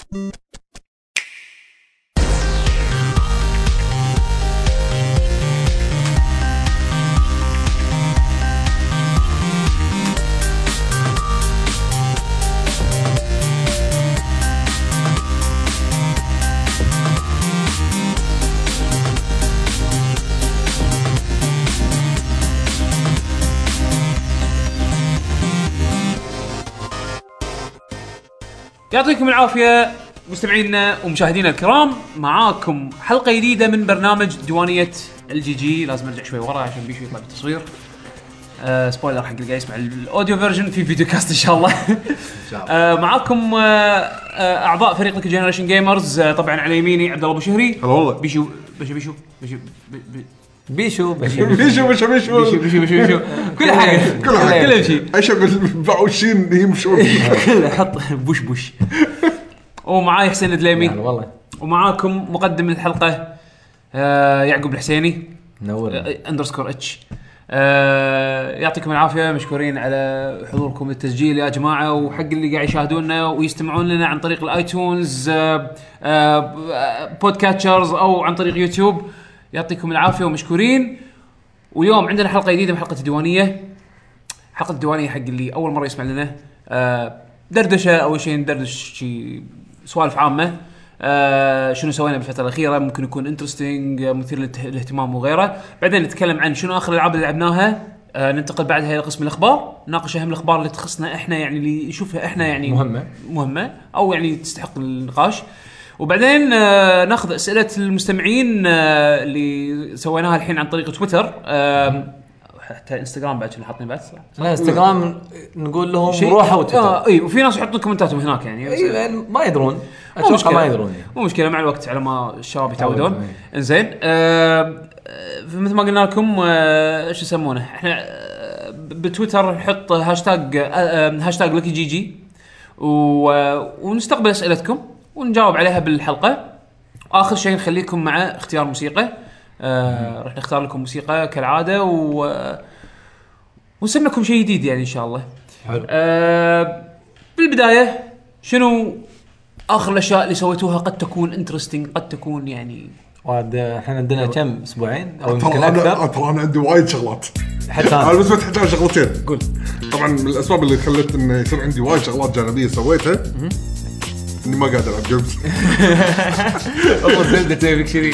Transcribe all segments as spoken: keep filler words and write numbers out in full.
يعطيكم العافية مستمعينا ومشاهدينا الكرام، معاكم حلقة جديدة من برنامج ديوانية الجي جي. لازم ارجع شوي ورا عشان بيشو يطلع بالتصوير. أه سبويلر حق اللي قاعد يسمع الاوديو فيرجن في فيديو كاست ان شاء الله. أه معاكم أه اعضاء فريق لك جنريشن جيمرز. أه طبعا على يميني عبد الله ابو شهري. هلا والله. بيشو بيشو بيشو بيشو بيشو بيشو بيشو بيشو بيشو بيشو بيشو كل حاجه كل حاجه كل شيء اشغل بعوشين يمشون كله حط بوش بوش. ومعاي حسين الدليمي والله، ومعاكم مقدم الحلقه آه يعقوب الحسيني نور اندرسكور اتش. آه يعطيكم العافيه، مشكورين على حضوركم للتسجيل يا جماعه، وحق اللي قاعد يشاهدونا ويستمعون لنا عن طريق الايتونز آه آه بودكاتشرز او عن طريق يوتيوب، يعطيكم العافيه ومشكورين. واليوم عندنا حلقه جديده من حلقه الديوانيه. حلقه الديوانيه حق اللي اول مره يسمع لنا، آه دردشه اول شيء، ندردش شيء سوالف عامه. آه شنو سوينا بالفتره الاخيره، ممكن يكون انترستينج مثير للاهتمام وغيره. بعدين نتكلم عن شنو اخر الالعاب اللي لعبناها. آه ننتقل بعدها الى قسم الاخبار، نناقش اهم الاخبار اللي تخصنا احنا، يعني اللي نشوفها احنا يعني مهمه مهمه او يعني تستحق النقاش. وبعدين آه ناخذ اسئله المستمعين آه اللي سويناها الحين عن طريق تويتر، آه حتى انستغرام بعد كنا حاطين بعد. لا انستغرام نقول لهم روحوا تويتر. اه اي وفي ناس يحطون كومنتاتهم هناك يعني. اي ما يدرون، اتوقع ما يدرون يعني. مو مشكله، مع الوقت على ما الشباب يتعودون. انزين آه مثل ما قلنا لكم آه شو يسمونه احنا آه بتويتر نحط هاشتاج آه هاشتاج لكي جي جي ونستقبل اسئلتكم ونجاوب عليها بالحلقه. اخر شيء نخليكم مع اختيار موسيقى. آه راح نختار لكم موسيقى كالعاده و ونسمع لكم شيء جديد يعني ان شاء الله. حلو. آه بالبدايه شنو اخر الاشياء اللي سويتوها؟ قد تكون انترستينج، قد تكون يعني واد احنا عندنا كم اسبوعين او يمكن اكثر. اكثر. ترى انا عندي وايد شغلات، حتى انا بس بتحتاج شغلتين. قول. طبعا من الاسباب اللي خلت انه يصير عندي وايد شغلات جانبيه سويتها اني ما قاعد العب جيمز. والله زلده تبيك شيء.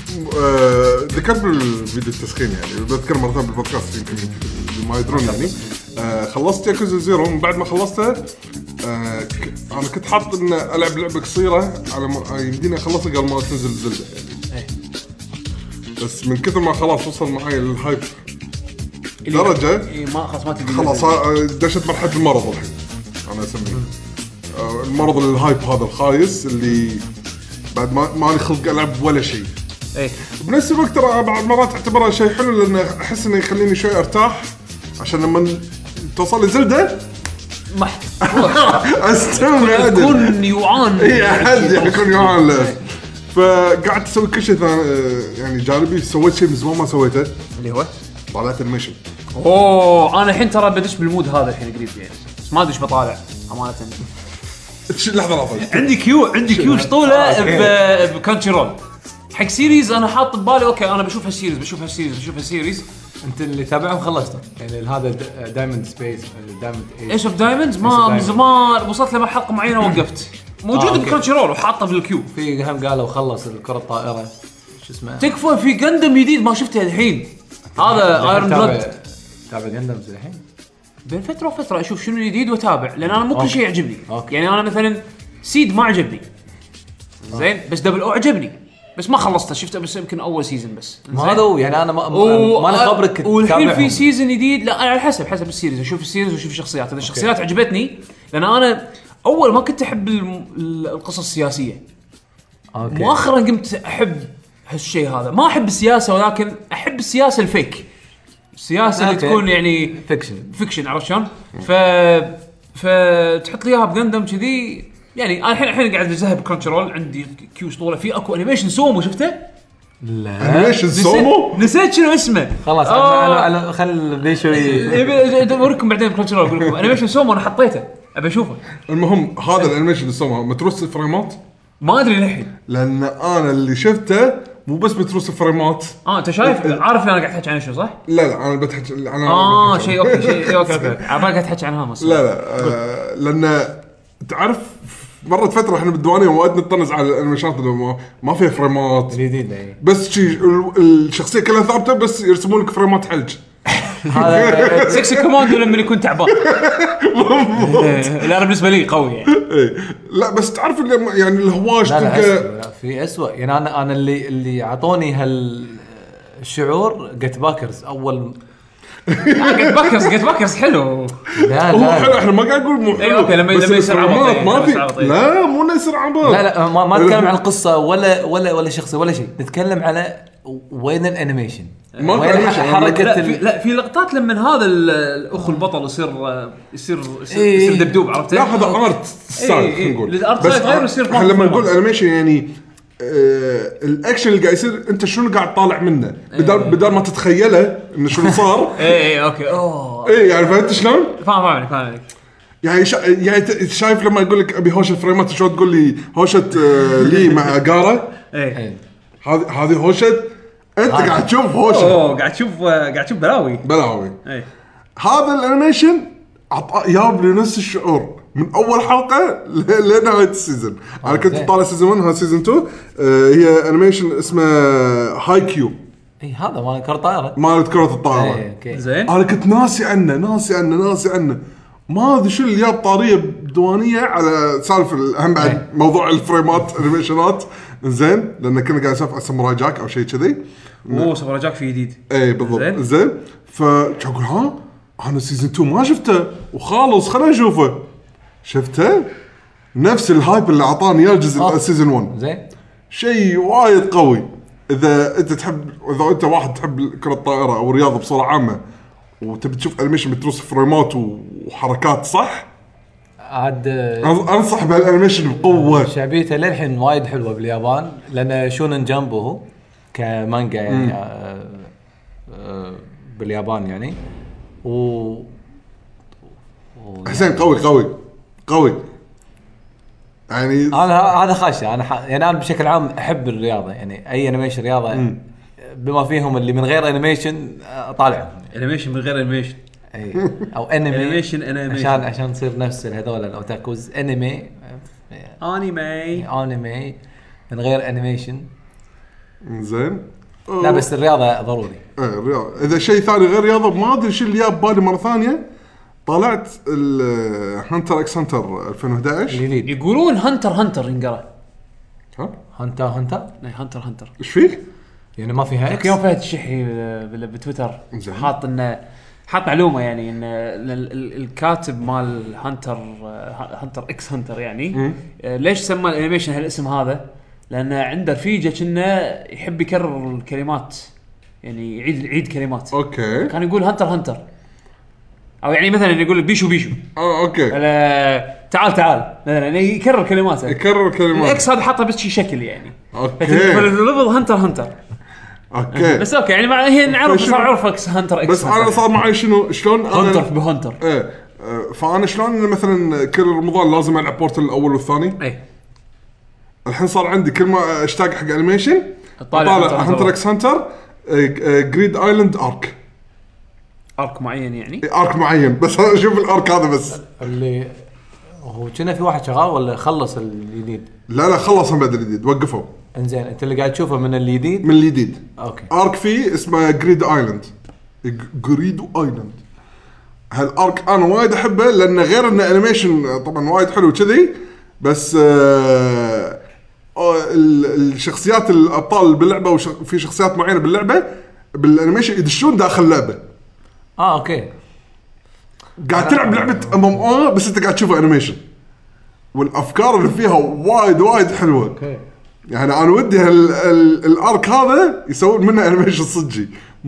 ذكرت بالفيديو التسخين يعني، بذكر مرتين بالبودكاست يمكن ما يدرون يعني. آه خلصت ياكوزا زيرو. من بعد ما خلصتها آه ك... انا كنت حاط ان العب لعبه قصيره على م... يمديني اخلصها قبل ما تنزل زلده يعني. بس من كثر ما خلاص وصل معي الهايب درجه إيه ما خلاص ما تدري خلاص دشت مرحله المرض الحين انا اسميه آه المرض الهايب هذا الخايس اللي بعد ما ماني خلق العب ولا شيء. ايه بنفس الوقت ترى بعض مرات اعتبرها شيء حلو لان احس انه يخليني شوي ارتاح، عشان لما توصل لي زلده ما استمع يكون يوعان. اي احد يكون يوعان له. فقعدت اسوي كل شيء يعني جانبي. سويت شيء من زمان ما سويته اللي هو طالعت انيميشن. اوه انا الحين ترى بدش بالمود هذا الحين قريب يعني، بس ما ادري ايش بطالع امانه. لحظه لحظه عندي كيو عندي كيو شطوله بكانتشي رول حق سيريز انا حاط ببالي. اوكي انا بشوف هالسيريز بشوف هالسيريز بشوف هالسيريز. انت اللي تابعهم خلصته يعني هذا دايموند سبيس دايموند ايش اوف دايموندز ما من زمان وصلت لما حلقه معينه وقفت. موجود آه بكرانشي رول وحاطه بالكيو. في هم قالوا خلص الكره الطائره شو اسمه تكفى في جندم جديد ما شفته الحين. هذا ايرون بلاد. تابع جندمز الحين بين فتره وفتره اشوف شنو الجديد واتابع، لان انا مو كل شيء يعجبني. أوكي. يعني انا مثلا سيد ما عجبني زين، بس دبل او عجبني بس ما خلصته، شفته بس يمكن اول سيزن بس. ما هذا يعني انا ما و... ما انا خبرك. والحين في سيزن جديد. لا انا على حسب حسب السيريز اشوف السيريز واشوف الشخصيات. اذا الشخصيات عجبتني، لان انا اول ما كنت احب القصص السياسيه. أوكي. مؤخرا قمت احب هالشيء هذا. ما احب السياسه ولكن احب السياسه الفيك، السياسه اللي تكون يعني فيكشن فيكشن عرفت شلون. ف فتحط لي اياها بغندم كذي يعني. انا الحين الحين قاعد اجهز بكرانشي رول، عندي كيو اسطوره في اكو انيميشن سومو شفته. لا انيميشن سومو نسيت شنو اسمه خلاص. انا خل بيشوي اوريكم بعدين بكرانشي رول. اقول لكم انيميشن سومو انا حطيته ابى اشوفه. المهم هذا الانيميشن اللي سواه متروس الفريمات ما ادري للحين لان انا اللي شفته مو بس متروس الفريمات. اه انت شايف عارف انا قاعد احكي عنه شو صح؟ لا لا انا بتحكي انا اه شيء اوكي شيء اوكي اوكي عبالك قاعد تحكي عنها مصر. لا لا آه لان تعرف مرت فتره احنا بالديوانيه وايد نطنز على الانيميشنات اللي ما فيها فريمات جديد بس شيء الشخصيه كلها ثابته بس يرسمون لك فريمات حلج. هذا سكس كوماندو لما يكون تعبان. لا انا بالنسبه لي قوي يعني. لا بس تعرف اللي يعني الهواش تلقى في اسوء يعني انا انا اللي اللي اعطوني هالشعور جت باكرز اول. جت باكرز جت باكرز حلو. لا لا حلو احنا ما قاعد نقول مو حلو. اوكي لما لما يصير عبط ما في. لا مو يصير عبط. لا لا ما ما نتكلم عن القصه ولا ولا ولا شخصيه ولا شيء نتكلم على وين الانيميشن وين حركه. لا في, لا في لقطات لما هذا الاخو البطل يصير يصير يصير دبدوب عرفت. لا هذا ارت ستايل نقول الارت ستايل غير يصير. لما نقول انيميشن يعني آه الاكشن اللي قاعد يصير انت شنو قاعد طالع منه بدل بدل ما تتخيله انه شنو صار. اي اي اوكي اوه اي يعني فهمت شلون؟ فاهم فاهم فاهم يعني شا... يعني شايف لما يقول لك ابي هوشه فريمات شو تقول لي هوشه آه لي مع قاره. اي هذه هذه هوشه انت قاعد تشوف هوشه. اوه قاعد تشوف قاعد تشوف بلاوي بلاوي. اي هذا الانيميشن عط... جاب لي نفس الشعور من اول حلقه لنهايه السيزون. انا كنت طالع سيزون واحد ها سيزون اثنين آه هي انيميشن اسمه هاي كيو. اي هذا مال كره الطائره مال كره الطائره. زين انا كنت ناسي عنه ناسي عنه ناسي عنه ما ادري شو اللي جاب طاريه بديوانيه على سالفه اهم بعد موضوع الفريمات انيميشنات. زين لان كنا قاعد نسولف على ساموراي جاك او شيء كذي. اوه ساموراي جاك في جديد. اي بالضبط. زين فاقول ها انا سيزون اثنين ما شفته وخالص خلينا نشوفه. شفته نفس الهايب اللي اعطاني اياه الجزء سيزون واحد. زين شيء وايد قوي. اذا انت تحب اذا انت واحد تحب كره الطائره او الرياضه بصوره عامه وتبي تشوف انيميشن بتروس فريمات وحركات صح عاد انصح بالانيميشن بقوه. شعبيته للحين وايد حلوه باليابان لان شونن جامبو هو كمانجا يعني آه آه باليابان يعني و حسين قوي قوي قوي يعني انا هذا خاشه انا ح... يعني انا بشكل عام احب الرياضه يعني اي انيميشن رياضه م. بما فيهم اللي من غير انيميشن طالعهم انيميشن من غير انيميشن اي او انمي انيميشن عشان عشان نصير نفس هذول الاوتاكوز انمي انمي انمي من غير انيميشن. زين لا بس الرياضه ضروري. ايه الرياضه اذا شيء ثاني غير رياضه ما ادري شو اللي جاب بالي مره ثانيه طلعت الهانتر اكس هانتر ألفين وأحد عشر يقولون هانتر هانتر ينقرا. ها هانتر هانتر اي هانتر هانتر ايش فيك يعني ما فيها اكس. يوم فهد الشحي بتويتر حاط انه حاط معلومه يعني ان الكاتب مال هانتر هانتر اكس هانتر يعني م. ليش سمى الانيميشن هالاسم هذا لانه عنده رفيجه كنا يحب يكرر الكلمات يعني يعيد يعيد كلمات. اوكي كان يقول هانتر هانتر او يعني مثلا يقول لك بيشو بيشو اه اوكي تعال تعال مثلا يعني يكرر كلماته يكرر كلمات. الاكس هذا حاطه بس شي شكل يعني اوكي فالليفل هانتر هانتر اوكي بس اوكي يعني مع هي نعرف صار عرف اكس هانتر اكس بس انا صار معي شنو شلون هانتر بهانتر ايه فانا شلون مثلا كل رمضان لازم العب بورتال الاول والثاني. اي الحين صار عندي كل ما اشتاق حق انيميشن طالع هانتر اكس هانتر جريد ايلاند ارك ارك معين يعني ارك معين بس انا اشوف الارك هذا بس اللي هو كنا في واحد شغال ولا خلص الجديد. لا لا خلص من بعد الجديد وقفوا. انزين انت اللي قاعد تشوفه من الجديد من الجديد اوكي. ارك فيه اسمه جريد ايلاند جريد ايلاند. هالارك انا وايد احبه لانه غير انه انيميشن طبعا وايد حلو كذي بس آه الشخصيات الابطال باللعبه وفي شخصيات معينه باللعبه بالانيميشن يدشون داخل اللعبه. اه اوكي قاعد تلعب لعبه ام ام او بس انت قاعد تشوفها انيميشن والافكار اللي فيها وايد وايد حلوه. اوكي يعني انا ودي الارك هذا يسوون منه انيميشن صجي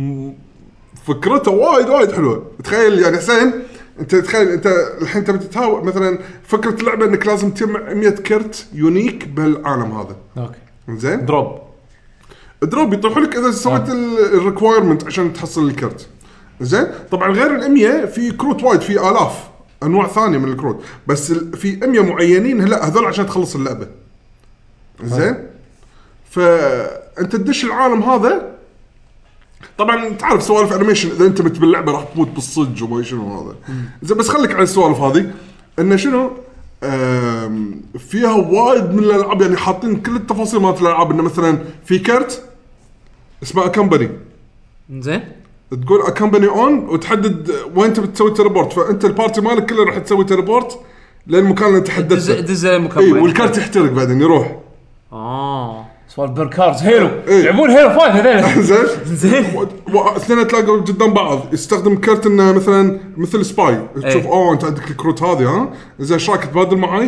فكرته وايد وايد حلوه. تخيل يعني حسين انت تخيل انت الحين تبي تتهاوى مثلا فكره اللعبه انك لازم تجمع مية كرت يونيك بالعالم هذا. اوكي زين دروب دروب يطرح لك اذا سويت الريكوايرمنت عشان تحصل الكرت. زين طبعا غير ال مية في كروت وايد في آلاف انواع ثانيه من الكروت، بس في امية معينين لا هذول عشان تخلص اللعبه زين. فانت تدش العالم هذا طبعا تعرف سوالف انيميشن، اذا انت مت باللعبه راح تموت بالصج وما شنو هذا زين. بس خليك على السوالف هذه انه شنو فيها وايد من الالعاب، يعني حاطين كل التفاصيل مالت الالعاب. انه مثلا في كارت اسمه كمباني زين، تقول اكمباني اون وتحدد وين انت بتسوي تليبورت، فانت البارتي مالك كله راح تسوي تليبورت للمكان اللي تحددته. دز المكان اي والكارت يحترق بعدين يروح. اه سوالف بركارز هيلو يلعبون هيلو فايف هذول زين زين. واثنين تلاقوا قدام بعض يستخدم كارت انه مثلا مثل سباي تشوف اوه انت عندك الكروت هذه ها زين ايش رايك تبادل معي؟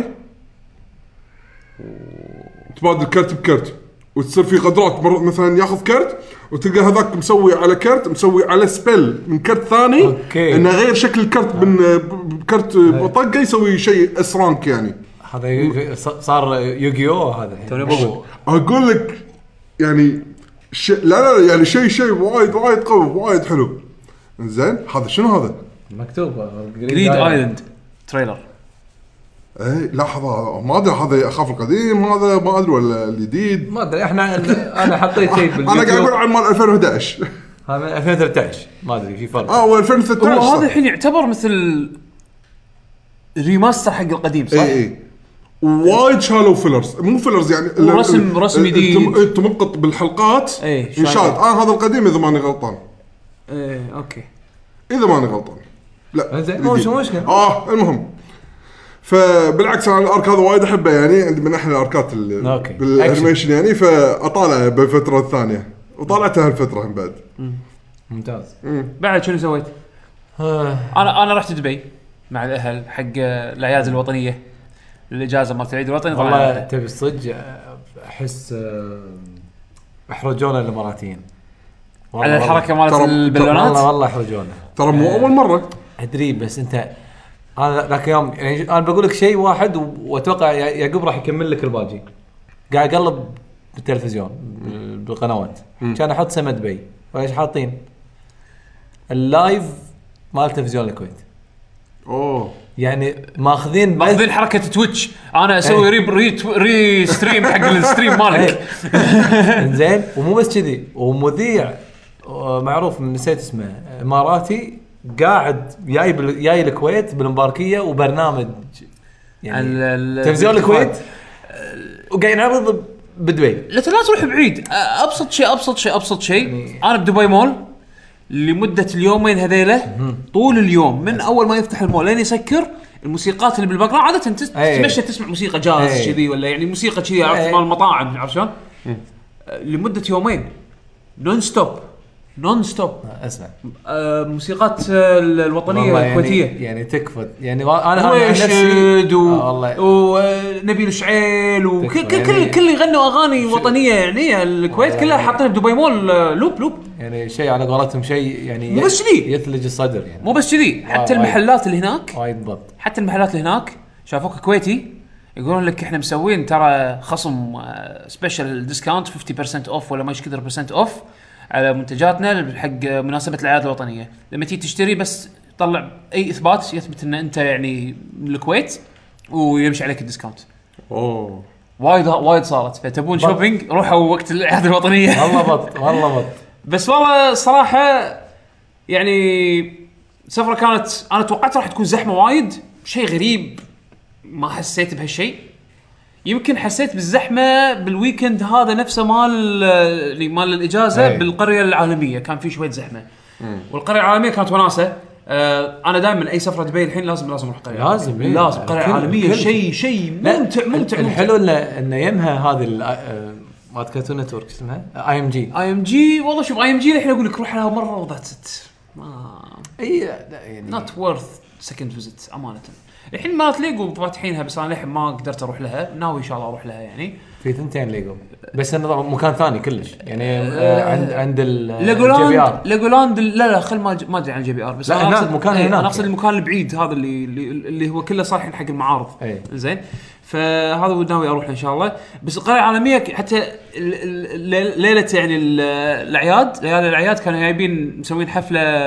تبادل كارت بكارت وتصير في غدرات مثلا ياخذ كارت وتلقى هذاك مسوي على كارت مسوي على سبيل من كارت ثاني أوكي. انه غير شكل الكارت من بكارت بطقه يسوي شيء اسرانك. يعني هذا صار يوغيو هذا اقول لك يعني ش... لا لا يعني شيء شيء وايد وايد قوي وايد حلو. زين هذا شنو هذا مكتوب جريد ايلاند تريلر. اي لحظه ما ادري هذا اخاف القديم هذا ما ادري ولا الجديد ما ادري. احنا انا حطيت شيء انا قاعد اقول عن مال ألفين وإحدى عشر هذا ألفين وثلاثة عشر ما ادري في فرق. اه و2013 هذا الحين يعتبر مثل ريماستر حق القديم صح؟ اي اي وايد شالوا فيلرز مو فيلرز يعني رسم رسم جديد تمقط بالحلقات ايه انشاد. اه هذا القديم اذا ماني غلطان. ايه اوكي اذا ماني غلطان لا زين مو شو مشكله. اه المهم فبالعكس انا الارك هذا وايد احبه يعني عندي من احلى الاركات بالانيميشن يعني فاطالع بالفتره الثانيه وطالعتها هالفتره هم بعد. ممتاز. بعد شنو سويت؟ انا انا رحت دبي مع الاهل حق الاعياد الوطنيه الاجازه مالت العيد الوطني. والله تبي الصدق احس احرجونا الاماراتيين على الحركه مالت البالونات. والله والله احرجونا ترى مو اول مره ادري. بس انت انا ذاك يوم يعني انا بقول لك شيء واحد واتوقع يعقوب راح يكمل لك الباقي. قاعد اقلب بالتلفزيون بالقنوات كان احط سما دبي وايش حاطين اللايف مال تلفزيون الكويت. اوه يعني ماخذين ماخذين حركه تويتش. انا اسوي ري ري, ري ستريم حق الستريم مالك زين. ومو بس كذي ومذيع معروف نسيت اسمه اماراتي قاعد جاي بال... جاي الكويت بالمباركيه وبرنامج يعني تلفزيون الكويت وقاعد نعرض بدبي. لا لا تروح بعيد. ابسط شيء ابسط شيء ابسط شيء يعني انا بدبي مول لمده اليومين هذيله طول اليوم من اول ما يفتح المول لين يسكر الموسيقات اللي بالباك جراوند عاده تمشي تسمع موسيقى جاز كذي ولا يعني موسيقى كذي عرفت مال المطاعم عرفت شلون لمده يومين نون ستوب نون ستوب اسمع آه موسيقات الوطنيه الكويتيه يعني, يعني تكفى يعني انا انا نفسي ونبيل شعيل وكل كل يعني كل يغنوا اغاني وطنيه يعني الكويت كلها يعني حاطين بدبي مول لوب لوب يعني شيء على قولتهم شيء يعني مو بس كذي يثلج الصدر يعني مو بس كذي حتى المحلات اللي هناك وايد ضبط. حتى المحلات اللي هناك شافوك كويتي يقولون لك احنا مسوين ترى خصم سبيشال ديسكاونت خمسين بالمية اوف ولا ما ايش كثر برسنت اوف على منتجاتنا حق مناسبة الأعياد الوطنية. لما تيجي تشتري بس طلع أي إثبات يثبت إن أنت يعني من الكويت ويمشي عليك الديسكاونت. أوه وايد وايد صارت. فتبون شوبينج روحوا وقت الأعياد الوطنية. والله بط والله بط. بس والله صراحة يعني سفرة كانت أنا توقعت راح تكون زحمة وايد شيء غريب ما حسيت بهالشيء. يمكن حسيت بالزحمه بالويكند هذا نفسه مال اللي مال الاجازه أي. بالقريه العالميه كان في شويه زحمه مم. والقريه العالميه كانت وناسه. آه انا دائما اي سفره دبي الحين لازم لازم اروح قريه لازم إيه؟ لازم قريه عالميه شيء شيء ممتع ممتع الحلو انه انه يمها هذه ما كارتون نتورك اسمها اي ام جي اي ام جي. والله شوف اي ام جي الحين اقول لك روح لها مره وذاتس ما اي يعني نوت وورث سكند فيزيت امانه. الحين ما تليقوا فاتحينها بس انا الحين ما قدرت اروح لها ناوي ان شاء الله اروح لها يعني في ثنتين ليجو بس انه مكان ثاني كلش يعني آه عند عند الجي ليجولاند لا لا خل ما ما ادري عن الجي بي ار بس لا انا المكان هناك انا اقصد المكان البعيد هذا اللي اللي هو كله صالح حق المعارض زين. فهذا ناوي اروح ان شاء الله. بس القريه العالميه حتى ليله يعني الاعياد ليالي الاعياد كانوا جايبين مسوين حفله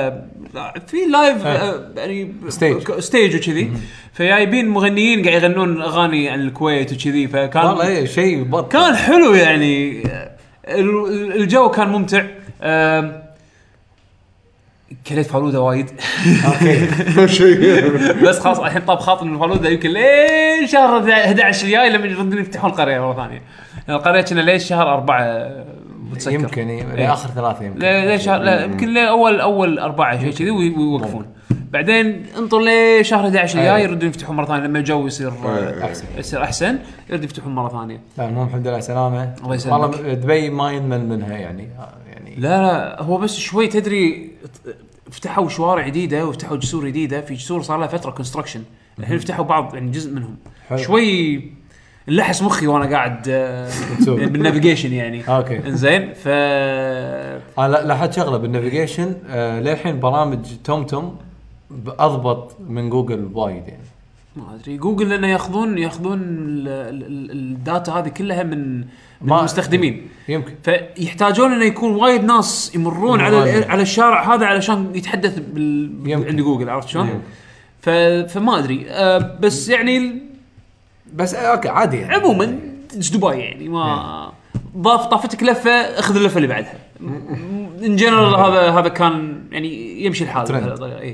في لايف آه يعني ستيج ستيج وكذي، فجايبين مغنيين قاعد يغنون اغاني عن الكويت وكذي، فكان والله شيء بط كان حلو يعني. الجو كان ممتع. آه كليت فالوده وايد اوكي شيء بس خلاص الحين طاب خاطر من الفالوده يمكن لين شهر أحد عشر الجاي لما يردون يفتحون القريه مره ثانيه. القريه كنا لين شهر أربعة بتسكر يمكن لاخر ثلاثه يمكن لا شهر لا يمكن لاول اول أربعة شيء كذي ويوقفون. بعدين انطر لي شهر أحد عشر الجاي يردون يفتحون مره ثانيه لما الجو يصير احسن يصير احسن يردون يفتحون مره ثانيه. لا المهم الحمد لله سلامه. الله يسلمك. والله دبي ما ينمل منها يعني يعني لا لا هو بس شوي تدري فتحوا شوارع جديده وفتحوا جسور جديده. في جسور صار لها فتره كونستراكشن الحين فتحوا بعض يعني جزء منهم حلو. شوي لحس مخي وانا قاعد بالنافيجيشن يعني اوكي انزين. ف انا لاحظت شغله بالنافيجيشن آه للحين برامج توم توم اضبط من جوجل وايد يعني. ما ادري جوجل لانه ياخذون ياخذون الداتا هذه كلها من من المستخدمين يمكن فيحتاجون انه يكون وايد ناس يمرون على على الشارع هذا علشان يتحدث بال... عند جوجل عرفت شلون. ف... فما ادري أه بس يعني بس اوكي عادي يعني. عموما دبي يعني ما ضاف طافتك لفه اخذ اللفه اللي بعدها ان جنرال. هذا هذا كان يعني يمشي الحال اي.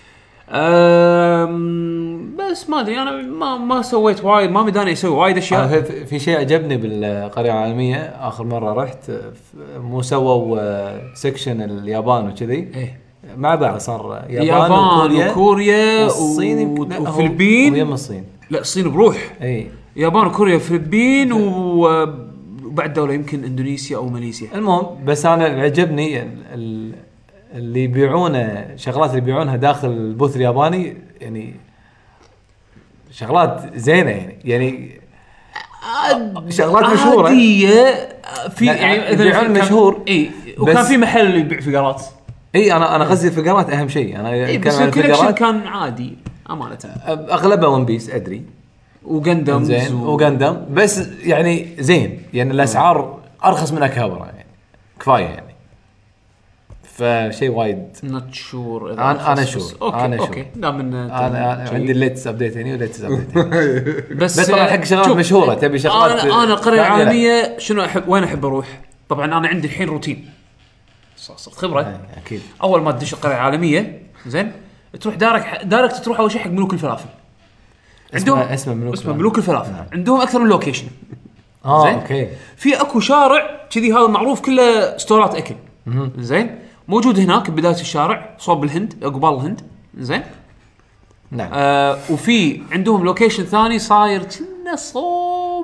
أم بس ما ادري انا ما ما سويت وايد ما بداني اسوي وايد اشياء. في شيء عجبني بالقريه العالميه اخر مره رحت مو سووا سكشن اليابان وكذي إيه؟ مع بعض صار يابان, يابان وكوريا, وكوريا والصين والفلبين ويم الصين. لا الصين بروح اي يابان وكوريا والفلبين وبعد دوله يمكن اندونيسيا او ماليزيا. المهم بس انا عجبني ال اللي يبيعونه شغلات اللي يبيعونها داخل البوث الياباني يعني شغلات زينه يعني يعني شغلات مشهوره في يعني يبيعون مشهور اي وكان في محل يبيع فقرات. اي انا انا قصدي الفقرات اهم شيء. انا إيه كان الفقرات كان عادي امانه اغلبها ون بيس ادري وغندم زين و... وغندم بس يعني زين يعني الاسعار ارخص من اكابرا يعني كفايه يعني فشيء وايد نوت شور. انا انا شور أوكي. انا اوكي لا من انا عندي الليتس ابديت هني وليتس ابديت هني بس بس طبعا حق شغلات مشهوره تبي شغلات. انا انا القريه العالميه شنو احب وين احب اروح. طبعا انا عندي الحين روتين صرت خبره اكيد. اول ما تدش القريه العالميه زين تروح دارك دارك تروح اول شيء حق ملوك الفلافل. عندهم اسمه ملوك اسمه ملوك الفلافل. عندهم اكثر من لوكيشن. اه زين؟ اوكي. في اكو شارع كذي هذا معروف كله ستورات اكل زين موجود هناك بدايه الشارع صوب الهند قبال الهند زين. نعم. آه وفي عندهم لوكيشن ثاني صاير كنا صوب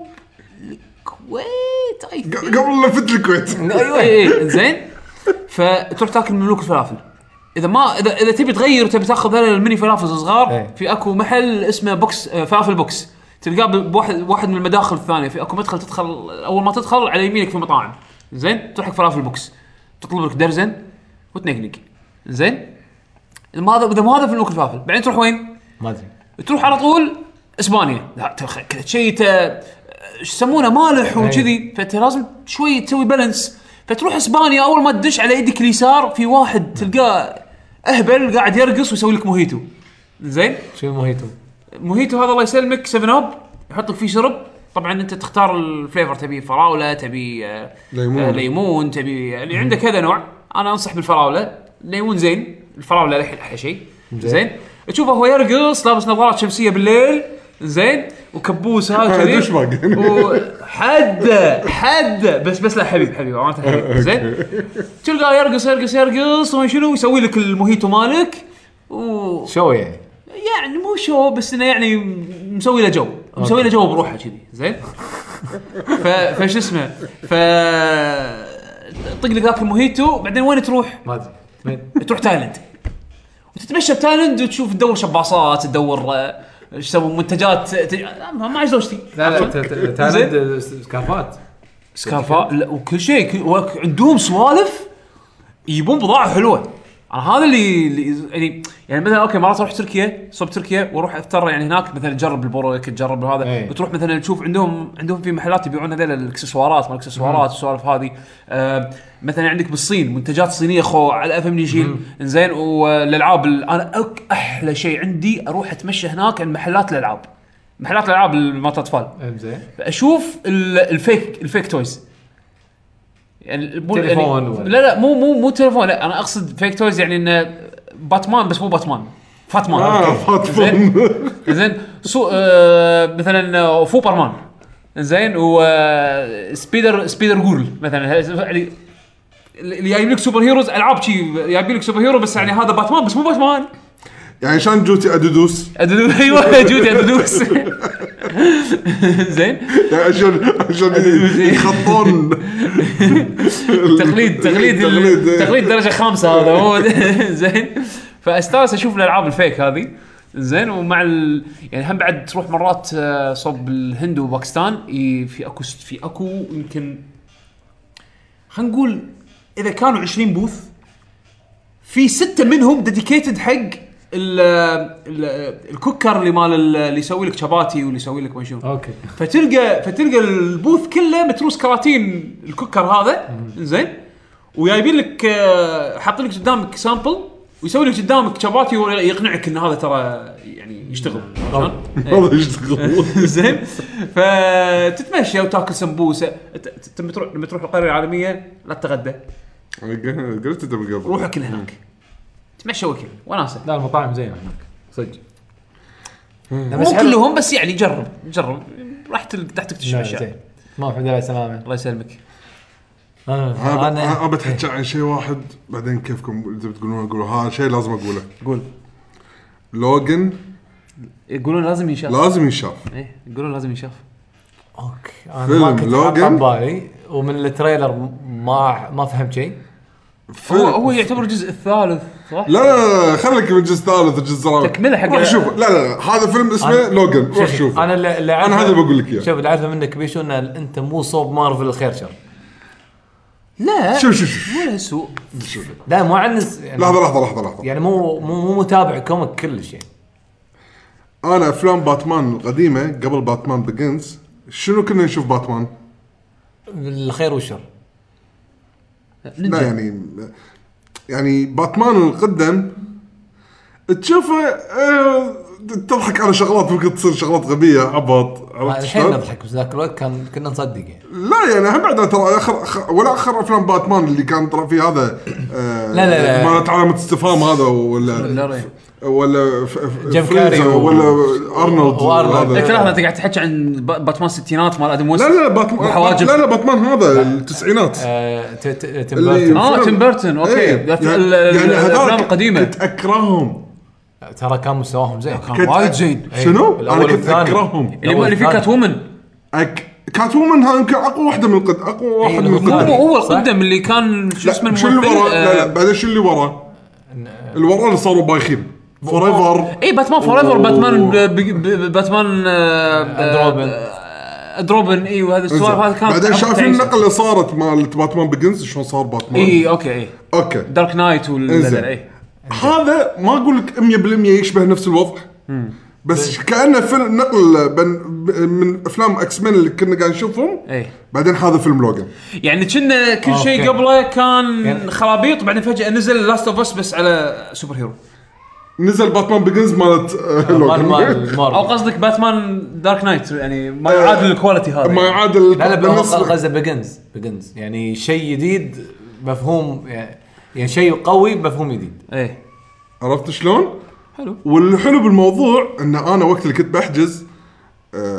الكويت قبل لفت الكويت. ايوه اي زين. فتروح تاكل ملوك الفلافل. اذا ما اذا اذا تبي تغير وتبي تاخذ هذول الميني فلافل صغار ايه. في اكو محل اسمه بوكس آه فلافل بوكس تلقاه بواحد واحد من المداخل الثانيه. في اكو مدخل تدخل اول ما تدخل على يمينك في مطاعم زين تروح حق فلافل بوكس تطلب لك درزن وتنقنق زين. ما هذا اذا ما هذا في ملوك الفلافل بعدين تروح وين ما ادري تروح على طول اسبانيا. لا كذا شيء ايش يسمونه مالح وكذي فانت لازم شوي تسوي بالانس. فتروح اسبانيا اول ما تدش على يدك اليسار في واحد تلقاه اهبل قاعد يرقص ويسوي لك موهيتو زين. شو موهيتو؟ موهيتو هذا الله يسلمك سفن اب يحط لك فيه شرب. طبعا انت تختار الفليفر تبي فراوله تبي آه ليمون. آه ليمون تبي اللي عندك كذا نوع. انا انصح بالفراوله ليمون زين الفراوله لحين احلى شيء زين. تشوفه هو يرقص لابس نظارات شمسيه بالليل زين وكبوس هذا كذي وحد حد بس بس لا حبيب حبيب ما حبيب زين. تلقاه يرقص يرقص يرقص وما شنو يسوي لك الموهيتو مالك و شو يعني يعني مو شو بس انه يعني مسوي له جو مسوي له جو بروحه كذي زين. ف فش اسمه ف طق لك ذاك الموهيتو بعدين وين تروح ما ادري وين تروح تايلاند وتتمشى بتايلاند وتشوف تدور شباصات تدور ايش يسوون منتجات تج... ما عايز زوجتي. لا لا تايلاند سكارفات سكارفات وكل شيء كل... عندهم سوالف يبون بضاعه حلوه. انا هذا اللي يعني يعني مثلا اوكي مرات اروح تركيا صوب تركيا واروح افتر يعني هناك مثلا تجرب البوروك تجرب هذا أي. بتروح مثلا تشوف عندهم عندهم في محلات يبيعون هذول الاكسسوارات مال الاكسسوارات والسوالف هذه آه مثلا عندك بالصين منتجات صينيه خو على افهم نجيل انزين والالعاب انا أك احلى شيء عندي اروح اتمشى هناك عند محلات الالعاب محلات الالعاب مالت اطفال زين اشوف الفيك الفيك تويز يعني مو تليفون يعني لا لا مو مو مو تليفون لا انا اقصد فيك تويز يعني انه باتمان بس مو باتمان فاتمان اه فاتمان زين سو آه مثلا فوبرمان زين وسبيدر سبيدر جول مثلا يعني اللي جايب لك سوبر هيروز العاب شي جايب لك سوبر هيرو بس يعني هذا باتمان بس مو باتمان يعني شان جوتي ادودوس ادودوس ايوه جوتي ادودوس زين يعني عشان عشان يخطون تقليد تقليد تقليد درجه خامسه هذا هو زين فاستانس اشوف الالعاب الفيك هذه زين ومع ال... يعني هم بعد تروح مرات صوب الهند وباكستان في اكو في اكو يمكن خلينا نقول اذا كانوا عشرين بوث في ستة منهم ديديكيتد حق ال ال الكوكر اللي مال اللي يسوي لك شباتي واللي يسوي لك ما شنو اوكي فتلقى فتلقى البوث كله متروس كراتين الكوكر هذا زين وجايبين لك حاطين لك قدامك سامبل ويسوي لك قدامك شباتي ويقنعك ان هذا ترى يعني يشتغل هذا يشتغل زين فتتمشى وتاكل سمبوسه تم تروح لما تروح القريه العالميه لا تتغدى قلت تبي قبل روح اكل هناك تمشى وكل وناسه لا المطاعم زينه هناك صدق مو كلهم بس يعني جرب جرب راح تكتشف اشياء ما الحمد لله سلامه الله يسلمك انا انا بتحكي عن شيء واحد بعدين كيفكم اذا بتقولون اقولوا ها شيء لازم اقوله قول لوجن يقولون لازم ينشاف لازم ينشاف ايه يقولون لازم ينشاف اوكي انا ما كنت حاطه بالي ومن التريلر ما ما فهمت شيء هو هو يعتبر الجزء الثالث صح؟ لا لا خليك من الجزء الثالث الجزء الرابع تكمله حق روح شوف لا لا هذا فيلم اسمه لوجن روح شوف انا اللي انا هذا بقول لك اياه شوف اللي عارفه منك بيشو ان انت مو صوب مارفل الخير شر لا شوف شوف شوف ولا سوء لا مو عنس يعني لحظه لحظه لحظه لحظه يعني مو مو مو متابع كوميك كلش يعني انا افلام باتمان القديمه قبل باتمان بيجنز شنو كنا نشوف باتمان الخير والشر لا يعني يعني باتمان القدم تشوفه اه تضحك على شغلات ممكن تصير شغلات غبيه عبط الحين نضحك بس ذاك الوقت كان كنا نصدق يعني لا يعني هم بعد ترى اخر ولا اخر افلام باتمان اللي كان ترى في هذا اه لا لا لا ما علامه استفهام هذا ولا ولا جيم كاري ولا ارنولد هذا انت لحظه قاعد تحكي عن باتمان الستينات مال ادم ويست لا لا باتمان لا لا باتمان هذا التسعينات تيم بيرتون اه تيم بيرتون اوكي الافلام القديمه كنت اكرههم ترى كان مستواهم زين كان وايد زين شنو انا كنت اكرههم اللي فيه كات وومن أك... كات وومن ها يمكن اقوى واحده من القد اقوى واحد من القدم هو هو القدم اللي كان شو اسمه شو اللي ورا لا لا بعدين شو اللي ورا اللي ورا اللي صاروا بايخين فور ايفر اي باتمان فور ايفر باتمان باتمان دروبن دروبن اي وهذا السوالف هذا كان بعدين شايفين النقله اللي صارت مال باتمان بيجنز شلون صار باتمان اي اوكي اي اوكي دارك نايت ولا اي هذا ما اقول لك مية بالمية يشبه نفس الوضع بس كأنه فيلم نقل من افلام اكس مان اللي كنا قاعد نشوفهم اي بعدين هذا فيلم لوجن يعني كنا كل شيء قبله كان يعني خرابيط بعدين فجأة نزل لاست اوف اس بس على سوبر هيرو نزل باتمان بيجنز مالت لوجن او قصدك باتمان دارك نايت يعني ما يعادل الكواليتي هذا ما يعادل لا لا قصده بيجنز بيجنز يعني شيء جديد مفهوم يعني, يعني شيء قوي مفهوم جديد ايه عرفت شلون حلو والحلو بالموضوع ان انا وقت اللي كنت بحجز آه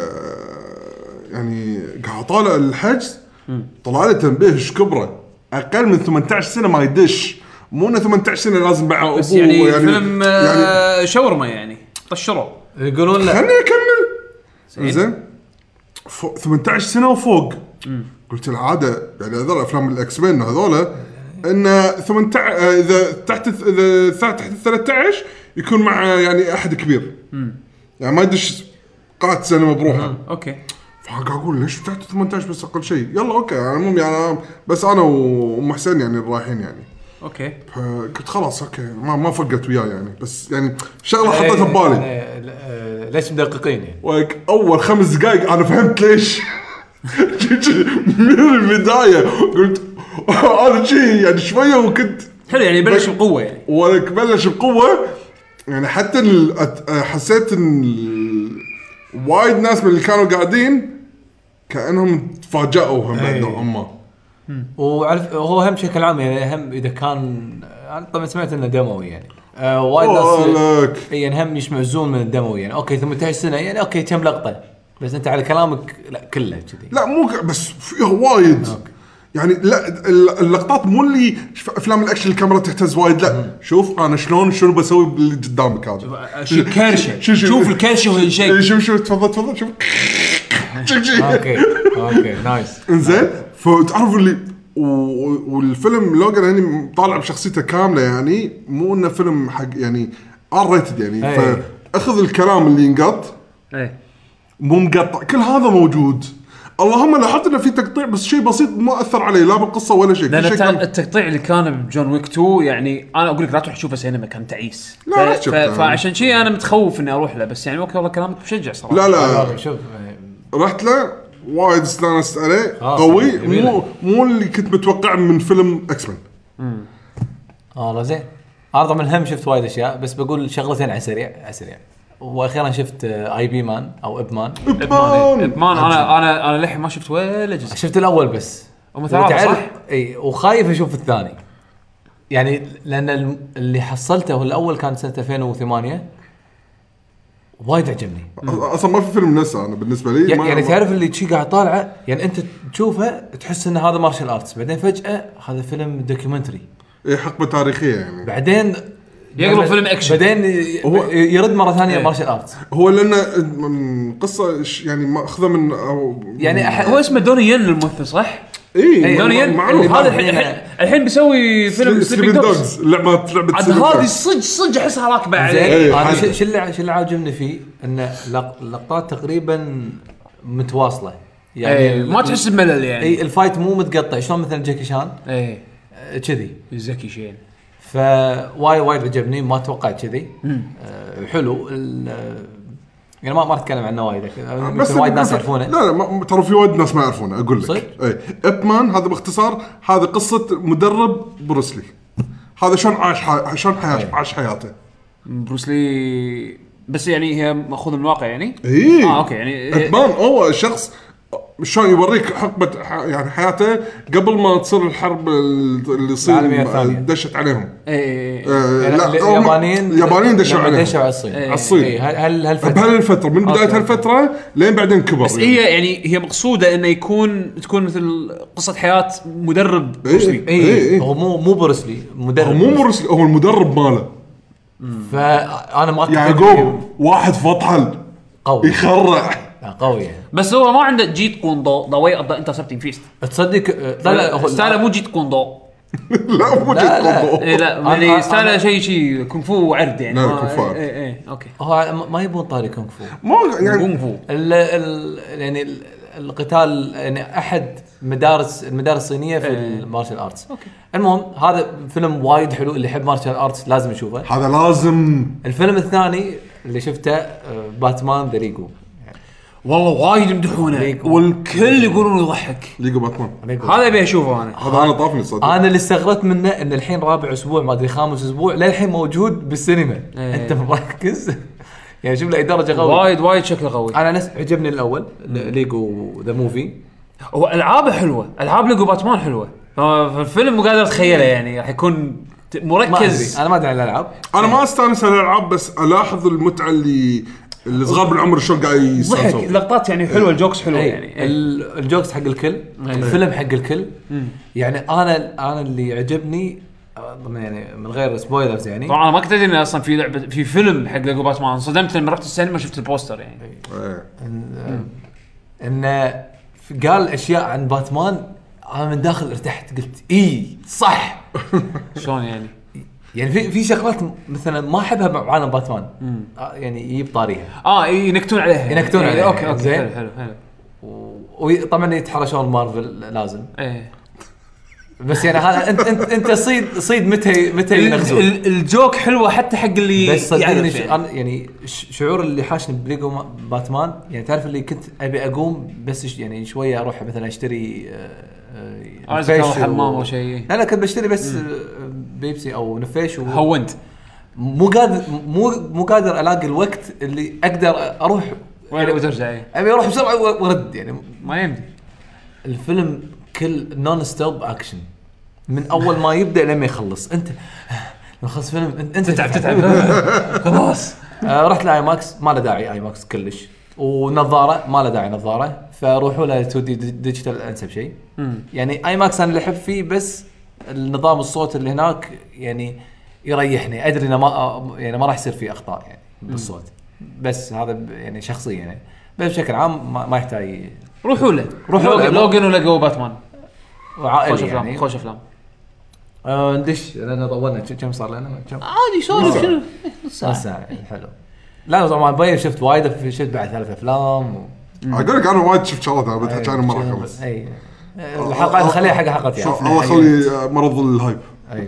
يعني قاعد طالع الحجز طلع لي تنبيه ايش كبره اقل من ثمانية عشر سنه ما يدش مو انه ثمانية عشر سنه لازم مع ابوه يعني, يعني فيلم يعني شاورما يعني طشروا يقولون لا خليني اكمل زين ثمانية عشر سنه وفوق م. قلت العاده يعني هذول افلام الاكس مان هذول ان ثمانية عشر اذا تحت اذا تحت ثلاثة عشر يكون مع يعني احد كبير م. يعني ما يدش قاعه سينما بروحه اوكي فقاعد اقول ليش تحت ثمانية عشر بس اقل شيء يلا اوكي يعني المهم يعني بس انا وام حسين يعني رايحين يعني اوكي كنت خلاص اوكي ما ما فقت وياه يعني بس يعني شغله حطيتها ببالي يعني ليش مدققين يعني وك اول خمس دقائق انا فهمت ليش من البدايه قلت هذا شيء يعني شويه وكنت حلو يعني بلش بقوه يعني ولك بلش بقوه يعني حتى حسيت ان وايد ناس من اللي كانوا قاعدين كانهم تفاجئوا هم بعد نوعا ما. وعرف هو هم بشكل عام يعني هم اذا كان طبعا سمعت انه دموي يعني آه وايد ناس يعني هم يشمعزون من الدموي يعني اوكي ثمانية عشر سنه يعني اوكي كم لقطه بس انت على كلامك لا كله كذي لا مو بس فيها وايد أوكي. يعني لا اللقطات مو اللي افلام الاكشن الكاميرا تهتز وايد لا شوف انا شلون شنو بسوي باللي قدامك هذا شيء كرشه شوف الكرشه وهي شيء شوف شوف تفضل تفضل شوف اوكي اوكي نايس انزين فتعرف اللي والفيلم لوجر يعني طالع بشخصيته كامله يعني مو انه فيلم حق يعني ار ريتد يعني فاخذ الكلام اللي ينقط ايه مو مقطع كل هذا موجود. اللهم لاحظت انه في تقطيع بس شيء بسيط ما اثر علي لا بالقصه ولا شيء. لا كان... التقطيع اللي كان بجون ويك تو يعني انا اقول لك لا تروح تشوفه سينما كان تعيس ف... ف... فعشان شيء انا متخوف اني اروح له بس يعني اوكي والله كلامك مشجع صراحه. لا لا شوف رحت له وايد استانست عليه قوي مو مو اللي كنت متوقع من فيلم اكس مان. امم اه زين عرض من هم شفت وايد اشياء بس بقول شغلتين على سريع على سريع. واخيرا شفت اي بي مان او اب مان اب مان, إب مان انا انا انا للحين ما شفت ولا جزء. شفت الاول بس وتعرف اي وخايف اشوف الثاني يعني لان اللي حصلته الاول كان سنه ألفين وثمانية وايد عجبني اصلا ما في فيلم نسى انا بالنسبه لي يعني, يعني تعرف اللي شي قاعد طالعه يعني انت تشوفه تحس ان هذا مارشال ارتس بعدين فجاه هذا فيلم دوكيومنتري ايه حقبه تاريخيه يعني بعدين يقلب فيلم اكشن بعدين يرد مره ثانيه مارشال ارتس هو لانه قصه يعني ماخذه من يعني أح... هو اسمه دوني ين الممثل صح؟ ايه دوني ين هذا الحين الحين بيسوي فيلم سليبنج دوجز لعبه لعبه عاد هذه صج صج احسها راكبه عليه. انا شو اللي شو اللي عاجبني فيه انه اللقطات تقريبا متواصله يعني ايه ما تحس بملل يعني اي الفايت مو متقطع شلون مثلا جاكي شان ايه كذي زكي شين فوايد وايد عجبني ما توقعت كذي أه حلو يعني ما ما اتكلم عنه وايد بس وايد ناس يعرفونه لا لا ترى في وايد ناس ما يعرفونه اقول لك اي اب مان هذا باختصار هذا قصه مدرب بروسلي هذا شلون عاش حي... شلون حياته عاش حياته بروسلي بس يعني هي ماخوذ من الواقع يعني ايه اه اوكي يعني اب مان هو شخص شلون يوريك حقبه يعني حياته قبل ما تصير الحرب اللي يصير دشت عليهم ايه لا اليابانيين اليابانيين دشوا عليهم دشوا على الصين على الصين هل هل بهالفتره من بدايه هالفتره لين بعدين كبر بس هي يعني هي مقصوده انه يكون تكون مثل قصه حياه مدرب بروسلي اي هو مو مو بروسلي مدرب هو مو بروسلي هو المدرب ماله فانا ما يعقوب واحد فطحل قوي يخرع قوي يعني. بس هو ما عنده جيت كوندو ذا واي اوف ذا انترسبتنج فيست تصدق لا لا هو ستايله مو جيت كوندو لا مو جيت كوندو اي لا يعني ستايله شيء شيء كونغ فو عرض يعني لا كونغ فو اي اي اوكي هو ما يبون طاري كونغ فو مو يعني كونغ فو يعني القتال يعني احد مدارس المدارس الصينيه في المارشال ارتس اوكي المهم هذا فيلم وايد حلو اللي يحب مارشال ارتس لازم يشوفه هذا لازم. الفيلم الثاني اللي شفته باتمان ذا ليجو والله وايد يمدحونه والكل يقولون يضحك ليجو باتمان هذا ابي اشوفه انا هذا انا طافني صدق انا اللي استغربت منه ان الحين رابع اسبوع ما ادري خامس اسبوع للحين موجود بالسينما ايه. انت مركز يعني شوف له درجه قوي وايد وايد شكله قوي انا نس عجبني الاول ليجو ذا موفي هو العابه حلوه العاب ليجو باتمان حلوه فالفيلم مو قادر اتخيله يعني راح يكون مركز ما انا ما ادري عن الالعاب انا ما استانس على الالعاب بس الاحظ المتعه اللي الصغار بالعمر شلون قاعد يستانسوا لقطات يعني حلوه الجوكس حلوه يعني الجوكس حق الكل الفيلم حق الكل يعني انا انا اللي عجبني يعني من غير سبويلرز يعني طبعا انا ما كنت ادري ان اصلا في لعبه في فيلم حق ليجو باتمان صدمت لما رحت السينما شفت البوستر يعني ان قال اشياء عن باتمان انا من داخل ارتحت قلت اي صح شلون يعني يعني في في شغلات مثلا ما احبها بعالم باتمان يعني يجيب طاريها اه ينكتون عليها ينكتون إيه عليها اوكي اوكي حلو حلو حلو وطبعا يتحرشون مارفل لازم ايه بس يعني هذا انت انت انت صيد صيد متى متى ينغزون الجوك حلوه حتى حق اللي بس صدقني يعني, يعني, يعني شعور اللي حاشني بليجو باتمان يعني تعرف اللي كنت ابي اقوم بس يعني شويه اروح مثلا اشتري نفيش حمام او شيء. لا لا كنت بشتري بس مم. بيبسي او نفيش هونت مو قادر مو مو قادر الاقي الوقت اللي اقدر اروح وين وترجع ابي اروح بسرعه وارد يعني ما يمدي. الفيلم كل نون ستوب اكشن من اول ما يبدا لما يخلص. انت نخلص فيلم انت تتعب تتعب خلاص. آه رحت لاي ماكس ما له داعي اي ماكس كلش ونظاره ما له داعي نظاره فروحوا له تو دي ديجيتال انسب شيء يعني اي ماكس انا اللي احب فيه بس النظام الصوت اللي هناك يعني يريحني ادري انه ما يعني ما راح يصير فيه اخطاء يعني بالصوت بس هذا يعني شخصيا يعني بس بشكل عام ما, ما يحتاج. روحوا له روحوا له لوجن ولا جو باتمان وعائلي يعني خوش افلام آه ندش لأننا طولنا كم صار لنا كم عادي سولف شنو نص ساعة حلو. لا طبعا باين شفت وايد في شفت بعد ثلاث أفلام أقول لك أنا وايد شفت شغلات أنا بتحكي عنها مرة خلص. أي الحلقة خليها حق حلقتي يعني. الله خلي مرض الهايب.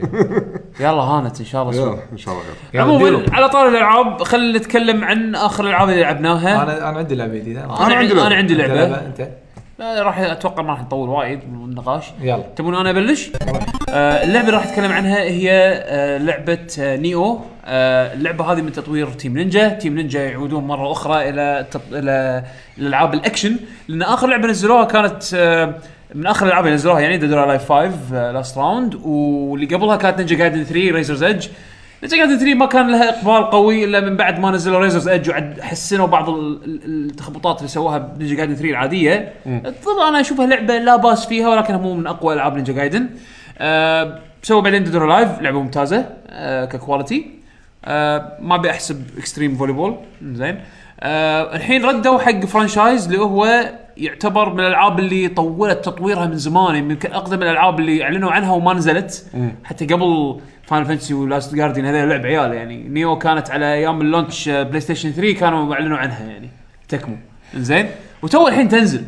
يلا هانت إن شاء الله سوي. إن شاء الله خير. عموما على طار الألعاب خلينا نتكلم عن آخر الألعاب اللي لعبناها. أنا أنا عندي لعبة جديدة. أنا عندي أنا عندي لعبة. أنت. لا راح اتوقع ما راح نطول وايد بالنقاش. يلا تبون انا ابلش؟ آه اللعبه اللي راح اتكلم عنها هي آه لعبه آه نيو. آه اللعبه هذه من تطوير تيم نينجا. تيم نينجا يعودون مره اخرى الى تط... الى الالعاب الاكشن لان اخر لعبه نزلوها كانت آه من اخر الالعاب اللي نزلوها يعني ديد اور الايف خمسة لاست راوند واللي قبلها كانت نينجا جايدن ثلاثة ريزرز ايدج. نينجا جايدن ثلاثة ما كان لها اقبال قوي الا من بعد ما نزلوا ريزرز ايدج وعد حسنوا بعض التخبطات اللي سووها بنينجا جايدن ثلاثة العاديه. طبعا انا اشوفها لعبه لا باس فيها ولكنها مو من اقوى العاب نينجا جايدن. أه سووا بعدين ديد اور لايف لعبه ممتازه أه ككواليتي. أه ما بيحسب اكستريم فوليبول زين. أه الحين ردوا حق فرانشايز اللي هو يعتبر من الالعاب اللي طولت تطويرها من زمان يمكن اقدم الالعاب اللي اعلنوا عنها وما نزلت م. حتى قبل فاينل فانتسي ولاست جارديان هذول لعب عيال يعني. نيو كانت على ايام اللونش بلاي ستيشن ثلاثة كانوا اعلنوا عنها يعني تكمو زين وتو الحين تنزل.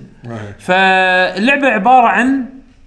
فاللعبه عباره عن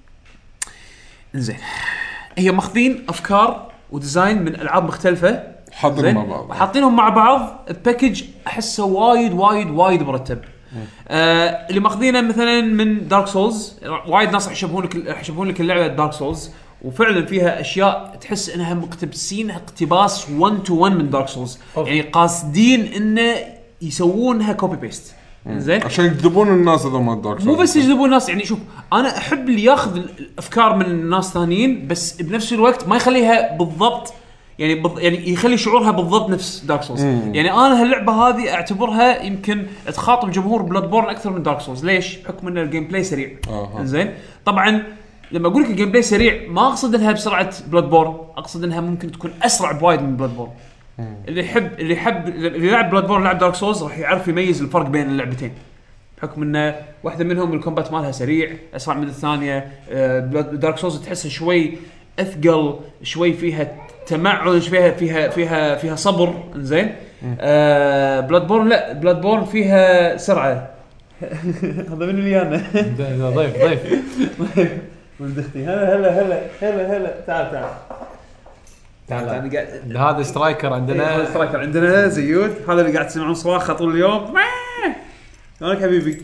زين هي ماخذين افكار وديزاين من العاب مختلفه حاطين مع بعض حاطينهم مع بعض باكج احسه وايد وايد وايد مرتب. آه اللي ماخذينه مثلا من دارك سولز وايد ناس يشبهون لك يشبهون لك اللعبه دارك سولز وفعلا فيها اشياء تحس انها مقتبسين اقتباس واحد تو واحد من دارك سولز يعني قاصدين انه يسوونها كوبي بيست زين عشان يجذبون الناس هذول ما دارك سولز مو بس يجذبون الناس يعني. شوف انا احب اللي ياخذ الافكار من الناس ثانيين بس بنفس الوقت ما يخليها بالضبط يعني بض... يعني يخلي شعورها بالضبط نفس دارك سولز. يعني انا هاللعبه هذه اعتبرها يمكن تخاطب جمهور بلاد بورن اكثر من دارك سولز. ليش؟ بحكم ان الجيم بلاي سريع زين. طبعا لما اقول لك الجيم بلاي سريع ما اقصد انها بسرعه بلاد بورن اقصد انها ممكن تكون اسرع بوايد من بلاد بورن. اللي يحب اللي يحب اللي يلعب بلاد بورن لعب دارك سولز راح يعرف يميز الفرق بين اللعبتين بحكم ان واحده منهم الكومبات مالها سريع اسرع من الثانيه. دارك سولز تحسها شوي اثقل شوي فيها تمعن فيها فيها فيها فيها صبر زين. آه بلاد بورن لا بلاد بورن فيها سرعه. هذا من اللي انا ضيف ضيف ولد اختي هلا هلا هلا هلا هلا تعال تعال تعال انا قاعد هذا سترايكر عندنا هذا سترايكر عندنا زيود هذا اللي قاعد تسمعون صراخه طول اليوم مالك حبيبي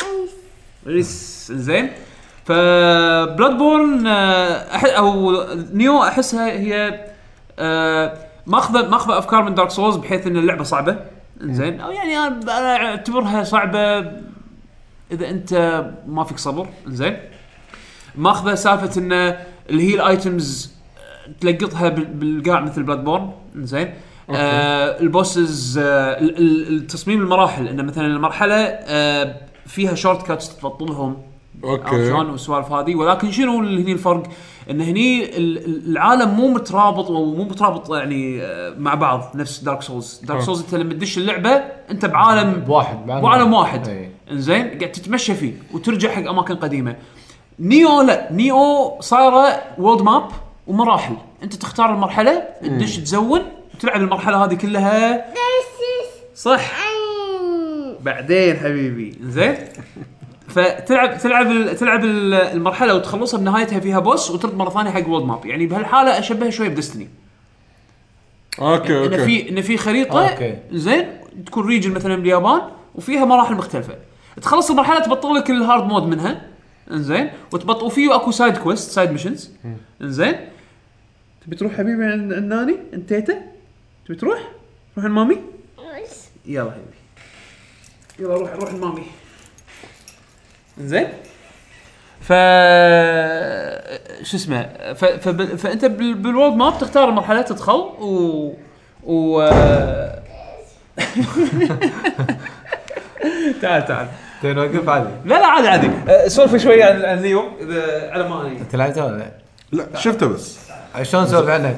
ريس زين. فبلاد بورن او نيو احسها هي ماخذه ماخذه افكار من دارك سولز بحيث ان اللعبه صعبه زين او يعني انا اعتبرها صعبه اذا انت ما فيك صبر زين. ماخذه سالفه ان اللي هي الايتمز تلقطها بالقاع مثل بلاد بورن زين. آه البوسز آه التصميم المراحل ان مثلا المرحله آه فيها شورت كاتس تبطلهم اوكي شلون والسوالف هذه ولكن شنو اللي هني الفرق ان هني العالم مو مترابط او مو مترابط يعني مع بعض نفس دارك سولز. دارك سولز انت لما تدش اللعبه انت بعالم واحد بعالم واحد انزين قاعد تتمشى فيه وترجع حق اماكن قديمه. نيو لا نيو صايره وورلد ماب ومراحل انت تختار المرحله تدش تزون وتلعب المرحله هذه كلها صح بعدين حبيبي زين فتلعب تلعب تلعب المرحله وتخلصها بنهايتها فيها بوس وترد مره ثانيه حق وورد ماب. يعني بهالحاله اشبهها شويه بدستني. اوكي اوكي ان في ان في خريطه أوكي. زين تكون ريجن مثلا باليابان وفيها مراحل مختلفه. تخلص المرحله تبطل لك الهارد مود منها انزين وتبطل وفيه اكو سايد كويست سايد ميشنز انزين. تبي تروح حبيبي عند الناني انت تيتا تبي تروح روح المامي يلا حبيبي يلا روح روح المامي انزين. ف شو اسمه ف... ف... فانت بال... بالورد ماب تختار المرحله تدخل و و تعال تعال تنوقف عادي. لا لا عادي عادي سولف شويه عن عن ليو اذا على ما اني انت لعبته ولا لا؟ لا شفته بس شلون نسولف عنه؟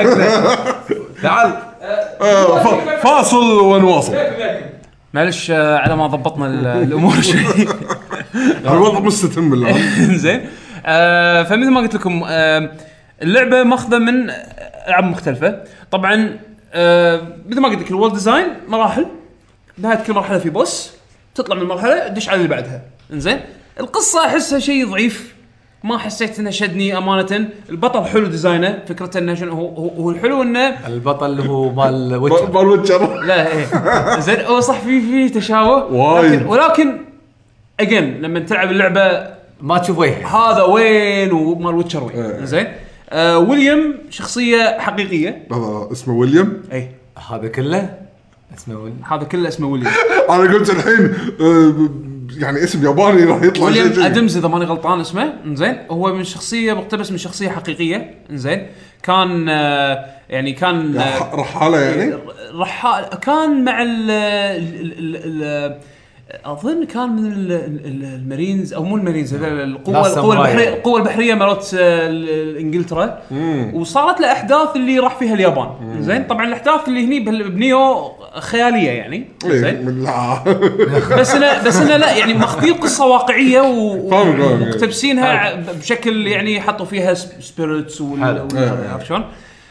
تعال آه، ف- فاصل ونواصل. معلش آه، على ما ضبطنا ال- الامور شوي. الوضع مستتم الان. زين آه فمثل ما قلت لكم آه اللعبه ماخذه من العاب مختلفه. طبعا آه مثل ما قلت لك الوورلد ديزاين مراحل نهايه كل مرحله في بوس تطلع من المرحله تدش على اللي بعدها انزين. القصه احسها شيء ضعيف ما حسيت انه شدني امانه. البطل حلو ديزاينه فكرته انه شنو هو هو هو الحلو انه البطل اللي هو مال ويتشر بالوتشر لا ايه زين هو صح في في تشابه وايد. ولكن, ولكن اجين لما تلعب اللعبه ما تشوف وجهه. هذا وين ومال ويتشر وين زين. آه ويليام شخصيه حقيقيه هذا اسمه ويليام. اي هذا كله اسمه ويليام. هذا كله اسمه ويليام. انا قلت الحين آه، يعني اسم ياباني راح يطلع ويليام شيء. ادمز اذا ماني غلطان اسمه زين. هو من شخصيه مقتبس من شخصيه حقيقيه زين. كان آه يعني كان آه رحاله يعني رحال كان مع ال ال ال اظن كان من ال- ال- المارينز او مو المارينز هذا القوه لا القوه ساموراي. البحريه القوه البحريه مالت آه، ال- انجلترا. وصارت له احداث اللي راح فيها اليابان زين. طبعا الاحداث اللي هني بال- بنيو خياليه يعني إيه، زين. من لا بس انا بس انا لا يعني ماخذين قصه واقعيه و- فاهم، فاهم. ومقتبسينها ع- بشكل يعني حطوا فيها سبيريتس حلو. عرفت شلون.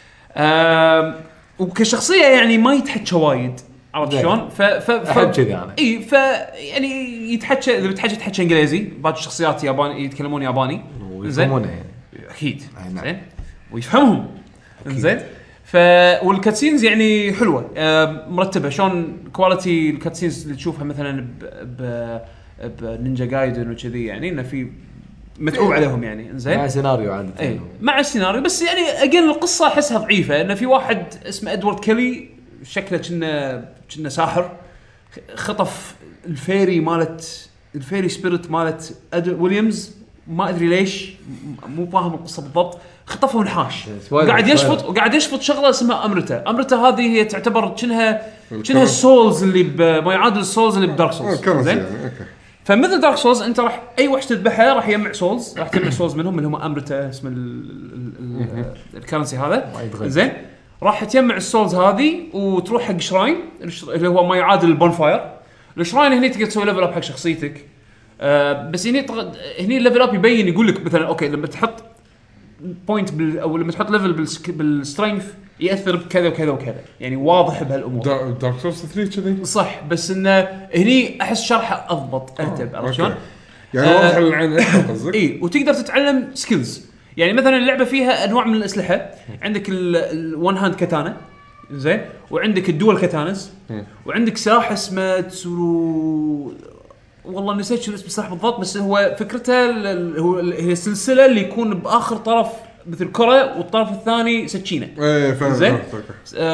آم، وكشخصيه يعني ما يتحكى وايد عرفت زين. شلون. ف ف ف أحب كذي أنا. اي ف يعني يتحكى اذا بتحكي تحكي انجليزي باقي الشخصيات ياباني يتكلمون ياباني زين ويفهمونه يعني. اكيد أي نعم. زين ويفهمهم زين. ف والكاتسينز يعني حلوه آه مرتبه شلون كواليتي الكاتسينز اللي تشوفها مثلا ب ب بنينجا جايدن وكذي يعني انه في متعوب عليهم يعني زين. مع سيناريو عادة. اي مع السيناريو بس يعني اجين القصه احسها ضعيفه. انه في واحد اسمه ادوارد كيلي شكله كنا كنا ساحر خطف الفيري مالت الفيري سبيريت مالت أد... ويليامز ما ادري ليش م- مو فاهم القصه بالضبط. خطفه ونحاش سوالف- وقاعد يشفط سوالف. وقاعد يشفط شغله اسمها امرتا. امرتا هذه هي تعتبر كأنها كأنها الكرن- السولز اللي ب... ما يعادل السولز اللي بدارك سولز كرنسي زين. يعني اوكي. فمثل دارك سولز انت راح اي وحش تذبحها راح يجمع سولز راح تجمع سولز منهم اللي هم امرتا اسم الكرنسي هذا يتغير. زين. راح تجمع السولز هذه وتروح حق شراين الش- اللي هو ما يعادل البون فاير. الشراين هني تقدر تسوي ليفل اب حق شخصيتك آه بس هني طغ... هني الليفل اب يبين يقول لك مثلا اوكي لما تحط بوينت بال... او لما تحط ليفل بالسك... بالسترينث ياثر بكذا وكذا وكذا يعني واضح بهالامور دا- دارك سورس ثلاثة كذي صح. بس انه هني احس شرحه اضبط ارتب عرفت شلون. أوكي. يعني آه، واضح العين اكثر قصدك. اي وتقدر تتعلم سكيلز يعني مثلا اللعبه فيها انواع من الاسلحه. عندك الون هاند كاتانا زين وعندك الدول كاتانز وعندك سلاح اسمه تسورو والله نسيت شو اسم السلاح بالضبط. بس هو فكرته ال- ال- هو ال- هي السلسله اللي يكون باخر طرف مثل كره والطرف الثاني سكينه ايه فاهم زين. فهمت، أوكي.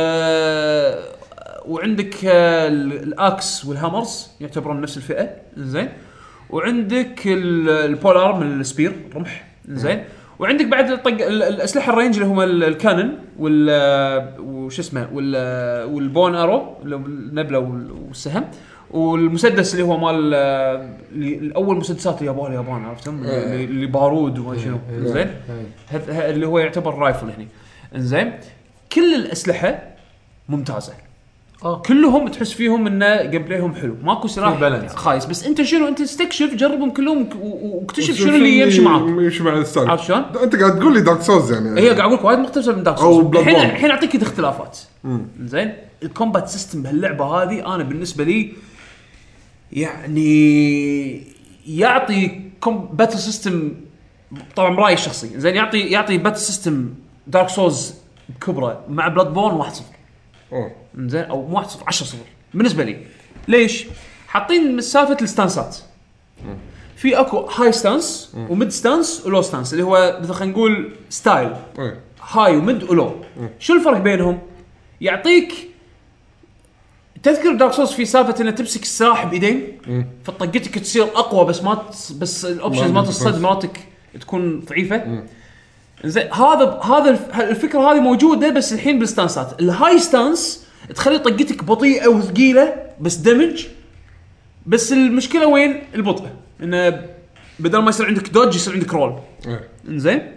آه وعندك آه ال- الاكس والهامرز يعتبرون نفس الفئه زين. وعندك ال- البولار من السبير الرمح زين. وعندك بعد الطق ال- الاسلحه الرينج اللي هم ال- الكانون وال وش اسمه وال والبون ارو اللي هو النبله وال- والسهم والمسدس اللي هو مال اللي الاول مسدسات اليابان اليابان عرفتهم اللي اللي بارود وما شنو زين. هذا اللي هو يعتبر رايفل هنا زين. كل الاسلحه ممتازه آه. كلهم تحس فيهم انه قبلهم حلو ماكو في سلاح بالانس. خايس. بس انت شنو انت استكشف جربهم كلهم وك- و- واكتشف شنو اللي يمشي معاك يمشي مع الستايل. عرفت شلون؟ انت قاعد تقول لي دارك سولز يعني هي قاعد اقول لك وايد مختلفه من دارك أو سولز. الحين Bloodborne. الحين اعطيك اختلافات زين. الكومبات سيستم بهاللعبه هذه انا بالنسبه لي يعني يعطي كوم باتل سيستم طبعا برايي الشخصي زين يعطي يعطي باتل سيستم دارك سولز بكبره مع بلاد بورن واحد صفر اوه زين او واحد صفر عشرة صفر بالنسبه لي. ليش حاطين مسافه الستانسات في اكو هاي ستانس وميد ستانس ولو ستانس اللي هو مثل خلينا نقول ستايل ايه هاي وميد ولو. شو الفرق بينهم؟ يعطيك تذكر دارك سولز في سالفه انه تمسك السلاح بايدين فطقتك تصير اقوى بس ما ت... بس الاوبشنز ما تصد مراتك تكون ضعيفه. زين هذا هذا الفكره هذه موجوده بس الحين بالستانسات. الهاي ستانس تخلي طقتك بطيئه وثقيله بس دمج. بس المشكله وين؟ البطء انه بدل ما يصير عندك دوج يصير عندك رول. زين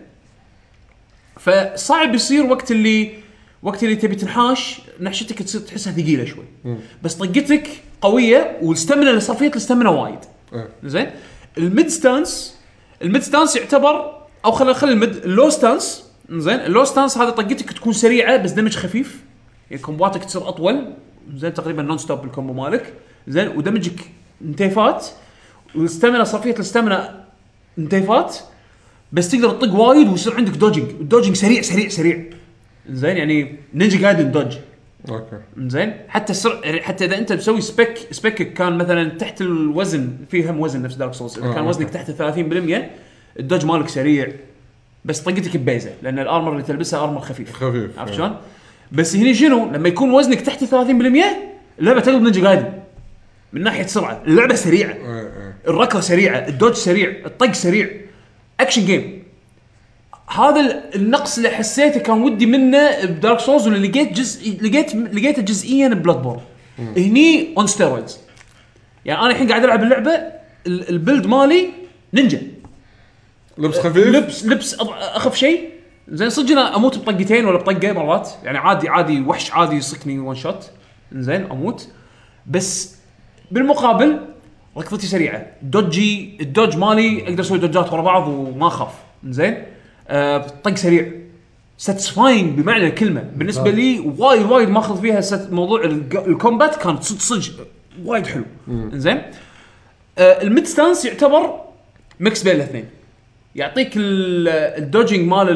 فصعب يصير وقت اللي وقت اللي تبي تنحاش نحشتك تصير تحسها ثقيله شوي بس طقتك قويه والاستامينا اللي صار فيها الاستامينا وايد. زين الميد ستانس الميد ستانس يعتبر او خلينا نخلي الميد اللو ستانس. زين اللو ستانس هذا طقتك تكون سريعه بس دمج خفيف يعني كومباتك تصير اطول. زين تقريبا نون ستوب بالكومبو مالك. زين ودمجك انتيفات والاستامينا صار فيها الاستامينا انتيفات بس تقدر تطق وايد ويصير عندك دوجينج. الدوجينج سريع سريع سريع. زين يعني نينجا جايدن دوج. اوكي زين حتى سر... حتى اذا انت مسوي سبيك سبيكك كان مثلا تحت الوزن فيه هم وزن نفس دارك سولز اذا كان وزنك تحت ثلاثين بالمية الدوج مالك سريع بس طقتك ببيزه لان الارمر اللي تلبسه ارمر خفيف خفيف عرفت شلون. بس هنا شنو لما يكون وزنك تحت ثلاثين بالمية اللعبه تقلب نينجا جايدن من ناحيه سرعه. اللعبه سريعه الركضه سريعه الدوج سريع الطق سريع اكشن جيم. هذا النقص اللي حسيته كان ودي منه بدارك سولز واللي لقيت جزء لقيت لقيته جزئيا ببلاد بورن هني اون ستيرويدز. يعني انا الحين قاعد العب اللعبه البيلد مالي نينجا لبس خفيف لبس لبس اخف شيء. زين صدق انا اموت بطقتين ولا بطقه مرات يعني عادي عادي وحش عادي يصكني وان شوت. زين اموت بس بالمقابل ركضتي سريعه دوجي الدوج مالي اقدر اسوي دوجات ورا بعض وما اخاف. زين أه طق سريع ساتسفاينج بمعنى الكلمه بالنسبه لي وايد وايد ماخذ فيها موضوع الكومبات كانت صدق صدق وايد حلو. زين أه الميد ستانس يعتبر ميكس بين الاثنين يعطيك الدوجينج مال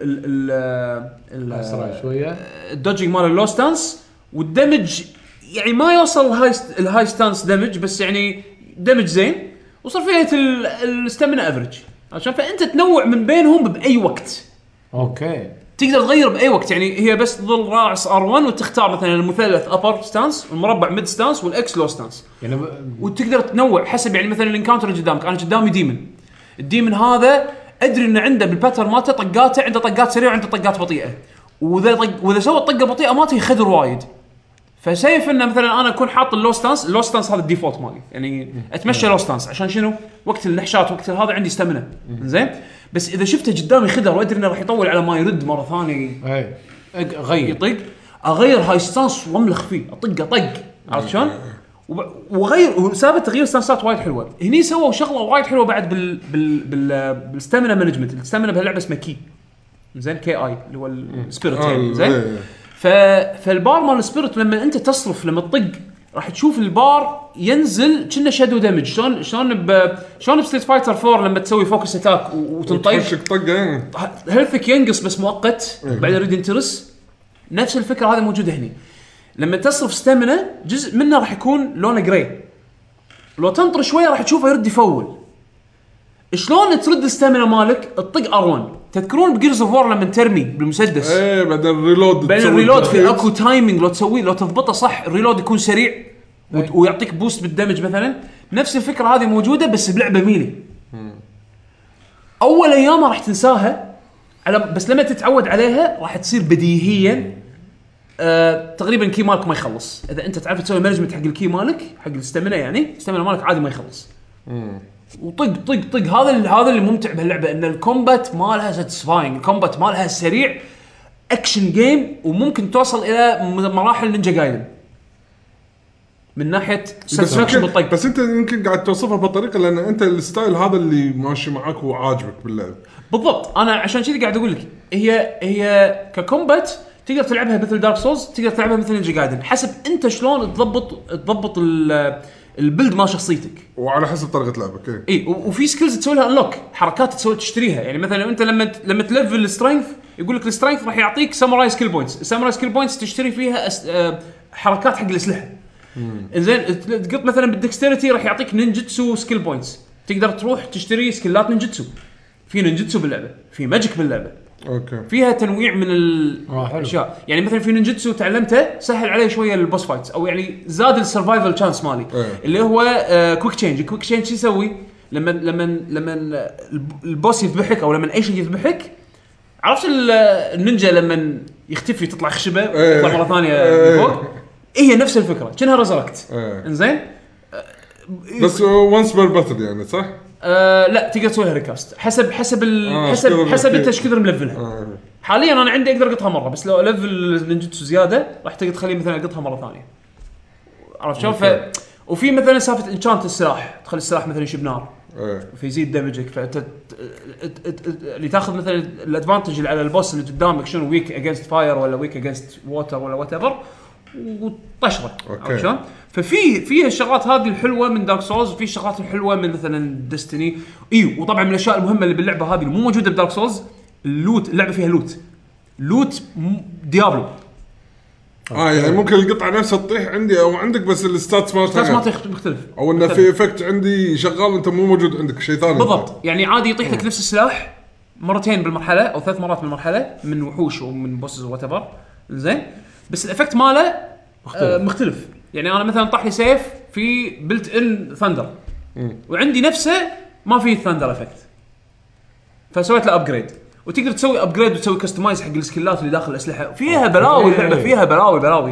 الاسرع شويه الدوجينج مال اللو ستانس والدمج يعني ما يوصل الهاي الهاي ستانس دمج بس يعني دمج زين وصار فيها الاستامينا افريج عشان فانت تنوع من بينهم باي وقت. اوكي تقدر تغير باي وقت يعني هي بس تظل راس ار واحد وتختار مثلا المثلث ابر ستانس المربع ميد ستانس والاكس لو ستانس يعني ب... وتقدر تنوع حسب يعني مثلا الانكاونتر اللي قدامك. انا قدامي ديمن الديمن هذا ادري انه عنده بالباتر مالته طقاته عنده طقات سريعه وعنده طقات بطيئه واذا طق واذا سوى طقه بطيئه مالته يخدر وايد. فشايف انه مثلا انا اكون حاط اللو ستانس اللو ستانس هذا الديفولت مالي يعني اتمشى لو ستانس عشان شنو وقت النحشات وقت هذا عندي استمنه. زين بس اذا شفته قدامي خدر وادري انه راح يطول على ما يرد مره ثانيه اي اغير يطق اغير هاي ستانس واملخ فيه اطقه طق عرفت شلون وغير وثابت تغيير ستانسات وايد حلوه. هني سووا شغله وايد حلوه بعد بال بال بال بالستامينا مانجمنت. الستامينا بهاللعبه اسمه كي زين كي اي اللي هو السبيريت يعني. زين ف فالبار مال السبيريت لما انت تصرف لما تطق راح تشوف البار ينزل كأنه شادو دامج. شلون شلون ب شلون بستريت فايتر فور لما تسوي فوكس اتاك وتنطيش طقه هيلثك ينقص بس مؤقت بعدين يريد ينترس. نفس الفكره هذه موجوده هنا. لما تصرف ستامينا جزء منه راح يكون لونه جراي لو تنطر شويه راح تشوفه يرد يفول. شلون ترد الستامينا مالك الطق ار واحد تذكرون بجيرز اوف وور لما ترمي بالمسدس ايه بعد الريلود بعد الريلود في اكو تايمينج لو تسويه لو تضبطه صح الريلود يكون سريع ايه. ويعطيك بوست بالدمج مثلا. نفس الفكره هذه موجوده بس بلعبه ميلي. اول ايام راح تنساها على بس لما تتعود عليها راح تصير بديهيا أه تقريبا كي مالك ما يخلص. اذا انت تعرف تسوي مانجمنت حق الكي مالك حق الاستامينا يعني الاستامينا مالك عادي ما يخلص. امم وطق طق طق هذا هذا اللي ممتع بهاللعبه ان الكومبات مالها ساتسفاينج. الكومبات مالها سريع اكشن جيم وممكن توصل الى مراحل نينجا جايدن من ناحيه ساتسفاكشن بالطق. بس انت يمكن قاعد توصفها بطريقه لان انت الستايل هذا اللي ماشي معك وعاجبك باللعب بالضبط. انا عشان كذي قاعد اقول لك هي هي ككومبات تقدر تلعبها مثل دارك سولز تقدر تلعبها مثل نينجا جايدن حسب انت شلون تضبط تضبط البيلد مال شخصيتك وعلى حسب طريقه لعبك. اي اي وفي سكيلز تسوي لها انلوك، حركات تسوي تشتريها. يعني مثلا انت لما لما تلفل السترينث يقول لك السترينث راح يعطيك ساموراي سكيل بوينتس. الساموراي سكيل بوينتس تشتري فيها أس... آه... حركات حق الاسلحه. زين تقط مثلا بالدكستيريتي راح يعطيك نينجتسو سكيل بوينتس، تقدر تروح تشتري سكيلات نينجتسو. في نينجتسو باللعبه، في ماجيك باللعبه، اوكي فيها تنويع من الاشياء. يعني مثلا في نينجتسو تعلمته سهل عليه شويه البوس فايتس، او يعني زاد السرفايفل تشانس مالي أه. اللي هو آه كويك تشينج. كويك تشينج يسوي لما لما لما البوس يذبحك او لما اي شيء يذبحك. عرفت النينجا لما يختفي تطلع خشبه أه. تطلع مره ثانيه أه. فوق؟ هي نفس الفكره كأنها رزركت. أه. انزين بس وانس بير باتل يعني صح؟ آه لا تقدر تسويها ريكاست حسب حسب ال... آه حسب حسب انت ايش كثر ملفلها. آه. حاليا انا عندي اقدر اقطها مره، بس لو الفل نينجتسو زياده راح تقدر تخلي مثلا اقطها مره ثانيه. عرفت شلون؟ ف وفي مثلا سالفه انشانت السلاح، تخلي السلاح مثلا يشب نار ايه فيزيد دامجك. فانت اللي تاخذ مثلا الادفانتج اللي على البوس اللي قدامك شنو ويك اجينست فاير ولا ويك اجينست ووتر ولا وات ايفر وطشره. عرفت شلون؟ ففي في الشغلات هذه الحلوه من دارك سولز، وفي الشغلات الحلوه من مثلا ديستني. ايوه وطبعا من الاشياء المهمه اللي باللعبه هذه اللي مو موجوده بدارك سولز اللوت. اللعبه فيها لوت لوت ديابلو. اه يعني ممكن القطعه نفسها تطيح عندي او عندك بس الستاتس مالتها ما تختلف، او انه في افكت عندي شغال انت مو موجود عندك شيء ثاني بالضبط. يعني عادي يطيح لك نفس السلاح مرتين بالمرحله او ثلاث مرات بالمرحله من وحوش ومن بوسز وات ايفر. زين بس الافكت ماله مختلف. آه مختلف. يعني انا مثلا طاح لي سيف في بلت ان ثاندر وعندي نفسه ما فيه ثاندر افكت، فسويت له ابجريد. وتقدر تسوي ابجريد وتسوي كستمايز حق السكيلات اللي داخل الاسلحه. فيها بلاوي اللعبه، فيها بلاوي بلاوي.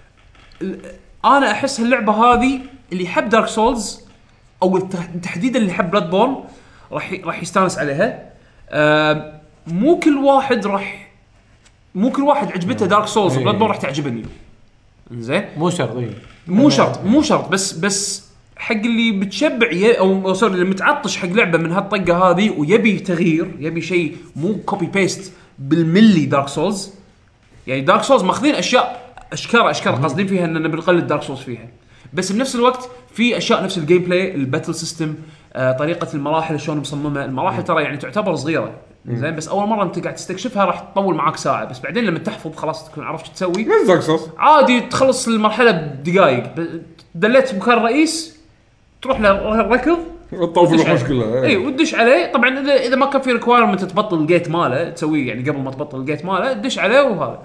انا احس هاللعبه هذه اللي يحب دارك سولز او تحديدا اللي يحب بلاد بورن راح راح يستانس عليها. آه مو كل واحد راح مو كل واحد عجبته دارك سولز وبلاد بورن راح تعجبني. زين مو شرط مو شرط مو شرط بس بس حق اللي بتشبع ي... او سوري اللي متعطش حق لعبه من هالطقه هذه ويبي تغيير، يبي شيء مو كوبي بيست بالملي دارك سولز. يعني دارك سولز ماخذين اشياء اشكال اشكال قاصدين فيها اننا بنقلد دارك سولز فيها، بس بنفس الوقت في اشياء نفس الجيم بلاي، الباتل سيستم، آه، طريقه المراحل شلون مصممه. المراحل ترى يعني تعتبر صغيره زين، بس اول مره انت قاعد تستكشفها راح تطول معاك ساعه، بس بعدين لما تحفظ خلاص تكون عرفت تسوي عادي تخلص المرحله بدقائق. دليت مكان الرئيس تروح له ركض تطوف المشكله اي وتدش عليه. طبعا اذا اذا ما كان في ريكوايرمنت تبطل الجيت ماله تسويه يعني قبل ما تبطل الجيت ماله تدش عليه وهذا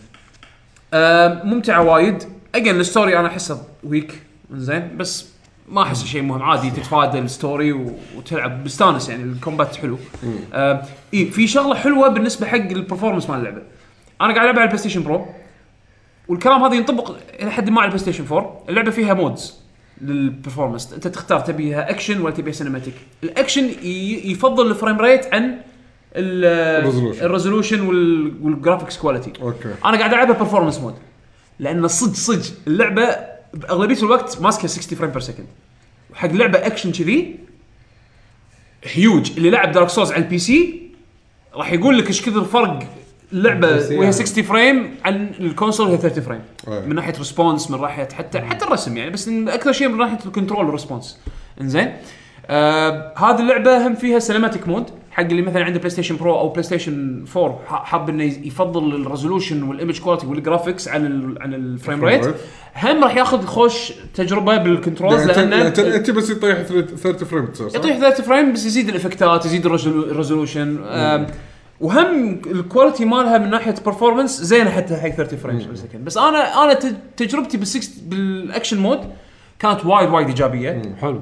آه ممتعه وايد. اجين الستوري انا احسه ويك زين، بس ما احس شيء مهم، عادي تتفادى الستوري وتلعب بستانس. يعني الكومبات حلو. آه اي في شغله حلوه بالنسبه حق البرفورمانس مال اللعبه. انا قاعد العب على البلاي ستيشن برو والكلام هذا ينطبق الى حد ما على البلاي ستيشن فور. اللعبه فيها مودز للبرفورمانس، انت تختار تبيها اكشن ولا تبيها سينماتيك. الاكشن يفضل الفريم ريت عن الريزولوشن والجرافيكس كواليتي. اوكي انا قاعد العبها برفورمانس مود لان صدق صدق اللعبه باغلبيه الوقت ماسكه ستين فريم بير سكند. حق لعبه اكشن كذي هيوج. اللي لعب دارك سولز على البي سي راح يقول لك ايش كثر فرق اللعبه وهي ستين فريم عن الكونسول هي ثلاثين فريم أيه. من ناحيه ريسبونس، من ناحيه حتى حتى الرسم يعني، بس اكثر شيء من ناحيه الكنترول والريسبونس. انزين آه هذه اللعبه هم فيها سينماتيك مود حق اللي مثلا عنده بلاي ستيشن برو او بلاي ستيشن فور حاب انه يفضل الريزولوشن والايمج كواليتي والجرافيكس عن ال عن الفريم ريت. هم راح ياخذ خوش تجربه بالكنترولز لان انت بس يطيح ثلاثين فريم يطيح ثلاثين فريم بس يزيد الافكتات يزيد الريزولوشن. وهم الكواليتي مالها من ناحيه برفورمانس زينه حتى حق ثلاثين فريم بير سكند. بس انا انا تجربتي بالسكس بالاكشن مود كانت وايد وايد ايجابيه. حلو.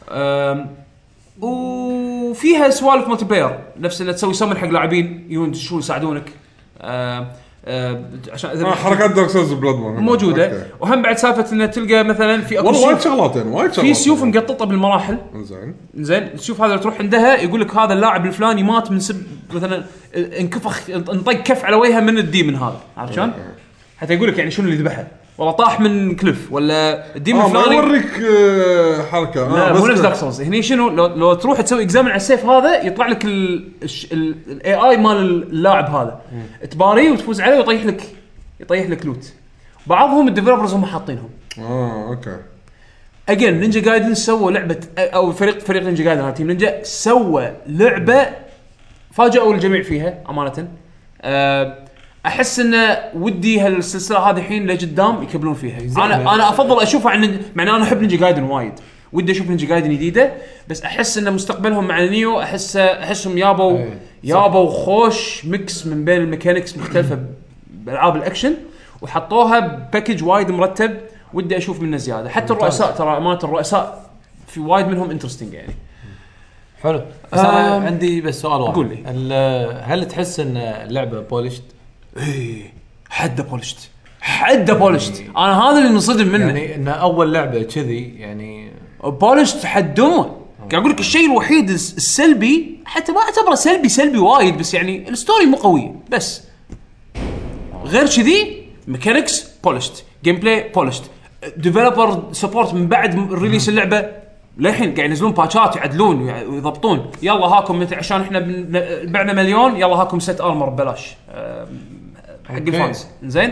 وفيها سوالف مالتي بلاير نفس اللي تسوي سمن حق لاعبين يون شو يساعدونك آه آه عشان آه حركات دارك سولز بلاد بورن موجوده. أوكي. وهم بعد سالفه انه تلقى مثلا في اكو وايد شغلات يعني وايد شغلات في سيوف مقططه بالمراحل. زين زين السيوف هذا تروح عندها يقول لك هذا اللاعب الفلاني مات من سب مثلا انكفخ انطق كف على وجهه من الديمن هذا. عرفت شلون؟ حتى يقول لك يعني شنو اللي ذبحه والله طاح من كليف ولا الديمن آه الفلاني يوريك حركه. لا آه مو نفس دارك سولز. هني شنو لو, لو تروح تسوي اكزامن على السيف هذا يطلع لك الاي اي مال اللاعب هذا تباريه وتفوز عليه ويطيح لك يطيح لك لوت. بعضهم الديفلوبرز هم حاطينهم. اه اوكي. اجين نينجا جايدن سووا لعبه او فريق فريق نينجا جايدن تيم نينجا سوى لعبه فاجئوا الجميع فيها امانه. احس انه ودي هالسلسله هذه الحين لقدام يكملون فيها. انا انا افضل اشوفها عن معنى انا احب نينجا جايدن وايد ودي اشوف نينجا جايدن جديده بس احس ان مستقبلهم مع نيو احس احسهم يابوا يابوا خوش ميكس من بين الميكانيكس مختلفه بالعاب الاكشن وحطوها باكج وايد مرتب ودي اشوف منه زياده. حتى الرؤساء ترى امانه الرؤساء في وايد منهم انترستينج يعني حلو. بس انا عندي بس سؤال واحد قول لي هل تحس ان اللعبه بولشت؟ ايه حد بولشت حد بولشت انا هذا اللي منصدم منه يعني ان اول لعبه كذي يعني بولشت حدومه. قاعد اقول لك الشيء الوحيد السلبي حتى ما اعتبره سلبي سلبي وايد بس يعني الستوري مو قويه بس غير كذي ميكانكس بولشت جيم بلاي بولشت ديفلوبر سبورت من بعد ريليس اللعبه للحين قاعد ينزلون باتشات يعدلون ويضبطون. يلا هاكم عشان احنا بعنا مليون يلا هاكم ست ارمر ببلاش حق الفانز زين.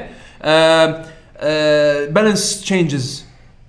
بالانس تشينجز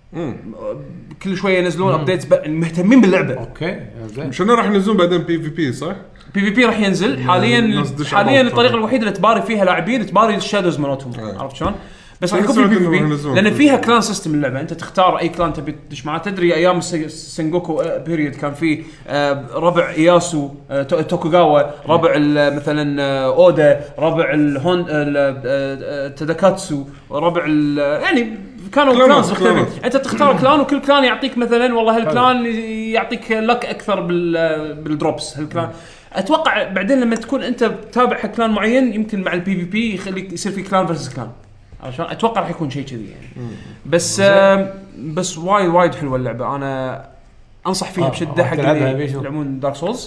كل شويه ينزلون ابديتس مهتمين باللعبه. اوكي زين شنو راح ينزلون بعدين بي في بي صح بي في بي راح ينزل حاليا حاليا الطريقه الوحيده اللي تباري فيها لاعبين تباري الشادوز مالتهم عرفت شلون بس راح يكون بي في بي لان فيها كلان سيستم اللعبه انت تختار اي كلان تبي تدش معاه. تدري ايام سينجوكو بيريود كان في ربع اياسو توكوغاوا ربع مثلا اودا ربع الهون تاداكاتسو ربع يعني كانوا كلانز مختلفين. انت تختار كلان وكل كلان يعطيك مثلا والله هالكلان يعطيك لك اكثر بالدروبس هالكلان. اتوقع بعدين لما تكون انت تتابع حق كلان معين يمكن مع البي في بي يخليك يصير في كلان فيرسس كلان عشان اتوقع راح يكون شيء كذي يعني. بس آه بس وايد وايد حلوه اللعبه انا انصح فيها بشده حق اللي يلعبون دارك سولز.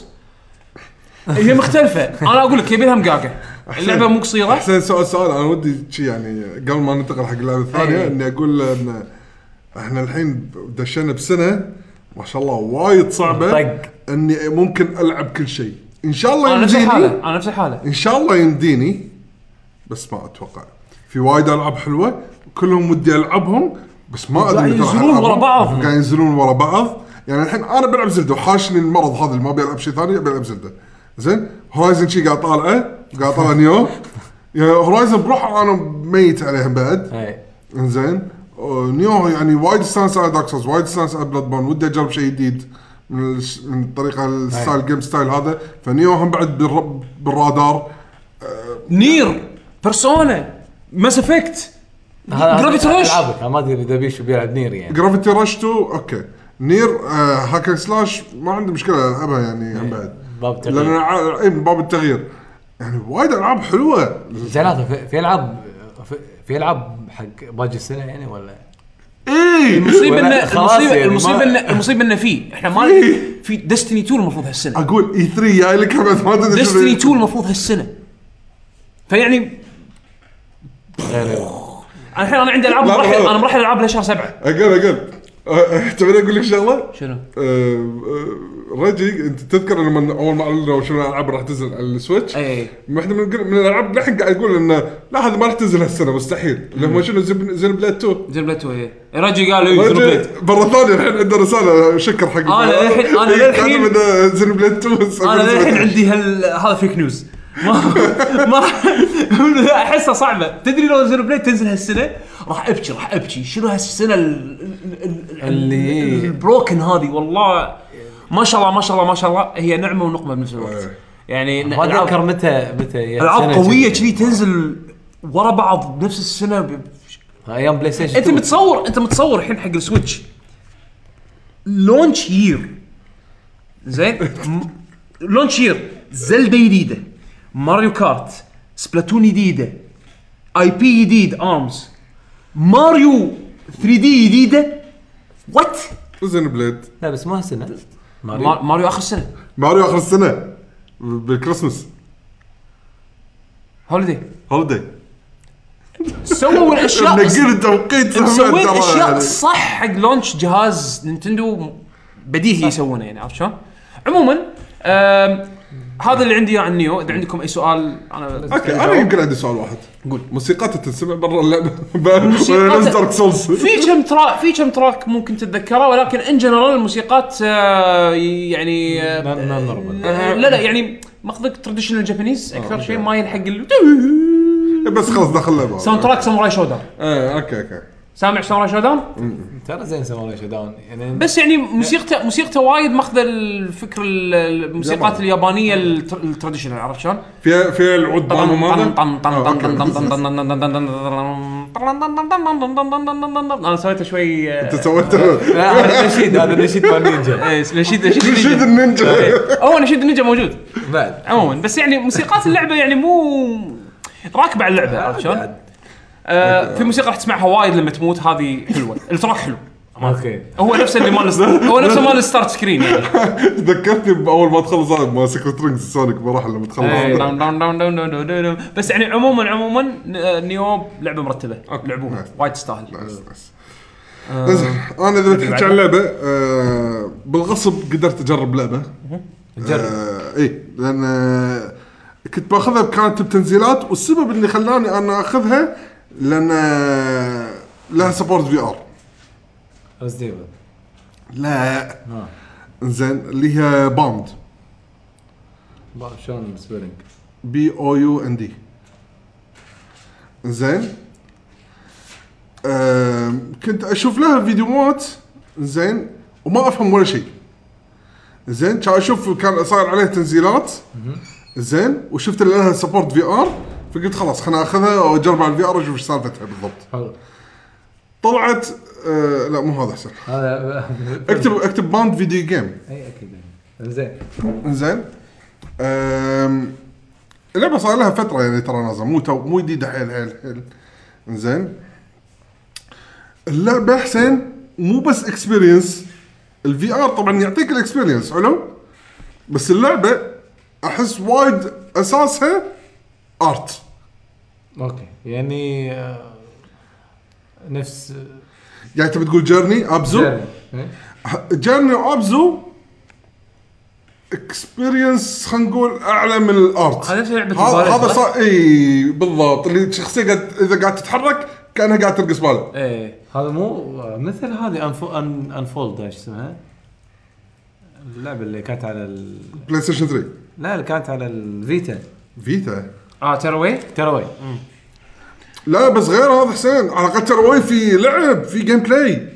هي مختلفه انا اقول لك يبي لها مقاقه اللعبه مو قصيره. احسن سؤال سؤال انا ودي شيء يعني قبل ما ننتقل حق اللعبه الثانيه اني اقول ان احنا الحين دشينا بسنه ما شاء الله وايد صعبه طيق. اني ممكن العب كل شيء ان شاء الله يمديني انا نفس الحاله ان شاء الله يمديني بس ما اتوقع. في وايد العاب حلوه كلهم ودي العبهم بس ما ادري ينزلون ورا بعض قاعد ينزلون ورا بعض يعني. الحين انا بلعب زلده وحاشني المرض هذا اللي ما بيلعب شيء ثاني بلعب زلده زين. هورايزن شي قاعد طالعه قاعد طالع نيو يا هورايزن بروح انا ميت عليهم بعد زين. نيو يعني وايد استانس على دارك سولز وايد استانس على بلاد بون ودي اجرب شيء جديد من من الطريقه الستايل جيم ستايل هذا. فنيو هم بعد بالرادار نير بيرسونا ماس افكت جرافيتي رش انا ما ادري اذا بيش بيلعب نير يعني جرافيتي رش تو اوكي نير آه هاكر سلاش ما عندي مشكله العبها يعني هم بعد باب التغيير لان اي باب التغيير يعني وايد العاب حلوه. ثلاثه في, في العاب في, في العاب حق باقي السنه يعني ولا ايه المصيبه ان المصيبه المصيبه ان المصيبه ان في احنا ما في ديستني تو المفروض هالسنه اقول اي ثري جاي لك ما تدري ديستني تو المفروض هالسنه فيعني الحين انا عندي العاب راح انا راح العب لشهر سبعة. اقل اقل تبي اقول لك شغله شنو رجي انت تذكر لما اول ما اعلنوا شنو الالعاب راح تنزل على السويتش اي واحده من من الالعاب الحين قاعد يقول انه لا هذا ما راح تنزل هالسنه مستحيل اللي هم شنو زين بلاد تو زين بلاد تو اي رجي قالوا يزين بلاد مره ثانيه الحين عنده رساله شكر حق انا الحين انا الحين زين بلاد تو انا الحين عندي هذا فيك نيوز ما ما احسها صعبه. تدري لو زين بلاد تنزل هالسنه راح ابكي راح ابكي شنو هالسنه اللي البروكن هذه والله ما شاء الله ما شاء الله ما شاء الله هي نعمه ونقمه بنفس الوقت يعني. ما اتذكر متى متى العاب قويه كذي تنزل ورا بعض بنفس السنه ب... ايام بلاي ستيشن. انت متصور انت متصور الحين حق السويتش لونش يير زين لونش يير زلدا جديده ماريو كارت سبلاتون جديده اي بي جديد ارمز ماريو ثري دي جديده وات زين بلاد لا بس ما هالسنه ماريو ماريو اخر السنه ماريو اخر السنه بالكريسماس هوليدي هوليدي سووا الاشياء نقل التوقيت سووا الاشياء صح حق لونش جهاز نينتندو بديهي يسوونه يعني عرفت شلون. عموما هذا اللي عندي عن نيو. اذا عندكم اي سؤال انا اوكي انا يمكن عندي سؤال واحد. قول. موسيقات تنسمع برا اللعبه بس دارك سولز في كم تراك في كم تراك ممكن تتذكره ولكن ان جنرال الموسيقات آه يعني آه آه لا لا يعني ماخذك تراديشنال جابانيز اكثر شيء ما ينحق ال... بس خلاص دخل اللعبه ساوند تراك ساموراي شودان. اه اوكي اوكي سامع ساموراي شودان ترى زين ساموراي شودان يعني بس يعني موسيقته موسيقته وايد ماخذ الفكر الموسيقات اليابانيه التراديشنال عرفت شلون في في العود بانو ماذا انا سويته شوي انت سويته هذا نشيد هذا نشيد مال نينجا ايه نشيد نشيد نشيد النينجا هو نشيد النينجا موجود بعد عموما بس يعني موسيقات اللعبه يعني مو راكبه على اللعبه عرفت شلون آه في موسيقى راح تسمعها وايد لما تموت هذه حلوه التراك حلو اوكي هو نفس اللي مال هو نفس مال الستارت سكرين يعني ذكرتني باول ما تخلص هذا ما سيكرت رينجز سونيك بروح لما تخلص داون داون داون داون داون بس يعني عموما عموما نيو لعبه مرتبه لعبوها وايد تستاهل. انا اذا بتحكي عن لعبه بالغصب قدرت اجرب لعبه جرب اي لان كنت باخذها كانت بتنزيلات والسبب اللي خلاني انا اخذها لان لها سبورت في ار ازديبه لا زين اللي هي باوند شلون سبيلينج بي او يو ان دي زين كنت اشوف لها فيديوهات زين وما افهم ولا شيء زين كان اشوف كان صاير عليه تنزيلات زين وشفت اللي لها سبورت في ار فقلت خلاص خلنا اخذها واجرب على الفي ار واشوف ايش سالفتها بالضبط. طلعت آه لا مو هذا احسن هذا اكتب اكتب باوند فيديو جيم اي اكيد زين زين اللعبه صار لها فتره يعني ترى نازله مو مو جديده حيل حيل حيل زين اللعبه حسين مو بس اكسبيرينس الفي ار طبعا يعطيك الاكسبيرينس حلو بس اللعبه احس وايد اساسها ارت. اوكي يعني آه نفس يعني انت بتقول جيرني ابزو جيرني وابزو اكسبيرينس خلينا نقول اعلى من الارت. هذا في لعبه هذا صار اي بالضبط اللي شخصيه قاعد اذا قاعد تتحرك كانها قاعد ترقص باله. ايه هذا مو مثل هذه ان انفولد ايش اسمها اللعبه اللي كانت على البلاي ستيشن ثري لا اللي كانت على الفيتا فيتا اه تروي تروي لا بس غير هذا حسين على قد تروي في لعب في جيم بلاي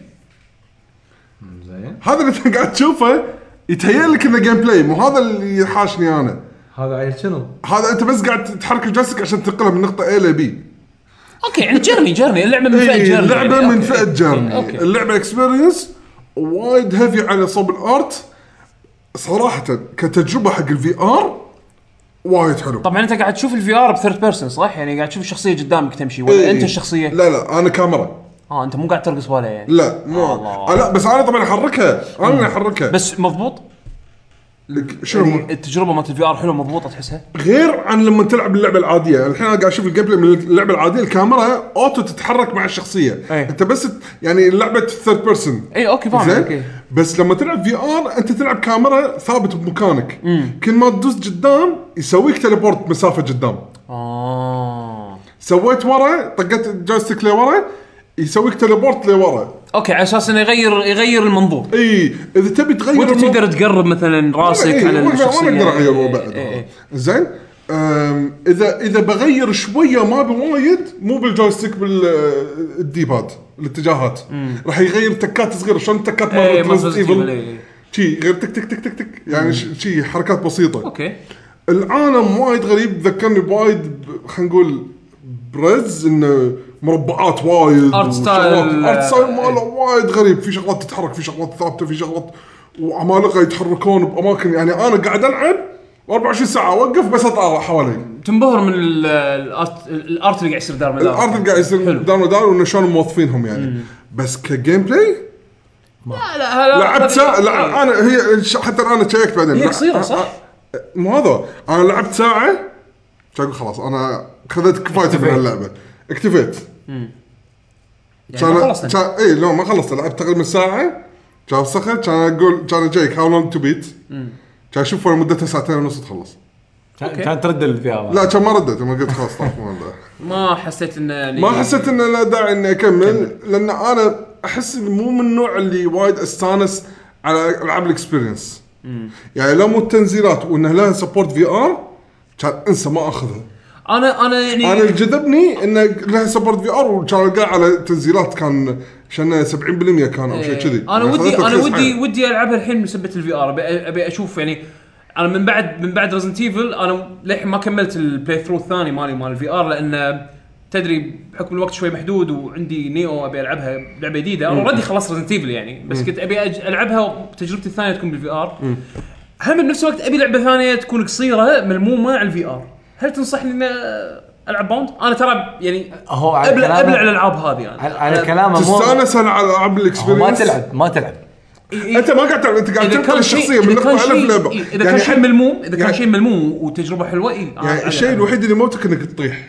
زين هذا اللي انت قاعد تشوفه يتهيأ لك انه جيم بلاي مو هذا اللي يحاشني انا. هذا عيل شنو هذا انت بس قاعد تحرك الجويستيك عشان تنقلها من نقطه A ل B. اوكي يعني جيرني جيرني اللعبه من فئه إيه جيرني اللعبه يعني. من فئه جيرني أوكي. اللعبه اكسبيرينس وايد هيفي على صوب الارت صراحه كتجربه حق الفي ار وايد حلو. طبعا انت قاعد تشوف الفي ار بثيرد بيرسون صح يعني قاعد تشوف الشخصيه قدامك تمشي ولا إيه انت الشخصيه؟ لا لا انا كاميرا. اه انت مو قاعد ترقص بالها يعني لا مو آه لا بس انا طبعا احركها انا اللي احركها بس مضبوط. شنو يعني التجربه مالت الفي ار حلوه مضبوطه تحسها غير عن لما تلعب اللعبه العاديه. الحين انا قاعد اشوف الجيم بلاي من اللعبه العاديه الكاميرا اوتو تتحرك مع الشخصيه أيه. انت بس يعني لعبه ثيرد بيرسون اي اوكي فاهم اوكي بس لما تلعب في ار انت تلعب كاميرا ثابت بمكانك كل ما تدوس قدام يسويك تليبورت مسافه قدام. اه سويت ورا طقت الجويستيك لورا يسويك تليبورت لورا. اوكي على اساس انه يغير يغير المنظور. اي اذا تبي تغير وانت تقدر تقرب مثلا راسك إيه على الشخصيه. ما اقدر اغيره بعد. إيه إيه. زين اذا اذا بغير شويه ما بوايد مو بالجويستيك بالديباد الاتجاهات راح يغير تكات صغيره شلون تكات إيه مال ريزنت ايفل إيه. شي غير تك تك تك تك تك يعني شي حركات بسيطه. اوكي العالم وايد غريب ذكرني بوايد خلينا نقول بريز انه مربعات وايد ارت ستايل ارت ستايل ماله وايد غريب في شغلات تتحرك في شغلات ثابته في شغلات وعمالقه يتحركون باماكن يعني انا قاعد العب أربعة وعشرين ساعه اوقف بس اطالع حوالي تنبهر من الارت الارت اللي قاعد يصير دار مدار الارت اللي قاعد يصير دار مدار وانه شلون موظفينهم يعني مم. بس كجيم بلاي لا لا هلا لعبت ساعة لا انا هي حتى انا شيكت بعدين هي قصيره صح مو هذا انا لعبت ساعه شايف خلاص انا خذيت كفايتي من اللعبه اكتفيت امم يعني ما خلصت اي لا ما خلصت لعبت تقريبا ساعه كان سخر كان اقول كان جايك هاو لونج تو بيت كان اشوف ولا مدتها ساعتين ونص تخلص كان ترد الفي ار. لا كان ما ردت ما قلت خلاص طاف ما حسيت انه يعني ما حسيت انه لا داعي اني اكمل لان انا احس إن مو من النوع اللي وايد استانس على العاب الاكسبيرينس. يعني لو مو التنزيلات وانه لها سبورت في ار كان انسى ما اخذها. انا انا يعني انا جذبني انه لها سبورت في ار وكان القاه على تنزيلات كان عشان سبعين بالمية كان او شيء كذي. انا ودي انا ودي ودي العبها الحين بسبه الفي ار. ابي اشوف يعني انا من بعد من بعد ريزنت ايفل انا للحين ما كملت البلاي ثرو الثاني مالي مال الفي ار لان تدري بحكم الوقت شوي محدود وعندي نيو ابي العبها لعبه جديده. انا اوريدي خلصت ريزنت ايفل يعني بس كنت ابي العبها وتجربتي الثانيه تكون بالفي ار. هم بنفس الوقت ابي لعبه ثانيه تكون قصيره ملمومه على الفي ار. هل تنصحني ان العب باوند؟ انا ترى يعني قبل قبل على الالعاب هذه انا على كلامه مو تستانس على العاب الاكسبيرينس ما تلعب ما تلعب انت ما قاعد تلعب انت قاعد تنقل الشخصيه من نقطه الف لعبه. اذا كان شيء ملموم اذا كان شيء ملموم وتجربه حلوه اي يعني الشيء الوحيد اللي موتك انك تطيح.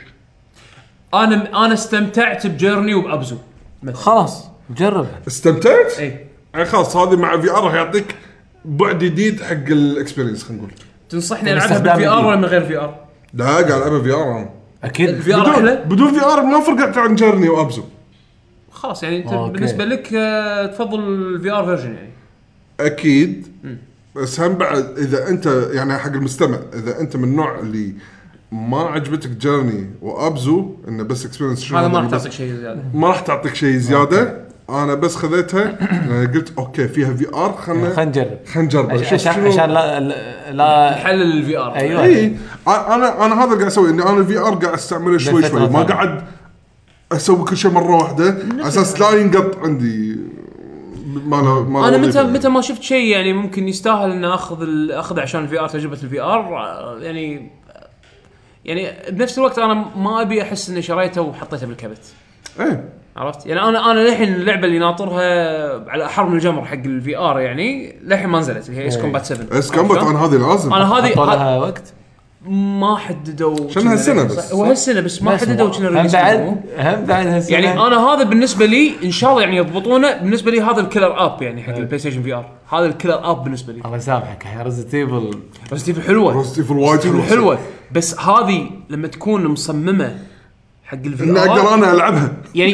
انا انا استمتعت بجيرني وبابزو خلاص جرب استمتعت اي يعني خلاص هذه مع في ار راح يعطيك بعد جديد حق الاكسبيرينس. خلينا نقول تنصحني العبها بالفي ار ولا من غير في ار؟ لا قاعد العبها في ار انا اكيد في ار احلى بدون في ار ما فرقت عن جيرني وابزو. خلاص يعني انت بالنسبه لك تفضل الفي ار فيرجن يعني اكيد. بس هم بعد اذا انت يعني حق المستمع اذا انت من النوع اللي ما عجبتك جيرني وابزو انه بس اكسبيرينس هذا ما راح تعطيك شيء زياده ما راح تعطيك شيء زياده. انا بس خذيتها قلت اوكي فيها في ار خلنا خلينا نجرب خلينا نجرب عشان عشان لا لا نحلل الفي ار. ايوه اي انا انا هذا قاعد اسوي اني انا الفي ار قاعد استعمله شوي شوي ما قاعد اسوي كل شيء مره واحده اساس لا ينقط عندي. ما ما انا متى متى ما شفت شيء يعني ممكن يستاهل ان اخذ اخذه عشان الفي ار تجربه الفي ار يعني يعني بنفس الوقت انا ما ابي احس اني شريته وحطيته بالكبت. ايه عرفت يعني انا انا للحين اللعبه اللي ناطرها على احر من الجمر حق الفي ار يعني للحين ما نزلت اللي هي اس كومبات سبعة. اس كومبات انا هذه لازم انا هذه طولها وقت ما حددوا عشان هالسنه بس هو هالسنه بس ما حددوا كنا ريليس بعد هم بعد هالسنه يعني انا هذا بالنسبه لي ان شاء الله يعني يضبطونه بالنسبه لي هذا الكيلر اب يعني حق البلاي ستيشن في ار. هذا الكيلر اب بالنسبه لي. الله يسامحك ريزنت ايفل ريزنت ايفل حلوه ريزنت ايفل وايد حلوه حلوه بس هذه لما تكون مصممه حق الفي ار ان اقدر انا العبها يعني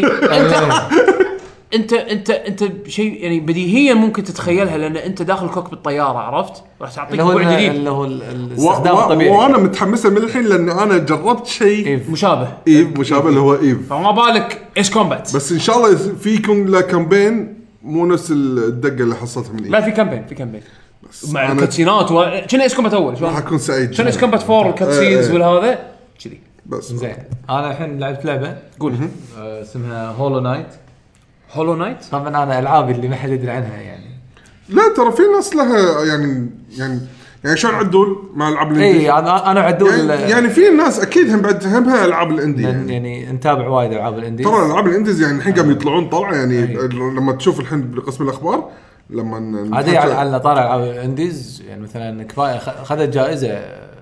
انت انت انت شيء يعني بديهيا ممكن تتخيلها لان انت داخل كوك بالطياره عرفت راح تعطيك بعد جديد اللي هو الاستخدام الطبيعي. وانا متحمسه من الحين لان انا جربت شيء إيف. مشابه ايف مشابه اللي هو ايف فما بالك اس كومبات. بس ان شاء الله في يكون له كامبين مو نفس الدقه اللي حصلتها من ايف. لا في كامبين في كامبين مع الكاتسينات و... كنا اس كومبات اول راح اكون سعيد كنا اس كومبات فور الكاتسينز والهذا كذي بس زين. انا الحين لعبت لعبه قول آه اسمها هولو نايت. هولو نايت طبعا انا العابي اللي ما حد يدري عنها يعني لا ترى في ناس لها يعني يعني يعني شلون عدول مع العاب الاندي. اي انا انا عدول يعني, يعني في ناس اكيد هم بعد همها العاب الاندي يعني, يعني نتابع وايد العاب الاندي. ترى العاب الانديز يعني الحين قام يطلعون طلعه يعني أي. لما تشوف الحين بقسم الاخبار لما عادي على, على طارع العاب الانديز يعني مثلا كفايه خذت جائزه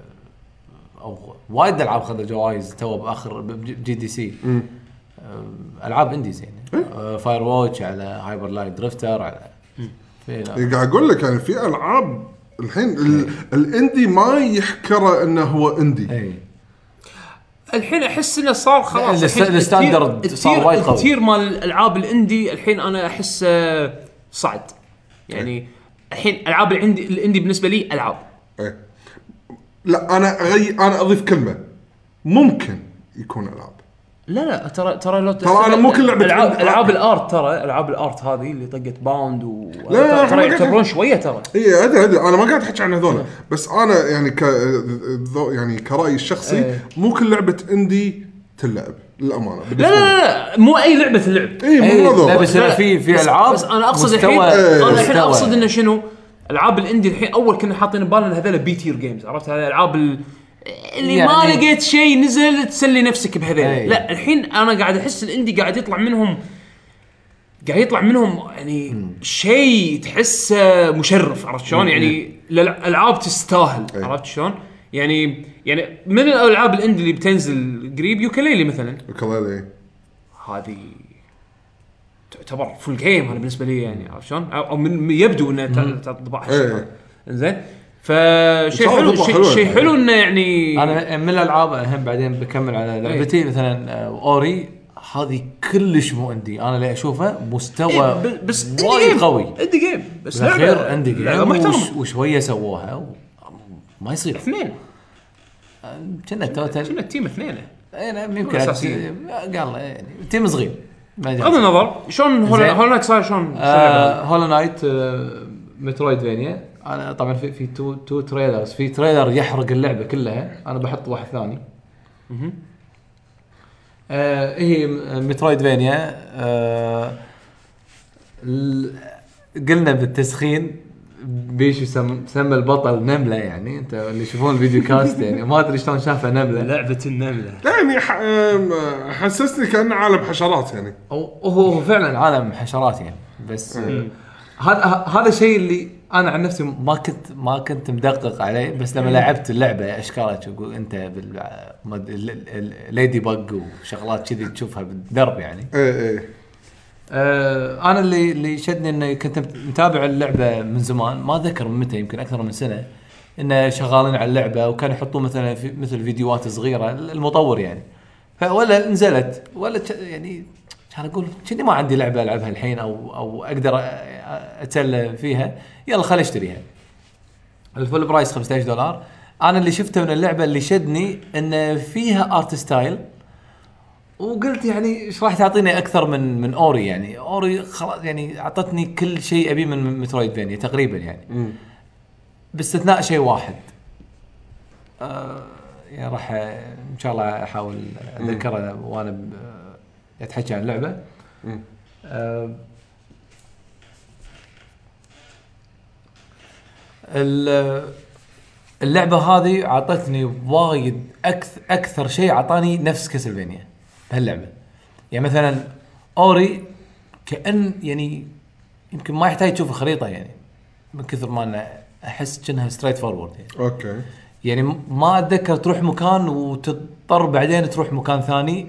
او وايد العاب خذت جوائز تو باخر بجي دي سي م. العاب انديز يعني أه؟ فاير ووتش على هايبر لايت درفتر على قاعد اقول لك يعني في العاب الحين الاندي ما يحكره انه هو اندي. اي الحين احس انه صار خلاص الستاندرد صار وايد قوي. كثير مال الالعاب الاندي الحين انا احس صعد يعني الحين العاب الاندي الاندي بالنسبه لي العاب. اي لا انا أغي... انا اضيف كلمه ممكن يكون العاب. لا لا ترى ترى لو ترى انا مو كل لعبه العاب العاب الارت ترى العاب الارت هذه اللي طقت باوند و لا ترى يعتبرون شويه ترى. اي ادري ادري انا ما قاعد احكي عن هذول بس انا يعني ك يعني كرايي الشخصي ايه. مو كل لعبه اندي تلعب للامانه. لا لا لا مو اي لعبه تلعب. اي مو هذول لا بس في في العاب بس انا اقصد الحين ايه. انا الحين اقصد انه شنو العاب الاندي الحين اول كنا حاطين ببالنا هذول بي تير جيمز عرفت هذه الالعاب اللي يعني ما لقيت شيء نزل تسلي نفسك بهذول. لا الحين انا قاعد احس الاندي قاعد يطلع منهم قاعد يطلع منهم يعني شيء تحسه مشرف عرفت شلون يعني الالعاب تستاهل عرفت شلون يعني يعني من الالعاب الاندي اللي بتنزل قريب يوكليلي مثلا يوكليلي هذه تعتبر فول جيم انا بالنسبه لي يعني عرفت شلون او من يبدو انها تطبع زين فشيء حلو شيء شي حلو انه يعني انا من الالعاب اهم بعدين بكمل على لعبتي أي. مثلا اوري هذه كلش مو عندي انا اللي اشوفه مستوى إيه بس وايد قوي عندي جيم بس غير عندي جيم وش وشويه سووها ما يصير اثنين كنا توتال كنا تيم اثنين انا يمكن قال يعني تيم صغير بغض النظر شلون هول نايت صار شلون هول نايت مترويدفينيا انا طبعا في في تو تو تريلرز في تريلر يحرق اللعبه كلها انا بحط واحد ثاني اها آه هي مترويدفينيا آه قلنا بالتسخين بيشو سم سمى البطل نمله يعني انت اللي يشوفون الفيديو كاست يعني ما ادري شلون شافه نمله لعبه النمله يعني حسسني كأنه عالم حشرات يعني هو فعلا عالم حشرات يعني بس هذا هذا الشيء اللي انا عن نفسي ما كنت ما كنت مدقق عليه بس لما لعبت اللعبه اشكالها تقول انت بالليدي بق وشغلات كذي تشوفها بالدرب يعني اي اي آه انا اللي اللي شدني اني كنت متابع اللعبه من زمان ما ذكر من متى يمكن اكثر من سنه انه شغالين على اللعبه وكان يحطوا مثلا في مثل فيديوهات صغيره المطور يعني فولا نزلت ولا يعني كان اقول كني ما عندي لعبه العبها الحين او او اقدر اتسلى فيها يلا خليني اشتريها الفول برايس خمسة عشر دولار انا اللي شفته من اللعبه اللي شدني ان فيها ارت ستايل وقلت يعني ايش راح تعطيني اكثر من من اوري يعني اوري خلاص يعني اعطتني كل شيء ابي من مترويدفينيا تقريبا يعني م. باستثناء شيء واحد آه يعني راح ان شاء الله احاول اذكره وانا اتحكي عن اللعبه آه اللعبه هذه اعطتني وايد اكثر اكثر شيء اعطاني نفس كاسلفينيا بهاللعبه يعني مثلا اوري كأن يعني يمكن ما يحتاج تشوف الخريطه يعني من كثر ما انا احس كأنها ستريت فورورد يعني. اوكي يعني ما اتذكر تروح مكان وتضطر بعدين تروح مكان ثاني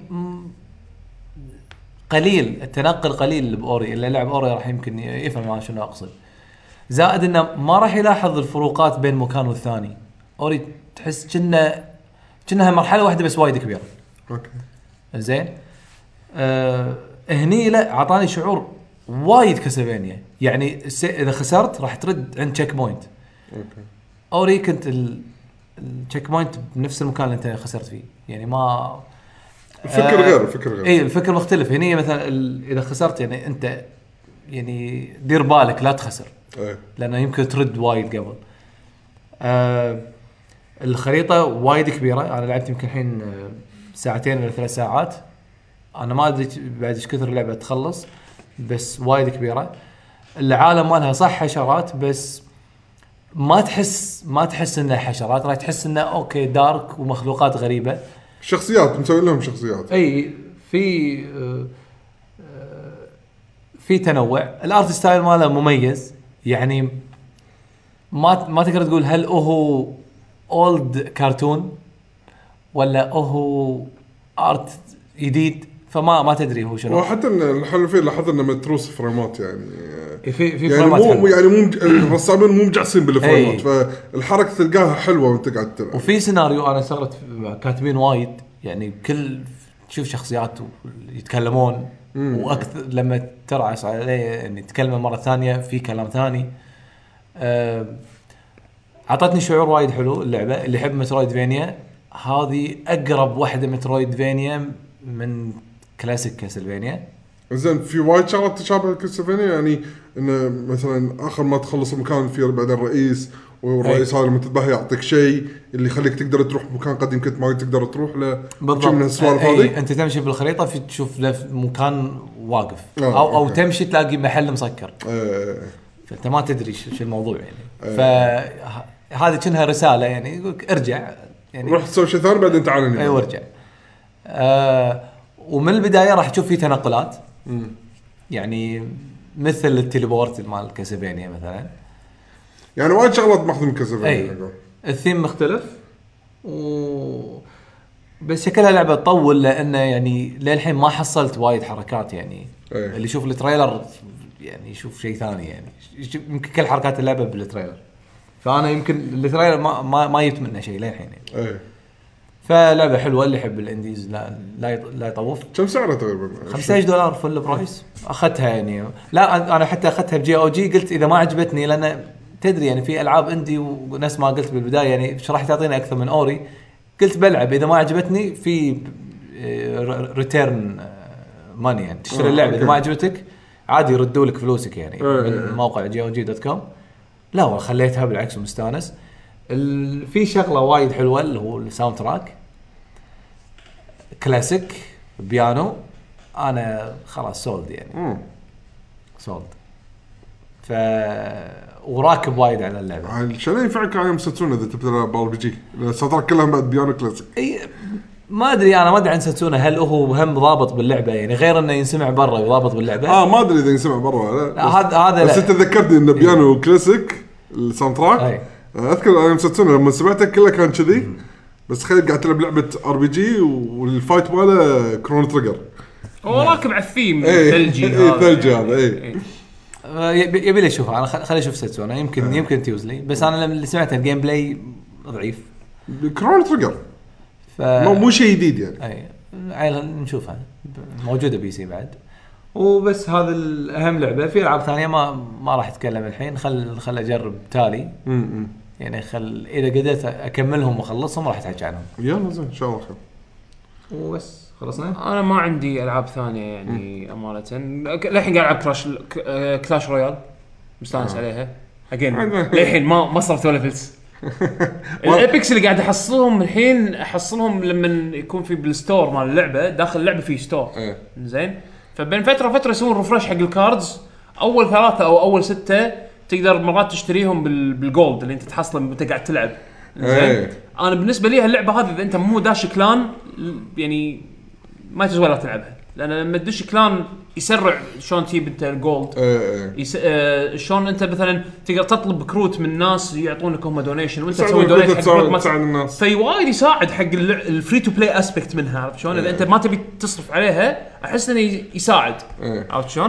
قليل التنقل قليل باوري اللي لعب اوري راح يمكن يفهم ما شنو اقصد زائد انه ما راح يلاحظ الفروقات بين مكان والثاني اوري تحس كأنه كأنها مرحله واحده بس وايد كبيره اوكي زين آه هني لا عطاني شعور وايد كاسلفينيا يعني اذا خسرت راح ترد عند تشيك بوينت اوكي اوري كنت التشيك بوينت بنفس المكان اللي انت خسرت فيه يعني ما الفكر غير الفكر غير اي الفكر مختلف هني مثلا اذا خسرت يعني انت يعني دير بالك لا تخسر ايه لانه يمكن ترد وايد قبل آه الخريطه وايد كبيره انا لعبت يمكن الحين ساعتين ولا ثلاث ساعات انا ما ادري بعد ايش كثر اللعبه تخلص بس وايد كبيره العالم مالها صح حشرات بس ما تحس ما تحس انها حشرات راح تحس انها اوكي دارك ومخلوقات غريبه شخصيات مسوي لهم شخصيات اي في في تنوع الارت ستايل ماله مميز يعني ما ما تقدر تقول هل هو اولد كرتون ولا هو ارت جديد فما ما تدري هو شنو وحتى الحلو فيه لاحظ انه متروس فريمات يعني في في يعني مو حلوة. يعني مو الرسامين مو مجعسين بالفريمات فالحركه تلقاها حلوه وانت قاعد تلعب وفي سيناريو انا استغربت كاتبين وايد يعني كل تشوف شخصيات يتكلمون واكثر لما ترعس عليه ان يتكلم مره ثانيه في كلام ثاني أه اعطتني شعور وايد حلو اللعبه اللي يحب مترويدفينيا هذه اقرب واحده مترويدفينيا من كلاسيك كاسلفينيا زين في وايد شغلات تشابه كاسلفينيا يعني انه مثلا اخر ما تخلص المكان فيه بعدين الرئيس والرئيس هذا لما تذبحه يعطيك شيء اللي يخليك تقدر تروح مكان قديم كنت ما تقدر تروح له بالضبط من السوالف هذه انت تمشي بالخريطه في تشوف له مكان واقف آه او او تمشي تلاقي محل مسكر آه فانت ما تدري شو الموضوع يعني آه فهذه كأنها رساله يعني يقولك ارجع يعني روح تسوي شيء ثاني بعدين تعال هنا اي وارجع آه ومن البدايه راح تشوف فيه تنقلات مم. يعني مثل التليبورت مال كاسلفينيا مثلا يعني وايد شغلات ماخذ من كاسلفينيا الثيم مختلف و بس شكلها لعبه تطول لانه يعني للحين ما حصلت وايد حركات يعني أيه. اللي يشوف التريلر يعني يشوف شيء ثاني يعني يمكن كل حركات اللعبه بالتريلر فانا يمكن التريلر ما ما, ما جبت منه شيء للحين يعني. ايه فلعبه حلوه اللي يحب الانديز لا لا لا يطوف. كم سعرها تقريبا؟ خمسة عشر دولار فل برايس اخذتها يعني. لا انا حتى اخذتها بجي او جي قلت اذا ما عجبتني لان تدري يعني في العاب اندي وناس ما قلت بالبدايه يعني ايش راح تعطيني اكثر من اوري قلت بلعب اذا ما عجبتني في ريتيرن ماني يعني تشتري اللعبه اذا ما عجبتك عادي يردوا لك فلوسك يعني من موقع جي او جي دوت كوم. لا والله خليتها بالعكس ومستانس. في شغله وايد حلوه اللي هو الساوند تراك كلاسيك بيانو انا خلاص سولد يعني سولد ف وراكب وايد على اللعبه. شنو ينفعك ايام ساتسونا اذا تبي تلعب ار بي جي السطر كلهم بعد بيانو كلاسيك؟ اي ما ادري انا ما ادري عن ساتسونا هل هو هم ضابط باللعبه يعني غير انه ينسمع برا وضابط باللعبه. اه ما ادري اذا ينسمع برا ولا هذا هذا بس انت ذكرتني انه بيانو إيه. كلاسيك الساوند تراك اذكر ايام ساتسونا لما سمعته كله كان كذي بس خليك قاعد تلعب لعبه ار بي جي والفايت ماله كرون تريجر هو راكب على الثيم ايه ثلجي هذا ثلجي هذا ايه يبي لي اشوفها انا خليني اشوف ساتسونا يمكن آه. يمكن تيوز لي بس انا اللي سمعته الجيم بلاي ضعيف كرون تريجر ف... مو مو شيء جديد يعني اي عيل نشوفها موجوده بي سي بعد وبس. هذا الاهم لعبه في العاب ثانيه ما ما راح اتكلم الحين خل خل اجرب تالي امم يعني خل اذا قدرت اكملهم واخلصهم راح اتحكي عنهم. يلا زين ان شاء الله خير وبس خلصنا. انا ما عندي العاب ثانيه يعني امانه للحين قاعد العب كلاش كلاش رويال مستانس آه. عليها اجين للحين ما ما صرت ولا فلس. الابيكس اللي قاعد احصلهم الحين احصلهم لما يكون في بالستور مال اللعبه داخل اللعبه في ستور آه. زين فبين فتره فتره يسوون ريفرش حق الكاردز اول ثلاثه او اول سته تقدر مرات تشتريهم بالجولد اللي انت تحصله وانت قاعد تلعب زين. انا بالنسبه لي هاللعبه هذه اذا انت مو داش كلان يعني ما تسوى لا تلعبها لان لما تدش كلان يسرع شلون تجيب انت الجولد يس... آه... شلون انت مثلا تقدر تطلب كروت من ناس يعطونك هم دونيشن وانت تسوي دونيشن حق تساعد الناس في وايد يساعد حق الفري تو بلاي اسبكت منها عرفت شلون اذا انت ما تبي تصرف عليها احس انه يساعد عرفت شلون.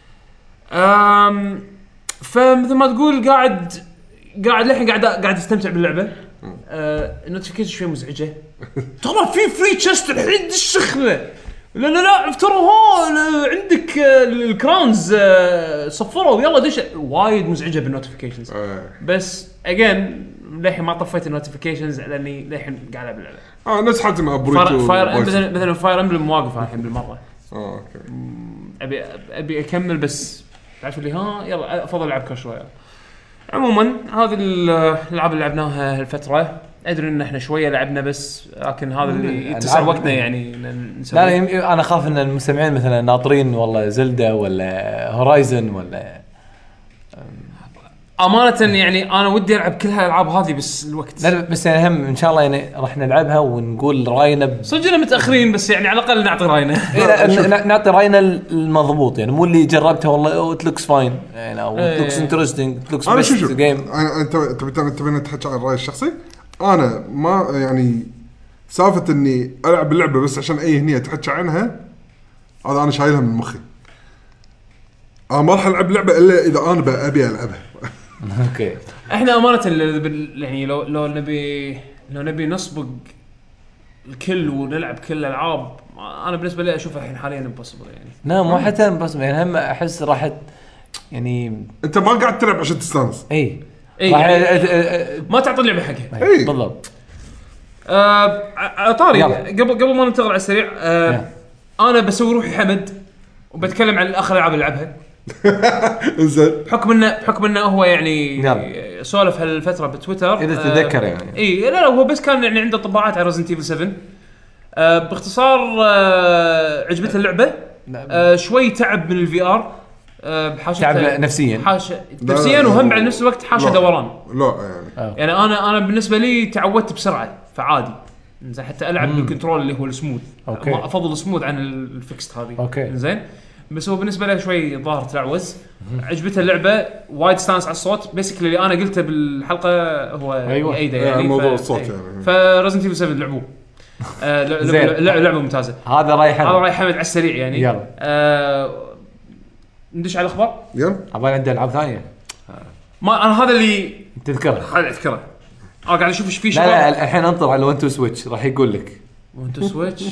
امم فمثل ما تقول قاعد قاعد الحين قاعد قاعد استمتع باللعبه. آه... النوتيفيكيشن شوي مزعجه ترى في فري تشست الحين الشخله لا لا لا افتروا ها عندك الكراونز صفروا يلا دش وايد مزعجه بالنوتيفيكيشنز بس اجين للحين ما طفيت النوتيفيكيشنز لاني للحين قاعد العب اللعبه. اه نفس حجم ابريتو فاير مثلا مثلا فاير امبلم واقف الحين بالمره اه اوكي ابي ابي اكمل بس تعرف اللي ها يلا افضل العب كاش رويال. عموما هذه الالعاب اللي لعبناها هالفتره ادري ان احنا شويه لعبنا بس لكن هذا اللي يتسع وقتنا يعني نسوي. لا انا اخاف ان المستمعين مثلا ناطرين والله زلدة ولا هورايزن ولا امانه يعني انا ودي العب كل هالالعاب هذه بس الوقت لا بس يعني هم ان شاء الله يعني راح نلعبها ونقول راينا صدقنا متاخرين بس يعني على الاقل نعطي راينا نعطي راينا المضبوط يعني مو اللي جربتها والله ات لوكس فاين يعني او ات لوكس انترستينج ات لوكس بيست جيم. انت تبي تبي نتحكي عن الراي الشخصي انا ما يعني سالفه اني العب اللعبه بس عشان اي هنيه اتحكى عنها هذا انا شايلها من مخي. انا ما راح العب لعبه الا اذا انا ابي العبها. اوكي احنا امانه يعني لو لو نبي لو نبي نسبق الكل ونلعب كل الالعاب انا بالنسبه لي اشوفها الحين حاليا امبوسيبل يعني. لا مو حتى امبوسيبل يعني هم احس راح يعني انت ما قاعد تلعب عشان تستانس. اي اي يعني ما تعطي اللعبه حقها اي بالضبط. آه طاري قبل قبل ما ننتقل على السريع آه انا بسوي روحي حمد وبتكلم عن الاخر العاب العبها. زين بحكم انه بحكم انه هو يعني سولف هالفتره بتويتر اذا تتذكر يعني اي لا لا هو بس كان يعني عنده طباعات على ريزنت ايفل سفن. آه باختصار آه عجبته اللعبه آه شوي تعب من الفي ار آه بحاشه تعب نفسيا حاشه نفسيا وهم على نفس الوقت حاشه دوران لا يعني يعني انا انا بالنسبه لي تعودت بسرعه فعادي زين حتى العب مم. بالكنترول اللي هو السموث ما افضل السموث عن الفيكست هذه زين بس هو بالنسبه له شوي ظاهر تلعوز. عجبته اللعبه وايد ستانس على الصوت بيسكلي اللي انا قلته بالحلقه هو أيوة. ايده يعني موضوع الصوت يعني فريزنت ايفل سفن لعبوه آه لعبه ممتازه. هذا رايح هذا رايح حمد على السريع يعني يلا آه ندش على الاخبار يلا ابغى عندي العاب ثانيه ما انا هذا اللي تذكرها هذا اذكره اه قاعد اشوف ايش في لا شباب لا الحين انطر على وان تو سويتش راح يقول لك وانتو سويتش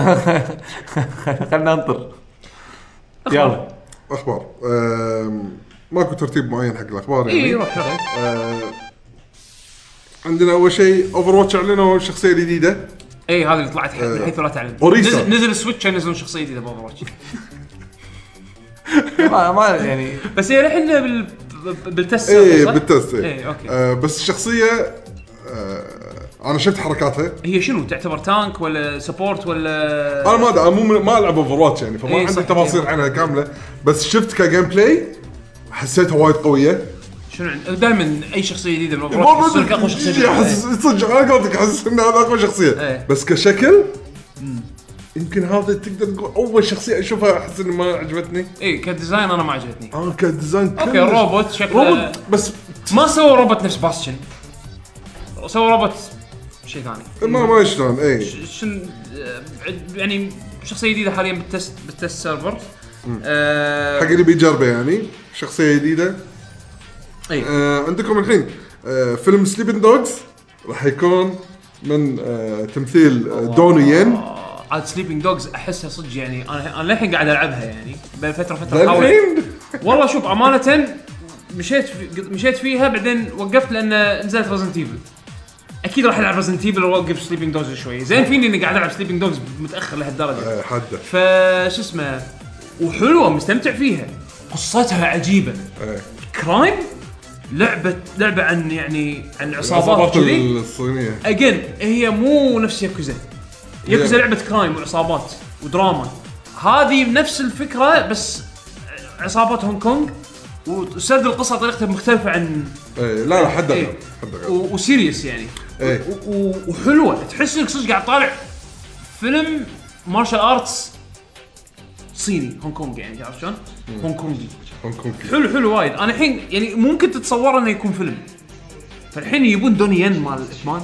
خلنا ننطر يلا اخبار آم، ماكو ترتيب معين حق الاخبار يعني اي روح روح آه، عندنا اول شيء اوفر واتش اعلنوا شخصيه جديده اي هذه اللي طلعت من حيث لا تعلم أوريسا. نزل, نزل السويتش ينزلون شخصيه جديده باوفر واتش ما ما يعني بس هي الحين بال بالتست ايه صح؟ بالتست ايه إيه، أوكي. آه، بس الشخصيه آه، انا شفت حركاتها هي شنو تعتبر تانك ولا سبورت ولا انا ما ادري أنا مو ما العب اوفر واتش يعني فما إيه، عندي صح، تفاصيل إيه. عنها كامله بس شفت كجيم بلاي حسيتها وايد قويه شنو دائما اي شخصيه جديده من اوفر واتش يصير لك اقوى شخصيه احس صدق انا قلت احس ان هذا اقوى شخصيه إيه. بس كشكل يمكن هذا تقدر تقول اول شخصيه اشوفها احس ان ما عجبتني اي كديزاين انا ما عجبتني اه كديزاين اوكي كلش. روبوت شكله روبوت بس ما سووا روبوت نفس باستشن سووا روبوت شيء ثاني ما ما شلون اي شن يعني شخصيه جديده حاليا بالتست بالتست سيرفر أه حق اللي بيجربه يعني شخصيه جديده اي آه عندكم الحين آه فيلم سليبن دوجز راح يكون من آه تمثيل آه دونو ين عاد سليبينج دوجز احسها صدق يعني انا انا للحين قاعد العبها يعني بين فتره فتره احاول الحين والله شوف امانه مشيت في مشيت فيها بعدين وقفت لان نزلت ريزنت ايفل اكيد راح العب ريزنت ايفل واوقف سليبينج دوجز شوي زين فيني اني قاعد العب سليبينج دوجز متاخر لهالدرجه آه حده فش اسمه وحلوه مستمتع فيها قصتها عجيبه آه. كرايم لعبه لعبه عن يعني عن عصابات العصابات كذي الصينيه اجين هي مو نفس ياكوزا ياكوزا لعبه كرايم وعصابات ودراما هذه نفس الفكره بس عصابات هونغ كونغ وسرد القصه طريقتها مختلفه عن إيه لا لا حدا إيه. غير حدا غير و- وسيريس يعني إيه. و- و- وحلوه تحس انك صدق قاعد طالع فيلم مارشال ارتس صيني هونغ كونغ يعني عارف شلون هونغ كونغي هونغ كونغ حلو حلو وايد انا الحين يعني ممكن تتصور انه يكون فيلم فالحين يبون دوني ين مال اتمان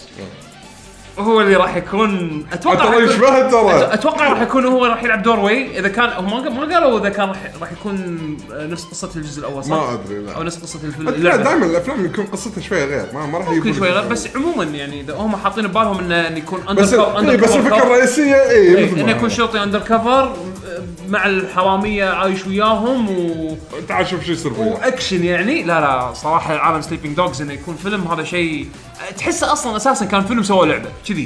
هو اللي راح يكون اتوقع ترى راح يكون- يشبه ترى اتوقع راح يكون هو راح يلعب دور واي اذا كان هم ما ما قالوا اذا كان راح راح يكون نفس قصه الجزء الاول صح ما ادري لا او نفس قصه الفيلم لا اللعبة. دائما الافلام يكون قصتها شويه غير ما ما راح ممكن يجيبون شوي غير بس عموما يعني اذا هم حاطين ببالهم انه إنه يكون اندر بس كفر إيه بس الفكره الرئيسيه اي إيه، مثل انه ما يكون شرطي اندر كفر مع الحراميه عايش وياهم و... تعال شوف شو يصير وياه واكشن يعني لا لا صراحه عالم سليبينج دوجز انه يكون فيلم هذا شيء تحسه اصلا اساسا كان فيلم سوى لعبه كذي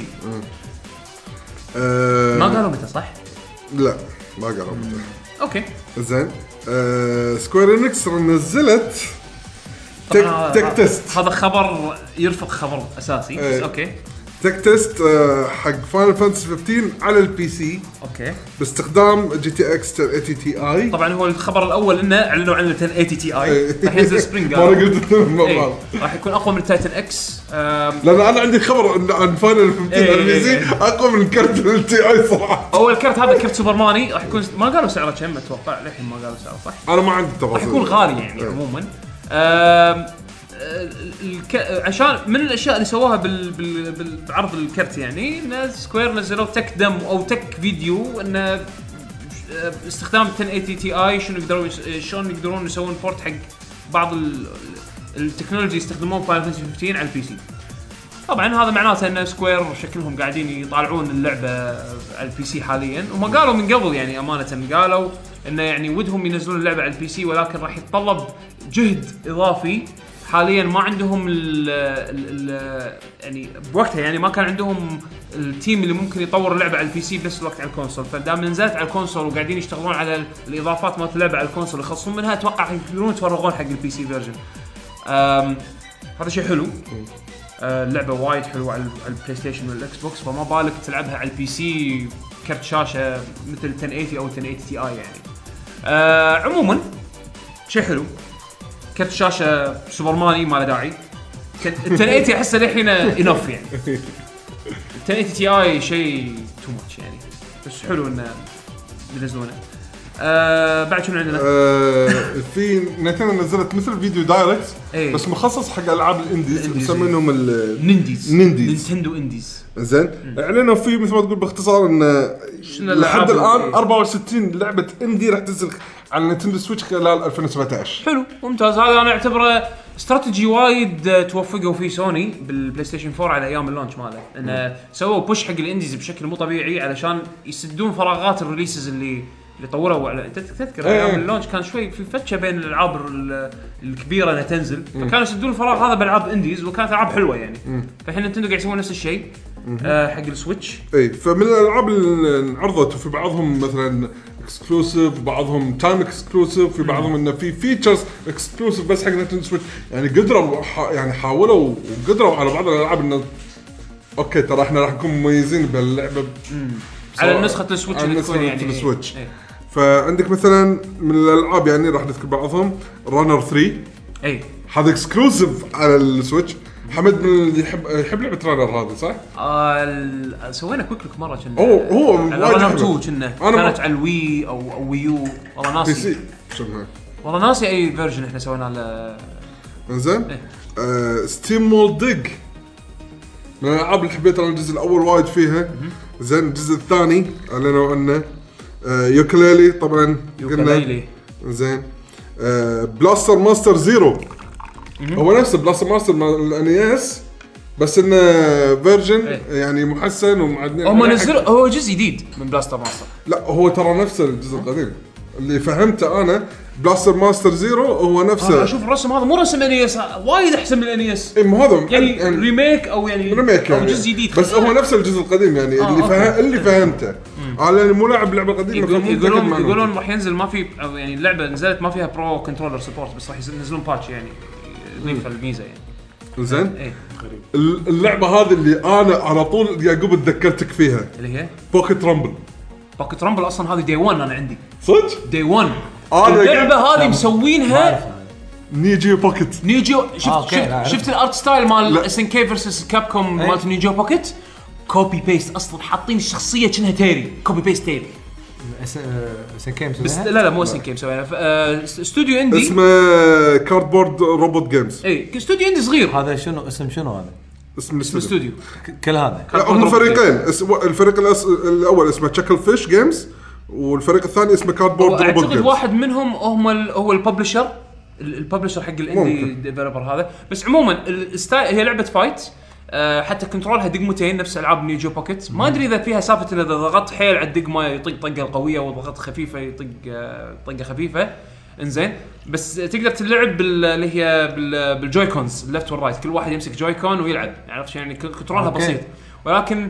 آه، ما قالوا متى صح لا ما قالوا متى اوكي زين آه، سكوير انكس نزلت تك طبعاً تك ه- تيست هذا خبر يرفض خبر اساسي بس إيه. اوكي تك تيست آه، حق فاينل فانتسي خمسة عشر على البي سي اوكي باستخدام جي تي اكس عشرة ثمانين تي اي طبعا هو الخبر الاول انه اعلنوا عن ال عشرة ثمانين تي اي إيه. راح ينزل سبرينج ما أنا قلت اثنين مع إيه. بعض راح يكون اقوى من التايتن اكس أم، لان انا عندي خبر إن عن فاينل خمسة عشر إيه، على البي سي إيه. اقوى من كرت التي اي صراحه اول كرت هذا كرت سوبرماني راح يكون ما قالوا سعره كم اتوقع للحين ما قالوا سعره صح انا ما عندي راح تفاصيل يكون غالي يعني إيه. عموما أم، الك... عشان من الاشياء اللي سووها بال... بال... بال- بعرض الكرت يعني ان سكوير نزلوا تك دم او تك فيديو انه استخدام عشرة ثمانين تي اي شنو يقدرون يس... شلون يقدرون يسوون بورت حق بعض ال... التكنولوجي يستخدمون فاينل فانتسي خمسة عشر على البي سي. طبعا هذا معناته ان سكوير شكلهم قاعدين يطالعون اللعبه على البي سي حاليا وما قالوا من قبل يعني امانه قالوا انه يعني ودهم ينزلون اللعبه على البي سي ولكن راح يتطلب جهد اضافي حاليا ما عندهم ال ال يعني بوقتها يعني ما كان عندهم التيم اللي ممكن يطور اللعبه على البي سي بنفس الوقت على الكونسول فدام نزلت على الكونسول وقاعدين يشتغلون على الاضافات مالت اللعبه على الكونسول يخلصون منها اتوقع يقدرون يتفرغون حق البي سي فيرجن. هذا شيء حلو. اللعبه وايد حلوه على البلاي ستيشن والاكس بوكس فما بالك تلعبها على البي سي كرت شاشه مثل عشرة ثمانين او عشرة ثمانين تي اي يعني. أه عموما شيء حلو كرت شاشه سوبرماني ما له داعي عشرة ثمانين احسه للحين انف يعني عشرة ثمانين تي اي شيء تو ماتش يعني بس حلو انه ينزلونه. أه بعد شنو عندنا؟ آه، في نينتندو نزلت مثل فيديو دايركت إيه. بس مخصص حق العاب الانديز الإنديز، مسمينهم ال نينديز نينديز. نينتندو انديز. زين اعلنوا فيه مثل ما تقول باختصار ان شنو لحد الألعاب الان اللي- أربعة وستين لعبه اندي راح تنزل على نينتندو سويتش خلال ألفين وسبعة عشر. حلو ممتاز هذا انا اعتبره استراتيجي وايد توفقوا فيه سوني بالبلاي ستيشن فور على ايام اللونش ماله، انه سووا بوش حق الانديز بشكل مو طبيعي علشان يسدون فراغات الريليسز اللي اللي طوروا على انت تذكر ايام اللونش كان شوي في فتشه بين الالعاب الكبيره اللي تنزل، فكانوا يسدون الفراغ هذا بالعاب انديز وكانت العاب حلوه يعني. فالحين نينتندو قاعد يسوون نفس الشيء آه حق السويتش. اي فمن الالعاب اللي انعرضت وفي بعضهم مثلا اكسكلوسيف، بعضهم تايم اكسكلوسيف، في بعضهم انه في فيتشرز اكسكلوسيف بس حق نينتندو سويتش، يعني قدروا يعني حاولوا وقدروا على بعض الالعاب انه اوكي ترى احنا راح نكون مميزين باللعبه على نسخه السويتش اللي تكون يعني السويتش. ايه. فعندك مثلا من الالعاب يعني راح نذكر بعضهم رانر ثري، اي هذا اكسكلوسيف على السويتش. حمد من اللي يحب يحب لعبه رانر هذا صح؟ آه سوينا كويك لوك مره كنا هو هو رانر تو كنا كانت على الوي او او ويو والله ناسي شنو والله ناسي اي فيرجن احنا سوينا له. انزين ايه. آه ستيم مول ديج من الالعاب اللي حبيت انا الجزء الاول وايد فيها. زين الجزء الثاني اعلنوا عنه آه يوكليلي طبعا يوكليلي. زين آه بلاستر ماستر زيرو هو نفس بلاستر ماستر مال الانياس بس انه فيرجن ايه. يعني محسن ومعدنين. هم نزلوا هو جزء جديد من بلاستر ماستر. لا هو ترى نفسه الجزء القديم اللي فهمته انا. بلاستر ماستر زيرو هو نفسه. اشوف الرسم هذا مو رسم انياس وايد احسن من الانياس. اي هذا يعني, يعني ريميك او يعني ريميك او يعني. جزء جديد بس هو نفس الجزء القديم يعني آه اللي فهم اللي فهمته على آه مو لاعب لعبه قديمه. يقول يقولون يقولون راح ينزل ما في يعني اللعبه نزلت ما فيها برو كنترولر سبورت بس راح ينزلون باتش يعني يضيف الميزه يعني. زين ايه. اللعبه هذه اللي انا على طول يعقوب تذكرتك فيها اللي هي بوكيت رامبل. بوكيت رامبل اصلا هذه دي واحد انا عندي صدق دي واحد. اللعبه هذه مسوينها نيجيو بوكيت. نيجيو شفت آه شفت, شفت الارت ستايل مال اس ان كي فيرسس كابكوم مال نيجيو بوكيت كوبي بيست اصلا حاطين الشخصيه كأنها تيري كوبي بيست تيري. اس ان كي بس لا لا مو اس ان كي مسويها استوديو اندي اسمه كاردبورد روبوت جيمز. اي استوديو اندي صغير. هذا شنو اسم شنو هذا اسم الاستوديو كل هذا هم فريقين. الفريق الاول اسمه تشكل فيش جيمز والفريق الثاني اسمه كاردبورد روبوت جيمز. اعتقد واحد منهم هم هو الببلشر الببلشر حق الاندي ديفلوبر هذا. بس عموما الستايل هي لعبه فايت أه حتى كنترولها دقمتين نفس العاب نيجو بوكيت. ما ادري اذا فيها سالفه اذا ضغطت حيل على الدقمه يطق طقه القويه وضغط خفيفه يطق طقه خفيفه. انزين بس تقدر تلعب اللي هي بالجويكونز الليفت والرايت كل واحد يمسك جويكون ويلعب عرفت يعني كنترولها بسيط. ولكن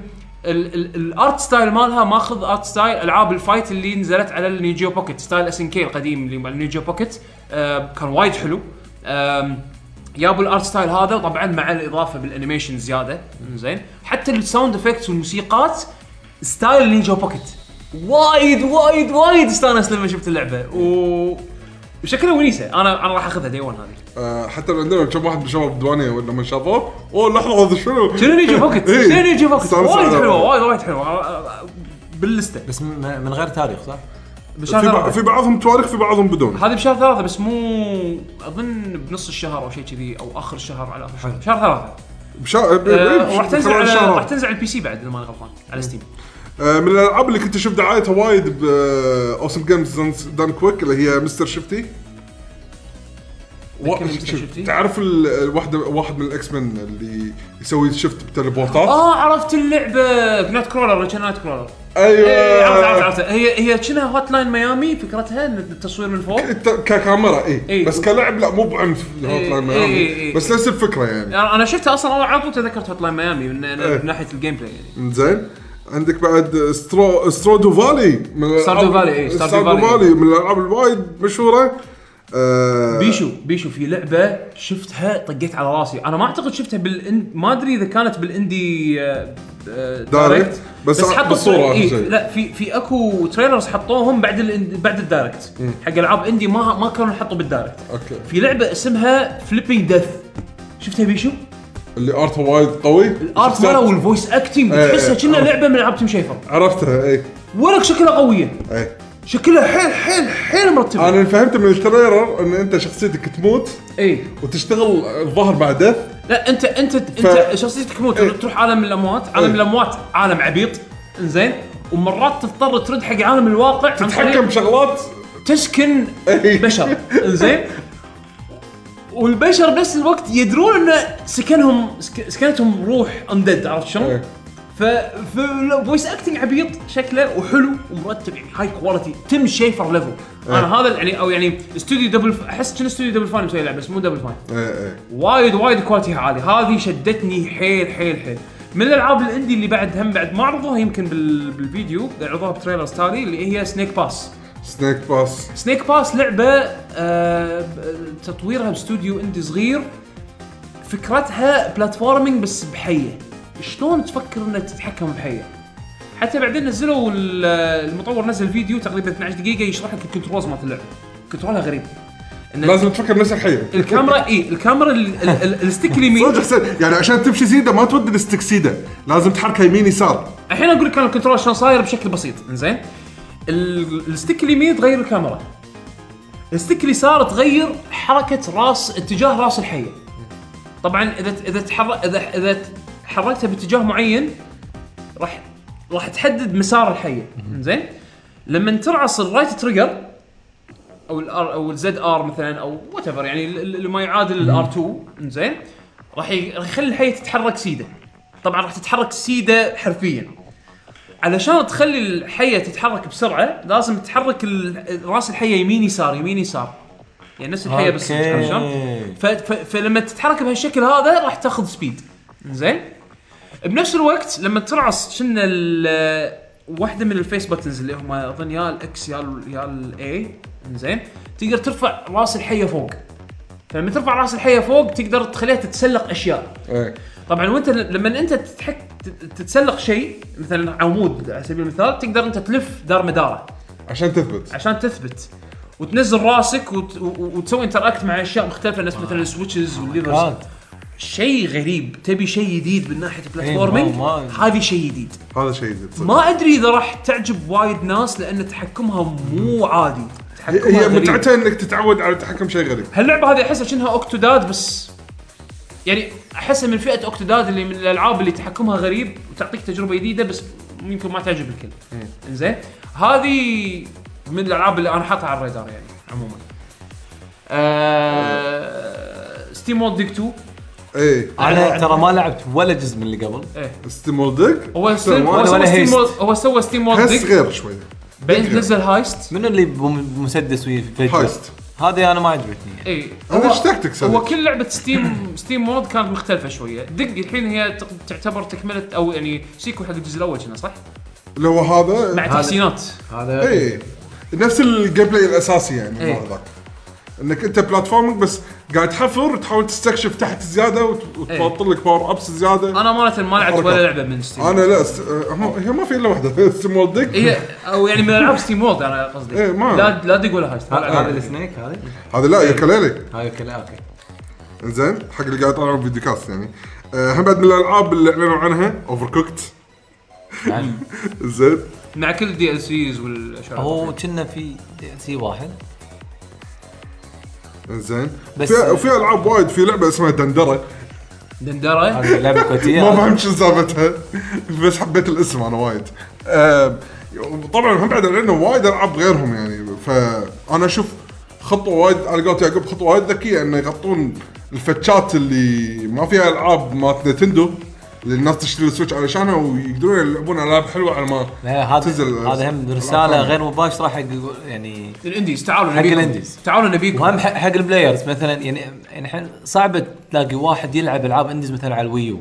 الارت ستايل مالها ماخذ ارت ستايل العاب الفايت اللي نزلت على النيجو بوكيت ستايل اس ان كي القديم اللي مال النيجو بوكيت. آه كان وايد حلو. آه يابوا الارت ستايل هذا وطبعا مع الاضافه بالانيميشن زياده. زين حتى الساوند افكتس والموسيقات ستايل نينجا بوكيت وايد وايد وايد استانست لما شفت اللعبه و وشكلها ونيسه. انا انا راح اخذها دي واحد هذه. أه حتى عندنا كم واحد من شباب الديوانيه لما شافوه اوه لحظه هذا شنو شنو نينجا بوكيت شنو نينجا بوكيت وايد حلوه وايد وايد حلوه باللسته بس من غير تاريخ صح. في, في بعضهم تواريخ في بعضهم بدون. هذه بشهر ثلاثة بس مو أظن بنص الشهر أو شيء كذي أو آخر الشهر على آخر الشهر شهر ثلاثة. بشهر أه راح تنزل على راح تنزل على البي سي بعد إذا ما غلطان على ستيم. أه من الألعاب اللي كنت أشوف دعايتها وايد بأوسم جيمز دان كويك اللي هي مستر شفتي. و... تعرف الواحدة واحد من الإكس مان اللي يسوي شفت بتليبورتات. آه عرفت اللعبة نايت كرولر ولا نايت كرولر. ايوه إيه عرفت عرفت هي هي كأنها هوت لاين ميامي فكرتها ان التصوير من فوق ككاميرا اي إيه. بس كلعب لا مو بعنف هوت لاين ميامي إيه إيه بس نفس الفكره يعني. انا شفتها اصلا انا على طول تذكرت هوت لاين ميامي من إيه. ناحيه الجيم بلاي يعني. زين عندك بعد سترو سترودو فالي من سترودو فالي اي سترودو فالي من الالعاب الوايد مشهوره. آه بيشو بيشو في لعبه شفتها طقيت على راسي. انا ما اعتقد شفتها بال ما ادري اذا كانت بالاندي آه دايركت بس, بس حطوا صوره إيه لا في في اكو تريلرز حطوهم بعد ال بعد الدايركت حق العاب اندي ما ما كانوا يحطوا بالدايركت. أوكي. في لعبه اسمها فليبينج ديث شفتها بيشو اللي ارتها وايد قوي الارت ماله والفويس اكتنج تحسها كأنها لعبه من العاب تيم شيفر. عرفتها اي ولك شكلها قويه اي شكلها حيل حيل حيل مرتبه. انا فهمت من التريلر ان انت شخصيتك تموت اي وتشتغل الظهر بعده. لا انت انت ف... انت شخصيتك تموت ايه؟ تروح عالم الاموات عالم ايه؟ الاموات عالم عبيط انزين ومرات تضطر ترد حق عالم الواقع تتحكم بشغلات تسكن ايه؟ بشر انزين والبشر بنفس الوقت يدرون ان سكنهم سك... سكنتهم روح اندد، عرفت شلون؟ ف فويس اكتنج عبيط شكله وحلو ومرتب، يعني هاي كواليتي تم شيفر ليفل. انا هذا يعني او يعني استوديو دبل، احس كان استوديو دبل فاين مسوي لعبه بس مو دبل فاين. ايه وايد وايد كواليتيها عالي، هذه شدتني حيل حيل حيل. من الالعاب الاندي اللي بعد هم بعد ما عرضوها يمكن بال... بالفيديو عرضوها بتريلرز تالي، اللي هي سنيك باس. سنيك باس سنيك باس لعبه آه تطويرها باستوديو اندي صغير، فكرتها بلاتفورمينج بس بحيه. شلون تفكر انك تتحكم بحيه؟ حتى بعدين نزلوا المطور نزل فيديو تقريبا اثنعش دقيقه يشرح لك الكنترولز مالت اللعبه. كنترولها غريب، لازم تفكر نفس الحيه. الكاميرا اي الكاميرا الستيك اليمين صدق حسين، يعني عشان تمشي سيده ما تودي الستيك سيده، لازم تحركها يمين يسار. الحين اقول لك كان الكنترول شلون صاير بشكل بسيط. زين الستيك اليمين تغير الكاميرا، الستيك اليسار تغير حركه راس اتجاه راس الحيه. طبعا اذا اذا تحرك اذا اذا حركتها باتجاه معين راح راح تحدد مسار الحيه. زين لما ترعص الرايت تريجر او الار او الزد ار مثلا او وات ايفر، يعني اللي ما يعادل الار اثنين، زين راح يخلي الحيه تتحرك سيده. طبعا راح تتحرك سيده حرفيا. علشان تخلي الحيه تتحرك بسرعه لازم تحرك راس الحيه يمين يسار يمين يسار، يعني نفس الحيه بس شلون. فلما تتحرك بهالشكل هذا راح تاخذ سبيد. زين بنفس الوقت لما ترعص شن واحده من الفيس باتنز اللي هم اظن يا الاكس يا ال يا الاي، زين تقدر ترفع راس الحيه فوق. فلما ترفع راس الحيه فوق تقدر تخليها تتسلق اشياء. ايه طبعا وانت لما انت تتحك تتسلق شيء مثلا عمود على سبيل المثال، تقدر انت تلف دار مداره عشان تثبت عشان تثبت وتنزل راسك وت... وتسوي انتراكت مع اشياء مختلفه، نفس مثلا السويتشز والليفرز. شيء غريب، تبي شيء جديد من ناحيه بلاتفورمينج، هذه شيء جديد. هذا شيء جديد. ما ادري اذا راح تعجب وايد ناس لان تحكمها مو عادي. هي متعتها انك تتعود على تحكم شيء غريب. هاللعبه هذه احسها شنها اوكتوداد، بس يعني احسها من فئه اوكتوداد اللي من الالعاب اللي تحكمها غريب وتعطيك تجربه جديده بس يمكن ما تعجب الكل. انزين هذه من الالعاب اللي انا حاطها على الرادار يعني عموما. آه... ستيم مود ديك اثنين. ايه انا ترى ما لعبت ولا جزء من اللي قبل. ايه ستيم مود ديك هو ستيم هو سوى ستيم مود هو سوى ستيم مود ديك غير شوي. بين نزل هايست. منو اللي بمسدس ويفجر؟ هايست هذه انا ما عجبتني يعني. اي هذا ايش تاكتكس؟ هو كل لعبه ستيم ستيم مود كانت مختلفه شويه. دق الحين هي تعتبر تكمله او يعني سيكو حق الجزء الاول كنا صح؟ اللي هو هذا مع تحسينات. هذا اي نفس الجيم بلاي الاساسي يعني ايه. هذاك انك انت بلاتفورمينج بس قاعد تحفر تحاول تستكشف تحت زياده وتوصل لك باور ابس زياده. انا مالت ما لعبت ولا لعبه من ستيم. انا لا ست... هي ما في الا واحده ستيم مود ديك هي او يعني من العاب ستيم مود انا قصدي. إيه ما. لا لا دق ولا هايست. هذا السنيك هذه هذا لا يا كلالي هاي كلا اوكي. زين حق اللي قاعد يطلعون فيديو كاست يعني أه هم بعد من الالعاب اللي اعلنوا عنها اوفر كوكت. زين مع كل دي ال سيز والاشياء. هو كنا في دي ال سي واحد. زين بس في وفي العاب وايد. في لعبه اسمها دندره. دندره هذه لعبه كويتيه. ما فهمت شو سالفتها بس حبيت الاسم انا وايد. أه طبعا هم بعد اعلنوا وايد العاب غيرهم يعني. فانا اشوف خطوه وايد على قولت يعقوب خطوه وايد ذكيه انه يغطون الفتشات اللي ما فيها العاب مالت نينتندو اللي الناس تشتري السويتش علشانها ويقدرون يلعبون العاب حلوه على ما هذا هذا هم رساله غير مباشره حق يعني الانديز. تعالوا حق الانديز تعالوا نبيكم وهم حق البلايرز مثلا. يعني يعني الحين صعب تلاقي واحد يلعب العاب انديز مثلا على الويو.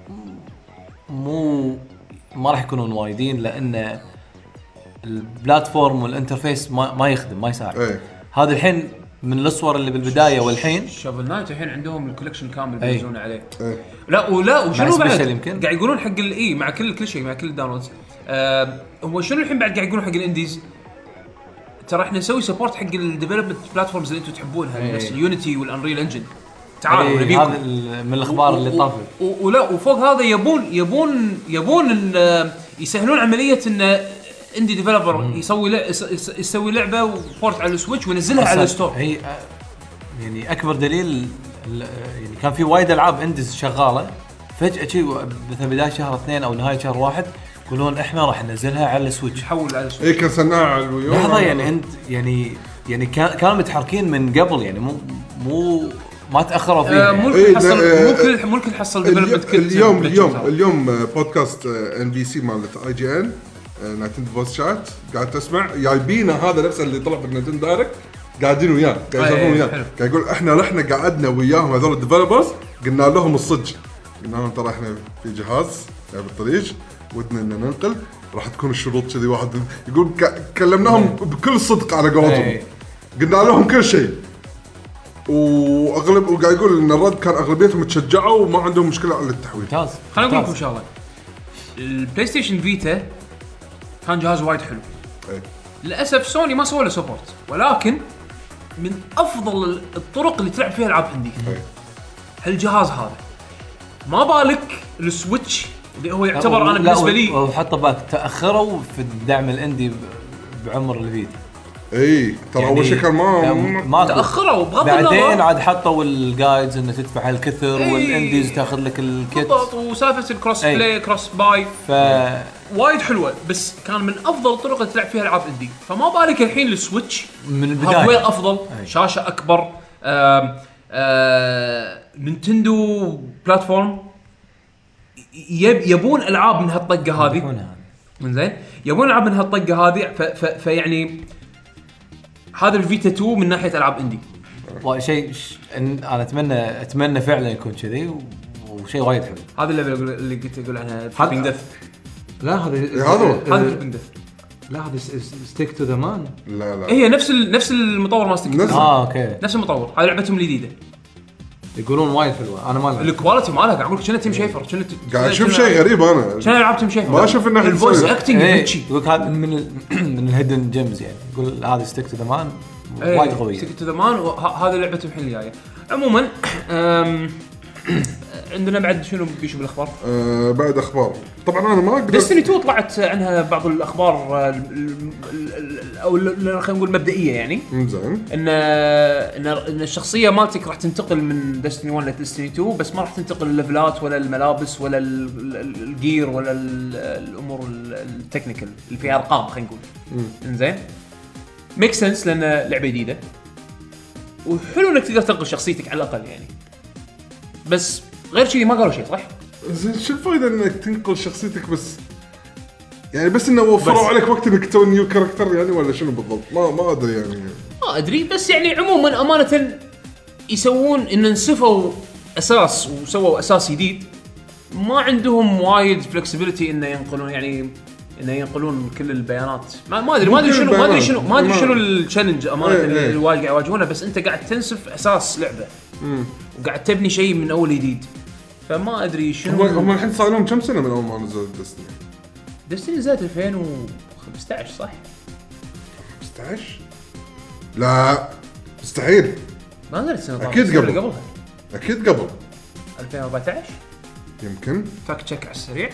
مو ما راح يكونون وايدين لان البلاتفورم والانترفيس ما ما يخدم ما يساعد. ايه. هذا الحين من الصور اللي بالبدايه والحين شوفل نايت الحين عندهم الكولكشن كامل بينزلون عليه. ايه. لا ولا وشنو بعد يمكن قاعد يقولون حق الاي مع كل كل شيء مع كل الداونلودز. آه هو شنو الحين بعد قاعد يقولون حق الانديز ترى احنا نسوي سبورت حق الديفلوبمنت بلاتفورمز اللي انتم تحبونها نفس اليونيتي والانريل انجن. تعالوا نبيكم. هذا من الاخبار اللي طافت. ولا وفوق هذا يبون يبون يبون ان يسهلون عمليه ان اندي ديفلوبر يسوي لع... يسوي لعبه وبورت على السويتش وينزلها على الستور. هي يعني اكبر دليل يعني كان في وايد العاب انديز شغاله فجاه شيء مثلا بدايه شهر اثنين او نهايه شهر واحد يقولون احنا راح ننزلها على السويتش. نحول على السويتش. اي كنسلناها على الويو. لحظه يعني انت يعني يعني كانوا متحركين من قبل يعني مو مو ما تاخروا فيها آه، يعني. ممكن إيه، تحصل ده- مو كل مو كل تحصل ديفلوبمنت كيت اليوم اليوم اليوم بودكاست ان بي سي مالت اي جي ان نايتندو فويس شات قاعد تسمع جايبينا هذا نفسه اللي طلع بالنينتندو دايركت قاعدين وياه قاعد يسولفون وياه قاعد يقول احنا رحنا قعدنا وياهم هذول الديفلوبرز قلنا لهم الصدق قلنا لهم ترى احنا في جهاز جاي بالطريق ودنا ان ننقل راح تكون الشروط كذي واحد يقول كلمناهم بكل صدق على قولتهم قلنا لهم كل شيء واغلب وقاعد يقول ان الرد كان اغلبيتهم تشجعوا وما عندهم مشكله على التحويل. ممتاز. خليني اقول لكم شغله. البلاي ستيشن فيتا كان جهاز وايد حلو. اي للاسف سوني ما سووا له سبورت، ولكن من افضل الطرق اللي تلعب فيها العاب هندي. هالجهاز هذا ما بالك السويتش اللي هو يعتبر انا بالنسبه لي وحط بالك تاخروا في الدعم الاندي بعمر الفيتا. اي ترى يعني اول شيء كان ما ما تاخروا بغض النظر بعدين النظر عاد حطوا الجايدز انه تدفع الكثر ايه والانديز تاخذ لك الكيت بالضبط وسالفه الكروس ايه بلاي كروس باي ف وايد حلوه، بس كان من افضل الطرق اللي تلعب فيها العاب اندي. فما بالك الحين السويتش من البدايه هاردوير افضل ايه. شاشه اكبر آم آم نينتندو بلاتفورم يب يبون العاب من هالطقه هذه من زين يبون العاب من هالطقه هذه فيعني هذا الفيتا تو من ناحيه العاب اندي شيء ش... انا اتمنى اتمنى فعلا يكون كذي وشيء وايد حلو. هذا اللي اقول اللي قلت اقول عنها فليبينج ديث. لا هذا هذا هذا فليبينج ديث لا هذا ستيك تو ذا مان. لا لا هي نفس ال... نفس المطور ما ستيك اه اوكي نفس المطور. هذه لعبتهم الجديده يقولون وايد حلوه. انا ما لعبت الكواليتي مالها قاعد اقول شنو تيم شيفر شنو قاعد اشوف شيء غريب انا شنو لعبت تيم شيفر ما اشوف انه الفويس اكتنج هيك يقول هذا من ال... من الهيدن جيمز يعني يقول هذا ستيك تو ذا مان وايد قويه. ستيك تو ذا مان وهذا لعبتهم الحين الجايه. عموما عندنا بعد شنو بيشوف الاخبار؟ أه بعد اخبار طبعا انا ما اقدر. ديستني تو طلعت عنها بعض الاخبار او خلينا نقول مبدئيه يعني زين ان ان الشخصيه مالتك راح تنتقل من ديستني واحد لديستني تو بس ما راح تنتقل الليفلات ولا الملابس ولا الجير ولا الامور التكنيكال اللي فيها ارقام خلينا نقول. انزين ميك سنس لان لعبه جديده وحلو انك تقدر تنقل شخصيتك على الاقل يعني. بس غير شيء ما قالوا شيء صح. زين شو الفائده انك تنقل شخصيتك بس يعني بس انه وفروا عليك وقت انك تسوي نيو كاركتر يعني ولا شنو بالضبط ما ما ادري يعني ما ادري بس يعني عموما امانه يسوون ان نسفوا اساس وسووا اساس جديد ما عندهم وايد فلكسبيليتي انه ينقلون يعني انه ينقلون كل البيانات ما ما ادري ما ادري شنو ما ادري شنو ما ادري شنو التشالنج امانه اللي الوايد قاعد يواجهونه بس انت قاعد تنسف اساس لعبه امم وقاعد تبني شيء من اول جديد فما ادري شنو. هم الحين صار لهم كم سنه من اول ما نزل ديستني؟ ديستني نزلت ألفين وخمسة عشر صح؟ خمسة عشر لا مستحيل ما نزلت سنه اكيد قبل قبلها اكيد قبل ألفين وأربعة عشر يمكن فاك تشيك على السريع.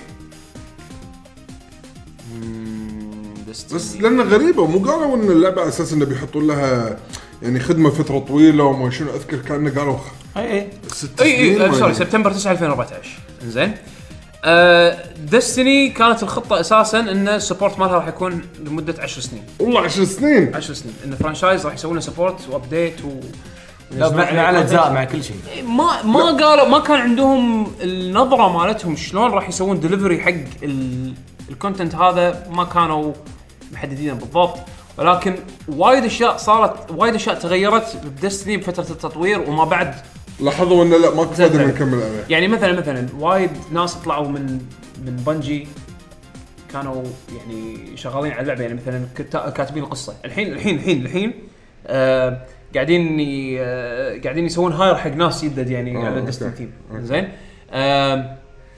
بس لأنه غريبة مو قالوا إن اللعبة أساساً إنه بيحطون لها يعني خدمة فترة طويلة وما شنو أذكر كأنه قالوا أي أي ست أي أي سوري سبتمبر تسعة ألفين وأربعة عشر إنزين. أه ديستني كانت الخطة أساساً إن السبورت مالها راح يكون لمدة عشر سنين. والله عشر سنين. عشر سنين إن فرانشايز راح يسوونه سبورت وأبديت و لا مع الأجزاء مع كل شيء. ما ما قالوا ما كان عندهم النظرة مالتهم شلون راح يسوون ديليفري حق ال الكونتنت هذا ما كانوا محددين بالضبط ولكن وايد اشياء صارت وايد اشياء تغيرت بدستني بفتره التطوير وما بعد لاحظوا انه لا ما قدرنا نكمل عليه. يعني مثلا مثلا وايد ناس طلعوا من من بنجي كانوا يعني شغالين على اللعبه يعني مثلا كاتبين القصه الحين الحين الحين الحين آه قاعدين آه قاعدين يسوون هاير حق ناس يدد يعني آه على دستني تيم زين. آه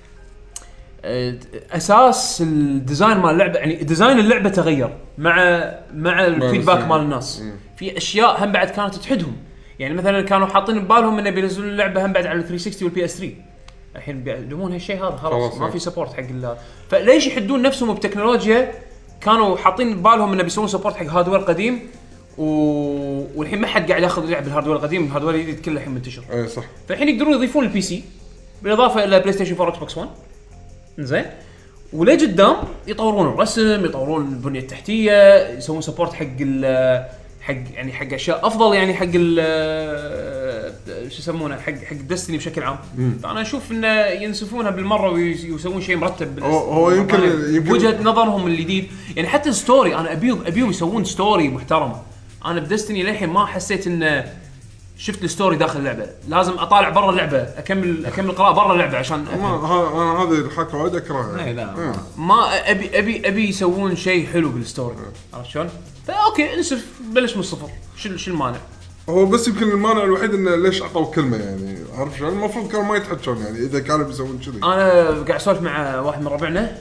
اساس الديزاين مال اللعبه يعني ديزاين اللعبه تغير مع مع الفيدباك مال الناس. في اشياء هم بعد كانت تحدهم يعني مثلا كانوا حاطين ببالهم انه بينزلون اللعبه هم بعد على ثلاثمية وستين والبي اس ثري الحين بيعلمون هالشيء هذا خلاص ما في سبورت حق الله. فليش يحدون نفسهم بتكنولوجيا كانوا حاطين ببالهم انه بيسوون سبورت حق هاردوير قديم و... والحين ما حد قاعد ياخذ اللعبه الهاردوير القديم الهاردوير الجديد كله الحين منتشر. اي صح. فالحين يقدرون يضيفون البي سي بالاضافه الى بلاي ستيشن فور اكس بوكس ون زين وليه قدام يطورون الرسم يطورون البنيه التحتيه يسوون سبورت حق ال حق يعني حق اشياء افضل يعني حق ال شو يسمونه حق حق دستني بشكل عام. فانا اشوف انه ينسفونها بالمره ويسوون شيء مرتب. هو, هو يمكن يمكن وجهه نظرهم الجديد يعني. حتى الستوري انا ابيهم ابيهم يسوون ستوري محترمه. انا بدستني للحين ما حسيت ان شفت الستوري داخل اللعبه. لازم اطالع برا اللعبه اكمل اكمل القراءه برا اللعبه عشان هذه الحركه وايد اكرهها. اي لا ما ابي ابي ابي يسوون شيء حلو بالستوري. عرفت شلون؟ فاوكي انسف بلش من الصفر. شو شو المانع؟ هو بس يمكن المانع الوحيد انه ليش عطوا كلمه يعني. عارف شلون المفروض كانوا ما يتحكون يعني اذا كانوا بيسوون كذي. انا قاعد اسولف مع واحد من ربعنا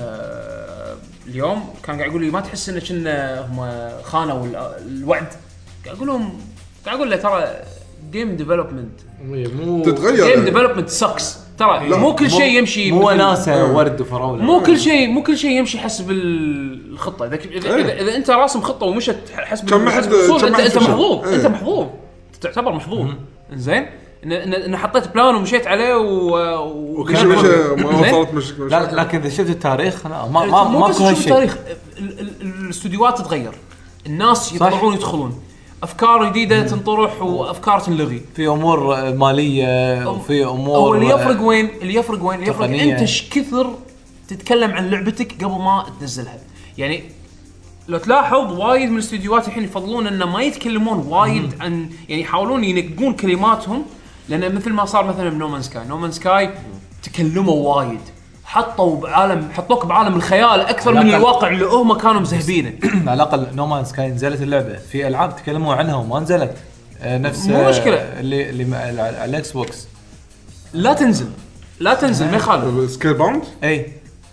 آه اليوم كان قاعد يقول لي ما تحس ان كنا هم خانوا الوعد. قاعد اقول لهم قاعد اقول له ترى جيم ديفلوبمنت مو تتغير. جيم ديفلوبمنت سكس ترى. مو كل شيء يمشي مو ناسه ورد وفراوله. مو كل شيء مو كل شيء يمشي حسب الخطه. اذا اذا, إذا, إذا انت راسم خطه ومشت حسب الصوره انت انت محظوظ. انت محظوظ تعتبر محظوظ. انزين ان ان حطيت بلان ومشيت عليه وكل شيء ما وصلت مشكله. لكن اذا شفت التاريخ ما ما ما ماكو هالشيء. التاريخ الاستوديوهات تتغير. الناس يضطرون يدخلون افكار جديده تنطرح وافكار تنلغي في امور ماليه وفي امور. اللي يفرق وين اللي يفرق وين اللي يفرق انت ايش كثر تتكلم عن لعبتك قبل ما تنزلها. يعني لو تلاحظ وايد من الاستديوهات الحين يفضلون انه ما يتكلمون وايد عن يعني يحاولون ينقون كلماتهم. لان مثل ما صار مثلا بنومان سكاي نومان سكاي تكلموا وايد. حطوا بعالم حطوك بعالم الخيال اكثر من الواقع اللي هم كانوا مزهبينه. على الاقل نومان سكاي نزلت اللعبه. في العاب تكلموا عنها وما نزلت نفس مو مشكله اللي اللي على الاكس بوكس. لا تنزل لا تنزل ما يخالف. سكيل باوند اي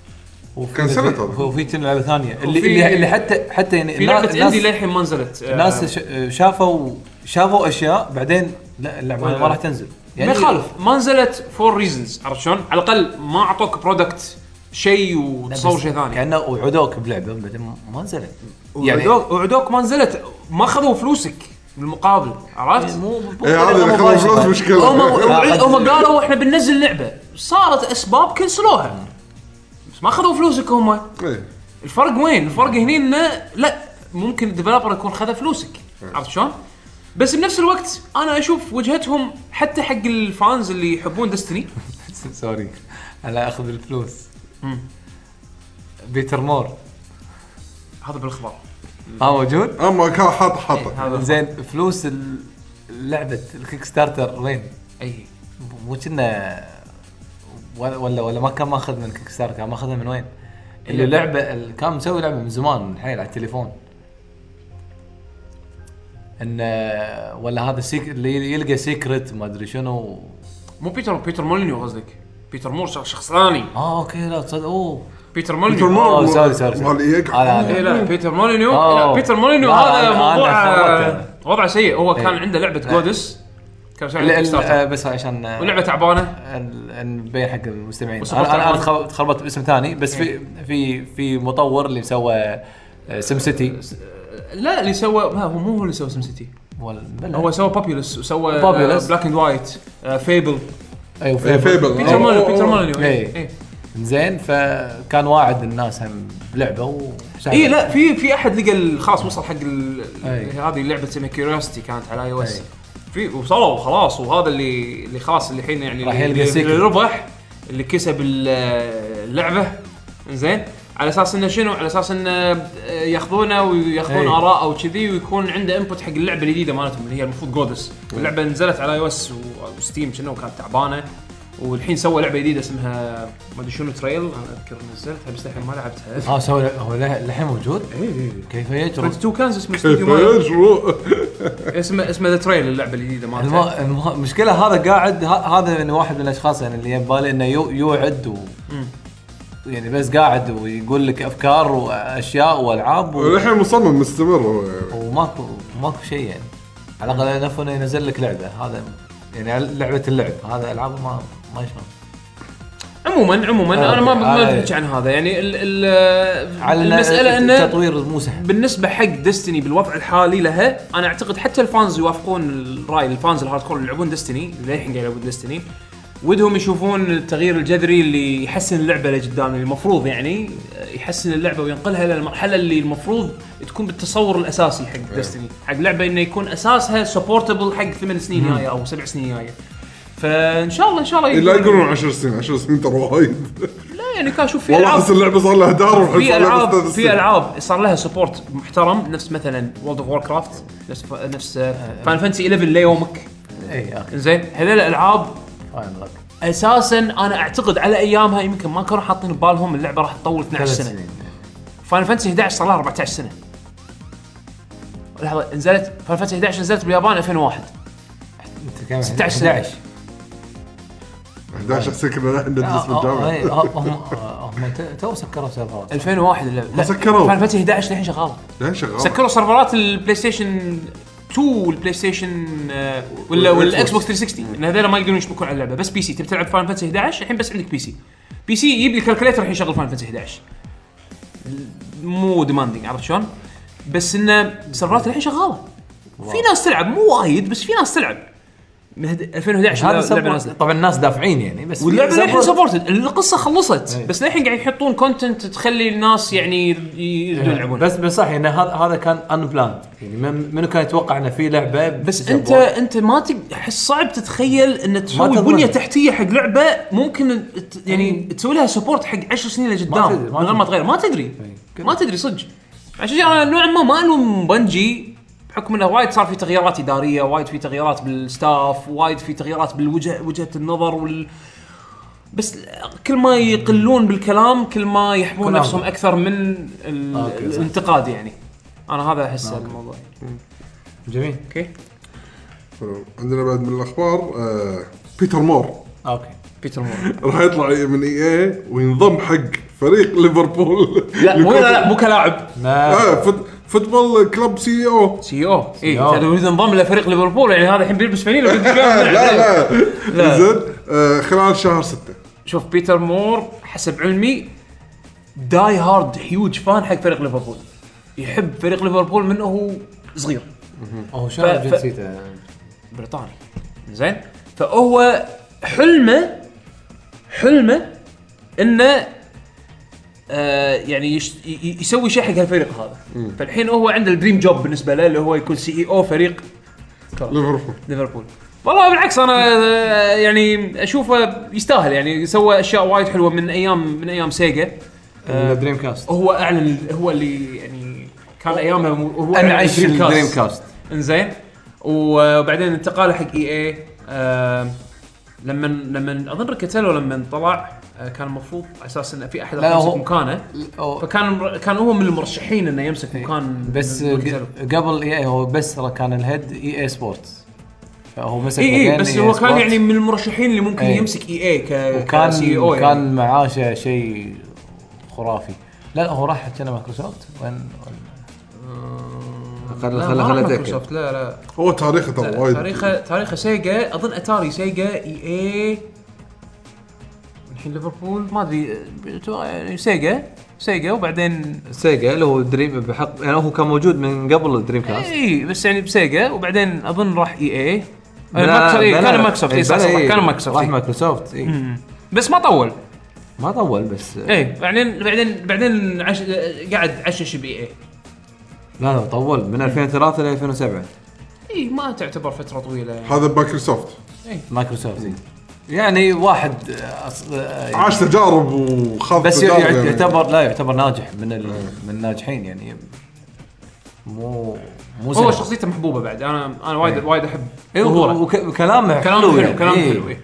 كان سنه وفي كان لعبه ثانيه اللي اللي, اللي حتى حتى يعني في لعبه عندي للحين ما نزلت. الناس شافوا شافوا اشياء بعدين لا اللعبه ما راح تنزل يعني ما يخالف. ما نزلت فور ريزنز. عرفت شلون؟ على الاقل ما اعطوك برودكت شيء وتصور شيء ثاني. كانه وعدوك بلعبه بعدين ما نزلت يعني وعدوك ما نزلت ما اخذوا فلوسك بالمقابل. عرفت؟ مو هذا اللي خلوا فلوس مشكله. هم قالوا احنا بننزل لعبه صارت اسباب كنسلوها بس ما اخذوا فلوسك هم. الفرق وين؟ الفرق هني انه لا ممكن الديفلوبر يكون خذ فلوسك. عرفت شلون؟ بس بنفس الوقت انا اشوف وجهتهم حتى حق الفانز اللي يحبون دستني سوري على اخذ الفلوس. بيتر مور هذا بالاخبار ها موجود. اما كان حاط حاط زين فلوس اللعبه الكيك ستارتر وين؟ اي مو كنا ولا ولا ما كان ماخذ من كيك ستارتر. كان ماخذها من وين؟ اللي لعبه كان مسوي لعبه من زمان الحين على التليفون ان ولا هذا سيك اللي يلقى سيكرت ما ادري شنو. مو بيتر بيتر مولينيو قصدك؟ بيتر مور شخص ثاني. اه اوكي لا تصدق اوه بيتر مولينيو. اه سوري سوري لا لا بيتر مولينيو. لا بيتر مولينيو هذا موضوع وضع سيء. هو كان عنده لعبه جودس كان بس عشان ولعبه تعبانه نبين حق المستمعين. انا انا تخربت باسم ثاني بس في في في مطور اللي سوى سم سيتي. لا اللي سوى هو مو هو اللي سوى سم سيتي. هو سوى بوبيولس وسوى بلاك اند وايت فيبل. ايوه فيبل بيتر مولينيو بيتر مولينيو اي زين. فكان واعد الناس هم بلعبه اي لا في في احد لقى خلاص وصل حق هذه اللعبه اسمها كيوريوستي كانت على اي او اس في وصلوا خلاص. وهذا اللي اللي خلاص اللي الحين يعني اللي, اللي ربح اللي كسب اللعبه زين على اساس انه شنو على اساس انه ياخذونه وياخذون اراء او كذي ويكون عنده انبوت حق اللعبه الجديده مالتهم اللي هي المفروض جودس. اللعبه نزلت على اي او اس وستيم شنو كانت تعبانه والحين سوى لعبه جديده اسمها ما ادري شنو تريل. انا اذكر نزلتها بس الحين ما لعبتها. اه سوى هو الحين موجود. اي كيف يجري تو كانز اسمه استوديو اسمه اسمه ذا تريل اللعبه الجديده مالتها. المشكله هذا قاعد هذا يعني واحد من الاشخاص يعني اللي يبالي انه يوعد و يعني بس قاعد ويقول لك افكار واشياء والعاب والحين مصمم مستمر هو يعني. وماكو ماكو شيء يعني على الاقل نفسه ينزل لك لعبه. هذا يعني لعبه اللعب هذا العاب ما ما يشون. عموما عموما آه انا ما ما بحكي عن هذا يعني ال ال المساله انه تطوير مو سهل بالنسبه حق ديستني بالوضع الحالي لها. انا اعتقد حتى الفانز يوافقون الراي. الفانز الهاردكور اللي يلعبون ديستني اللي الحين قاعد يلعبون ديستني ودهم يشوفون التغيير الجذري اللي يحسن اللعبه لقدام. المفروض يعني يحسن اللعبه وينقلها للمرحله اللي المفروض تكون بالتصور الاساسي حق ديستني، حق لعبه انه يكون اساسها سبورتبل حق ثمان سنين جايه او سبع سنين جايه. فان شاء الله ان شاء الله لا يقولون عشر سنين عشر سنين ترى وايد. لا يعني كان شوف في والله العاب احس اللعبه صار لها دار في العاب في العاب صار لها سبورت محترم، نفس مثلا وورلد اوف ووركرافت، نفس نفس فاين فانتسي إحدى عشر ليومك. اي اوكي زين هذول الالعاب فاين لك اساسا انا اعتقد على ايامها يمكن ما كانوا حاطين ببالهم اللعبه راح تطول اثنا عشر سنه. فاين فانتسي إحدى عشر صار لها أربعة عشر سنه. لحظه نزلت فاين فانتسي إحدى عشر نزلت باليابان ألفين وواحد، انت كم ستة عشر سنه إحدى عشر إحدى عشر سكر احنا ندرس بالجامعه. اي هم هم تو سكروا سيرفرات ألفين وواحد اللعبه سكروا فاين فانتسي إحدى عشر الحين شغاله. لا شغال سكروا سيرفرات البلاي ستيشن اثنين والبلاي ستيشن آه ولا والاكس بوكس ثلاثمية وستين، ان هذول ما يقدرون يشبكون على اللعبه. بس بي سي تبي تلعب فاين فانتسي إحدى عشر الحين بس عندك بي سي بي سي يجيب لي كالكوليتر الحين يشغل فاين فانتسي إحدى عشر، مو ديماندينج عرفت شلون؟ بس انه سيرفرات الحين شغاله. في ناس تلعب مو وايد بس في ناس تلعب من ألفين وإحدى عشر اللعبه نازله. طبعا الناس دافعين يعني بس واللعبه الحين سبورتد، القصه خلصت أي. بس الحين قاعد يحطون كونتنت تخلي الناس يعني يريدون يلعبون. بس بس صح يعني هذا هذا كان ان بلان يعني منو كان يتوقع انه في لعبه بس انت انت ما تحس صعب تتخيل ان تسوي بنيه تحتيه حق لعبه ممكن يعني تسوي لها سبورت حق عشر سنين لقدام من غير ما تغير. ما تدري ما تدري صدق. عشان انا نوعا ما ما الوم بنجي بحكم انه وايد صار في تغييرات اداريه، وايد في تغييرات بالستاف، وايد في تغييرات بالوجه وجهه النظر وال بس كل ما يقلون بالكلام كل ما يحمون نفسهم اكثر من ال... الانتقاد. يعني انا هذا احس الموضوع. جميل. اوكي عندنا بعد من الاخبار آه بيتر مور. اوكي بيتر مور راح يطلع من اي اي وينضم حق فريق ليفربول. لا مو لا مو كلاعب اه فت... فوتبول كلوب سي او سي او اي هذا يريد ينضم لفريق ليفربول. يعني هذا الحين بيلبس فانيله لا لا لا زين آه خلال شهر ستة. شوف بيتر مور حسب علمي داي هارد هيوج فان حق فريق ليفربول، يحب فريق ليفربول من هو صغير. هو شنو ف... جنسيته؟ بريطاني. زين فهو حلمه حلمه انه آه يعني يش... ي... يسوي شيء حق هالفريق هذا. مم. فالحين هو عنده الدريم جوب بالنسبه له اللي هو يكون سي اي او فريق ليفربول. ليفربول والله بالعكس انا يعني اشوفه يستاهل. يعني سوى اشياء وايد حلوه من ايام من ايام سيجا. الدريم كاست هو اعلن هو اللي يعني كان ايامه هو انا عايش الدريم كاست. انزين وبعدين انتقاله حق اي اي آه لما لما اظن ركتلو لما طلع كان المفروض على اساس انه في احد يمسك مكانه، فكان كان هو من المرشحين انه يمسك مكان. بس قبل اي اي هو بس كان الهيد اي اي سبورتس فهو مسك اي بس هو كان يعني من المرشحين اللي ممكن أي. يمسك اي اي ك كسي او كان يعني. معاشه شيء خرافي. لا هو راح كنا مايكروسوفت وين خل خل خل مايكروسوفت. لا لا هو تاريخه ترى وايد تاريخه تاريخه سيجا اظن اتاري سيجا اي اي الحين ليفربول ما ادري يعني سيجا سيجا وبعدين سيجا اللي هو دريم بحق يعني هو كان موجود من قبل الدريم كاست. اي بس يعني بسيجا وبعدين اظن راح اي اي كان مايكروسوفت. اي صح كان مايكروسوفت راح مايكروسوفت اي بس ما طول ما طول بس اي بعدين بعدين بعدين عش... قاعد عشش بي اي. لا لا طول من ألفين وثلاثة ل ألفين وسبعة. اي ما تعتبر فتره طويله يعني. هذا مايكروسوفت. اي مايكروسوفت يعني واحد عاش تجارب وخاض بس يعتبر يعني. لا يعتبر ناجح من ال... من الناجحين يعني مو مو هو شخصيته محبوبه بعد. انا انا وايد ايه. وايد احب ايه وكلامه كلامه حلو يعني. كلامه ايه. حلو. ايه.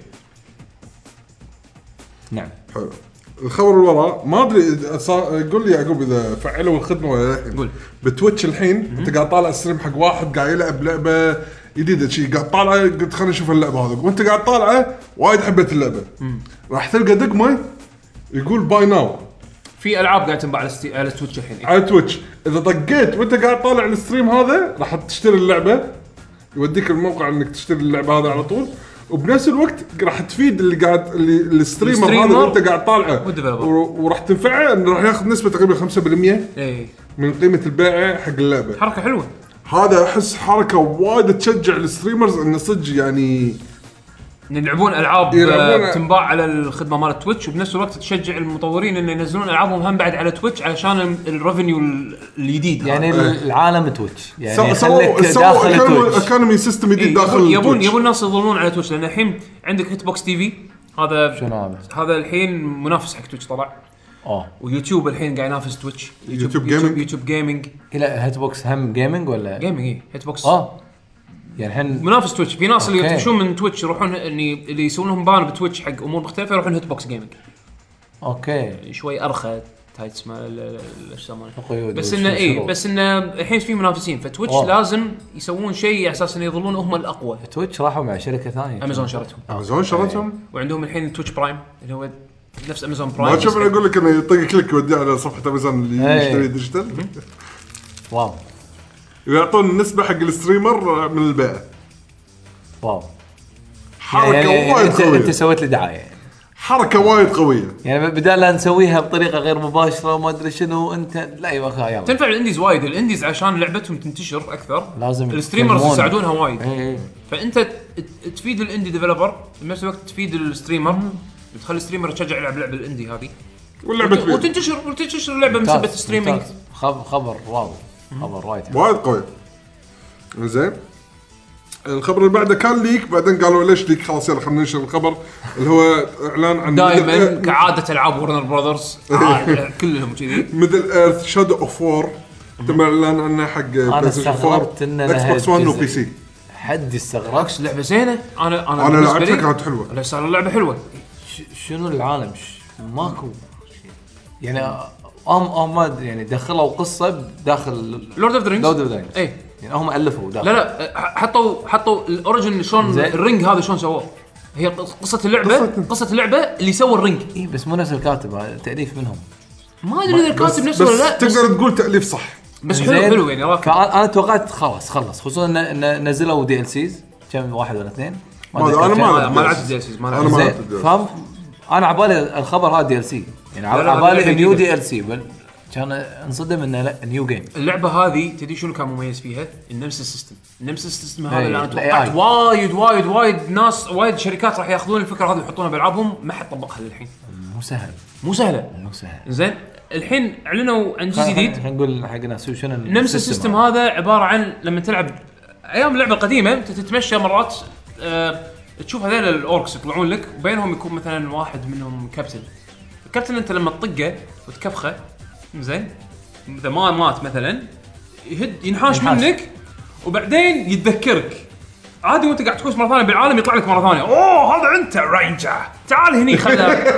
نعم حلو. الخبر اللي وراه ما ادري قول لي يعقوب اذا فعلوا الخدمه ولا الحين. قول بتويتش الحين انت قاعد طالع ستريم حق واحد قاعد يلعب لعبه جديده شيء قاعد طالع قلت خلينا نشوف اللعبه هذه وانت قاعد طالعه وايد حبيت اللعبه راح تلقى دقمه يقول باي ناو. في العاب قاعد تنباع على ستي... على تويتش الحين. على تويتش اذا طقيت وانت قاعد طالع الستريم هذا راح تشتري اللعبه يوديك الموقع انك تشتري اللعبه هذه على طول وبنفس الوقت راح تفيد اللي قاعد اللي الستريمر هذا اللي انت قاعد طالعه وراح تنفعه انه راح ياخذ نسبه تقريبا خمسة بالمية اي من قيمه البيع حق اللعبه. حركه حلوه. هذا احس حركه وايد تشجع الستريمرز انه صدق يعني ان يلعبون العاب يلعبون- تنباع على الخدمه مال تويتش، وبنفس الوقت تشجع المطورين ان ينزلون العابهم هم بعد على تويتش علشان الريفنيو الجديد. يعني العالم تويتش سو يعني سو خليك سو داخل تويتش. اكاديمي سيستم جديد داخل يبون يبون, تويتش. يبون الناس يظلون على تويتش، لان الحين عندك هيت بوكس تي في هذا شنو هذا؟ هذا الحين منافس حق تويتش طلع، اه ويوتيوب الحين قاعد ينافس تويتش. يوتيوب جيمنج. يوتيوب جيمنج الى هيت بوكس هم جيمنج ولا جيمنج اي هيت بوكس اه يعني الحين منافس تويتش. في ناس اللي أوكي. يطفشون من تويتش يروحون اني اللي يسوون لهم بان بتويتش حق امور مختلفه يروحون هيت بوكس جيمنج، اوكي شوي ارخى تايتس مال ايش يسمونه. قيود بس وش- انه اي شروط. بس انه الحين في منافسين، فتويتش أوه. لازم يسوون شيء على اساس انه يظلون هم الاقوى. تويتش راحوا مع شركه ثانيه امازون شرتهم، امازون شرتهم. وعندهم الحين تويتش برايم اللي هو نفس امازون ما برايم. تشوف انا اقول لك انه يطق كليك يوديه على صفحه امازون اللي إيه. يشتري ديجيتال، واو ويعطون نسبه حق الستريمر من البيع. واو حركه يعني وايد انت, قويه، انت سويت لي دعايه حركه وايد قويه. يعني بدال لا نسويها بطريقه غير مباشره وما ادري شنو انت لا يبقى يلا تنفع الانديز وايد. الانديز عشان لعبتهم تنتشر اكثر لازم الستريمرز يكلمون. يساعدونها وايد. اي اي فانت ت- تفيد الاندي ديفلوبر بنفس الوقت تفيد الستريمر، تخلي الستريمر يشجع يلعب لعب الاندي هذه واللعبه وت- كبيره وتنتشر وتنتشر اللعبه بسبب ممتاز، الستريمينج. ممتاز. خبر خبر واو خبر وايد حلو. وايد قوي. زين الخبر اللي بعده كان ليك، بعدين قالوا ليش ليك، خلاص يلا خلينا ننشر الخبر اللي هو اعلان عن دائما كعاده العاب ورنر براذرز كلهم كذي. ميدل ايرث شادو اوف وور تم الاعلان عنه حق انا بلاي ستيشن استغربت ان اكس بوكس ون وبي سي. حد استغرب عكس لعبه زينه. انا انا انا بالنسبة لعبتها لي- كانت حلوه. لا صار اللعبه حلوه. ش- شنو العالم ش- ماكو يعني ام ام ما أدري، يعني دخلوا قصه داخل لورد اوف ذا رينجز. لورد اوف ذا رينجز اي يعني هم الفوا داخل لا لا حطوا حطوا الاوريجن شلون زين. الرينج هذا شلون سووه. هي قص- قصه اللعبه قصة- قصه اللعبه اللي سوى الرينج. اي بس مو نفس الكاتب هذا تاليف منهم ما ادري اذا الكاتب بس, نفسه ولا بس لا بس, تقدر تقول تاليف صح. بس حلو زين. حلو يعني راكب. فانا انا توقعت خلاص خلص خصوصا ان إن نزلوا دي ال سيز كم واحد ولا اثنين ما أذكر أنا كم. ما- ما ما لعبت دي ال سيز ما أنا لعبت. ما- زين لعبت ال دي إل سي. فهم انا عبالي الخبر هذا دي ال سي يعني لا، لا، عبالي لعبة نيو جديدة. دي ال سي كان انصدم انه لا نيو جيم اللعبه هذه تدري شنو كان مميز فيها؟ النمسيس سيستم. النمسيس سيستم هذا إيه، اللي انا ال توقعت إيه آي. وايد وايد وايد ناس وايد شركات راح ياخذون الفكره هذه ويحطونها بالعابهم، ما حد طبقها للحين. مو سهل مو سهله. مو سهل زين الحين اعلنوا عن جزء جديد. خلينا نقول حق الناس شنو نمس السيستم هذا عباره عن لما تلعب ايام اللعبه القديمه انت تتمشى مرات أه تشوف هذول الاوركس يطلعون لك وبينهم يكون مثلا واحد منهم كابتن. الكابتن انت لما تطقه وتكفخه زين اذا ما مات مثلا يهد ينحاش, ينحاش. منك وبعدين يتذكرك عادي وانت قاعد تحوس مره ثانيه بالعالم يطلع لك مره ثانيه اوه هذا انت رينجر تعال هني خل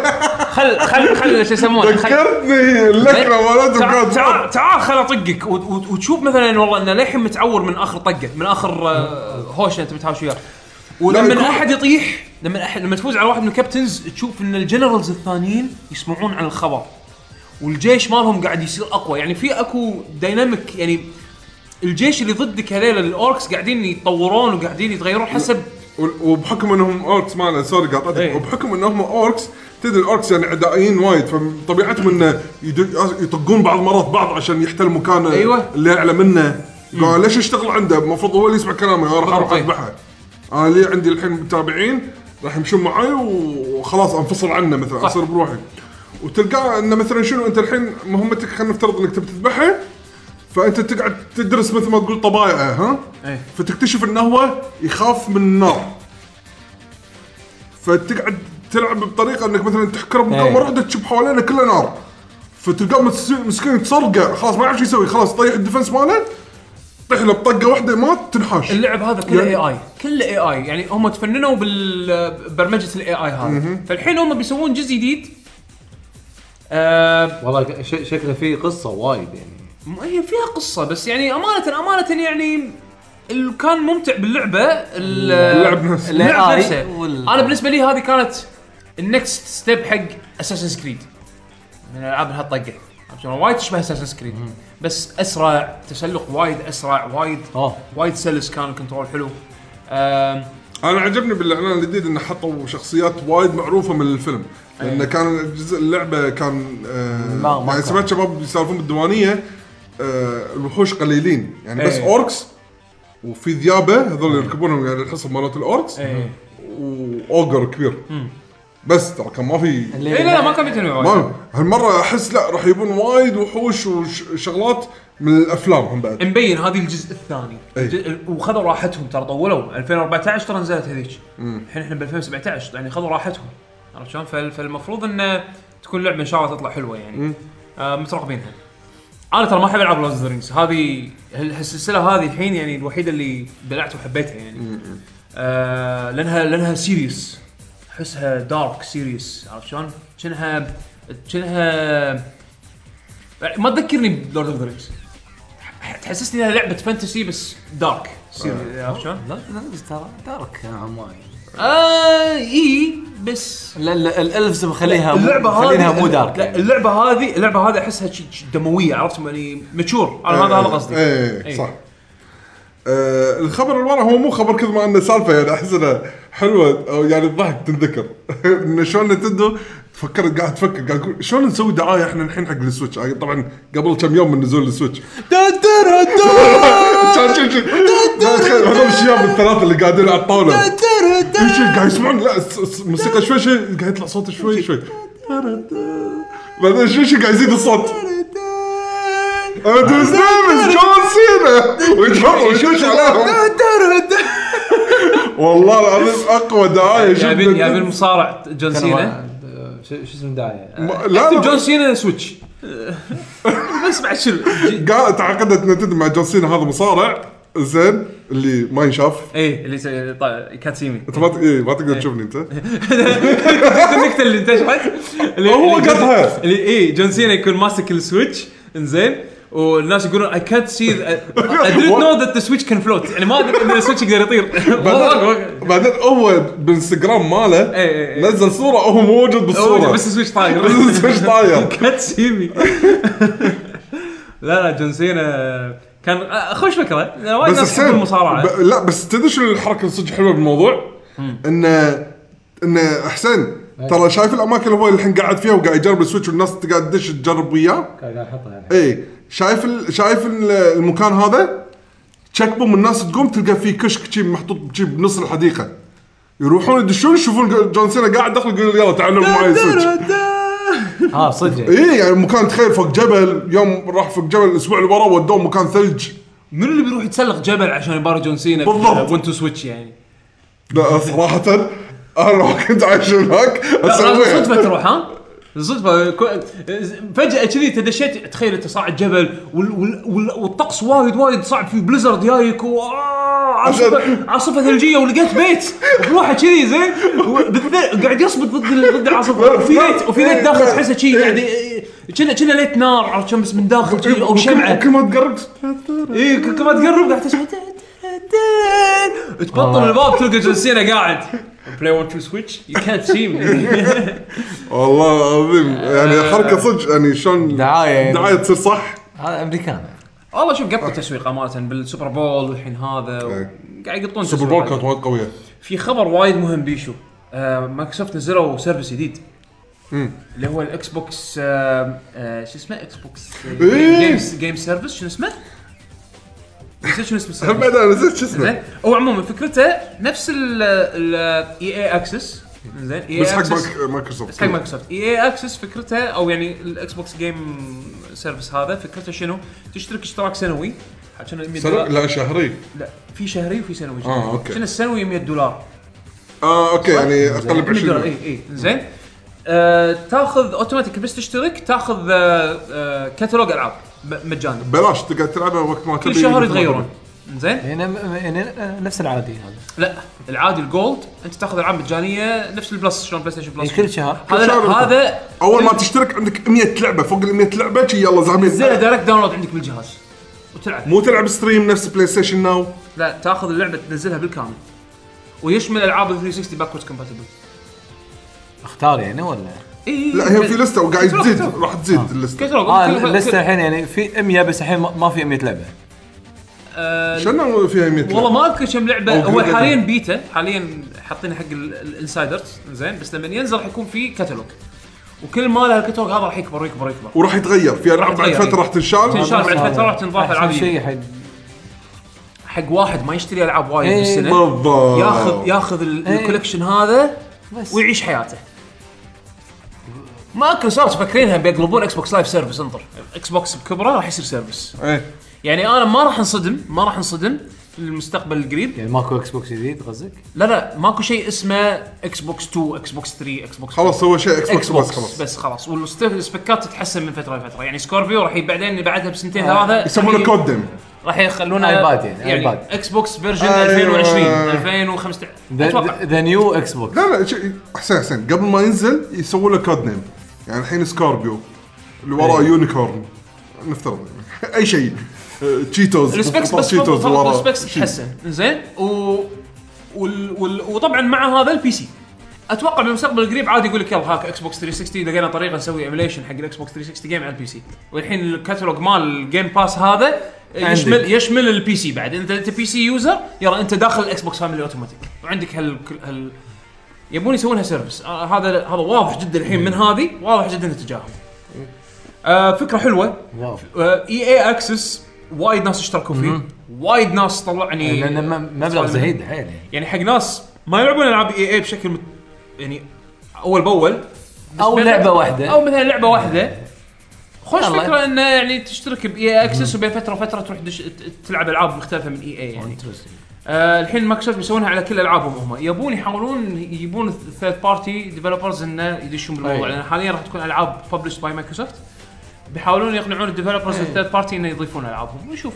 خل خل خل شو يسمونه خل ذكرتني اللكره مالتهم تعال كانت تعال, تعال خل اطقك و- و- وتشوف مثلا والله انه للحين متعور من اخر طقه من اخر آه، هوشه انت بتهاوش وياه. ولما يكون- احد يطيح لما احد لما تفوز على واحد من الكابتنز تشوف ان الجنرالز الثانيين يسمعون عن الخبر والجيش مالهم قاعد يصير اقوى. يعني في اكو دايناميك يعني الجيش اللي ضدك هذول الاوركس قاعدين يتطورون وقاعدين يتغيرون حسب وبحكم انهم اوركس مالنا سوري قاطعتك إيه. وبحكم انهم اوركس تدري الاوركس يعني عدائيين وايد فطبيعتهم انه يدو- يطقون بعض مرات بعض عشان يحتل مكانه أيوة. اللي اعلى منه. قال ليش اشتغل عنده المفروض هو اللي يسمع كلامي انا راح اروح أي. اذبحه. انا لي عندي الحين متابعين راح يمشون معي وخلاص انفصل عنه مثلا اصير بروحي. وتلقى انه مثلا شنو انت الحين مهمتك خلينا نفترض انك تبي تذبحه فانت تقعد تدرس مثل ما تقول طبايعه ها إيه. فتكتشف انه هو يخاف من النار فتقعد تلعب بطريقه انك مثلا تحكر بمكان إيه. مره واحده تشوف حوالينه كله نار فتلقاه مس- مسكين تصرقه خلاص ما يعرف شو يسوي خلاص طيح الديفنس ماله طيح له بطقه واحده مات تنحاش. اللعب هذا كله اي يعني- اي كله اي اي يعني هم تفننوا بالبرمجه الاي اي هذا. فالحين هم بيسوون جزء جديد آه والله ش- شكله فيه قصه وايد يعني هي فيها قصه بس يعني امانه امانه يعني اللي كان ممتع باللعبه ال- اللعب نفسه. اللعب ال إيه آي نفسه وال- انا بالنسبه لي هذه كانت النكست ستيب حق اساسن كريد من الالعاب هالطقه عشان وايد تشبه اساسن كريد بس اسرع تسلق وايد اسرع وايد أوه. وايد سلس كان الكنترول حلو. آم، انا عجبني بالاعلان الجديد انه حطوا شخصيات وايد معروفه من الفيلم لان كان جزء اللعبه كان آه ما- ما يعني كان. سمعت شباب يسولفون بالديوانيه آه الوحوش قليلين يعني بس أي. اوركس وفي ذيابه هذول يركبونهم يعني الحصن مالت الاوركس إيه. واوجر كبير بس ترى كان ما في اي لا لا ما كان في تنويع ما هالمره احس لا راح يبون وايد وحوش وشغلات من الافلام هم بعد مبين هذه الجزء الثاني أي. الج- وخذوا راحتهم ترى طولوا ألفين وأربعة عشر ترى نزلت هذيك الحين احنا ب ألفين وسبعة عشر يعني خذوا راحتهم عرفت شلون فال- فالمفروض انه تكون لعبه ان شاء الله تطلع حلوه يعني آه مترقبينها. انا ترى ما احب العب لورد اوف ذا رينجز هذه السلسله هذه الحين يعني الوحيده اللي بلعت وحبيتها يعني آه لانها لانها سيريس احسها دارك سيريس عرفت شلون كأنها كأنها ما تذكرني بلورد اوف ذا رينجز تحسسني انها لعبه فانتسي بس دارك سيريس عرفت شلون لا لا بس ترى دارك يا عماي اه اي بس لا لا الالفز بخليها اللعبه هذه خليها مو دارك لا يعني. اللعبه هذه اللعبه هذه احسها شيء دمويه عرفت يعني ماتشور انا هذا هذا قصدي ايه إيه. صح. آه الخبر اللي ورا هو مو خبر كذا ما عنده سالفه يعني احس انه حلوه او يعني الضحك تنذكر انه شلون نتندو فكرت قاعد تفكر قاعد تقول شلون نسوي دعايه احنا الحين حق السويتش طبعا قبل كم يوم من نزول السويتش كان شو شو هذول الشباب الثلاثه اللي قاعدين على الطاوله ايش قاعد يسمعون لا موسيقى شوي شوي قاعد يطلع صوت شوي شوي بعدين شوي شوي قاعد يزيد الصوت هذا اسمه جون سينا ويتفرج ويشوش عليهم والله العظيم اقوى دعايه شفت جايبين جايبين المصارع جون سينا شو اسم الداعي لا جون سينا سويتش بس بعد شو قال تعاقدت نتندو مع جون سينا هذا مصارع زين اللي ما ينشاف ايه اللي طيب كاتسيمي انت ما إيه ما تقدر تشوفني انت النكته اللي انتشرت اللي هو اللي- قطها. اللي ايه جون سينا يكون ماسك السويتش انزين والناس يقولون I can't see I didn't know that the switch can float يعني ما ادري ان السويتش يقدر يطير بعدين بعدين هو بالانستغرام ماله إيه إيه. نزل صوره وهو موجود بالصوره بس السويتش طاير بس السويتش طاير. كاتسيمي لا لا جون سينا كان خوش فكره وايد بس ناس يحبون السين المصارعه ب... لا بس تدري شنو الحركه الصدق حلوه بالموضوع انه انه حسين ترى شايف الاماكن اللي هو الحين قاعد فيها وقاعد يجرب السويتش والناس قاعد تدش تجرب وياه قاعد احطها يعني اي شايف ال... شايف ال- المكان هذا تشيك بوم الناس تقوم تلقى فيه كشك شي محطوط شي بنص الحديقه يروحون يدشون يشوفون جون سينا قاعد داخل يقول يلا تعالوا معي السويتش اه صدق اي يعني مكان تخيل فوق جبل يوم راح فوق جبل الاسبوع اللي وراه ودوه مكان ثلج من اللي بيروح يتسلق جبل عشان يباري جون سينا بالضبط. وانتو سويتش يعني لا صراحه انا لو كنت عايش هناك لا اسويها صدفه تروح ها صدفه كو- فجاه كذي تدشيت تخيل انت صاعد جبل وال... وال... وال... والطقس وايد وايد صعب في بليزرد جايك و آه، عاصفه عاصفه ثلجيه ولقيت بيت وبروحه كذي زين وبالذ- قاعد يصبط ضد ال- ضد العاصفه وفي ليت وفي ليت داخل تحسه شيء قاعد ي- كنا كنا ليت نار عرفت شلون بس من داخل كذي او شمعه كل ما تقرب اي كل ما تقرب قاعد تسمع تبطل الباب تلقى جون سينا قاعد بلاي ون تو سويتش يو كانت سي مي والله العظيم يعني حركه صدق يعني شلون دعاية. دعايه تصير صح. هذا امريكان والله شوف قطوا تسويق امانه بالسوبر بول والحين هذا إيه. قاعد يقطون سوبر تسويق. بول كانت وايد قويه. في خبر وايد مهم بيشو آه مايكروسوفت نزلوا سيرفيس جديد اللي هو الاكس بوكس آه آه شو اسمه اكس بوكس إيه. جيمز جيم سيرفيس شنو اسمه؟ نسيت شنو اسمه هم السيرفيس. بعد انا نسيت شو اسمه زين هو عموما فكرته نفس ال ال اي اي اكسس زين اي بس اي حق اكسس مايك- مايكروسوفت بس حق مايكروسوفت اي اي اكسس فكرته او يعني الاكس بوكس جيم سيرفيس هذا فكرته شنو؟ تشترك اشتراك سنوي عشان مية سنة دولار لا شهري لا في شهري وفي سنوي آه، أوكي. شنو السنوي مية دولار اه اوكي يعني اقل ب مية دولار اي عشرين اي زين آه تاخذ اوتوماتيك بس تشترك تاخذ آه آه كتالوج العاب ب- مجاني بلاش تقدر تلعبها وقت ما تبي كل شهر يتغيرون زين يعني يعني نفس العادي هذا لا العادي الجولد انت تاخذ العاب مجانيه نفس البلس شلون بلاي ستيشن بلس كل شهر هذا شهر لا هذا اول ما تشترك عندك مية لعبه فوق ال مية لعبه شي يلا زعمين تنزلها دايركت داونلود عندك بالجهاز وتلعب مو تلعب ستريم نفس بلاي ستيشن ناو. لا تاخذ اللعبه تنزلها بالكامل ويشمل العاب ال ثلاثمية وستين باكورد كومباتبل اختار يعني ولا اي لا هي في لسته وقاعد كتالوج، تزيد كتالوج. راح تزيد اللسته. كتالوج اه كل- لسه كل- الحين يعني في مية بس الحين ما ما في مية لعبه آه، شنو فيها مية لعبة؟ والله ما اذكر كم لعبه أو هو جديدة. حاليا بيتا حاليا حاطين حق الانسايدرز زين بس لما ينزل راح يكون في كتالوج وكل ما له الكتالوج هذا راح يكبر ويكبر ويكبر وراح يتغير في العاب بعد يتغير، فتره راح تنشال تنشال بعد فتره راح تنضاف العاب شيء حد حق واحد ما يشتري العاب وايد إيه بالسنه بالضبط ياخذ ياخذ ال- إيه. الكولكشن هذا بس. ويعيش حياته. مايكروسوفت فاكرينها بيقلبون اكس بوكس لايف سيرفيس. انطر اكس بوكس بكبره راح يصير سيرفيس. ايه يعني انا ما راح انصدم ما راح انصدم في المستقبل القريب. يعني ماكو اكس بوكس جديد قصدك؟ لا لا ماكو شيء اسمه اكس بوكس اثنين اكس بوكس ثلاثة اكس بوكس خلاص هو شيء اكس اكس بوكس بوكس بس خلاص بس خلاص. والسبيكات تتحسن من فتره لفتره. يعني سكوربيو راح بعدين بعدها بسنتين آه. ثلاثه يسمونه راح ي- كود ديم راح يخلونه آيباد يعني، يعني آيباد. اكس بوكس فيرجن أيوة. ألفين وعشرين ألفين وخمسطعش اتوقع. ذا نيو اكس بوكس. لا لا شيء حسين حسين قبل ما ينزل يسووا له كود نيم. يعني الحين سكوربيو اللي وراه يونيكورن نفترض يعني. اي شيء تشيتوز السبيكس بس تشيتوز ورا السبيكس تحسن زين و... وال... وال... وطبعا مع هذا البي سي اتوقع بالمستقبل القريب عادي يقول لك يلا هاك اكس بوكس ثلاثمية وستين لقينا طريقه نسوي ايميليشن حق الاكس بوكس ثلاثمية وستين جيم على البي سي. والحين الكاتالوج مال الجيم باس هذا يشمل يشمل البي سي بعد. انت انت بي سي يوزر يلا انت داخل الاكس بوكس فاميلي اوتوماتيك وعندك هال هال يبون يسوونها سيرفيس. آه هذا هذا واضح جدا الحين من هذه واضح جدا اتجاههم. آه فكره حلوه. واو. اي اي اكسس وايد ناس اشتركوا فيه. وايد ناس طلعني لان م- مبلغ زهيد حيل يعني. يعني حق ناس ما يلعبون العاب اي اي بشكل مت... يعني اول باول او لعبه واحده او مثلا لعبه واحده خوش الله. فكره انه يعني تشترك باي اكسس وبين فتره وفتره تروح دش... تلعب العاب مختلفه من اي اي يعني. آه الحين مايكروسوفت بيسوونها على كل العابهم. هم يبون يحاولون يجيبون الثيرد بارتي ديفلوبرز انه يدشون بالموضوع. أي. لان حاليا راح تكون العاب ببلش باي مايكروسوفت. بيحاولون يقنعون الديفلوبرز الثيرد بارتي انه يضيفون العابهم ونشوف.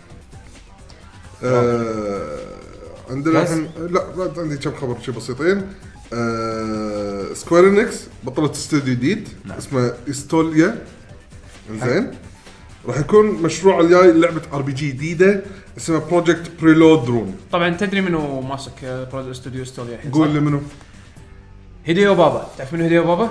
آه عندنا بس. الحين لا بعد عندي كم خبر شيء بسيطين. آه سكوير انكس بطلت استوديو جديد اسمه استوليا. زين راح يكون مشروع الجاي لعبه ار بي جي جديده اسمها بروجكت بريلود رون. طبعا تدري منو ماسك برودكت استوديو استوليا الحين؟ قول لي منو. هيديو بابا. تعرف منو هيديو بابا؟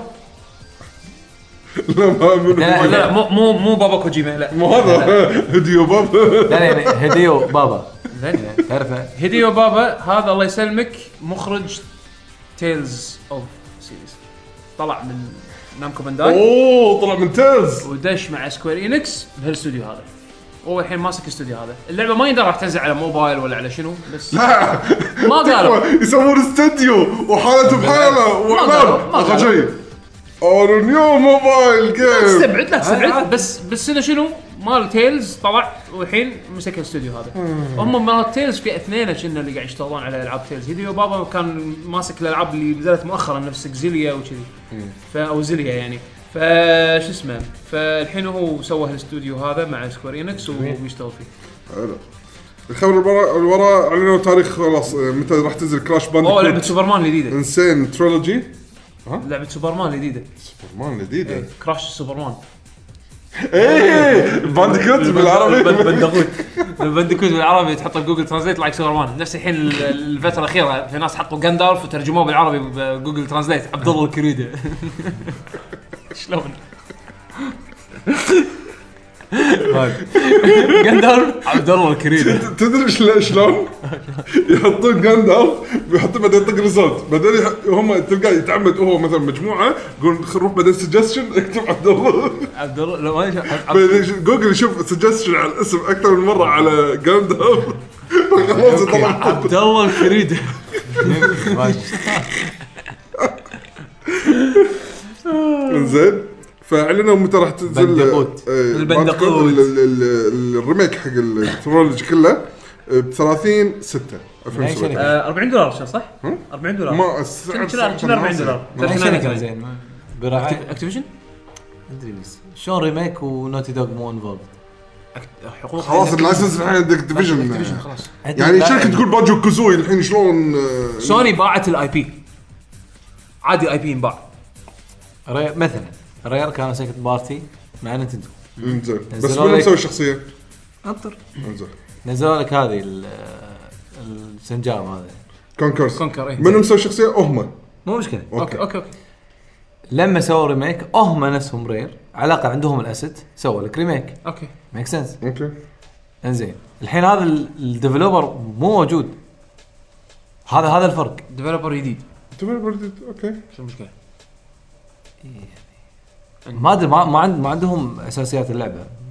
لا ما منو. لا، لا لا مو مو مو بابا كوجيما لا. مو هذا هديو بابا. لا يعني هديو بابا زين تعرفه. هيديو بابا هذا الله يسلمك مخرج تيلز اوف سيريز. طلع من نامكو بانداي اوه طلع من تيلز. ودش مع سكوير انكس بهالاستوديو هذا. هو الحين ماسك الاستوديو هذا. اللعبه ما يندرى راح تنزل على موبايل ولا على شنو بس ما قالوا يسوون استوديو وحالته بحاله قالوا، ما واعلان اخر قالوا. شيء اور نيو موبايل لا جيم. تستبعد لا تستبعد بس بس انه شنو مال تيلز طلع والحين مسك الاستوديو هذا. هم مال تيلز في اثنين كنا اللي قاعد يشتغلون على العاب تيلز. هيديو بابا كان ماسك الالعاب اللي نزلت مؤخرا نفس زيليا وكذي او زيليا يعني. فش اسمه فالحين هو سوى هالاستوديو هذا مع سكوير انكس وبيشتغل فيه. حلو. الخبر الورا الورا اعلنوا تاريخ خلاص متى راح تنزل كراش اوه لعبه بانديكوت سوبرمان الجديده. انسين تريلوجي. لعبه سوبرمان الجديده. سوبرمان جديده. كراش سوبرمان. ايه بانديكوت بالعربي. البندقوت البندقوت بالعربي تحطه بجوجل ترانزليت لايك سوبرمان. نفس الحين الفتره الاخيره في ناس حطوا غاندالف وترجموه بالعربي بجوجل ترانزليت عبد الله الكريده. شلون غاندالف عبد الله الكريده. تدري شل- شلون يحطون غاندالف بيحطون بعدين يطق ريزولت بعدين يح- هم تلقى يتعمد هو مثلا مجموعه يقول خل نروح بعدين سجستشن اكتب عبد الله. عبد الله لو ما بعدين جوجل يشوف سجستشن على الاسم اكثر من مره على غاندالف خلاص يطلع عبد الله الكريده. زين فاعلنوا متى راح تنزل بندقوت. آه، البندقوت. ال- ال- ال- الريميك حق الترولوجي كله ب ثلاثين ستة ألفين وسبعة عشر. أربعين دولار شو صح؟ أربعين دولار. ما السعر كنا كنا أربعين دولار. شركه زين براحتك. اكتيفيشن ادري بس شلون ريميك ونوتي دوغ مو انفولد. حقوق خلاص اللايسنس الحين عندك ديفيجن اكتيفيشن خلاص. يعني شركه تقول باجو كوزوي الحين شلون آه، سوني باعت الاي بي. عادي الاي بي ينباع. ري... مثلا رير كانوا سكت بارتي مع نينتندو. انزين بس نزلوا منو لك- مسوي الشخصيه؟ انطر انزين نزلوا لك هذه ال- السنجاب هذا. كونكرز كونكر، إيه. منو مسوي الشخصيه؟ هم مو مشكله. اوكي اوكي اوكي. لما سووا ريميك هم نفسهم رير علاقه عندهم الاسيت سووا لك ريميك اوكي ميك سنس. اوكي انزين الحين هذا ال- الديفلوبر مو موجود. هذا هذا الفرق. ديفلوبر جديد اوكي شو المشكله؟ ما ادري ما ما, عند ما عندهم اساسيات اللعبه.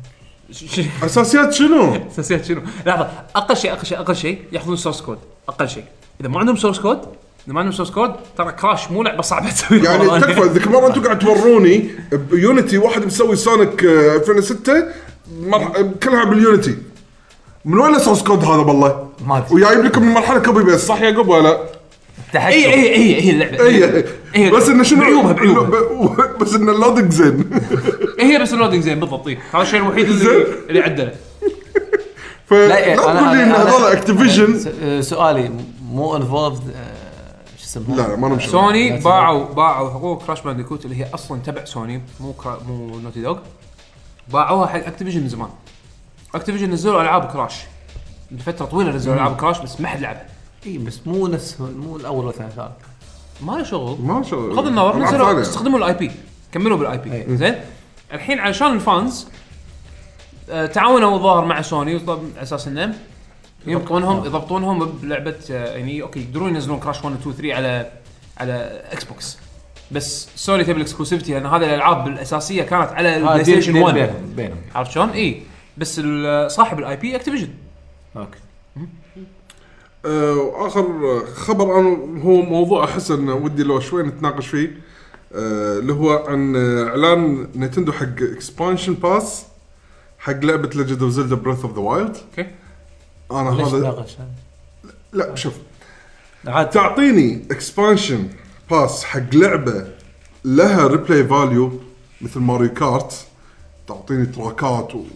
اساسيات شنو؟ اساسيات شنو؟ لحظه، اقل شيء اقل شيء اقل شيء ياخذون سورس كود، اقل شيء. اذا ما عندهم سورس كود اذا ما عندهم سورس كود ترى كراش مو لعبه صعبه تسويها. يعني تكفى ذيك مره انتم قاعد توروني بيونيتي واحد مسوي سونيك ألفين وستة مر... كلها باليونيتي. من وين السورس كود هذا بالله؟ وجايب لكم المرحله كوبي بيس صح يا قبل ولا؟ اي اي اي هي اللعبه هي هي بس انه شنو بعيوبها بعيوبها بس ان اللودنج زين. هي بس اللودنج زين بالضبط. هذا الشيء الوحيد اللي اللي عدله. فلا تقول لي ان هذول اكتيفيجن. سؤالي مو انفولد شو اسمه؟ لا ما نمشي. سوني باعوا باعوا حقوق كراش بانديكوت اللي هي اصلا تبع سوني مو كرا... مو نوتي دوغ. باعوها حق اكتيفيجن من زمان. اكتيفيجن نزلوا العاب كراش لفتره طويله، نزلوا العاب كراش بس ما حد لعبها. اي بس مو نفس مو الاول والثاني الثالث. ما له شغل ما شغل. بغض النظر نزلوا استخدموا الاي بي، كملوا بالاي بي زين. الحين علشان الفانز آه تعاونوا الظاهر مع سوني على اساس انه يضبطونهم يضبطونهم بلعبه آه يعني اوكي يقدرون ينزلون كراش واحد اثنين ثلاثة على على اكس بوكس. بس سوني تبي الاكسكلوسيفيتي لان هذه الالعاب الاساسيه كانت على البلاي ستيشن واحد بينهم. عرفت شلون؟ اي بس صاحب الاي بي اكتيفيجن. اوكي. واخر خبر انا هو موضوع احس انه ودي لو شوي نتناقش فيه، اللي هو عن اعلان نينتندو حق اكسبانشن باس حق لعبه ليجند اوف زلدا بريث اوف ذا وايلد. اوكي انا هذا لا شوف تعطيني اكسبانشن باس حق لعبه لها ريبلاي فاليو مثل ماريو كارت، تعطيني تراكات و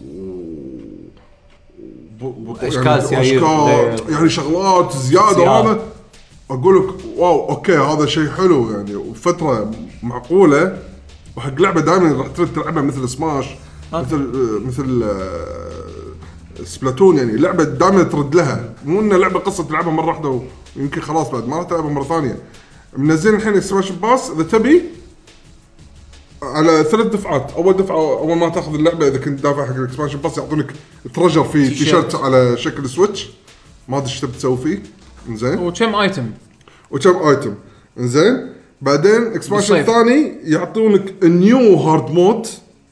اشكال يعني, يعني شغلات زياده. وانا اقول لك واو اوكي هذا شيء حلو يعني وفتره معقوله وحق لعبه دائما راح ترد تلعبها مثل سماش مثل مثل سبلاتون. يعني لعبه دائما ترد لها، مو انه لعبه قصه تلعبها مره واحده ويمكن خلاص بعد ما راح تلعبها مره ثانيه. منزلين الحين اكسبانشن باس اذا تبي على ثلاث دفعات. اول دفعه اول ما تاخذ اللعبه اذا كنت دافع حق الاكسبانشن باس يعطونك تريجر في تيشيرت على شكل سويتش ما ادري ايش تبي تسوي فيه. زين وكم ايتم وكم ايتم زين. بعدين اكسبانشن الثاني يعطونك نيو هارد مود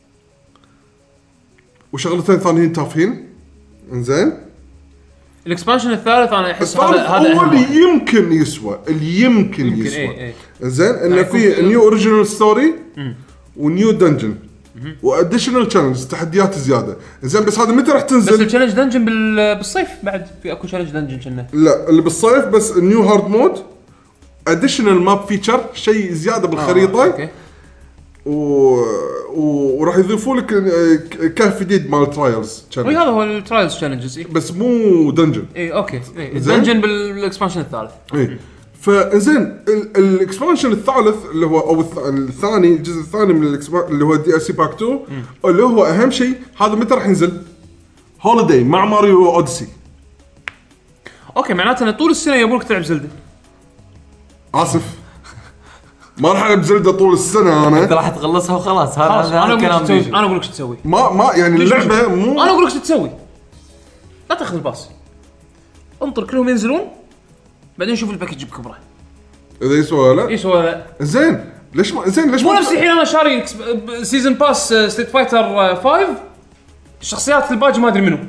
وشغلتين ثانيين تافهين. زين الاكسبانشن الثالث انا احس هذا هذا هو اللي يمكن يسوى اللي يمكن, يمكن يسوى ايه ايه. زين انه في نيو اوريجينال ستوري ونيو دنجن واديشنال تشالنج تحديات زياده. زين بس هذا متى راح تنزل؟ بس التشالنج دنجن بالصيف بعد في اكو تشالنج دنجن كنا لا اللي بالصيف بس نيو هارد مود اديشنال ماب فيتشر شيء زياده بالخريطه. آه، أوكي. و... وراح يضيفوا لك كهف جديد مال ترايلز تشالنج. هذا هو الترايلز تشالنجز بس مو دنجن. اي اوكي إيه. الدنجن بالاكسبانشن الثالث. اي فانزين الاكسبانشن الثالث اللي هو او الثاني الجزء الثاني من الاكسبانشن اللي هو دي اس سي باك اثنين اللي هو اهم شيء. هذا متى راح ينزل؟ هوليداي مع ماريو اوديسي. اوكي معناته ان طول السنه يبونك تلعب زلدة. اسف ما راح العب زلدة طول السنه. انا انت راح تخلصها وخلاص. هذا انا الكلام بيجي. انا اقول لك شو تسوي. ما ما يعني اللعبه مو انا اقول لك شو تسوي. لا تاخذ الباص انطر كلهم ينزلون بعدين شوف الباكج بكبره اذا يسوى ولا لا. يسوى ولا زين ليش ما زين ليش مو نفس الحين انا شاري سيزن باس ستريت فايتر خمسة الشخصيات الباقي ما ادري منو.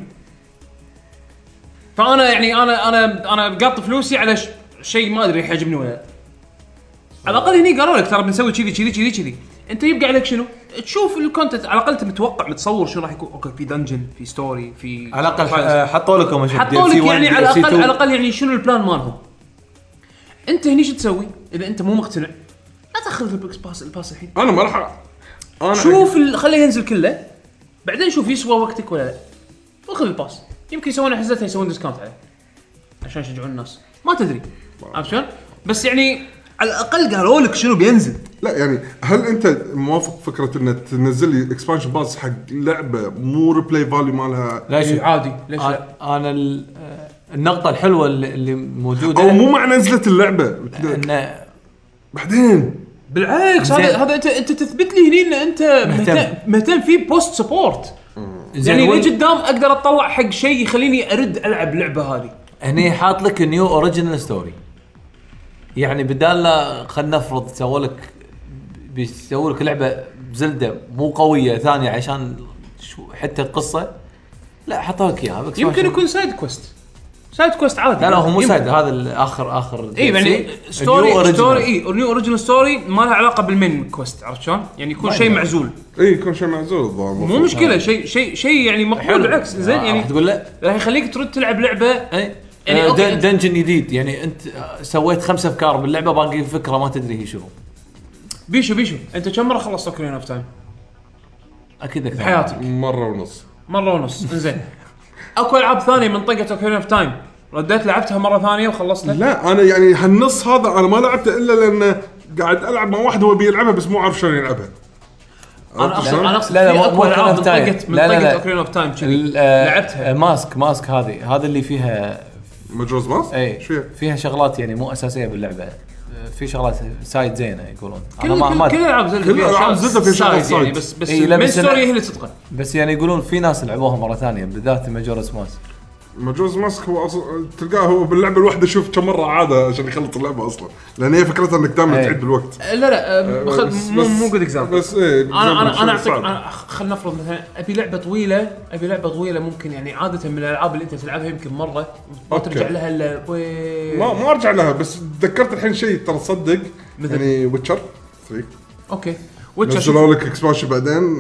فانا يعني انا انا انا قاط فلوسي على شيء ما ادري يعجبني ولا. على الاقل هني قالوا لك ترى بنسوي كذي كذي كذي كذي. انت يبقى عليك شنو تشوف الكونتنت على الاقل متوقع متصور شو راح يكون. اوكي في دنجن في ستوري في على الاقل حطوا لكم اشياء حطوا لك يعني على الاقل على الاقل يعني شنو البلان مالهم. انت هني شو تسوي اذا انت مو مقتنع؟ لا تاخذ البوكس باس الباس الحين. انا ما راح انا شوف ال... خليه ينزل كله بعدين شوف يسوى وقتك ولا لا. خذ الباس يمكن يسوون حزتها يسوون ديسكاونت عليه عشان يشجعون الناس ما تدري عرفت شلون. بس يعني على الاقل قالوا لك شنو بينزل. لا يعني هل انت موافق فكره ان تنزل لي اكسبانشن باس حق لعبه مو ريبلاي فاليو مالها؟ ليش عادي ليش لا؟ انا النقطه الحلوه اللي موجوده او مو معنى نزلت اللعبه انه بعدين بالعكس هذا هذا انت انت تثبت لي هني ان انت مهتم مهتم فيه بوست سبورت. يعني لقدام اقدر اطلع حق شيء يخليني ارد العب لعبه هذه. هني حاط لك نيو اوريجينال ستوري يعني بدال لا خلينا نفرض سووا لك بيسووا لك لعبه زلدة مو قويه ثانيه عشان حتى القصه لا حطوا لك اياها يمكن يكون سايد كويست سايد كويست عادي. لا لا هو مو يمكن. سايد هذا الاخر اخر اي يعني ستوري ستوري اي نيو اوريجينال ستوري ما لها علاقه بالمين كويست عرفت شلون يعني يكون شيء معزول. اي يكون شيء معزول الظاهر مو مشكله شيء شيء شيء يعني مقبول بالعكس زين يعني تقول لا راح يخليك ترد تلعب لعبه اي يعني آه دنجن جديد يعني انت سويت خمسة افكار باللعبه باقي فكره ما تدري هي شنو. بيشو بيشو انت كم مره خلصت اوكرين اوف تايم؟ اكيد اكثر بحياتك مره ونص مره ونص انزين اكو العاب ثانيه من طقه اوكرين اوف تايم رديت لعبتها مره ثانيه وخلصتها؟ لا انا يعني هالنص هذا انا ما لعبته الا لان قاعد العب مع واحد هو بيلعبها بس مو عارف شلون يلعبها. انا اقصد انا اقصد لا لا اكو العاب من طقه من لا لا طقه لا. اوكرين اوف تايم آه لعبتها ماسك ماسك هذه هذا اللي فيها مجوز ماس اي شو فيها شغلات يعني مو اساسيه باللعبه في شغلات سايد زينه يقولون. انا ما ما كل العاب زلده كل العاب زلده في شغلات يعني بس بس إيه من ستوري هي اللي تتقن. بس يعني يقولون في ناس لعبوها مره ثانيه بالذات ماجورس ماس. مجوز ماسك هو أصلا تلقاه هو باللعبه الواحده شوف كم مره عاده عشان يخلص اللعبه اصلا لان هي فكرتها انك دائما أي. تعيد بالوقت. لا لا مو مو جود اكزامبل بس ايه انا انا انا اعطيك خلينا نفرض مثلا ابي لعبه طويله ابي لعبه طويله ممكن يعني عاده من الالعاب اللي انت تلعبها يمكن مره ما ترجع لها الا ما ما ارجع لها بس تذكرت الحين شيء ترى تصدق يعني ويتشر ثلاثة اوكي ويتشر نزلوا لك اكسبانشن بعدين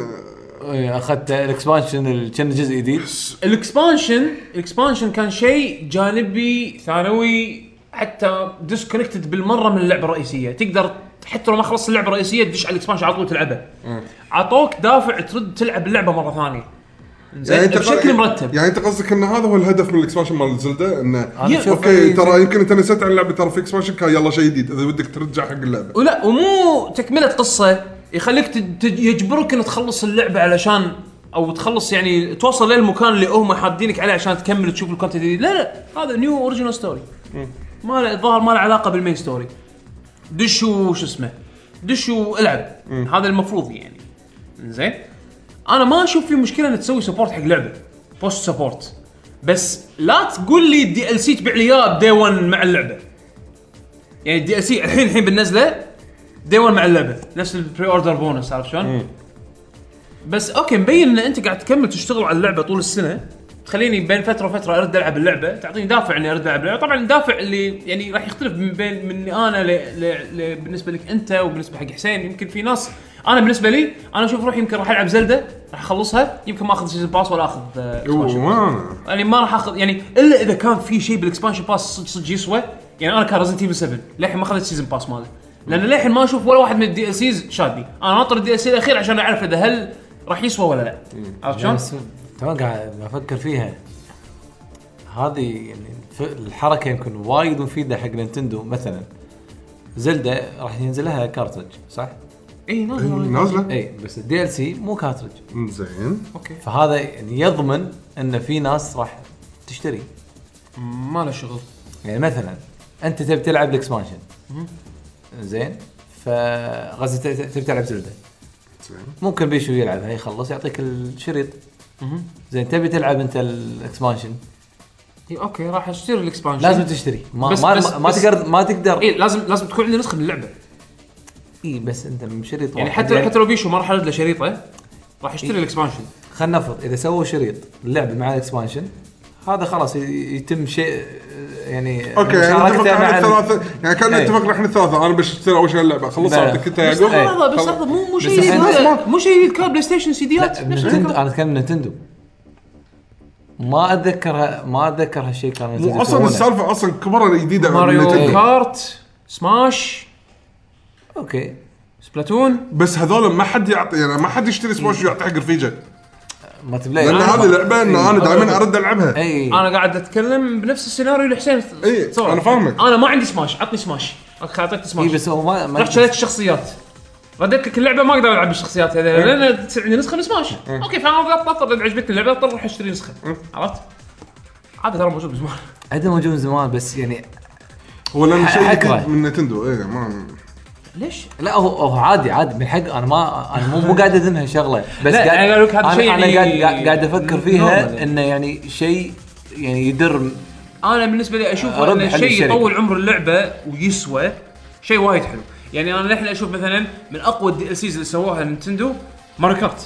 اخذت الاكسبانشن كان جزء جديد. الاكسبانشن الاكسبانشن كان شيء جانبي ثانوي حتى ديسكونكتد بالمره من اللعبه الرئيسيه تقدر حتى لو ما خلصت اللعبه الرئيسيه تدش على الاكسبانشن على طول تلعبه. عطوك دافع ترد تلعب اللعبه مره ثانيه يعني بشكل مرتب. يعني انت قصدك ان هذا هو الهدف من الاكسبانشن مال زلدة انه اوكي ترى يمكن انت نسيت عن اللعبه ترى في اكسبانشن كان يلا شيء جديد اذا بدك ترجع حق اللعبه ولا ومو تكمله قصه يخليك يجبرك ان تخلص اللعبه علشان او تخلص يعني توصل للمكان اللي هم حاطينك عليه عشان تكمل تشوف الكونتنت. لا لا هذا نيو اوريجينال ستوري ما له الظاهر ما له علاقه بالمين ستوري. دشوا شو اسمه دشوا العب م. هذا المفروض يعني زين. انا ما اشوف في مشكله ان تسوي سبورت حق لعبه بوست سبورت بس لا تقول لي الدي ال سي تبيع لي اياه دي واحد مع اللعبه. يعني الدي ال سي الحين الحين بالنزله دي واحد مع اللعبه نفس البري اوردر بونس عارف شلون. بس اوكي مبين ان انت قاعد تكمل تشتغل على اللعبه طول السنه تخليني بين فتره وفتره ارد العب اللعبه تعطيني دافع اني ارد العب اللعبه. طبعا الدافع اللي يعني راح يختلف من بين مني انا ل... ل... ل... بالنسبه لك انت وبالنسبه حق حسين. يمكن في ناس انا بالنسبه لي انا اشوف روحي يمكن راح العب زلده راح اخلصها يمكن ما اخذ سيزون باس ولا اخذ اكسبانشن يعني ما راح اخذ يعني الا اذا كان في شيء بالاكسبانشن باس صدق صدق يسوى. يعني انا كان ريزنت ايفل سبعة للحين ما اخذت سيزون باس ماله لان للحين ما اشوف ولا واحد من الدي ال سيز شادني. انا ناطر الدي ال سي الاخير عشان اعرف اذا هل راح يسوى ولا لا. عرفت شلون؟ تمام قاعد افكر فيها هذه يعني الحركه يمكن وايد مفيده حق نينتندو. مثلا زلدة راح ينزل لها كارترج صح؟ اي نازله نازله اي بس الدي ال سي مو كارترج زين اوكي. فهذا يعني يضمن ان في ناس راح تشتري ما له شغل. يعني مثلا انت تبي تلعب الاكسبانشن زين فغزة تبي تلعب زلدة ممكن بيشو يلعبها يخلص يعطيك الشريط زين تبي تلعب انت الاكسبانشن اي اوكي راح اشتري الاكسبانشن لازم تشتري ما بس ما, بس ما بس تقدر ما تقدر اي لازم لازم تكون عندي نسخه من اللعبه. اي بس انت من شريط يعني حتى يعني حتى لو بيشو ما راح ارد له شريطه راح اشتري إيه؟ الاكسبانشن. خلينا نفرض اذا سووا شريط اللعبه مع الاكسبانشن هذا خلاص يتم شيء يعني اوكي يعني الثلاثه يعني كان نتفق نحن الثلاثه انا بشتري اول شيء اللعبه خلصها عندك انت يا يعقوب. هذا بس هذا مو مو شيء مو شيء كان بلاي ستيشن سيديات نينتندو. انا اتكلم نينتندو ما اتذكر ما اتذكر هالشيء كان مو اصلا السالفه اصلا كبره جديده ماريو كارت سماش اوكي سبلاتون بس هذول ما حد يعطي يعني ما حد يشتري سماش يعطي حق رفيجه ما تبلاي لان هذه لعبه ان انا دائما ارد العبها. أي. انا قاعد اتكلم بنفس السيناريو اللي حسين اي انا فاهمك. انا ما عندي سماش عطني سماش اعطيك سماش. اي بس هو ما, ما رحت شريت الشخصيات رديت لك اللعبه ما اقدر العب بالشخصيات هذه لان عندي نسخه من سماش. اوكي فانا اضطر اذا عجبتني اللعبه اضطر اروح اشتري نسخه. عرفت هذا ترى موجود من زمان هذا موجود من زمان بس يعني هو لان شيء من نينتندو. اي ما ليش لا هو, هو عادي عادي من حق انا ما انا مو مو قاعد اذنها شغله بس قاعد اقول لك هذا شيء انا يعني قاعد قاعد افكر فيها انه يعني شيء يعني يدر. انا بالنسبه لي اشوف انه شيء يطول عمر اللعبه ويسوى شيء وايد حلو. يعني انا الحين اشوف مثلا من اقوى الدي ال سيز اللي سووها نينتندو ماريو كارت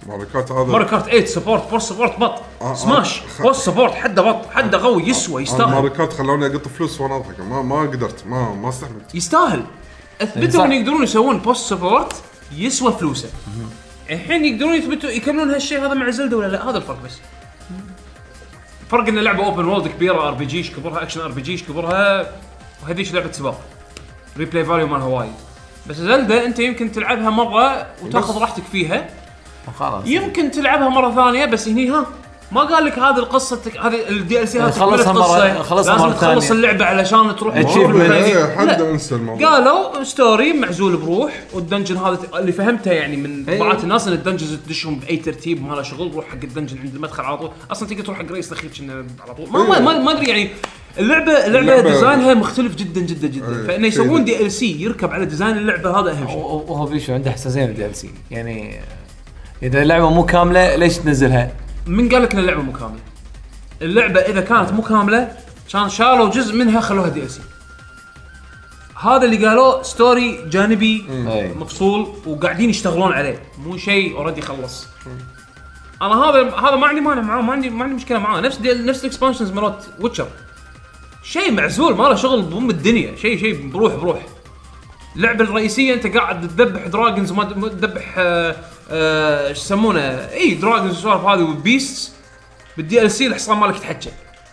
ماريو كارت هذا ماريو كارت ثمانية سبورت بوست سبورت بط آه، سماش آه. بوست سبورت حده بط حده قوي يسوى ماريو يستاهل كارت خلوني اقط فلوس وانا اضحك ما ما قدرت ما ما استحملت. يستاهل اثبتوا ان يقدرون يسوون بوست سبورت يسوى فلوسه. الحين يقدرون يثبتوا يكملون هالشيء هذا مع زلدة ولا لا؟ هذا الفرق بس. فرق ان اللعبه اوبن وورلد كبيره ار بي جيش كبرها اكشن ار بي جيش كبرها وهذيش لعبه سباق ريبلاي فاليو مالها وايد. بس زلدة انت يمكن تلعبها مره وتاخذ راحتك فيها خلاص يمكن تلعبها مره ثانيه بس هني ها ما قال لك هذه القصه هذه الدي ال سي هذه خلصها مرة خلصها مرة ثانية تخلص اللعبه علشان تروح ايه حد انسى الموضوع. قالوا ستوري معزول بروح والدنجن هذا اللي فهمته يعني من بعض الناس ان الدنجنز تدشهم باي ترتيب ما له شغل روح حق الدنجن عند المدخل على طول اصلا تقدر تروح حق رئيس الاخير كنا على طول ما ما ما ادري يعني اللعبه اللعبه ديزاينها مختلف جدا جدا جدا فانه يسوون دي ال سي يركب على ديزاين اللعبه هذا اهم شيء. وهو بيشو عنده حساسيه من الدي ال سي يعني اذا اللعبه مو كامله ليش تنزلها؟ من قال لك ان اللعبه مو كامله؟ اللعبه اذا كانت مو كامله كان شالوا جزء منها خلوها دي ال سي. هذا اللي قالوه ستوري جانبي مفصول وقاعدين يشتغلون عليه مو شيء اوريدي خلص. انا هذا هذا ما عندي مانع معاه ما عندي ما عندي مشكله معاه نفس نفس الاكسبانشنز مالت ويتشر شيء معزول ما له شغل بام الدنيا شيء شيء بروح بروح. اللعبه الرئيسيه انت قاعد تذبح دراجونز ما تذبح ايش آه يسمونه اي دراجونز وسوالف هذه وبيست بالدي ال سي الحصان مالك يتحكى.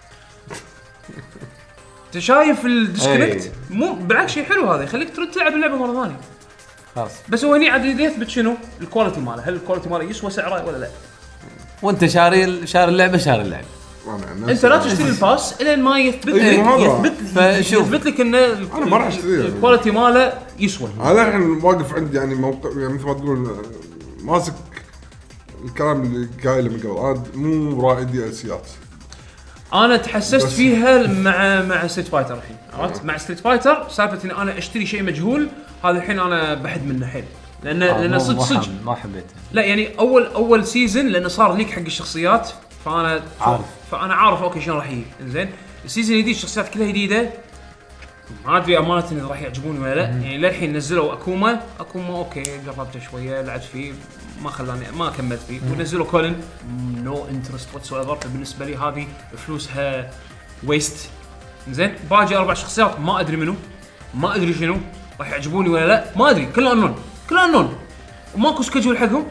انت شايف الديسكونكت مو بالعكس شيء حلو هذا يخليك ترد تلعب اللعبه مره ثانيه خلاص. بس هو هني عاد يثبت شنو الكواليتي ماله هل الكواليتي ماله يسوى سعره ولا لا. وانت شاري شاري اللعبه شاري اللعبه انت لا تشتري الباس الين ما يثبت لك يثبت يثبت لك ان انا ما راح اشتريه الكواليتي ماله يسوى. انا الحين واقف عندي يعني موقع يعني مثل ما تقول ماسك الكلام اللي قايله من قبل انا مو راعي دي ال سيات. انا تحسست فيها مع مع ستريت فايتر الحين عرفت مع ستريت فايتر سالفه ان انا اشتري شيء مجهول هذا الحين انا بحد منه حيل لان آه لان صدق صدق ما حبيته. لا يعني اول اول سيزن لانه صار ليك حق الشخصيات فانا عارف فانا عارف اوكي شلون راح يجي زين. السيزون الجديد الشخصيات كلها جديده ما ادري امانه اذا راح يعجبوني ولا لا. يعني للحين نزلوا اكوما اكوما اوكي جربته شويه لعبت فيه ما خلاني ما كملت فيه. ونزلوا كولن نو انترست واتس ايفر فبالنسبه لي هذه فلوسها ويست زين. باقي اربع شخصيات ما ادري منو ما ادري شنو راح يعجبوني ولا لا ما ادري كله انون كله انون وماكو سكجول حقهم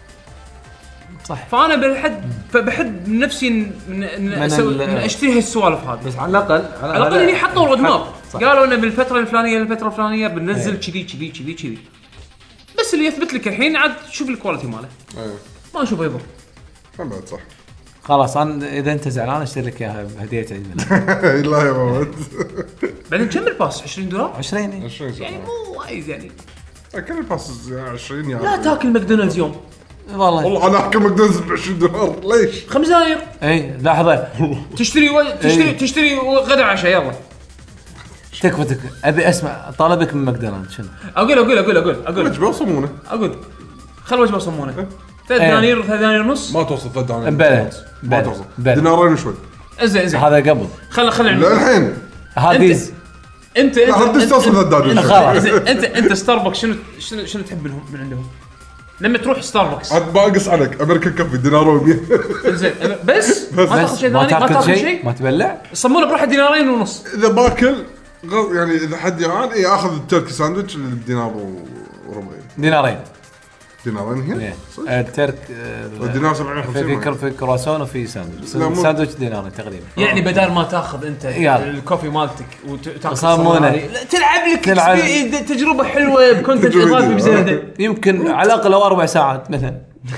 صح. فانا بالحد فبحد من نفسي من, من, أسوي من اشتري هالسوالف هذه بس على الاقل على الاقل اللي حطوا رود ماب قالوا انه بالفتره الفلانيه للفتره الفلانيه بننزل كذي كذي كذي كذي بس اللي يثبت لك الحين عاد شوف الكواليتي ماله ايوه ما اشوفه يضر بعد صح. خلاص انا اذا انت زعلان اشتري لك اياها بهديه عيد ميلاد. لا يا مود بعدين كم الباس عشرين دولار عشرين عشرين يعني مو وايد يعني كل الباس عشرين يعني لا تاكل ماكدونالدز يوم والله والله انا احكي ماكدونالدز ب عشرين دولار ليش خمس دنانير اي لحظه تشتري و... تشتري أي. تشتري غدا عشاء يلا تكفى تكفى ابي اسمع طلبك من ماكدونالدز شنو اقول اقول اقول اقول اقول وجبه وصمونه اقول خل وجبه وصمونه ثلاث دنانير ثلاث دنانير ونص ما توصل ثلاث دنانير بلا ما توصل دينارين وشوي زين زين هذا قبل خل خل الحين هذه انت انت انت توصل ثلاث دنانير خلاص انت انت ستاربكس شنو شنو شنو تحب لهم من عندهم لما تروح ستاربكس عاد باقص عليك امريكان كافي دينار ومية زين بس ما تاخذ شيء ثاني ما تاخذ شيء ما تبلع صمونه بروح دينارين ونص اذا باكل يعني اذا حد جعان اي اخذ التركي ساندويتش بدينار وربعين دينارين دينارين هي الترك الدينار سبعمية وخمسين في في كرواسون وفي ساندويتش ساندويتش دينارين تقريبا يعني بدل ما تاخذ انت الكوفي مالتك وتاخذ صامونه تلعب لك تجربه حلوه بكونتنت اضافي بزياده يمكن على الاقل لو اربع ساعات مثلا.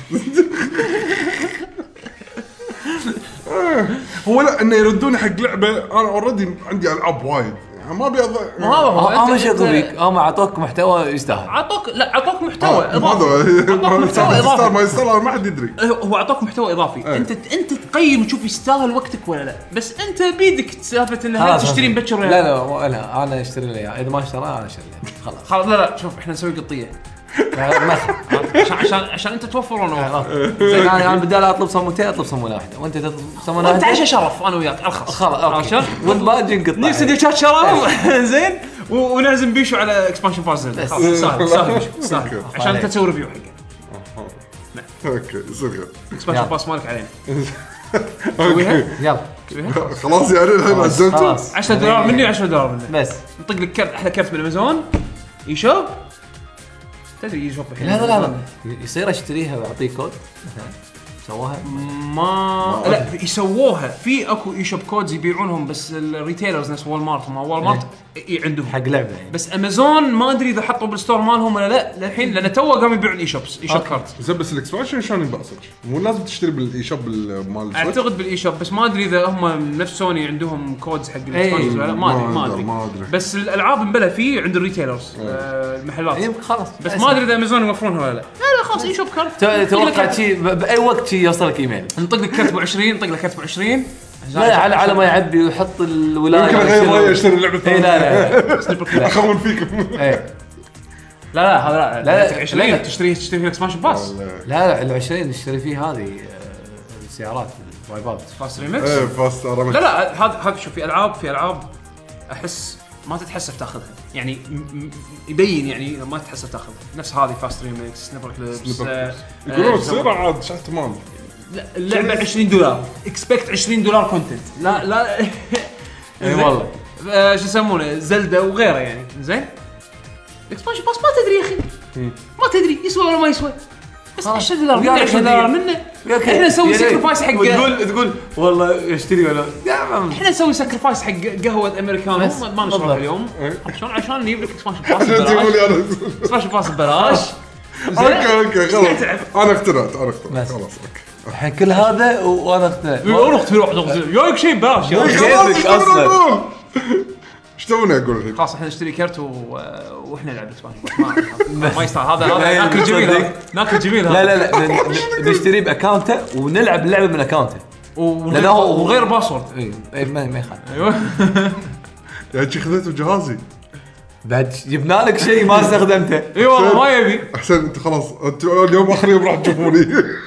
هو لا انه يردون حق لعبه انا اوريدي عندي العاب وايد ما ابي اضيع ما هو ما شغل بيك هم اعطوك محتوى يستاهل اعطوك لا اعطوك محتوى اضافي اعطوك محتوى اضافي ما يستاهل ما حد يدري هو اعطوك محتوى اضافي أه. انت انت تقيم وتشوف يستاهل وقتك ولا لا بس انت بيدك سالفه ان هل تشتري مبكر ولا لا لا لا انا اشتري له اذا ما اشترى انا اشتري خلاص خلاص لا لا شوف احنا نسوي قطيه عشان عشان عشان انت توفر لنا زين انا بدال اطلب صمونتين اطلب صمونه واحده وانت تطلب صمونه واحده انت عشان شرف انا وياك ارخص خلاص عشان ونباجي نقطع نفس سندويشات شرف زين ونعزم بيشو على اكسبانشن فاز خلاص سهل سهل عشان انت تسوي ريفيو حقه اوكي يصير غير اكسبانشن يلا. باس مالك علينا اوكي يلا خلاص يعني الحين عزمته خلاص عشرة دولار مني و10 دولار منه بس. نطق لك كرت احلى كرت من امازون يشوف تدري يشوف الحين لا لا لا يصير اشتريها واعطيه كود مثلا سووها ما لا يسووها في اكو اي شوب كودز يبيعونهم بس الريتيلرز نفس وول مارت وما وول مارت اي عندهم حق لعبه يعني. بس امازون ما ادري اذا حطوا بالستور مالهم ولا لا للحين لان تو قاموا يبيعون اي شوبس اي شوب كارت زين بس الاكسبانشن شلون ينباع صدق مو لازم تشتري بالاي شوب مال السويتش اعتقد بالاي شوب بس ما ادري اذا هم نفس سوني عندهم كودز حق الاكسبانشنز ولا لا ما ادري ما ادري ما ادري بس الالعاب مبلى فيه عند الريتيلرز آه المحلات يمكن خلاص بس ما ادري اذا امازون يوفرونها ولا لا لا لا خلاص اي شوب كارت توقع شيء باي وقت شيء يوصلك ايميل نطق لك كرت ب عشرين نطق لك كرت ب عشرين لا على على ما يعبي ويحط الولايه يمكن اغير رايي اشتري اللعبه اي لا لا اخون فيكم ايه لا لا هذا لا لا، لا عشرين تشتري تشتري فيه اكسبانشن باس لا لا ال عشرين نشتري فيه هذه آه، السيارات الوايبات فاست ريمكس ايه فاست ارامكس لا لا هذا هذا شوف في العاب في العاب احس ما تتحسف تاخذها يعني م- م- يبين يعني ما تتحسف تاخذها نفس هذه فاست ريمكس سنيبر كليبس يقولون تصير عاد شحن تمام اللعبه عشرين دولار اكسبكت عشرين دولار كونتنت لا لا اي والله آه، شو يسمونه زلدة وغيره يعني زين الاكسبانشن باس ما تدري يا اخي ما تدري يسوى ولا ما يسوى بس عشرة دولار منه عشرة دولار منه احنا نسوي سكرفايس حق تقول تقول والله يشتري ولا يا احنا نسوي سكرفايس حق قهوه امريكانو بس. ما نشربها بالضبط. اليوم عشان عشان نجيب لك اكسبانشن باس تجيبوا ببلاش لي انا اكسبانشن باس ببلاش اوكي اوكي خلاص تعب. انا اقتنعت انا اقتنعت بس. خلاص اوكي الحين كل هذا وانا اقتنعت روح اختي روح ياك شيء ببلاش يا أخي. خلاص كيفك ايش أصلاً. تبون اقول ايش تبون اقول الحين خلاص احنا نشتري كرت و... واحنا نلعب اكسبانشن باس ما, ما يستاهل هذا هذا ناكل جميل هذا. ناكل جميل هذا لا لا لا ن- ن- نشتري باكونته ونلعب اللعبه من اكونته وغير, لأنه هو- وغير باسورد اي إي، ما ما يخالف ايوه يعني شي خذيته جهازي بعد جبنا لك شيء ما استخدمته اي والله ما يبي احسن انت خلاص انت اليوم اخر يوم راح تشوفوني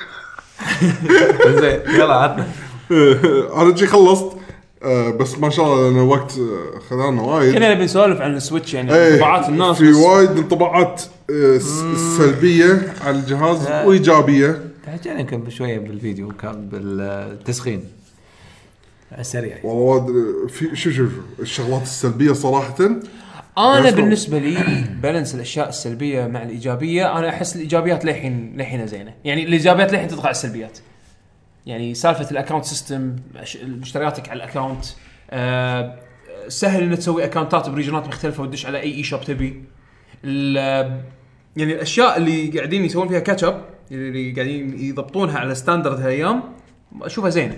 زين يلا عطنا انا جي خلصت آه، بس ما شاء الله لان الوقت آه، خذانا وايد كنا نبي نسولف عن السويتش يعني إيه، انطباعات الناس في بس. وايد انطباعات آه، س- سلبيه على الجهاز وايجابيه حكينا يمكن بشويه بالفيديو كان بالتسخين السريع والله وايد- في شوف شوف الشغلات السلبيه صراحه انا يسمع. بالنسبه لي بالانس الاشياء السلبيه مع الايجابيه انا احس الايجابيات للحين للحين زينه يعني الايجابيات للحين تطغى على السلبيات يعني سالفه الاكونت سيستم مشترياتك على الاكونت أه سهل انك تسوي اكونتات بريجنات مختلفه وتدش على اي اي شوب تبي ال- يعني الاشياء اللي قاعدين يسوون فيها كاتشب اللي قاعدين يضبطونها على ستاندرد هالايام اشوفها زينه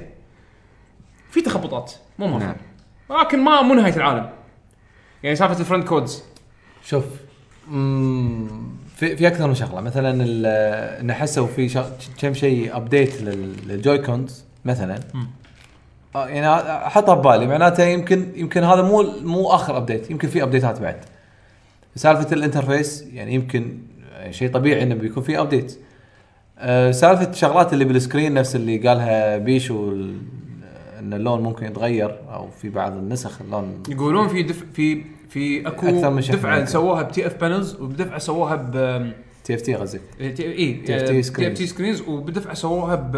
في تخبطات مو مفهوم نعم. لكن ما مو نهايه العالم يعني سالفه الفرند كودز شوف مم، في في اكثر من شغله مثلا ال- نحسوا في شا- كم شيء ابديت للجوي كونز مثلا آه، يعني احطها ببالي معناته يمكن يمكن هذا مو مو اخر ابديت يمكن في ابديتات بعد سالفه الانترفيس يعني يمكن شيء طبيعي انه بيكون في ابديت أه سالفه الشغلات اللي بالسكرين نفس اللي قالها بيشو ال- ان اللون ممكن يتغير او في بعض النسخ اللون يقولون في دف في في اكو أكثر من شكل دفعه ممكن. سووها بتي اف بانلز وبدفعه سووها ب تي اف تي قصدك اي تي إف تي تي اف تي سكرينز وبدفعه سووها ب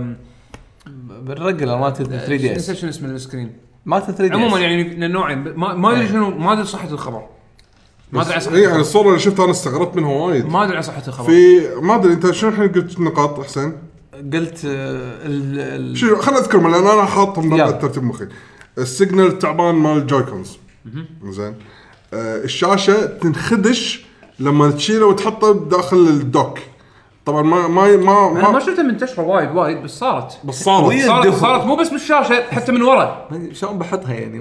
بالرجل مالت ثري دي اس شنو اسم السكرين مالت ثري دي عموما اس يعني نوعين ما ما ادري شنو ما ادري صحه الخبر ما ادري عن صحه اي يعني الخبر. الصوره اللي شفتها انا استغربت منها وايد ما ادري عن صحه الخبر في ما ادري انت شنو الحين قلت نقاط احسن قلت آه، ال ال شو خليني اذكرهم لان انا حاطهم يلا. بالترتيب مخي السيجنال تعبان مال الجويكونز زين آه الشاشه تنخدش لما تشيله وتحطه داخل الدوك طبعا ما ما ما, انا ما ما شفتها منتشره وايد وايد بس صارت بس صارت ويا صارت, الدفع. صارت مو بس بالشاشه حتى من ورا شلون بحطها يعني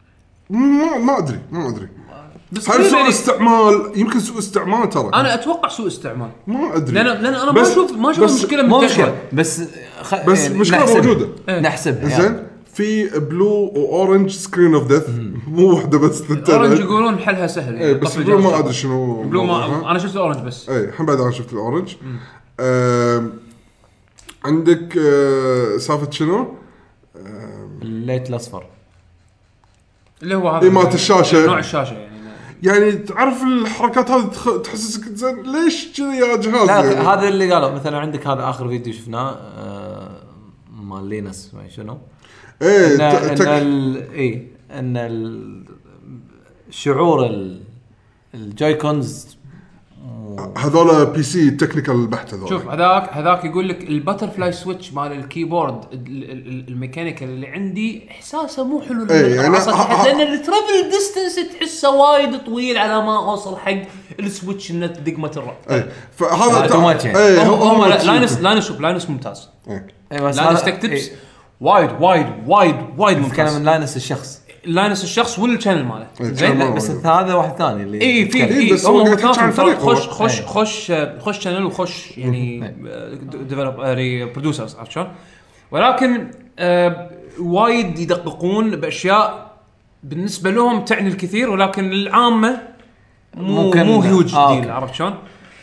ما ما ادري ما ادري بس هل سوء يعني استعمال يمكن سوء استعمال ترى انا اتوقع سوء استعمال ما ادري لان لان انا ما بس- اشوف ما اشوف بس- مشكله مو منتشره مشكله بس خ... بس يعني مشكلة نحسب. موجودة. إيه. نحسبها زين في بلو واورنج سكرين اوف ديث مو واحده بس اورنج يقولون حلها سهل يعني ايه بس طفي بلو الجهاز. ما ادري شنو بلو موضوعها. ما انا شفت اورنج بس اي الحين بعد انا شفت الاورنج آم، عندك آه، سالفه شنو الليت الاصفر اللي هو هذا إيه، مالت الشاشة. نوع الشاشه يعني يعني تعرف الحركات هذه تخ... تحسسك زين ليش كذا يا جهاز لا يعني. هذا اللي قالوا مثلا عندك هذا اخر فيديو شفناه آه مال لينس ما شنو ايه ان تك... ان اي ان الشعور ال... الجويكونز هذول بي سي تكنيكال بحت هذول. شوف هذاك هذاك يقول لك الباتر فلاي سويتش مال الكيبورد الميكانيكال اللي عندي احساسه مو حلو ايه يعني لان الترافل ديستنس تحسه وايد طويل على ما اوصل حق السويتش انه دقمه الرأي. ايه فهذا اوتوماتيك ايه هو لاينس لاينس شوف لاينس ممتاز. ايه لاينس تكتبس وايد وايد وايد وايد ممتاز. كلام من لاينس الشخص لاينس الشخص والشانل ماله زين بس هذا واحد ثاني اللي اي في إيه بس هو قاعد عن فريق خش خش خش خش شانل وخش يعني ديفلوبر برودوسرز عرفت شلون ولكن آه وايد يدققون باشياء بالنسبه لهم تعني الكثير ولكن العامه مو مو هيوج آه ديل عرفت شلون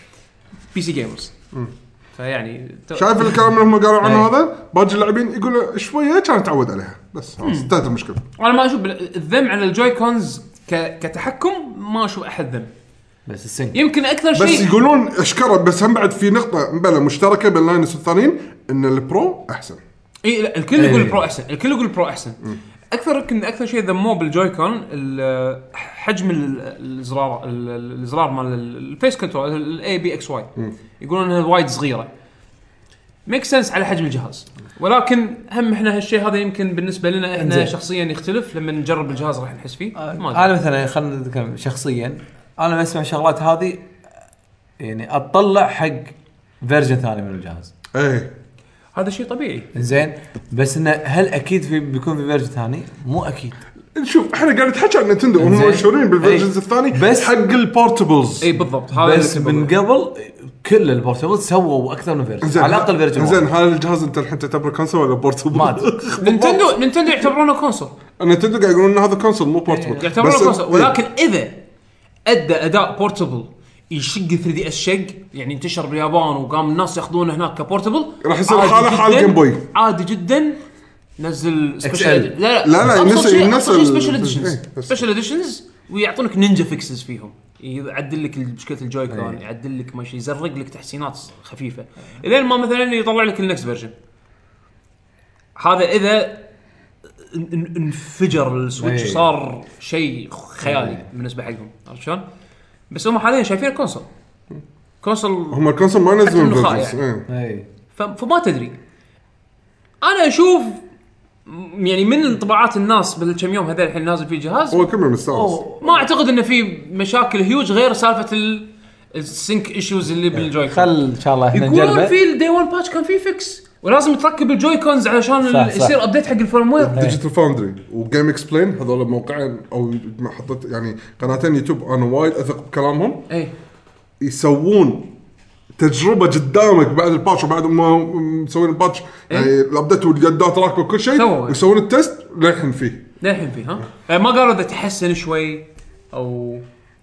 بي سي جيمرز فيعني شايف الكلام اللي هم قالوا عنه هذا باقي اللاعبين يقولوا شويه كان تعود عليها بس خلاص انتهت المشكله. انا ما اشوف الذم على الجوي كونز كتحكم ما اشوف احد ذم بس السنك يمكن اكثر شيء بس يقولون اشكره بس هم بعد في نقطه مبلا مشتركه بين لاينس والثانيين ان البرو احسن. اي الكل يقول البرو احسن الكل يقول البرو احسن م. اكثر يمكن اكثر شيء ذموه بالجوي كون حجم الازرار الازرار مال الفيس كنترول الاي بي اكس واي يقولون انها وايد صغيره ميك سنس على حجم الجهاز ولكن هم احنا هالشيء هذا يمكن بالنسبه لنا احنا انزل. شخصيا يختلف لما نجرب الجهاز راح نحس فيه. آه انا مثلا خلينا نتكلم شخصيا انا لما اسمع الشغلات هذه يعني اطلع حق فيرجن ثاني من الجهاز. ايه هذا شيء طبيعي زين بس انه هل اكيد في بيكون في فيرجن ثاني مو اكيد. نشوف احنا قاعد نحكي عن نينتندو وهم مشهورين بالفيرجنز الثاني بس حق البورتبلز. اي بالضبط هذا بس من قبل كل البورتبلز سووا اكثر من فيرجن على الاقل فيرجن. زين هذا الجهاز انت الحين تعتبره كونسول ولا بورتبل؟ نينتندو نينتندو يعتبرونه كونسول. نينتندو قاعد يقولون ان هذا كونسول مو بورتبل يعتبرونه كونسول ولكن اذا ادى اداء بورتبل يشق ثري دي اس شق يعني انتشر باليابان وقام الناس ياخذونه هناك كبورتبل راح يصير حاله حال جيم بوي عادي جدا. نزل سبيشال لا لا لا ينزل ينزل سبيشال اديشنز سبيشال اديشنز ويعطونك نينجا فيكسز فيهم يعدل لك مشكله الجوي كون يعدل لك ماشي يزرق لك تحسينات خفيفه الين ما مثلا يطلع لك النكست فيرجن. هذا اذا انفجر السويتش صار شيء خيالي بالنسبه حقهم عرفت شلون. بس هم حاليا شايفين كونسول كونسول هم الكونسول ما ينزلون فيرجنز اي فما تدري. انا اشوف يعني من انطباعات الناس بالكم يوم هذول الحين نازل فيه جهاز هو كله مستانس ما اعتقد انه في مشاكل هيوج غير سالفه السينك ايشوز اللي بالجوي خل ان شاء الله احنا نجربه. يقولون في الدي وان باتش كان في فيكس ولازم تركب الجوي كونز علشان يصير ابديت حق الفيرموير. ديجيتال فاوندري وجيم اكسبلين هذول موقعين او حطيت يعني قناتين يوتيوب انا وايد اثق بكلامهم. اي يسوون تجربه قدامك بعد الباتش وبعد ما مسوين الباتش إيه؟ يعني الابديت والجدات راكبه كل شيء يسوون التست للحين فيه للحين فيه ها يعني ما قالوا اذا تحسن شوي او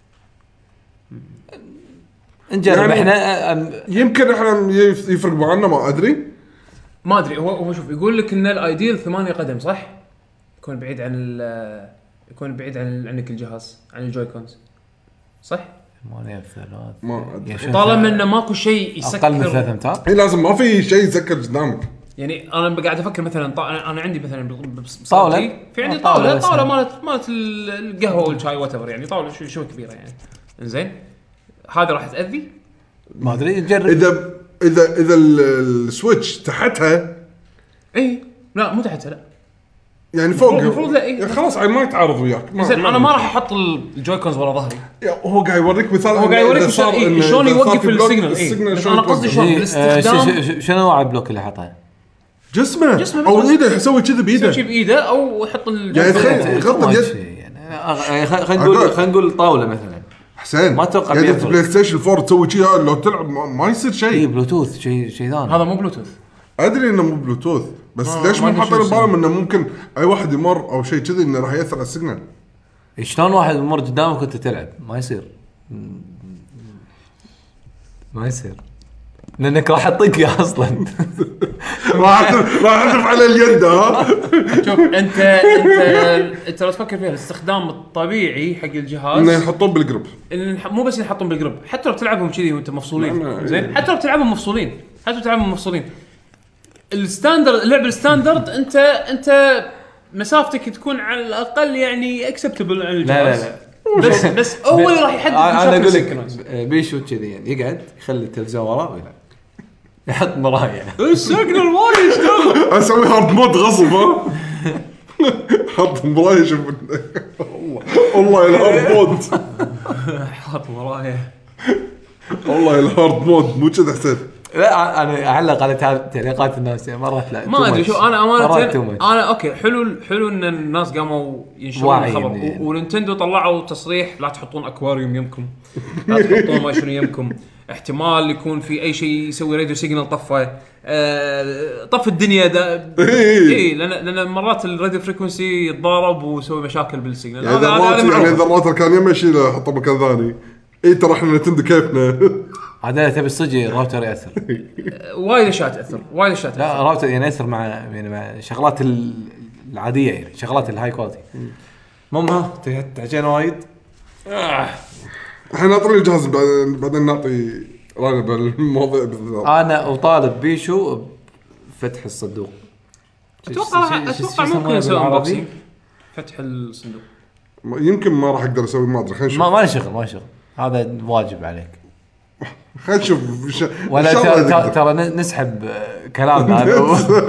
نجرب يعني احنا يمكن احنا يفرق معنا ما ادري ما ادري. هو هو شوف يقول لك ان الايديال ثمانية قدم صح يكون بعيد عن ال يكون بعيد عن عنك الجهاز عن الجوي كونز صح ثمانية ثلاث ما ادري طالما انه ماكو شيء يسكر اقل من ثلاث امتار اي لازم ما في شيء يسكر قدامك. يعني انا قاعد افكر مثلا طا... انا عندي مثلا طاوله في عندي طاوله طاوله مالت مالت القهوه والشاي واتفر يعني طاوله شوي شوي كبيره يعني زين هذا راح تاذي ما ادري نجرب. اذا اذا اذا السويتش تحتها اي لا مو تحتها لا يعني فوق المفروض لا إيه؟ خلاص ما يتعارض وياك زين انا ما راح احط الجوي كونز ورا ظهري. هو قاعد يوريك مثال هو قاعد يوريك شلون يوقف السيجنال. انا قصدي شلون بالاستخدام شنو نوع البلوك اللي حطه جسمه, جسمه او ايده يسوي كذا بايده يسوي بايده او يحط يعني يغطي اليد يعني خلينا نقول خلينا نقول طاوله مثلا حسين ما اتوقع يعني بلاي ستيشن فور تسوي كذا لو تلعب ما يصير شيء. اي بلوتوث شيء شيء ثاني هذا مو بلوتوث ادري انه مو بلوتوث بس ليش ما حاطين بالهم انه ممكن اي واحد يمر او شيء كذا انه راح ياثر على السيجنال. شلون واحد يمر قدامك وانت تلعب ما يصير ما يصير لانك راح تطق يا اصلا. راح راح احذف على اليد. ها شوف انت انت انت لو تفكر فيها الاستخدام الطبيعي حق الجهاز انه يحطون بالجروب، إن مو بس يحطون بالجروب، حتى لو تلعبهم كذي وانت مفصولين لا، زين، حتى لو تلعبهم مفصولين حتى لو تلعبهم مفصولين الستاندرد، اللعب الستاندرد انت انت مسافتك تكون على الاقل يعني اكسبتبل على الجهاز. لا لا لا بس بس اول راح يحدد انا اقول مشاكل لك بيشو كذي يعني يقعد يخلي التلفزيون وراه ويلعب، يحط مرايه السيجنال وايد يشتغل. اسوي هارد مود غصب. ها حط مرايه. شوف والله الهارد مود، حاط مرايه والله الهارد مود مو كذا حسين. لا انا اعلق على تعليقات الناس يعني مره لا ما ادري شو انا امانه انا انا اوكي حلو حلو ان الناس قاموا ينشرون الخبر يعني. ونينتندو طلعوا تصريح لا تحطون اكواريوم يمكم، لا تحطون ما شنو يمكم، احتمال يكون في اي شيء يسوي راديو سيجنال طفه أه طف الدنيا ده. اي لان لان مرات الراديو فريكونسي يتضارب ويسوي مشاكل بالسيجنال. يعني ذرات يعني ذرات كان يم يشيله حطه مكان ثاني. اي ترى احنا نينتندو كيفنا. عادة تبي الصجي الراوتر يأثر. وايد اشياء تاثر وايد اشياء لا الراوتر يعني يأثر مع يعني مع شغلات العاديه يعني شغلات الهاي كواليتي. ماما تحكينا وايد. احنا ناطرين الجهاز بعدين نعطي راينا بالموضوع بالضبط. انا اطالب بيشو بفتح الصندوق. اتوقع اتوقع ممكن نسوي انبوكسينج فتح الصندوق. يمكن ما راح اقدر اسوي، ما ادري. خلينا نشوف. ما ما شغل ما شغل هذا واجب عليك. خلينا نشوف ش... ولا ترى ترى نسحب كلامنا هذا.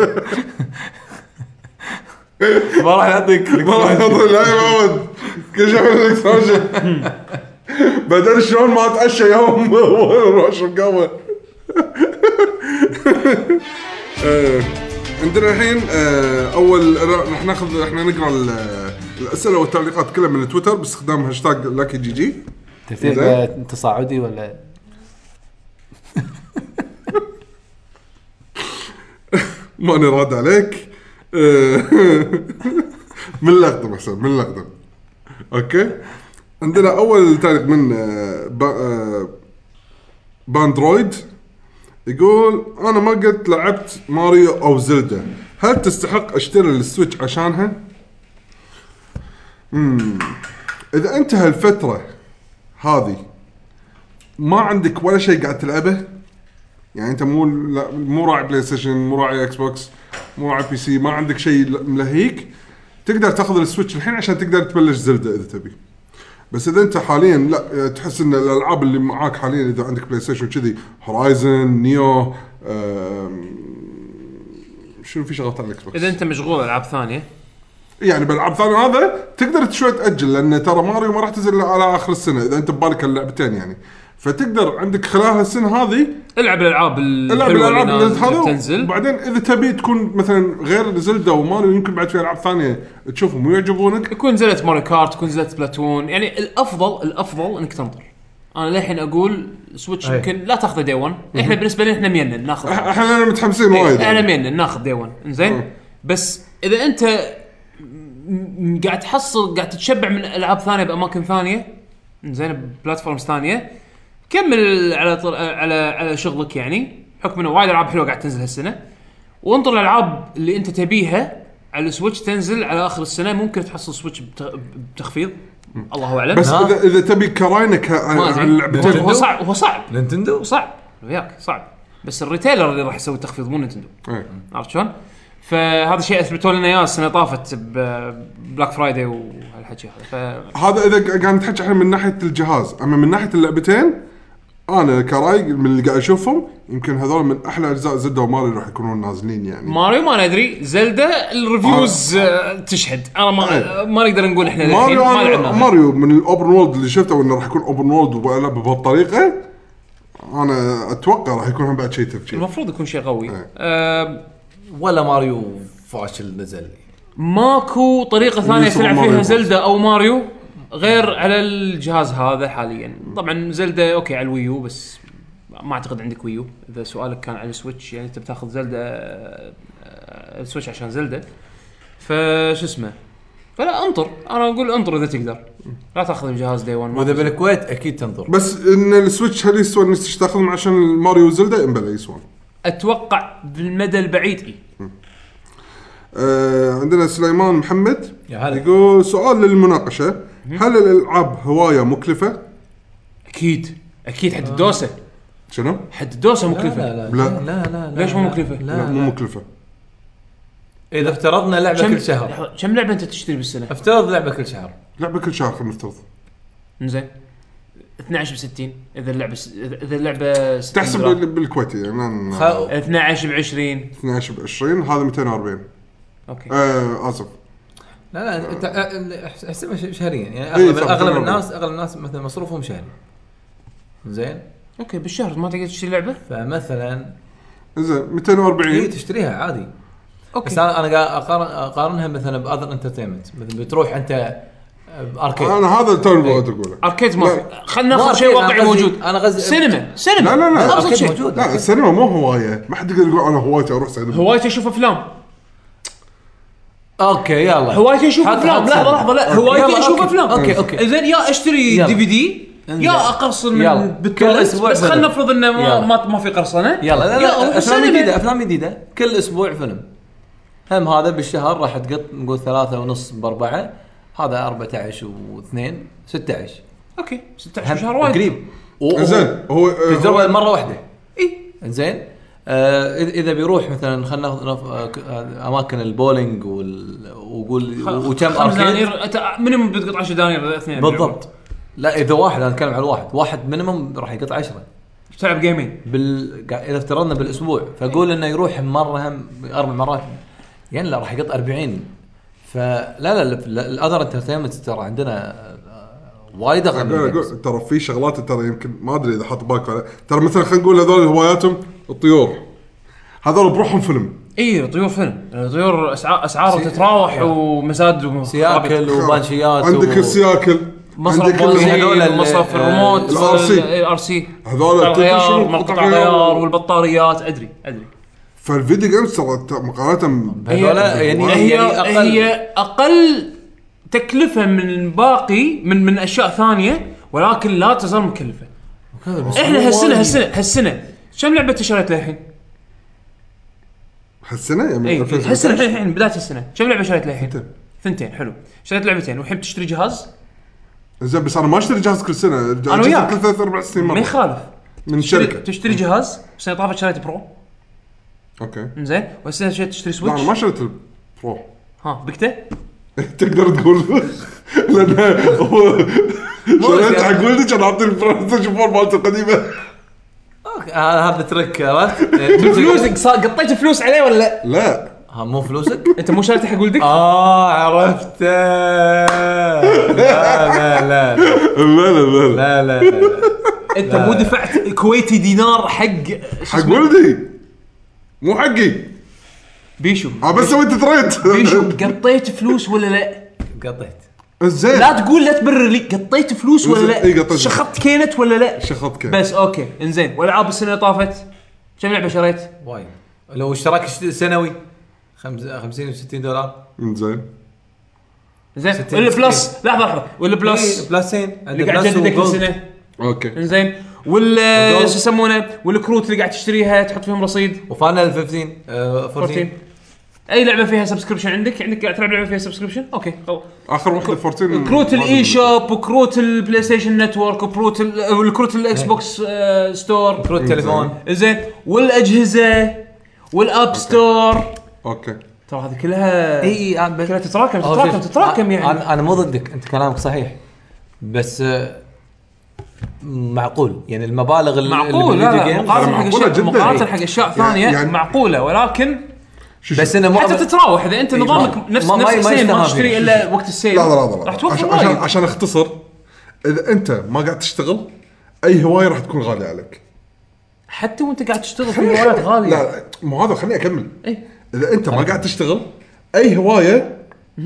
ما راح نعطيك ما راح نعطيك لا يا ولد كل شيء لك ساجد. بدل شلون ما اتعشى يوم واروح اشرب قهوه. عندنا الحين اول راح ناخذ احنا نقرا الاسئله والتعليقات كلها من تويتر باستخدام هاشتاج لاكي جي جي. ترتيب تصاعدي ولا ما نرد عليك. من اللقطة حسن من اللقطة. اوكي عندنا اول تعليق من با باندرويد يقول انا ما قد لعبت ماريو او زلدا، هل تستحق اشتري السويتش عشانها؟ امم اذا انت هالفترة هذه ما عندك ولا شيء قاعد تلعبه، يعني انت مو مو راعي بلاي ستيشن، مو راعي اكس بوكس، مو راعي بي سي، ما عندك شيء ملهيك، تقدر تاخذ السويتش الحين عشان تقدر تبلش زلدة اذا تبي. بس اذا انت حاليا لا تحس ان الالعاب اللي معاك حاليا اذا عندك بلاي ستيشن كذي هورايزن نيو شنو في شغلات على الاكس بوكس، اذا انت مشغول العاب ثانيه يعني بالعاب ثانيه هذا تقدر شوي تاجل، لان ترى ماريو ما راح تنزل على اخر السنه اذا انت ببالك اللعبتين يعني، فتقدر عندك خلال السنه هذه العب الالعاب الالعاب اللي هذه تنزل. بعدين اذا تبي تكون مثلا غير زلدا وماريو يمكن بعد في العاب ثانيه تشوفهم ويعجبونك، يكون نزلت ماريو كارت، يكون نزلت بلاتون، يعني الافضل الافضل انك تنطر. انا للحين اقول سويتش يمكن لا تاخذه دي واحد، احنا بالنسبه لنا احنا مينا ناخذ، احنا متحمسين وايد، احنا مينا ناخذ دي واحد انزين. بس اذا انت قاعد تحصل قاعد تتشبع من العاب ثانيه باماكن ثانيه انزين بلاتفورمز ثانيه، كمل على طر... على على شغلك يعني، بحكم انه وايد العاب حلوه قاعد تنزل هالسنه، وانطر الالعاب اللي انت تبيها على السويتش تنزل على اخر السنه، ممكن تحصل سويتش بت... بتخفيض الله اعلم. بس اذا اذا تبي كراينك على اللعبتين هو صعب هو صعب نينتندو صعب وياك صعب، بس الريتيلر اللي راح يسوي تخفيض مو نينتندو، عرفت شلون؟ فهذا الشيء اثبتوا لنا اياه السنه طافت ببلاك فرايداي وهالحكي هذا. هذا اذا قاعد نتحكي الحين من ناحيه الجهاز، اما من ناحيه اللعبتين انا كراي من اللي قاعد اشوفهم يمكن هذول من احلى اجزاء زلدا وماريو راح يكونون نازلين يعني. ماريو ما ندري، زلدا الريفيوز آه. تشهد، انا ما آه. ما نقدر نقول احنا الحين ما لعبنا ماريو من الاوبن وورلد اللي شفته انه راح يكون اوبن وورلد وبلعب بهالطريقه، انا اتوقع راح يكون هم بعد شيء تفكير، المفروض يكون شيء قوي. آه. آه. ولا ماريو فاشل نزل، ماكو طريقه ثانيه تلعب فيها زلدا او ماريو غير على الجهاز هذا حاليا. طبعا زلدا اوكي على الويو، بس ما اعتقد عندك ويو. اذا سؤالك كان على السويتش يعني انت بتاخذ زلدا السويتش عشان زلدا، فش اسمه فلا انطر، انا اقول انطر اذا تقدر، لا تاخذ الجهاز دي واحد. واذا بالكويت اكيد تنظر. بس ان السويتش هل يسوى انك تستخدم عشان ماريو وزلدا؟ ام بلا يسوى اتوقع بالمدى البعيد اي. آه عندنا سليمان محمد يا هلا. يقول سؤال للمناقشه، هل الالعاب هوايه مكلفه؟ اكيد اكيد حد الدوسه. شنو؟ حد الدوسه مكلفه. لا لا لا. لا لا, لا, لا ليش مو مكلفه؟ لا, لا, لا مو مكلفه. اذا افترضنا لعبه كم كل شهر، كم لعبه انت تشتري بالسنه؟ افترض لعبه كل شهر، لعبه كل شهر خلينا نفترض. زين اثناشر ب ستين اذا اللعبه س... اذا اللعبه تحسب بال- بالكويتي يعني أنا- خ... اثناشر ب عشرين. اثناشر ب عشرين هذا مئتين وأربعين. اوكي آه اسف. لا لا انت أ- احسبها ش- شهريا يعني. إيه، اغلب صح، اغلب صح. الناس اغلب الناس مثلا مصروفهم شهري. زين اوكي بالشهر ما تقدر تشتري لعبه. فمثلا زين مئتين هي وأربعين. تشتريها عادي. اوكي بس انا انا قاعد أقارن اقارنها مثلا باذر انترتينمنت، مثلا بتروح انت باركيد. انا هذا التوني بغيت اقوله. اركيد ما لا. في، خلينا ما ناخذ شيء أركيد، واقعي أنا قصدي- موجود. أنا قصدي- سينما سينما لا لا لا. ابسط أركيد شيء. موجود. لا السينما مو هوايه، ما حد يقدر يقول انا هوايتي اروح سينما. هوايتي اشوف افلام. اوكي يلا هوايتي اشوف حط- افلام. حط لحظه سينما. لحظه لا أوكي. هوايتي يلا، اشوف أوكي. افلام. أوكي، أوكي. زين يا اشتري يلا. دي في دي انزين. يا اقرصن يلا. من كل بالتورنت. أسبوع بس فيلم. خلينا نفرض انه ما, يلا. ما ما في قرصنه. يلا لا يا لا أروح افلام السينما. جديده افلام جديده كل اسبوع فيلم. هم هذا بالشهر راح تقط نقول ثلاثة ونص باربعة، هذا أربعة عشر واثنين ستة عشر. اوكي ستة عشر شهر وايد قريب. زين هو تجربه مره واحده. اي. زين آه اذا بيروح مثلا خلينا ناخذ آه اماكن البولينج وال وقول وكم خمس اركيد دنانير انت مينيموم بتقط عشر دنانير اثنين بالضبط. لا اذا واحد انا اتكلم على واحد واحد مينيموم راح يقط عشرة تلعب جيمين بال اذا افترضنا بالاسبوع فقول انه يروح مره هم اربع مرات يعني لا راح يقط أربعين. فلا لا لا الاذر انترتينمنت ترى عندنا وايد اغلى. ترى في شغلات ترى يمكن ما ادري اذا حط بالك ولا ترى مثلا خلينا نقول هذول هواياتهم الطيور، هذول بروحهم فيلم. اي طيور فيلم الطيور اسعار اسعار تتراوح ومساد سياكل وبانشيات عندك و... السياكل، مصرف عندك بنزين هذول مصرف الريموت الار سي الار سي هذول قطع تدري شنو غيار مقطع قطع غيار غيار. والبطاريات ادري ادري فالفيديو جيمز ترى مقارنه هذول يعني هي يعني اقل هي اقل تكلفه من باقي من من اشياء ثانيه ولكن لا تزال مكلفه. احنا هالسنه هالسنه هالسنه كم لعبه شريت للحين؟ هالسنه يعني اي ألفين هالسنه وسبعة عشر. الحين بدايه السنه كم لعبه شريت للحين؟ ثنتين. ثنتين حلو شريت لعبتين والحين بتشتري جهاز. زين بس انا ما اشتري جهاز كل سنه، انا وياك كل ثلاث اربع سنين ما مره يخالف من تشتري شركه. تشتري جهاز السنه طافت شريت برو اوكي زين والسنه شريت تشتري لا سويتش. انا ما شريت البرو. ها بكته تقدر تقول لان هو شريت يعني. حق ولدي كان عاطيني البلاي ستيشن أربعة مالته القديمه. أوكي، هذا ترك عرفت فلوسك صار قطيت فلوس عليه ولا لا ها مو فلوسك. انت مو شريته حق ولدك؟ اه عرفت. لا لا لا لا لا لا لا لا لا انت مو دفعت كويتي دينار حق حق ولدي مو حقي. بيشو اه بس سويت تريد بيشو قطيت فلوس ولا لا؟ قطيت. زين لا تقول لا تبرر لي قطيت فلوس ولا لا؟ إيه، قطيت. شخطت كينت ولا لا؟ شخط كان بس اوكي انزين والعاب السنه اللي طافت كم لعبه شريت؟ وايد لو اشتراك سنوي خمسين وستين دولار. زين زين ستين ولا ستين. بلس لحظه لحظه ولا بلس إيه، بلسين اللي قاعد تجددك كل سنه اوكي انزين ولا والدول. شو يسمونه والكروت اللي قاعد تشتريها تحط فيهم رصيد وفاينل خمستاشر آه، أربعتاشر. أربعتاشر. اي لعبه فيها سبسكريبشن عندك عندك قاعد تلعب لعبه فيها سبسكريبشن اوكي خلاص اخر واحده أربعتاشر كروت الاي شوب وكروت البلاي ستيشن نتورك وكروت ال- والكروت الاكس بوكس آه، ستور كروت تليفون. زين والاجهزه والاب ستور اوكي ترى هذه كلها اي اي بس كلها تتراكم أول تتراكم شيء، تتراكم يعني انا انا مو ضدك انت كلامك صحيح بس آه، معقول يعني المبالغ اللي معقول اللي لا بالفيديو لا جيم مقارنه حق معقولة اشياء جداً. مقارنه حق اشياء ثانيه يعني- معقوله ولكن شو بس شو. انه مو حتى تتراوح اذا انت نظامك ما- نفس ما- ما- نفس ما السيل ما يشتغل تشتري فيه. الا وقت السيل لا لا لا راح لا توفر عشان عشان, وايد عشان اختصر اذا انت ما قاعد تشتغل اي هوايه راح تكون غاليه عليك. حتى وانت قاعد تشتغل في هوايات غاليه لا لا مو هذا خليني اكمل. اي اذا انت ما قاعد تشتغل اي هوايه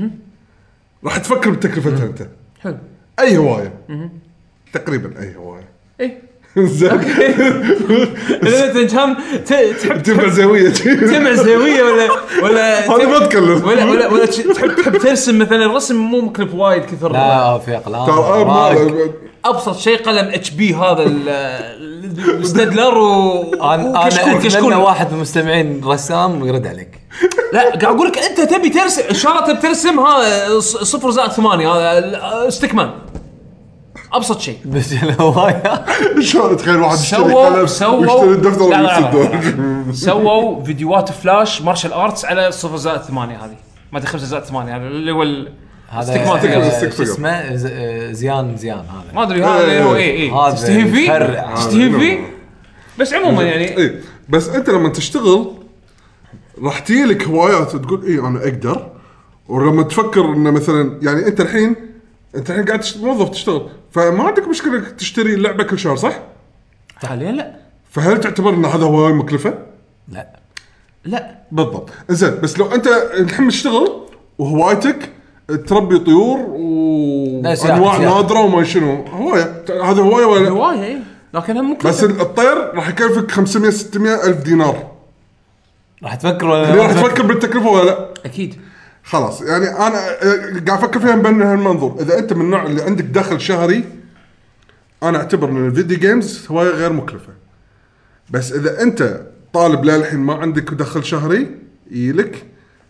راح تفكر بتكلفتها انت. حلو اي هوايه تقريبا اي هوايه اي زين اذا انت كان تحب تبع زاويه تجمع زاويه ولا ولا هذا ما تكلم ولا ولا ولا تحب تحب ترسم مثلا رسم مو مكلف وايد كثر. لا في اقلام ترى ما ابسط شيء قلم اتش بي هذا الستدلر و انا انا اتمنى واحد من المستمعين رسام يرد عليك. لا قاعد اقول لك انت تبي ترسم ان شاء الله تبي ترسم هذا صفر زائد ثمانية هذا استكمال ابسط شيء. بس الهوايه شلون تخيل واحد يشتري سووا قلم سووا ويشتري الدفتر لا لا ويسده لا. سووا فيديوهات فلاش مارشال ارتس على صفر زائد ثمانية هذه ما ادري خمسة زائد ثمانية هذا اللي هو استكمال هذا شو اسمه زيان زيان هذا ما ادري هذا اللي هو اي اي تستهين فيه تستهين فيه بس عموما يعني اي بس انت لما تشتغل راح تجيلك هوايات تقول اي انا اقدر. ولما تفكر انه مثلا يعني انت الحين انت الحين قاعد موظف تشتغل فما عندك مشكله تشتري لعبه كل شهر صح؟ حاليا لا. فهل تعتبر ان هذا هوايه مكلفه؟ لا لا بالضبط. زين بس لو انت الحين تشتغل وهوايتك تربي طيور وانواع نادره وما شنو هوايه هذا هوايه ولا هوايه اي لكنها مكلفه. بس الطير راح يكلفك خمسمية ستمية الف دينار. راح تفكر ولا راح تفكر بالتكلفه ولا لا؟ اكيد خلاص يعني انا قاعد افكر فيها من هالمنظور. اذا انت من النوع اللي عندك دخل شهري انا اعتبر ان الفيديو جيمز هوايه غير مكلفه. بس اذا انت طالب للحين ما عندك دخل شهري يلك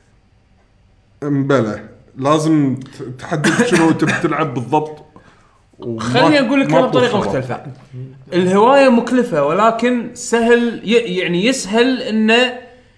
مبلى لازم تحدد شنو تبي تلعب بالضبط. خليني اقول لك انا بطريقه مختلفه. الهوايه مكلفه ولكن سهل يعني يسهل انه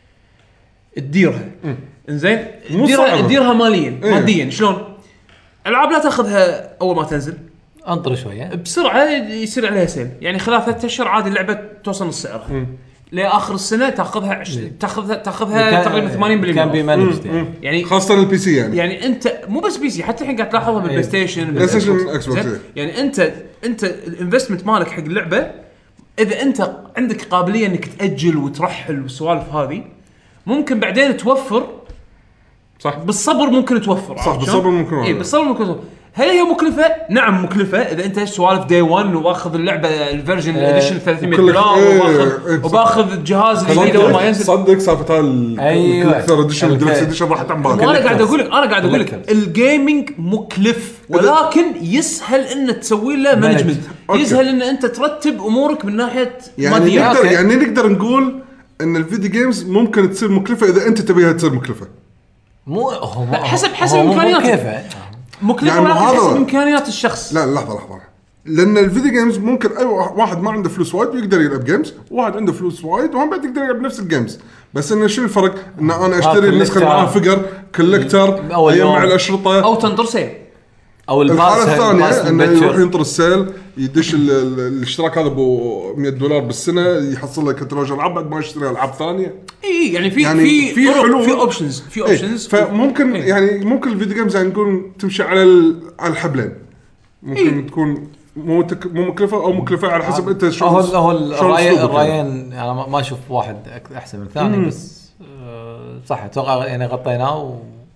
تديرها. انزين تديرها تديرها ماليا إيه؟ ماديا شلون؟ العاب لا تاخذها اول ما تنزل انطر شويه بسرعه يصير عليها سيل يعني خلال ثلاثة اشهر عادي اللعبه توصل نص سعرها لاخر السنه تاخذها عش... تاخذها تاخذها تقريبا ثمانين بالمية كان بيمانج يعني خاصه البي سي يعني يعني انت مو بس بي سي حتى الحين قاعد تلاحظها بالبلاي ستيشن بلاي ستيشن اكس بوكس يعني انت انت الانفستمنت مالك حق اللعبه اذا انت عندك قابليه انك تاجل وترحل والسوالف هذه ممكن بعدين توفر صح بالصبر ممكن توفر صح بالصبر ممكن اي بالصبر ممكن توفر. هل هي مكلفه؟ نعم مكلفه اذا انت سوالف داي واحد واخذ اللعبه الفيرجن الاديشن ثلاثمية دولار وباخذ وباخذ الجهاز الجديد اول ما ينزل صدق سالفه الكولكتر اديشن الديلكس اديشن راح تعمل. انا قاعد اقول لك انا قاعد اقول لك الجيمنج مكلف ولكن يسهل ان تسوي له مانجمنت يسهل ان انت ترتب امورك من ناحيه ماديه يعني, يعني نقدر نقول ان الفيديو جيمز ممكن تصير مكلفه اذا انت تبيها تصير مكلفه مو حسب حسب امكانياتك مكلفه يعني حسب امكانيات الشخص. لا لحظه لحظه لان الفيديو جيمز ممكن اي واحد ما عنده فلوس وايد يقدر يلعب جيمز وواحد عنده فلوس وايد وهم بعد يقدر يلعب نفس الجيمز. بس انه شو الفرق ان انا اشتري النسخه اللي معها فيجر كولكتر مع الاشرطه او تنطر سيل او الباس الثانيه انه يروح ينطر السيل يدش الاشتراك هذا ابو مية دولار بالسنه يحصل لك كتالوج العاب بعد ما يشتري العاب ثانيه. اي يعني في يعني في في حلول في اوبشنز في اوبشنز فممكن إيه؟ يعني ممكن الفيديو جيمز يعني نقول تمشي على على الحبلين ممكن إيه؟ تكون مو تك... مو مكلفه او مكلفه على حسب انت شو هو هو الراي الرايين انا ما اشوف واحد احسن من الثاني مم. بس أه صح اتوقع يعني غطيناه و...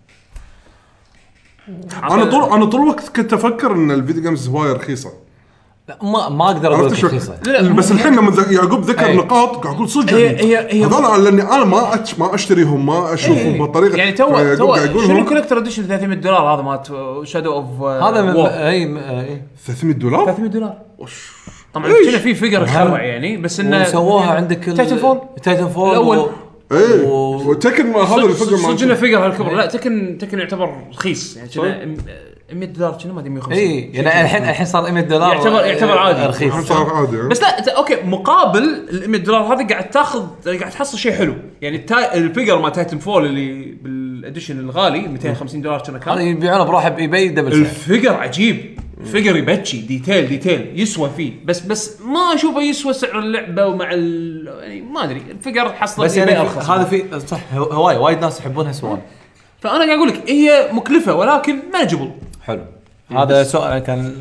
انا طول انا طول الوقت كنت افكر ان الفيديو جيمز هوايه رخيصه. لا ما ما اقدر اقول رخيصه بس الحين لما يعقوب ذكر أي. نقاط قاعد اقول صدق هي هي هذول لاني انا ما أتش ما اشتريهم ما اشوفهم بطريقه يعني تو تو شنو كولكتر اديشن ثلاثمية دولار هذا مالت شادو اوف هذا من اي ثلاثمية دولار ثلاثمية دولار طبعا كنا في فيجر خرع يعني بس انه سووها عندك تايتن فول تايتن فول الاول ايه وتكن ما هذا الفيجر ما صدقنا فيجر هالكبر لا تكن تكن يعتبر رخيص يعني كنا مية دولار كنا ما ادري مية وخمسين اي يعني الحين الحين صار مية دولار يعتبر يعتبر عادي رخيص صار عادي بس لا اوكي مقابل ال مية دولار هذا قاعد تاخذ قاعد تحصل شيء حلو يعني التا... الفيجر ما تايتن فول اللي بالاديشن الغالي مئتين وخمسين دولار كنا كان هذا يبيعونه بروحه بايباي دبل الفيجر عجيب فيجر يبتشي ديتيل ديتيل يسوى فيه بس بس ما اشوفه يسوى سعر اللعبه ومع ال... يعني ما ادري الفيجر حصل بس يعني هذا في صح هواي وايد ناس يحبونها سوالف فانا قاعد اقول لك هي مكلفه ولكن مانجبل حلو. هذا سؤال كان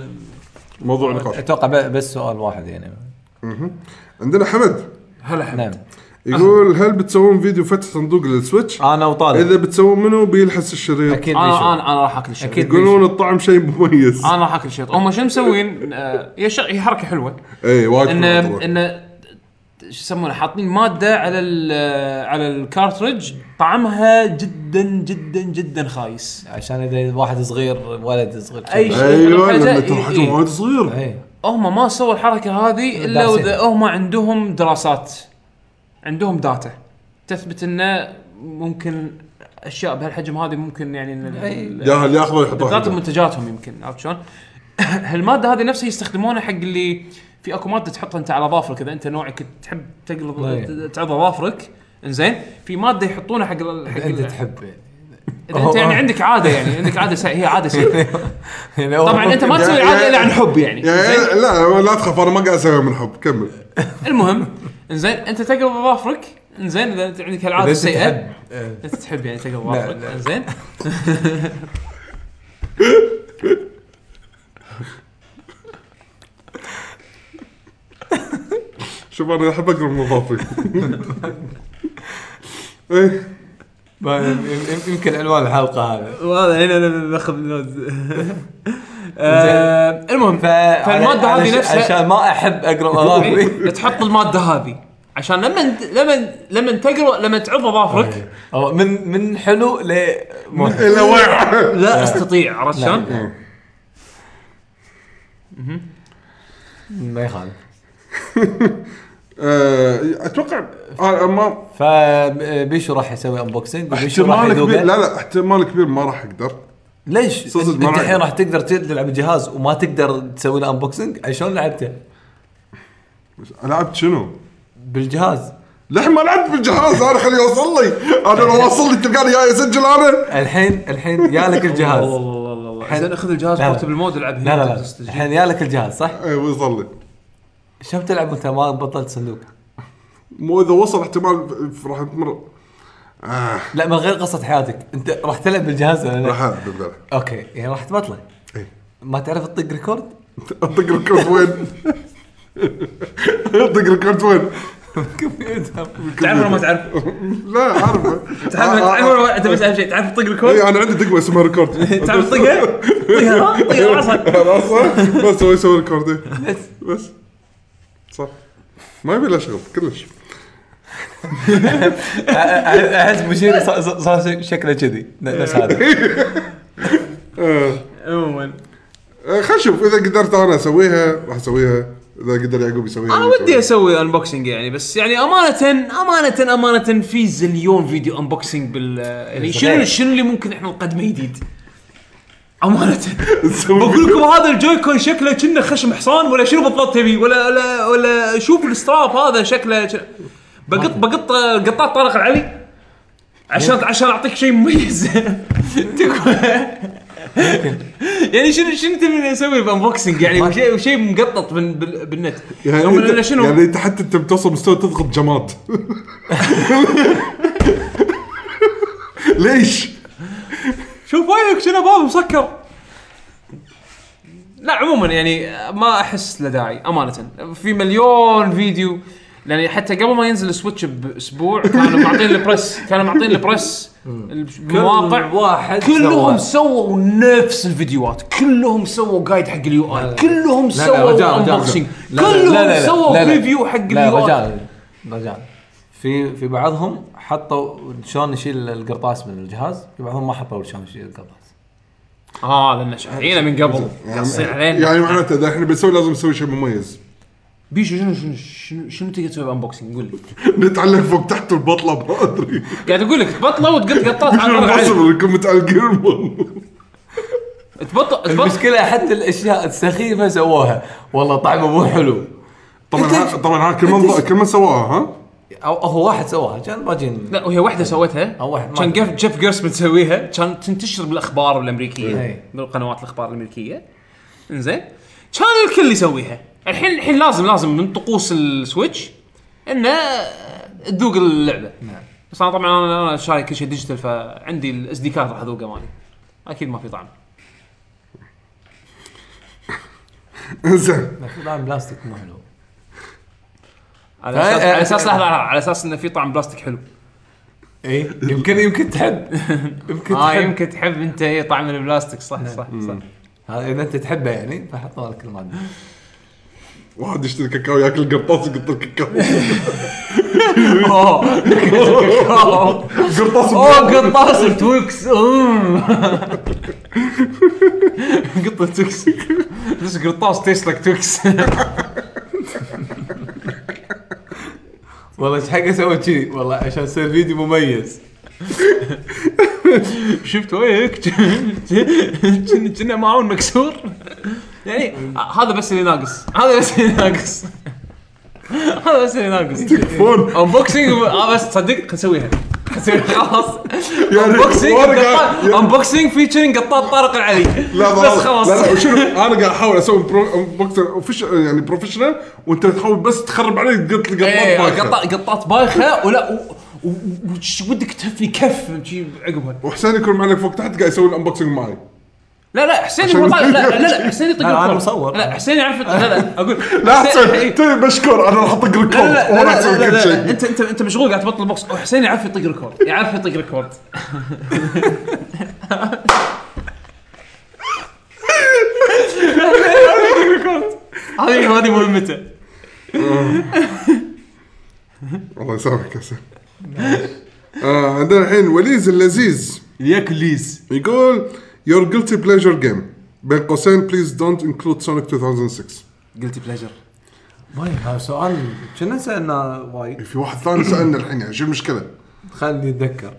موضوع نقاش اتوقع بس سؤال واحد يعني. اها عندنا حمد هلا حمد نعم. يقول هل بتسوون فيديو فتح صندوق للسويتش؟ انا وطالب اذا بتسوون منه بيلحس الشريط. اكيد انا بيشوف. انا انا راح اكل الشيء. أكيد. يقولون الطعم شيء مميز. انا راح اكل الشيء. هم شو مسوين؟ آه، هي شغ... هي حركه حلوه. اي وايد ان حلوة. ان شو يسمونه، حاطين ماده على على الكارتريج طعمها جدا جدا جدا خايس. عشان اذا واحد صغير ولد صغير أي شيء. ايوه حاجة- لما تروح إيه. حجم وايد صغير. اي هم ما سووا الحركه هذه الا دارسين. اذا هم عندهم دراسات، عندهم داتا تثبت انه ممكن اشياء بهالحجم هذه ممكن يعني إن ال- يا هل ياخذوا يحطوها بالذات حجم. منتجاتهم يمكن. عرفت شلون؟ هالماده هذه نفسها يستخدمونها حق اللي في اكو ماده تحطها انت على ظافرك اذا انت نوعك تحب تقلب أي. تعض ظافرك. انزين في ماده يحطونها حق ال- حق انت ال- تحب اذا انت يعني عندك عاده، يعني عندك عاده سيئة، هي عاده سيئة. يعني هو طبعا انت ما يا- تسوي يا- عاده الا عن حب يعني. يعني زين؟ لا لا تخاف انا ما قاعد اسويها من حب. كمل. المهم انزين انت تقلب ظافرك. انزين اذا انت عندك هالعاده إذا أنت السيئه تحب. إيه. انت تحب يعني تقلب لا، ظافرك. لا. انزين شوف انا احب اقرب من ظافري. ايه ما- يم- يمكن عنوان الحلقه هذا. وهذا هنا ناخذ نوت. آه، المهم فالماده هذه نفسها عشان ما احب اقرب اظافري. تحط الماده هذه عشان لما لما لما تقرا لما تعض ظافرك أو من من حلو ل مو- الا وقع. لا استطيع. عرفت شلون؟ ما يخالف. آه، اتوقع آه، ما فبيشو راح يسوي انبوكسنج وبيشو راح احتمال كبير. يذوقه. لا لا احتمال كبير ما راح اقدر. ليش؟ صدق انت ما أنت راح- الحين راح تقدر تلعب الجهاز وما تقدر تسوي له انبوكسنج. شلون لعبته؟ لعبت شنو؟ بالجهاز. لحين ما لعبت بالجهاز انا خليه يوصل لي. انا لو وصل لي تلقاني جاي اسجل انا. الحين الحين يالك الجهاز. الله الله الله الله. زين اخذ الجهاز لا، لا. بورتبل مود العب لا هنا. لا لا الحين يالك الجهاز صح؟ اي وصل لي. شلون تلعب وانت ما بطلت صندوق؟ مو اذا وصل احتمال ف- راح تمر. آه. لا من غير قصة حياتك انت راح تلعب بالجهاز ولا راح لا؟ ألعب بالبلد. اوكي يعني راح تبطله. اي ما تعرف تطق ريكورد؟ اطق الكورت وين؟ اطق الكورت وين؟ تعرف ولا ما تعرف؟ لا عارفه. تعرف تعرف ولا- انت بس اهم شيء تعرف تطق الكود؟ اي انا عندي دقمه اسمها ريكورد. تعرف تطقها؟ طقها طقها راسك. راسه بس هو يسوي ريكورد. إيه. بس صح ما يبي له شغل كلش. احس مشير صار- صار شكله كذي نفس هذا. آه. عموما آه، خل نشوف اذا قدرت انا اسويها راح اسويها. اذا قدر يعقوب يسويها انا ودي اسوي انبوكسنج يعني، بس يعني امانه امانه امانه في زليون فيديو انبوكسنج بال يعني شنو شنو اللي ممكن احنا نقدمه جديد امانه. بقول لكم هذا الجويكون شكله كأنه خشم حصان ولا شنو بالضبط تبي، ولا ولا ولا شوف الستراب هذا شكله شن- بقط بقط قطات طارق العلي عشان عشان اعطيك شيء مميز. يعني شنو شنو تبي نسوي بانبوكسنج يعني شيء شيء مقطط من بال- بالنت يعني هم انت ولا شنو يعني انت حتى انت بتوصل مستوى تضغط جماد. ليش؟ شوف وينك شنو باب مسكر. لا عموما يعني ما احس له داعي امانه. في مليون فيديو يعني حتى قبل ما ينزل السويتش باسبوع كانوا معطين البريس كانوا معطين البريس بالمواقع واحد كلهم سوى. سووا نفس الفيديوهات، كلهم سووا جايد حق اليو اي، كلهم لا، لا، سووا رجال، رجال. انبوكسينج، لا، لا، كلهم لا، لا، لا، سووا لا، لا. ريفيو حق لا اليو اي. رجال رجال في في بعضهم حطوا شلون نشيل القرطاس من الجهاز، في بعضهم ما حطوا شلون نشيل القرطاس. اه لان شايعينه من قبل قاصين علينا. يعني معناته اذا احنا بنسوي لازم نسوي شيء مميز. بيشو شنو شنو شنو شنو تقدر تسوي بانبوكسينج قول لي. نتعلق فوق تحت البطله ما ادري. قاعد اقول لك تبطله وتقط قطات على شنو الارض. possible يكون متعلقين. تبطل تبطل المشكلة حتى الاشياء السخيفة سووها والله طعمه مو حلو. طبعا ها- طبعا ها كل من كل من سواها ها. او هو واحد سواها كان باجين. لا وهي واحده سوتها أو واحد ما كان أدري. جيف جيف جيرس بتسويها كان تنتشر بالاخبار الامريكيه إيه. بالقنوات الاخبار الامريكيه. انزين كان الكل يسويها. الحين الحين لازم لازم من طقوس السويتش انه تذوق اللعبه. نعم. بس انا طبعا انا أنا شايك كل شيء ديجيتال فعندي الاس دي كارد راح اذوقه مالي اكيد ما في طعم. زين المفروض عن بلاستيك مو حلو. على اساس على اساس لحظه على اساس انه في طعم بلاستيك حلو. اي يمكن يمكن تحب يمكن اه تحب يمكن تحب انت اي طعم البلاستيك. صح صح صح. هذا اذا انت تحبه يعني فحطوا لك الماده. واحد يشتري كاكاو ياكل قرطاس يقط الكاكاو. اوه قرطاس اوه قطاس تويكس. قطه تويكس بس قطاس تيست لك تويكس. والله ايش حق اسوي كذي والله عشان يصير فيديو مميز. شفت ويك كنا معون مكسور يعني. هذا بس اللي ناقص هذا بس اللي ناقص هذا بس اللي ناقص تليفون انبوكسينج. اه بس تصدق نسويها خلاص. يعني انبوكسينج انبوكسينج فيتشرنج قطاط طارق العلي. لا بس خلاص. لا لا شنو انا قاعد احاول اسوي بوكسر يعني بروفيشنال وانت تحاول بس تخرب علي قط قطات قطات بايخه ولا وش ودك تهفني كف شي عقبها. وحسين يكون معنا فوق تحت قاعد يسوي الانبوكسنج معي. لا لا حسين هو لا لا لا حسين يطق انا الكود. مصور. لا حسين يعرف. لا لا اقول لا حسين تي مشكور انا راح اطق ريكورد وانا اسوي كل شيء. انت انت انت مشغول قاعد تبطل البوكس. وحسين يعرف يطق ريكورد يعرف يطق ريكورد. هذه هذه مهمته. الله يسامحك يا حسين. آه عندنا الحين وليز اللذيذ ياكل ليز يقول your guilty pleasure game بين قوسين please don't include Sonic two thousand six. قلتي بلاجر. ما هذا سؤال كنا سألنا وايد. في واحد ثاني سألنا الحين يعني شو المشكلة؟ خلني أتذكر.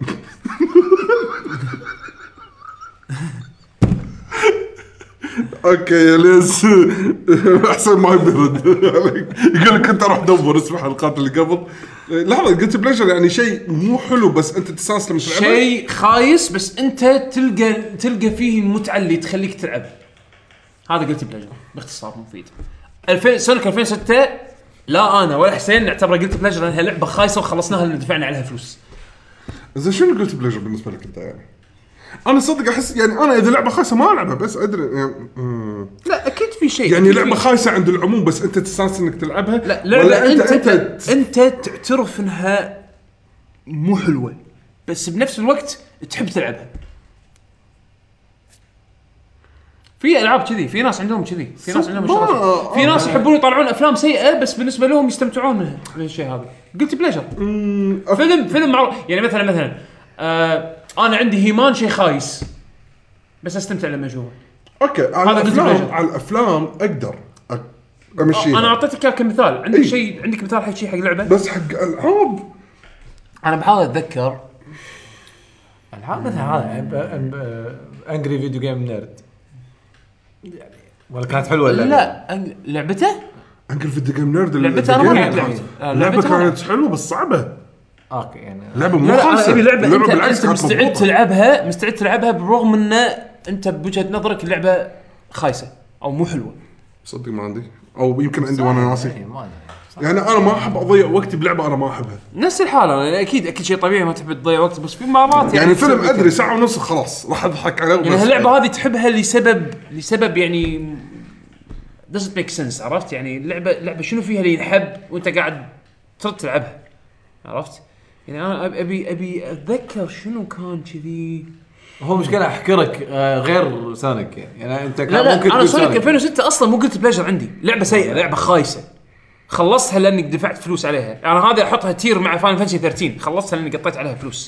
اوكي يا ليز احسن ما يبرد يقول لك انت روح دور اسمع الحلقات اللي قبل. لحظه قلت بلاجر يعني شيء مو حلو بس انت تستانس لما تلعبه. شيء خايس بس انت تلقى تلقى فيه المتعه اللي تخليك تلعب. هذا قلت بلاجر باختصار مفيد. ألفين سونيك ألفين وستة لا انا ولا حسين نعتبره قلت بلاجر لانها لعبه خايسه وخلصناها اللي دفعنا عليها فلوس. اذا شنو قلت بلاجر بالنسبه لك انت يعني؟ انا صدق احس يعني انا اذا لعبه خايسه ما العبها بس ادري يعني لا اكيد في شيء يعني لعبه خايسه عند العموم بس انت تستانس انك تلعبها. لا لعبه انت انت, انت انت تعترف انها مو حلوه بس بنفس الوقت تحب تلعبها. في العاب كذي في ناس عندهم كذي في ناس عندهم شغلات. في ناس يحبون يطلعون افلام سيئه بس بالنسبه لهم يستمتعون من الشيء هذا. قلت بلاجر فيلم فيلم معروف يعني مثلا مثلا آه انا عندي هيمان شيء خايس بس استمتع لما اشوفه. اوكي على الافلام على الافلام اقدر امشيها. انا اعطيتك اياك كمثال. عندك ايه؟ شيء عندك مثال حق شيء حق لعبه بس حق العاب انا بحاول اتذكر العاب مثلا هذا انجري فيديو جيم نيرد يعني ولا كانت حلوه لا لا لعبته انجري فيديو جيم نيرد لعبته انا ما لعبته اللعبه كانت حلوه بس صعبه. اوكي يعني لعبه مو خاصه لعبه انت, انت مستعد تلعبها مستعد تلعبها بالرغم ان انت بوجهه نظرك اللعبه خايسه او مو حلوه. صدق ما عندي او يمكن عندي وانا ناسي يعني انا ما احب اضيع وقتي بلعبه انا ما احبها. نفس الحاله اكيد اكيد شيء طبيعي ما تحب تضيع وقت بس في مرات يعني, يعني فيلم ادري ساعه ونص خلاص راح اضحك عليه. يعني اللعبه هذه تحبها لسبب لسبب يعني doesn't make sense. عرفت يعني اللعبه لعبه شنو فيها اللي ينحب وانت قاعد ترد تلعبها. عرفت يعني انا ابي ابي اتذكر شنو كان كذي. هو مشكله احكرك غير سونيك يعني, يعني انت كان لا ممكن لا انا سونيك ألفين وستة اصلا مو قلت بلاجر عندي لعبه سيئه لعبه خايسه خلصتها لانك دفعت فلوس عليها. انا يعني هذا احطها تير مع فاينل فانتسي ثلاثة عشر خلصتها لاني قطيت عليها فلوس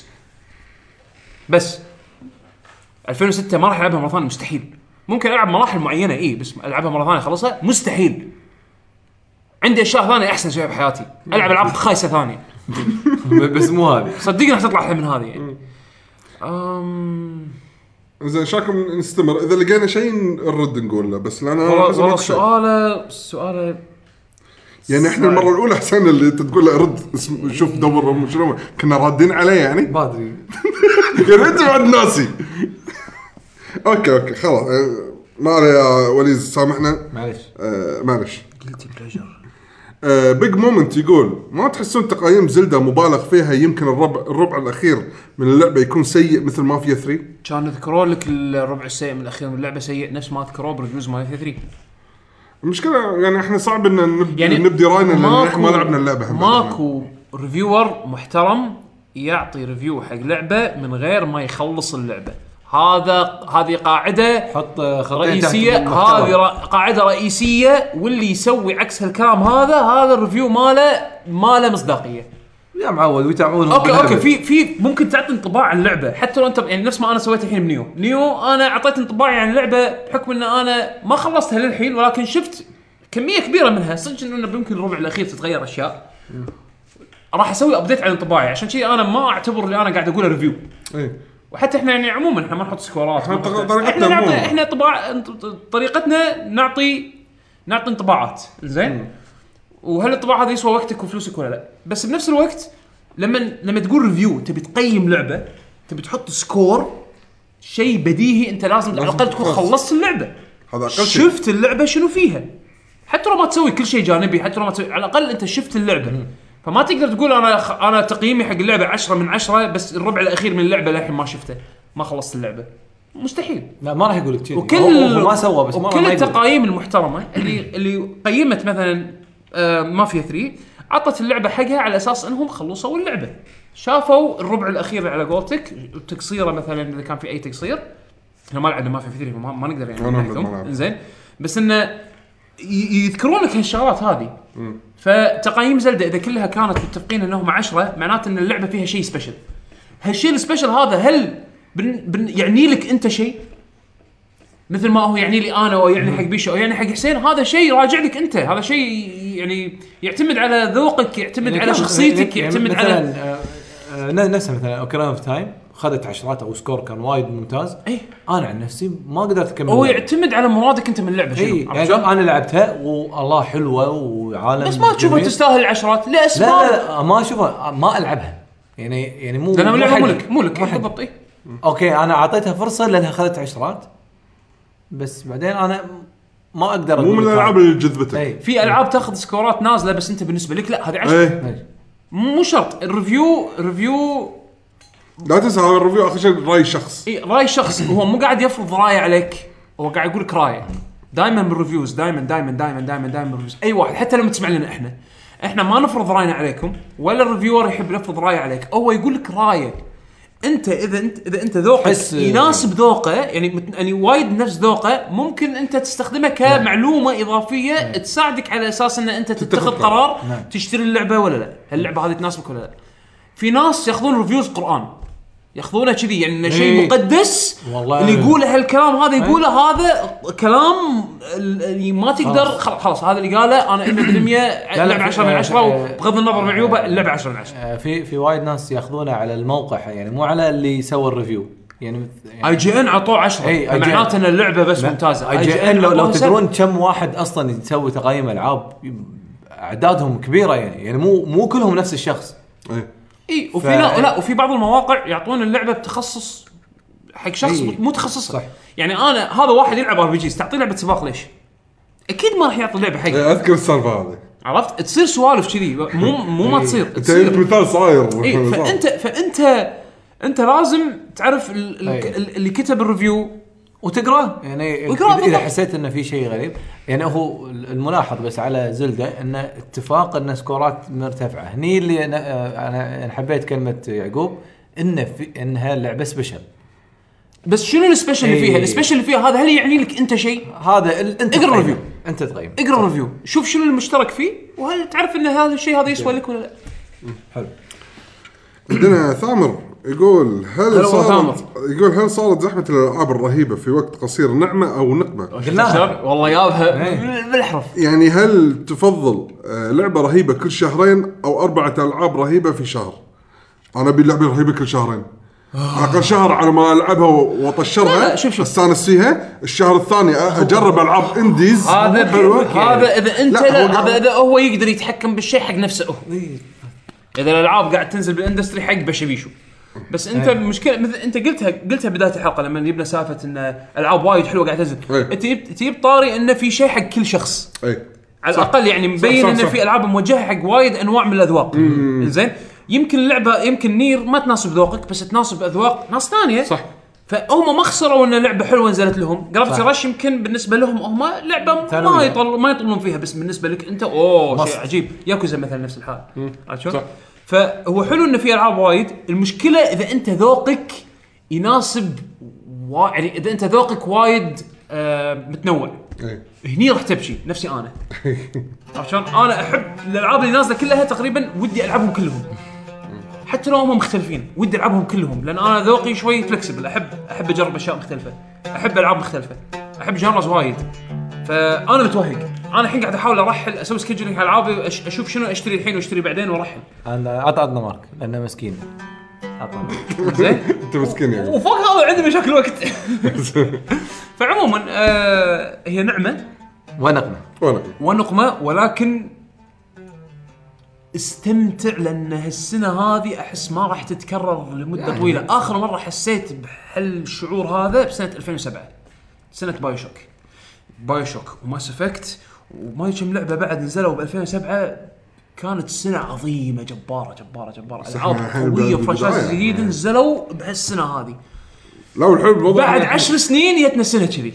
بس. ألفين وستة ما راح العبها مره ثانيه مستحيل. ممكن العب مراحل معينه اي بس العبها مره ثانيه خلصها مستحيل. عندي اشياء ثانيه احسن شيء بحياتي العب العاب خايسه ثانيه بس مو هذه صدقني راح تطلع من هذه يعني. امم اذا شاكم نستمر اذا لقينا شيء نرد نقول له بس لأن والله سؤاله سؤاله يعني احنا المره الاولى حسين اللي انت تقول له رد شوف دور شنو كنا رادين عليه يعني ما ادري يعني انت بعد ناسي. اوكي اوكي خلاص ما علي يا وليد سامحنا معلش آه معلش. قلتي بلاجر آه بيج مومنت يقول ما تحسون تقييم زلدة مبالغ فيها يمكن الربع الربع الأخير من اللعبة يكون سيء مثل مافيا ثري؟ كان يذكرون لك الربع السيء من الأخير من اللعبة سيء نفس ما ذكروا بريفيوز مافيا ثري. المشكله يعني احنا صعب ان نب... يعني نبدي راينا لان احنا ما لعبنا اللعبه. ماكو ريفيور محترم يعطي ريفيو حق لعبه من غير ما يخلص اللعبه. هذا هذه قاعده حط رئيسيه، هذه قاعده رئيسيه، واللي يسوي عكس هالكلام هذا هذا الريفيو ماله ماله مصداقيه يا معود ويتعبون. اوكي اوكي في في ممكن تعطي انطباع عن اللعبه حتى لو انت يعني نفس ما انا سويت الحين بنيو نيو انا اعطيت انطباعي عن اللعبه بحكم ان انا ما خلصتها للحين ولكن شفت كميه كبيره منها. صدق انه يمكن الربع الاخير تتغير اشياء، راح اسوي ابديت على انطباعي عشان شيء انا ما اعتبر اللي انا قاعد اقوله ريفيو. ايه وحتى احنا يعني عموما احنا ما نحط سكورات، طريقتنا احنا نعطي احنا طباع طريقتنا نعطي نعطي انطباعات زين، وهل الطباع هذا يسوى وقتك وفلوسك ولا لا. بس بنفس الوقت لما لما تقول ريفيو تبي تقيم لعبه تبي تحط سكور شيء بديهي، انت لازم على الاقل تكون خلصت اللعبه، هذا اقل شيء، شفت اللعبه شنو فيها، حتى لو ما تسوي كل شيء جانبي، حتى لو ما تسوي على الاقل انت شفت اللعبه. فما تقدر تقول انا خ... انا تقييمي حق اللعبه عشرة من عشرة بس الربع الاخير من اللعبه للحين ما شفته ما خلصت اللعبه، مستحيل. لا ما راح يقول لك كذي، وكل هو ما سوى بس ما كل التقايم المحترمه اللي اللي قيمت مثلا آه مافيا ثري عطت اللعبه حقها على اساس انهم خلصوا اللعبه، شافوا الربع الاخير على قولتك التقصيره مثلا اذا كان في اي تقصير. احنا ما لعبنا مافيا ثري ما, ما نقدر يعني نحكم زين، بس انه يذكرون لك هالشغلات هذه. فتقييم زلدة اذا كلها كانت متفقين انهم عشرة معناته ان اللعبه فيها شيء سبيشل. هالشيء السبيشل هذا هل بن بن يعني لك انت شيء مثل ما هو يعني لي انا او يعني حق بيشو او يعني حق حسين؟ هذا شيء راجع لك انت، هذا شيء يعني يعتمد على ذوقك، يعتمد يعني على شخصيتك، يعني يعتمد مثلاً على آه آه نفسه مثلا اوكران اوف تايم خذت عشرات او سكور كان وايد ممتاز. أيه؟ انا عن نفسي ما قدرت اكمل. هو يعتمد على مرادك انت من اللعبه شنو. إيه يعني انا لعبتها والله حلوه وعالم بس ما تشوفها تستاهل العشرات لاسباب. لا, لا ما اشوفها ما العبها يعني يعني مو لأنها اللعبه ملك ملك بالضبط. إيه؟ اوكي انا اعطيتها فرصه لانها اخذت عشرات بس بعدين انا ما اقدر مو من الالعاب اللي جذبتك. أي. في العاب تاخذ سكورات نازله بس انت بالنسبه لك لا هذه عشرة. أي. مو شرط الريفيو ريفيو لا تنسى هذا الريفيو اخر شيء راي شخص. اي راي شخص، هو مو قاعد يفرض راي عليك، هو قاعد يقول لك راي. دائما بالريفيوز دائما دائما دائما دائما دائما بالريفيوز اي واحد حتى لما تسمع لنا احنا احنا ما نفرض راينا عليكم ولا الريفيور يحب يفرض راي عليك، هو يقول لك رايه انت اذا انت اذا انت ذوقك يناسب ذوقه يعني مت... يعني وايد نفس ذوقه ممكن انت تستخدمها كمعلومه اضافيه نعم. تساعدك على اساس ان انت تتخذ قرار نعم. تشتري اللعبه ولا لا، اللعبه هذه تناسبك ولا لا. في ناس ياخذون ريفيوز قرآن ياخذونه كذي يعني انه شيء مقدس اللي يقوله هالكلام هذا يقوله هذا كلام اللي ما تقدر خلاص هذا اللي قاله انا مية بالمية اللعبه عشرة من عشرة وبغض النظر من عيوبه اللعبه عشرة من عشرة. في في وايد ناس ياخذونه على الموقع يعني مو على اللي سوى الريفيو يعني اي جي ان عطوه عشرة معناته ان اللعبه بس ممتازه. اي جي ان لو, لو تدرون كم واحد اصلا يسوي تقييم العاب اعدادهم كبيره يعني يعني مو مو كلهم نفس الشخص. اي اي وفي ف... لا لا وفي بعض المواقع يعطون اللعبه بتخصص حق شخص إيه؟ مو تخصص صح. يعني انا هذا واحد يلعب ار بي جي تعطيه لعبه سباق ليش؟ اكيد ما راح يعطي اللعبه حقه. إيه اذكر السالفه هذه عرفت تصير سوالف كذي مو مو ما تصير انت مثال صاير. إيه فانت فانت انت لازم تعرف ال... إيه؟ اللي كتب الريفيو وتقراه يعني اذا حسيت انه في شيء غريب يعني هو الملاحظ بس على زلدة ان اتفاق ان سكورات مرتفعه هني اللي انا انا حبيت كلمه يعقوب انه في انها لعبه سبيشل. بس شنو السبيشل اللي فيها؟ السبيشل اللي فيها هذا هل يعني لك انت شيء؟ هذا انت اقرا الريفيو انت تقيم اقرا الريفيو شوف شنو المشترك فيه وهل تعرف ان هذا الشيء هذا يسوى لك ولا لا. حلو. عندنا ثامر يقول هل صارت يقول هل صارت زحمة الألعاب الرهيبة في وقت قصير نعمة أو نقمة؟ قلناها والله يابها بالحرف. يعني هل تفضل لعبة رهيبة كل شهرين أو أربعة ألعاب رهيبة في شهر؟ أنا باللعبة رهيبة كل شهرين. أقل شهر على ما ألعبها وأطشرها استانس فيها، الشهر الثاني أجرب ألعاب إنديز. هذا هذا إذا أنت لا هذا إذا هو يقدر يتحكم بالشيء حق نفسه. إذا الألعاب قاعد تنزل بالاندستري حق بشبيشو بس انت المشكله مثل انت قلتها قلتها بدايه الحلقه لما جبنا سالفه ان العاب وايد حلوه قاعده تنزل انت تجيب طاري انه في شيء حق كل شخص اي على الاقل يعني مبين انه في العاب موجهه حق وايد انواع من الاذواق زين. يمكن اللعبه يمكن نير ما تناسب ذوقك بس تناسب اذواق ناس ثانيه صح فهم ما خسروا ان لعبه حلوه نزلت لهم. جرافيتي رش يمكن بالنسبه لهم هم لعبه ما يطل ما يطلون فيها، بس بالنسبه لك انت اوه شيء عجيب. ياكوزا مثلا نفس الحال، عرفت شلون؟ فهو حلو انه في العاب وايد. المشكله اذا انت ذوقك يناسب وا... يعني اذا انت ذوقك وايد آه متنوع اي هني راح تمشي. نفسي انا عرفت شلون؟ انا احب الالعاب اللي نازله كلها تقريبا ودي العبهم كلهم حتى لو هم مختلفين، ودي العبهم كلهم لان انا ذوقي شوي فلكسبل. احب احب اجرب اشياء مختلفه، احب العاب مختلفه، احب جانرز وايد. فانا متوهق. انا الحين قاعد احاول ارحل اسوي سكيدجولينج على العابي، اشوف شنو اشتري الحين واشتري بعدين وارحل. انا عطنا مارك لانه مسكين. عطنا زين انت مسكين يعني. وفوق هذا عندي مشاكل وقت. فعموما آه هي نعمه ونقمه ونقمه، ولكن استمتع لان هالسنه هذه احس ما راح تتكرر لمده يعني طويله. اخر مره حسيت بهالشعور هذا بسنه ألفين وسبعة، سنه بايوشوك بايوشوك وماس افكت وما كم لعبه بعد نزلوا ب ألفين وسبعة. كانت سنه عظيمه جباره جباره جباره. العاب قويه وفراشات جديده نزلوا بهالسنه هذه. لا والحلو بعد عشر سنين جتنا سنه كذي.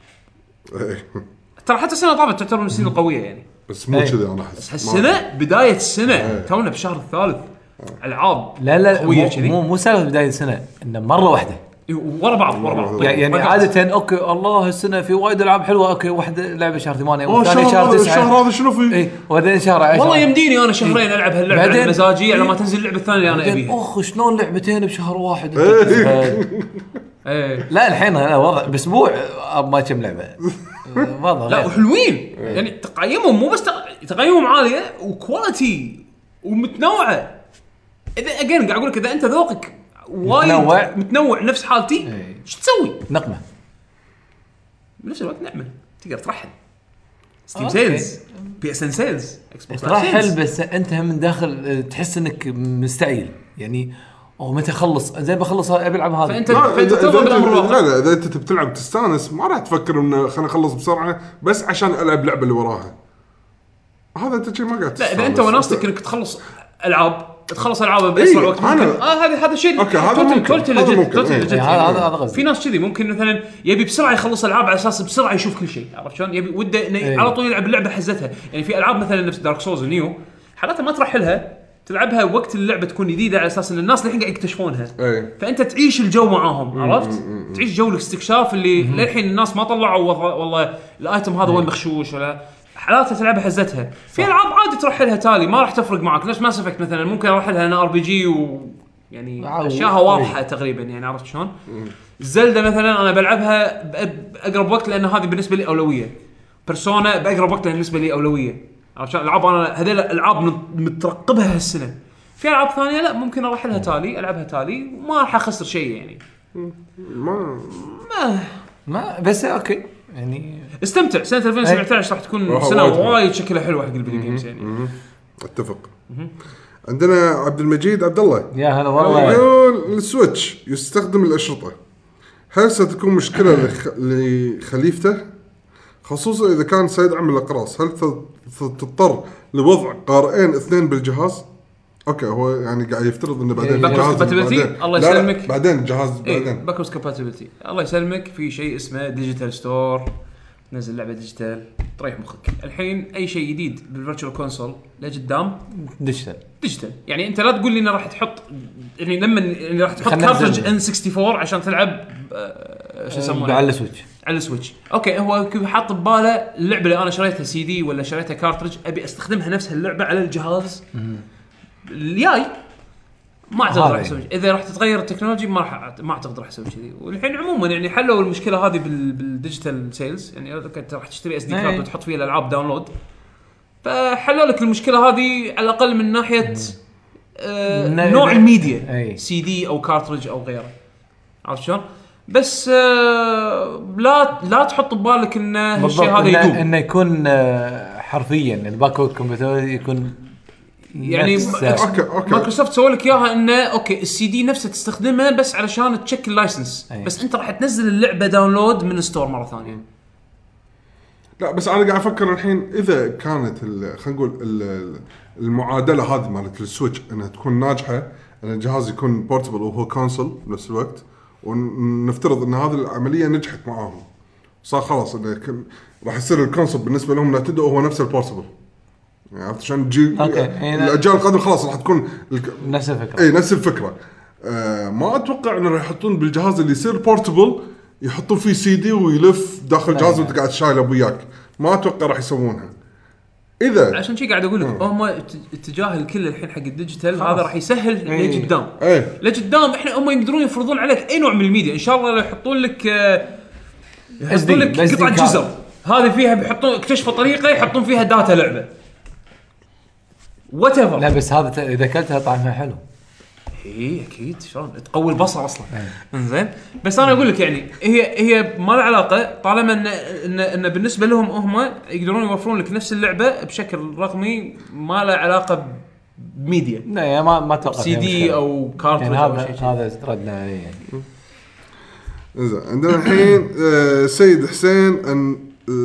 ترى حتى السنه طابت تعتبر من السنين القويه يعني، بس مو كذي. انا احس السنه بدايه السنه تونا بشهر الثالث العاب لا لا قويه كذي. مو مو سالفه بدايه السنه، انه مره واحده ورا بعض ورا بعض. يعني عاده اوكي الله السنه في وايد العاب حلوه. اوكي واحده لعبه شهر ثمانية والثاني شهر تسعة. الشهر هذا شنو فيه؟ اي وبعدين شهر عشرة. والله يمديني انا شهرين العب هاللعبه على مزاجي على ما تنزل اللعبه الثانيه اللي انا ابيها. اخ شلون لعبتين بشهر واحد؟ ايه لا الحين انا وضع باسبوع ما كم لعبه وضع لا وحلوين يعني تقييمهم مو بس تقييمهم عاليه وكواليتي ومتنوعه. اذا اجين قاعد اقول لك اذا انت ذوقك وايد متنوع, متنوع نفس حالتي ايش تسوي؟ نقمه بنفس الوقت نعمه تقدر ترحل ستيم سيلز بي اس ان سيلز اكسبوكس ترحل. بس انت من داخل تحس انك مستعجل يعني او متى اخلص زين بخلص ابي العب هذا. فانت فانت تضرب بالامر. لا لا اذا انت بتلعب تستانس ما راح تفكر انه خلينا نخلص بسرعه بس عشان العب اللعبه اللي وراها. هذا انت شيء ما قاعد. لا اذا انت وناستك انك تخلص العاب تخلص العاب باسرع إيه وقت ممكن. اه هذا هذا شيء اوكي هذا ممكن هذا هذا غزي. في ناس كذي ممكن مثلا يبي بسرعه يخلص العاب على اساس بسرعه يشوف كل شيء. عرفت شلون؟ يبي وده إيه. على طول يلعب اللعبه حزتها. يعني في العاب مثلا نفس دارك سولز ونيو حالاتها ما ترحلها تلعبها وقت اللعبه تكون جديده على اساس ان الناس الحين قاعد يكتشفونها. أي. فانت تعيش الجو معاهم. عرفت؟ تعيش جو الاستكشاف اللي للحين الناس ما طلعوا والله الايتم هذا وين مخشوش ولا حالاتها تلعبها حزتها. في العاب عادي ترحلها تالي ما راح تفرق معك. ليش ماس افكت مثلا ممكن ارحلها انا ار بي جي و يعني اشياءها واضحه تقريبا يعني. عرفت شلون؟ زلدة مثلا انا بلعبها باقرب وقت لان هذه بالنسبه لي اولويه. بيرسونا باقرب وقت بالنسبه لي اولويه. عشان العاب انا هذول الالعاب مترقبها هالسنه. في العاب ثانيه لا ممكن اروح لها تالي العبها تالي وما راح اخسر شيء يعني. ما ما ما بس اوكي يعني استمتع. سنه ألفين وسبعة عشر راح تكون سنه وايد شكلها حلو حق الفيديو جيمز يعني. اتفق. عندنا عبد المجيد عبد الله يا هلا والله. يقول السويتش يستخدم الاشرطه، هل ستكون مشكله لخليفته خصوصا اذا كان سيد عمل الاقراص؟ هل تضطر لوضع قارئين اثنين بالجهاز؟ اوكي هو يعني قاعد يفترض انه بعدين الجهاز الله يسلمك بعدين الجهاز بعدين إيه باكورز كابابيلتي الله يسلمك. في شيء اسمه ديجيتال ستور، نزل لعبه ديجيتال تريح مخك. الحين اي شيء جديد بالفيرتشوال كونسول لقدام ديجيتال ديجيتال. يعني انت لا تقول لي انه راح تحط يعني لما يعني راح تحط كارترج إن أربعة وستين عشان تلعب شو يسمونه على السويتش على السويتش. اوكي هو حاط بباله اللعبه اللي انا شريتها سي دي ولا شريتها كارترج ابي استخدمها نفس هاللعبه على الجهاز الجاي. ما اعتقد راح اسوي اذا راح تتغير التكنولوجيا ما راح ما اعتقد راح اسوي كذي. والحين عموما يعني حلوا المشكله هذه بالديجيتال سيلز. يعني انت راح تشتري اس دي كارد وتحط فيه الالعاب داونلود فحلوا لك المشكله هذه على الاقل من ناحيه آه نوع الميديا سي دي او كارترج او غيره. عرفت شلون؟ بس آه لا لا تحط ببالك ان هالشيء هذا يدوم انه يكون آه حرفيا الباكورد كمبيوتر يكون يعني أوكي أوكي. مايكروسوفت سووا لك اياها انه اوكي السي دي نفسه تستخدمها بس علشان تشيك اللايسنس أيه. بس انت راح تنزل اللعبه داونلود من الستور مره ثانيه. لا بس انا قاعد افكر الحين اذا كانت خلينا نقول المعادله هذه مالت السويتش انها تكون ناجحه ان الجهاز يكون بورتبل وهو كونسول بنفس الوقت ونفترض ان هذه العمليه نجحت معاهم صار خلاص انه راح يصير الكونسبت بالنسبه لهم نتندو هو نفس البورتبل يعني عرفت عشان تجي الاجيال القادمه خلاص راح تكون الك... نفس الفكره اي نفس الفكره. آه ما اتوقع انه راح يحطون بالجهاز اللي يصير بورتبل يحطون فيه سي دي ويلف داخل جهاز وانت قاعد شايله وياك. ما اتوقع راح يسوونها. اذا عشان شي قاعد اقول لك هم اتجاه الكل الحين حق الديجيتال هذا راح يسهل ايه. لقدام ايه. لقدام احنا هم يقدرون يفرضون عليك اي نوع من الميديا ان شاء الله لو يحطون لك يحطون لك قطعه جزر هذه فيها بيحطون اكتشفوا طريقه يحطون فيها داتا لعبه وات ايفر. لا بس هذا اذا اكلتها طعمها حلو. اي اكيد شلون تقوي البصر اصلا انزين. بس انا اقول لك يعني هي هي ما لها علاقه طالما ان ان, إن بالنسبه لهم هم يقدرون يوفرون لك نفس اللعبه بشكل رقمي ما لها علاقه بميديا. لا ما ما اتوقع سي دي او كارتريج يعني او شيء هذا ردنا عليه يعني. إذا عندنا الحين سيد حسين ان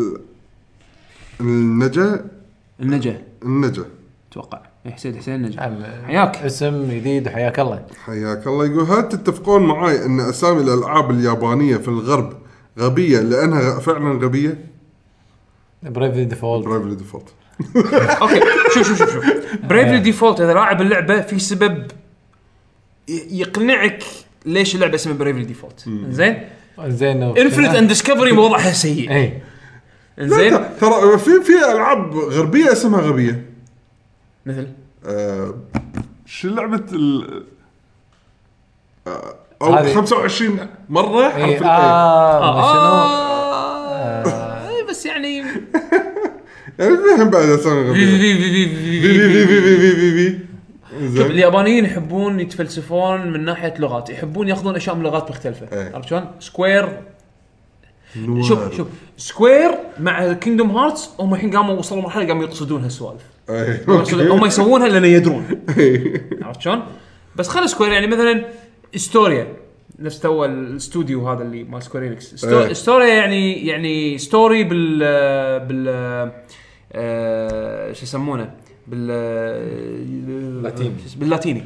النجا النجا النجا اتوقع حسين حسين النجا حياك اسم جديد وحياك الله. حياك الله. يقول هل تتفقون معي ان اسامي الالعاب اليابانيه في الغرب غبيه لانها فعلا غبيه؟ برايفلي ديفولت برايفلي ديفولت اوكي شوف شوف شوف شوف برايفلي ديفولت اذا لاعب اللعبه في سبب يقنعك ليش اللعبه اسمها برايفلي ديفولت زين زين. انفنت اند ديسكفري موضحها سيء اي زين. ترى في في العاب غربيه اسمها غبيه مثل آه شو لعبه ال آه او خمسة وعشرين مره حرف الاي اه, آه. شنو آه. بس يعني يعني فهم بعد اسامي غبيه في في في في في في في في في شوف اليابانيين يحبون يتفلسفون من ناحيه لغات يحبون ياخذون اشياء من لغات مختلفه عرفت شلون سكوير شوف شوف سكوير مع كينجدوم هارتس هم الحين قاموا وصلوا مرحله قاموا يقصدون هالسوالف هم يسوونها لان يدرون عرفت شلون. بس خلي سكوير يعني مثلا ستوريا نفس تو الاستوديو هذا اللي مال سكويرينكس ستو... ستوريا يعني يعني ستوري بال بال آه... شو يسمونه بال لاتيني باللاتيني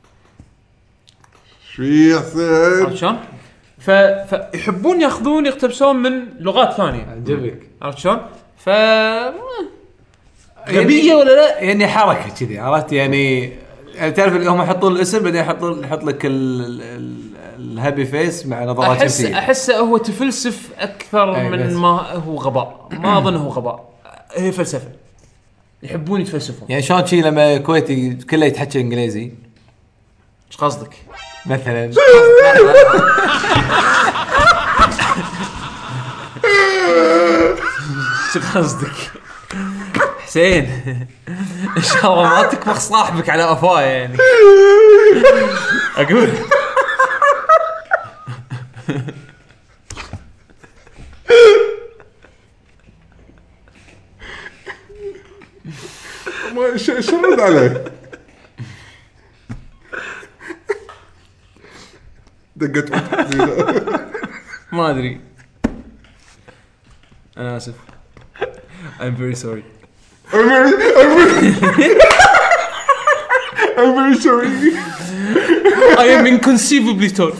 شو يحسن عرفت شلون. ف... فيحبون ياخذون يقتبسون من لغات ثانيه عجبك عرفت شلون. ف غبيه ولا لا يعني حركه كذي عرفت يعني تعرف اللي هم يحطون الاسم بعدين يحطون يحط لك الهابي فيس مع نظرات احس شمسيه. احس هو تفلسف اكثر من ما هو غباء. ما اظن هو غباء هي فلسفه يحبون يتفلسفون. يعني شلون شيء لما كويتي كله يتحكي انجليزي ايش قصدك مثلا شو قصدك حسين ان شاء الله ما تكبخ صاحبك على قفاه يعني اقول ما شرد عليه دقت ما ادري انا اسف I'm very sorry I'm very, I'm very, I'm very sorry I am inconceivably sorry.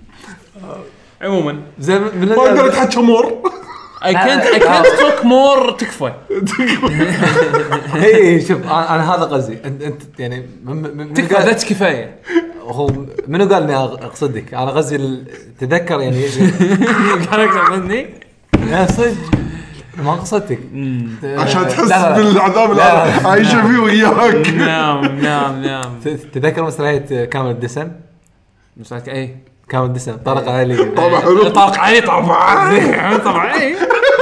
عموما زي من ما اقدر اتحكى مور I can't I can't talk more تكفى. اي شوف انا هذا قصدي انت انت يعني تكفى ذات كفايه. هو منو قال اني اقصدك انا قصدي تذكر يعني قالك تقصدني لا صدق ما قصدتك عشان تحس بالعذاب اللي عايشه فيه وياك. نعم نعم نعم. تذكر مسرحيه كامل الدسم مسرحيه اي كامل الدسم طارق علي طبعا حلو طارق علي طبعا طبعا اي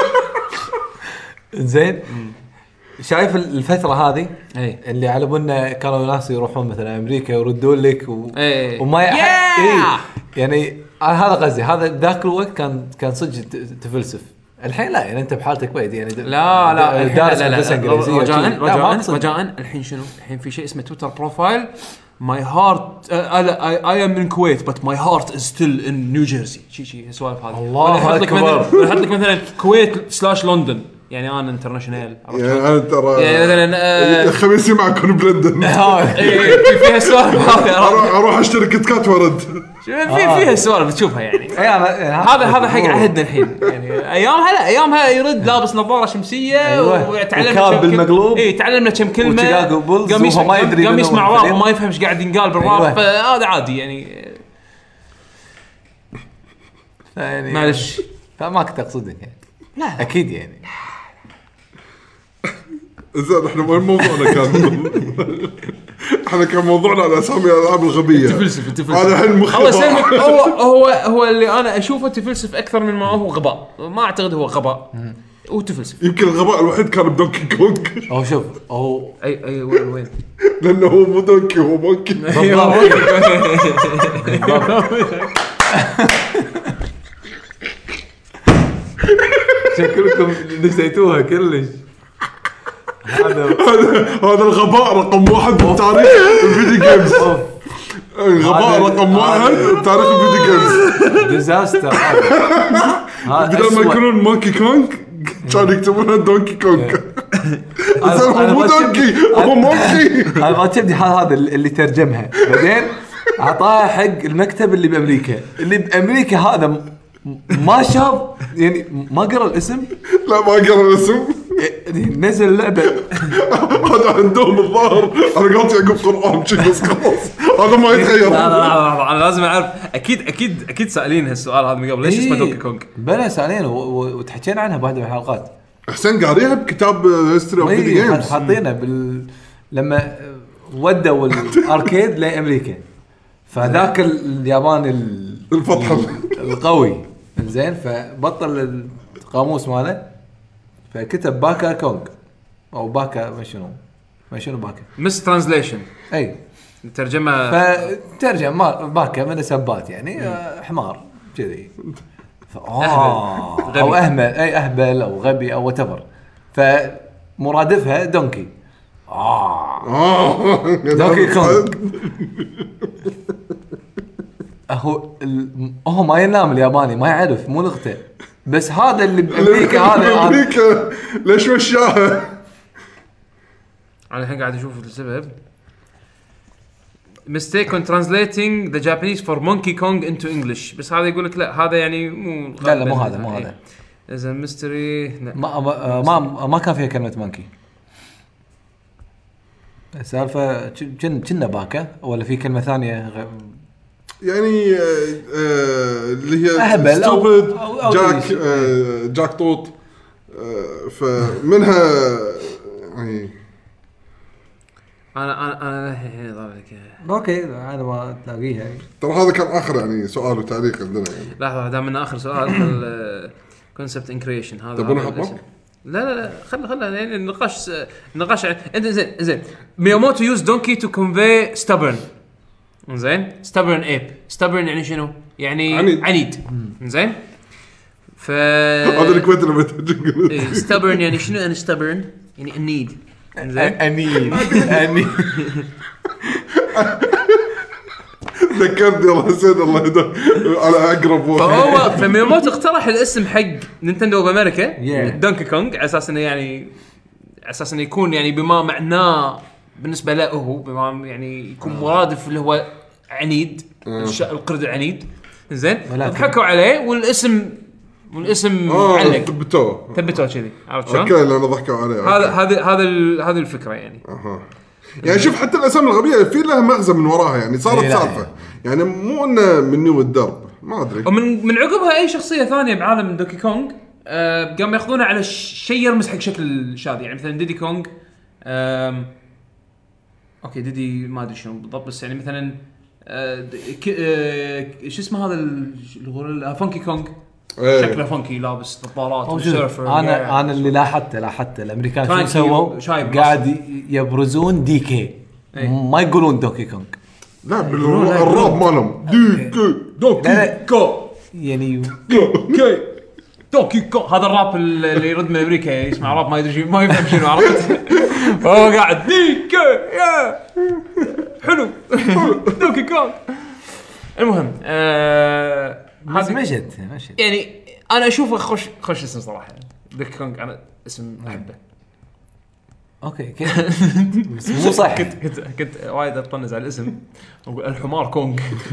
زين. شايف الفتره هذه اي اللي على بالنا كانوا ناس يروحون مثلا امريكا يردون لك و... أي. وما يح... yeah. إيه. يعني هذا قصدي هذا ذاك الوقت كان كان صدق تفلسف. الحين لا يعني انت بحالتك كويس يعني لا لا دارس لا هندسه انجليزيه رجاء رجاء رجاء الحين شنو الحين في شيء اسمه تويتر بروفايل my heart uh, I, I am in Kuwait but my heart is still in New Jersey شيء شيء سوالف هذه. الله يحط لك مثلا يحط لك مثلا كويت سلاش لندن يعني انا انترناشونال يعني انا ترى يعني مثلا آه، خميسي معكم بلندن إيه، في فيها سوالف اروح اروح اشتري كت كات ورد في فيها سوالف تشوفها يعني اي انا هذا هذا حق عهدنا الحين يعني ايامها لا ايامها يرد لابس نظاره شمسيه أيوة. ويتعلم وكاب كم- بالمقلوب. اي يتعلم له كم كلمه وشيكاغو بولز قام يسمع وهو ما يدري قام منهم يسمع راب الفريق. وما يفهم ايش قاعد ينقال بالراب أيوة. فهذا عادي يعني يعني معلش فما كنت اقصدك يعني لا اكيد يعني زين احنا وين موضوعنا كان؟ احنا كان موضوعنا على اسامي الالعاب الغبيه تفلسف تفلسف انا الحين مخي خلاص ضاع. هو هو هو اللي انا اشوفه تفلسف اكثر من ما هو غباء ما اعتقد هو غباء هو تفلسف يمكن الغباء الوحيد كان بدونكي كونغ هو شوف هو اي اي وين وين لانه هو مو دونكي هو مونكي شكلكم نسيتوها كلش هذا هذا الغباء رقم واحد بتاريخ الفيديو جيمز الغباء هذا- رقم واحد هذا- بتاريخ الفيديو جيمز ديزاستر هذا بدل ما يكونون مونكي كونغ كانوا يكتبونها دونكي كونغ زين هو مو دونكي هو مونكي انا ما تبدي هذا اللي ترجمها بعدين اعطاها حق المكتب اللي بامريكا اللي بامريكا هذا م- ما شاف يعني ما قرا الاسم لا ما قرا الاسم يعني نزل اللعبه هذا عندهم الظاهر انا قلت يعقوب قرآن شي بس خلاص هذا ما يتغير لا لا لا انا لازم اعرف اكيد اكيد اكيد سائلين هالسؤال هذا من قبل ليش اسمه دونكي كونغ بلا سالين و- و- وتحكينا عنها بواحده من الحلقات حسين قاريها بكتاب هيستوري اوف فيديو إيه، جيمز حاطينه بال لما ودوا الاركيد لامريكا فذاك الياباني ال- الفطحل القوي زين فبطل القاموس ماله فكتب باكا كونغ او باكا ما شنو ما شنو باكا مس ترانزليشن اي ترجمه فترجم ما باكا من سبات يعني آه، حمار كذي ف- آه غبي. او اهمل اي اهبل او غبي او واتفر فمرادفها دونكي اه اه دونكي كونغ هو ال- هو ما ينام الياباني ما يعرف مو لغته بس هذا اللي بامريكا هذا هذا- امريكا ليش مشاها انا الحين قاعد اشوف السبب mistake when translating the Japanese for Monkey Kong into English بس هذا يقول لك لا هذا يعني مو لا لا مو هذا مو هذا is a mystery لا. ما ما ما, ما كان فيها كلمه مونكي السالفه كن كنا باكا ولا في كلمه ثانيه غ... يعني آه، آه، اللي هي أهبل أو- ستوبد أو- أو جاك شيء. آه، جاك طوط آه، فمنها يعني انا انا انا الحين ضارب لك إياها. اوكي انا ما تلاقيها ترى هذا كان اخر يعني سؤال وتعليق عندنا يعني لحظه دام من اخر سؤال الكونسبت ان كرييشن هذا تبون هذا أحطه؟ الاسم. لا لا لا خل خل يعني النقاش النقاش عن- انت زين زين مياموتو يوز دونكي تو كونفي ستبرن زين ستبرن ايب ستبرن يعني شنو يعني عنيد. عنيد زين ف هذا الكويت اللي بترجم ستبرن يعني شنو انا ستبرن يعني النيد زين اني اني ذكرني الله حسين الله يهداه على اقرب وقت فهو فمياموتو اقترح الاسم حق نينتندو بامريكا Yeah. دونكي كونغ على اساس انه يعني على اساس انه يكون يعني بما معناه بالنسبه له هو بما يعني يكون مرادف اللي هو عنيد الش- القرد العنيد زين ولكن- ضحكوا عليه والاسم والاسم اه علق ثبتوه ثبتوه كذي عرفت شلون؟ اوكي لانه ضحكوا عليه هذا أوكي. هذا هذا ال- هذه الفكره يعني اها يعني شوف حتى الاسامي الغبيه في لها مغزى من وراها يعني صارت إيه لا سالفه يعني مو انه مني والدرب ما ادري ومن من عقبها اي شخصيه ثانيه بعالم دوكي كونغ آه قام ياخذونها على ش- شيء يرمز حق شكل شاذ يعني مثلا ديدي كونغ آم اوكي ديدي ما ادري شنو بالضبط بس يعني مثلا آه د- ك- آه شو اسمه هذا ال- الغوريلا فونكي كونغ إيه. شكله فونكي لابس نظارات أو شوف، وسيرفر انا انا اللي لاحظته لاحظته الامريكان شو فرانكي سووا شايب قاعد ي- يبرزون دي كي إيه. ما يقولون دونكي كونغ لا بالراب مالهم دي كي دوكي لا، لا. كو يعني كي دوكي كو هذا الراب اللي يرد من امريكا يسمع راب ما يدري شيء ما يفهم شنو عرفت فهو قاعد ديكا يا حلو دوكي كونغ المهم آه بس هذه مشت مشت يعني انا اشوفه خوش خوش اسم صراحه دونكي كونغ انا اسم احبه. اوكي كيف مو صح. كنت كنت كنت وايد اطنز على الاسم واقول الحمار كونغ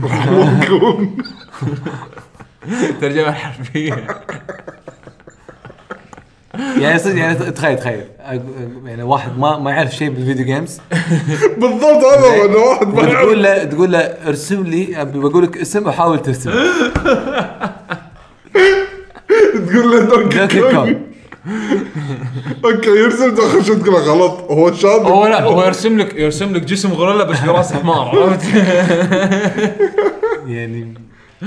ترجمه حرفيه. يعني صدق يعني تخيل تخيل يعني واحد ما ما يعرف شيء بالفيديو جيمز بالضبط هذا انه واحد ما تقول له تقول له ارسم لي بقول لك اسم وحاول ترسم تقول له دونكي كونغ اوكي يرسم تخش تقول غلط هو شاطر هو لا هو يرسم لك يرسم لك جسم غوريلا بس براس حمار عرفت يعني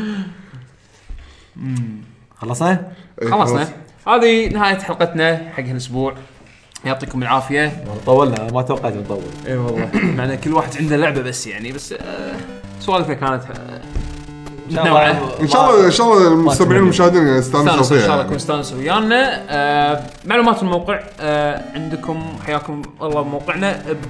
خلصنا خلصنا. هذه نهايه حلقتنا حق هالاسبوع يعطيكم العافيه. طولنا ما توقعت نطول. اي والله معنا كل واحد عنده لعبه بس يعني بس آه سوالفه كانت آه متنوعه. ان شاء الله ان شاء الله المستمعين والمشاهدين يستانسوا فيها. ان شاء الله يكونوا استانسوا ويانا. آه معلومات الموقع آه عندكم حياكم الله موقعنا ب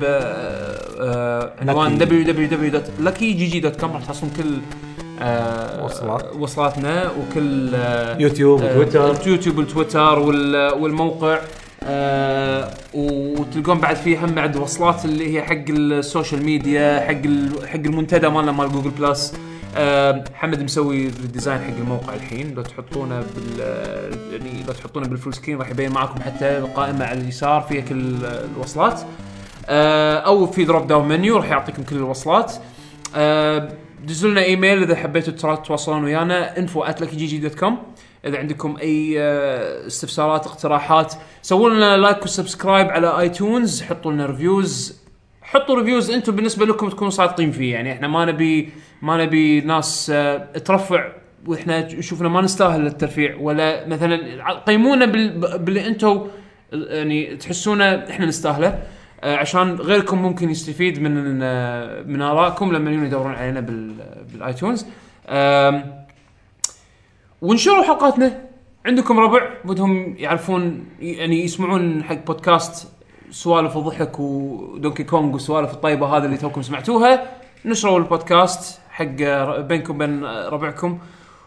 آه عنوان دبليو دبليو دبليو دوت لاكي جي جي دوت كوم راح تحصلون كل آه وصلات وصلاتنا وكل آه يوتيوب وتويتر آه يوتيوب والتويتر والموقع آه وتلقون بعد فيه هم بعد وصلات اللي هي حق السوشيال ميديا حق حق المنتدى مالنا مال جوجل بلس. أه حمد مسوي الديزاين حق الموقع الحين لو تحطونه بال يعني لو تحطونه بالفول سكرين راح يبين معكم حتى القائمه على اليسار فيها كل الوصلات أه او في دروب داون منيو راح يعطيكم كل الوصلات. أه دزوا لنا ايميل اذا حبيتوا تتواصلون ويانا info at lucky g g dot com. اذا عندكم اي استفسارات اقتراحات سووا لنا لايك وسبسكرايب على ايتونز حطوا لنا ريفيوز حطوا ريفيوز انتم بالنسبه لكم تكونوا صادقين فيه يعني احنا ما نبي ما نبي ناس اه ترفع واحنا شوفنا ما نستاهل الترفيع ولا مثلا قيمونا بال... باللي انتم يعني تحسونا احنا نستاهله اه عشان غيركم ممكن يستفيد من اه من آرائكم لما يجون يدورون علينا بال... بالايتونز. اه وانشروا حلقاتنا عندكم ربع بدهم يعرفون يعني يسمعون حق بودكاست سوالف وضحك ودونكي كونغ والسوالف الطيبة هذا اللي توكم سمعتوها. نشروا البودكاست حق بينكم بين ربعكم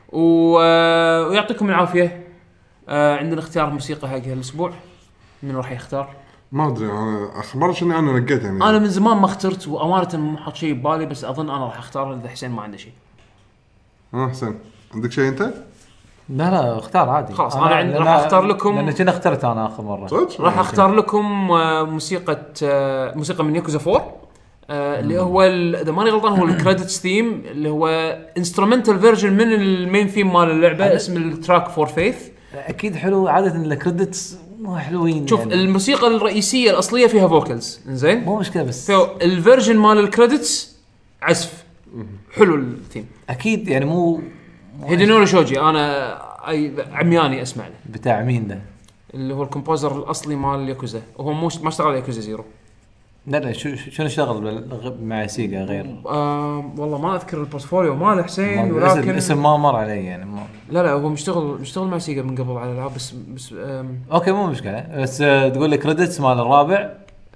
ويعطيكم العافية. عندنا اختيار موسيقى حق هالأسبوع من راح يختار ما أدري أنا أخبرش إني أنا نقيت يعني أنا من زمان ما اخترت وأمانة ما حط شيء ببالي بس أظن أنا راح أختار إذا حسين ما عنده شيء. ها حسين عندك شيء أنت؟ لا لا اختار عادي خلاص انا عندي راح اختار لكم لان كنا اخترت انا اخر مره راح اختار لكم موسيقى موسيقى من ياكوزا فور اللي هو اذا ماني غلطان هو الكريدتس ثيم اللي هو انسترومنتال فيرجن من المين ثيم مال اللعبه اسم التراك فور فيث. اكيد حلو عاده الكريدتس مو حلوين شوف يعني. الموسيقى الرئيسيه الاصليه فيها فوكالز انزين مو مشكله بس الفيرجن مال الكريدتس عزف حلو الثيم اكيد يعني مو هيدينوري شوجي انا اي عمياني اسمع له بتاع مين ده اللي هو الكومبوزر الاصلي مال ياكوزا وهو مو ما اشتغل ياكوزا زيرو. لا لا شو شو اشتغل مع سيجا غير آه والله ما اذكر البورتفوليو مال حسين ولكن اسم ما مر علي يعني ما لا لا هو مشتغل مشتغل مع سيجا من قبل على العاب بس بس اوكي مو مشكله بس تقول لي كريدتس مال الرابع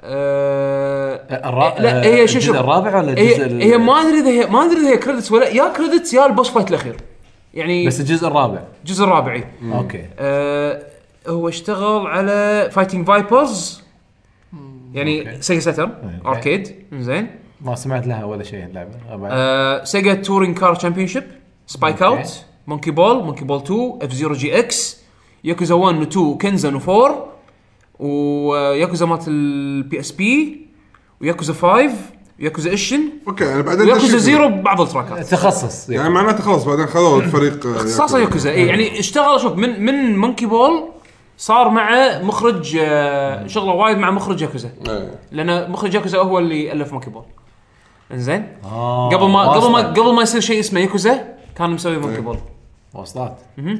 آه الرابع لا هي شو شو الرابع ولا الجزء هي, هي ما ادري اذا هي ما ادري اذا هي كريدتس ولا يا كريدتس يا البوس فايت الاخير يعني بس الجزء الرابع الجزء الرابعي اوكي آه هو اشتغل على فايتنج فايبرز يعني سيجا ساترن اركيد زين ما سمعت لها ولا شيء اللعبه آه سيجا تورينج كار تشامبيونشيب سبايك اوت مونكي بول مونكي بول تو اف زيرو جي اكس ياكوزا واحد و اثنين كنزن و أربعة وياكوزا مات البي اس بي وياكوزا خمسة ياكوزا ايشن اوكي يعني بعدين ياكوزا زيرو ببعض التراكات تخصص يعني معناته خلاص بعدين خذوا الفريق اختصاص ياكوزا اي يعني اشتغل شوف من من مونكي بول صار مع مخرج شغله وايد مع مخرج ياكوزا لان مخرج ياكوزا هو اللي الف مونكي بول انزين آه قبل ما قبل ما قبل ما يصير شيء اسمه ياكوزا كان مسوي مونكي بول وصلت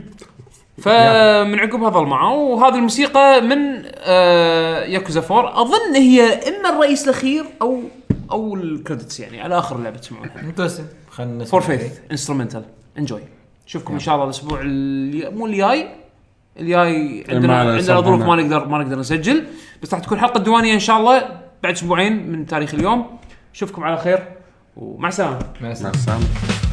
فمن عقب هذا معه وهذه الموسيقى من آه ياكوزا فور اظن هي اما الرئيس الاخير او او الكريدتس يعني على اخر اللعبه تسمعونها ممتاز خلينا فور فيث انسترومنتال انجوي نشوفكم ان شاء الله الاسبوع اللي مو الجاي الجاي عندنا عندنا ظروف ما نقدر ما نقدر نسجل بس راح تكون حلقه دوانيه ان شاء الله بعد اسبوعين من تاريخ اليوم. نشوفكم على خير ومع السلامه. مع السلامه.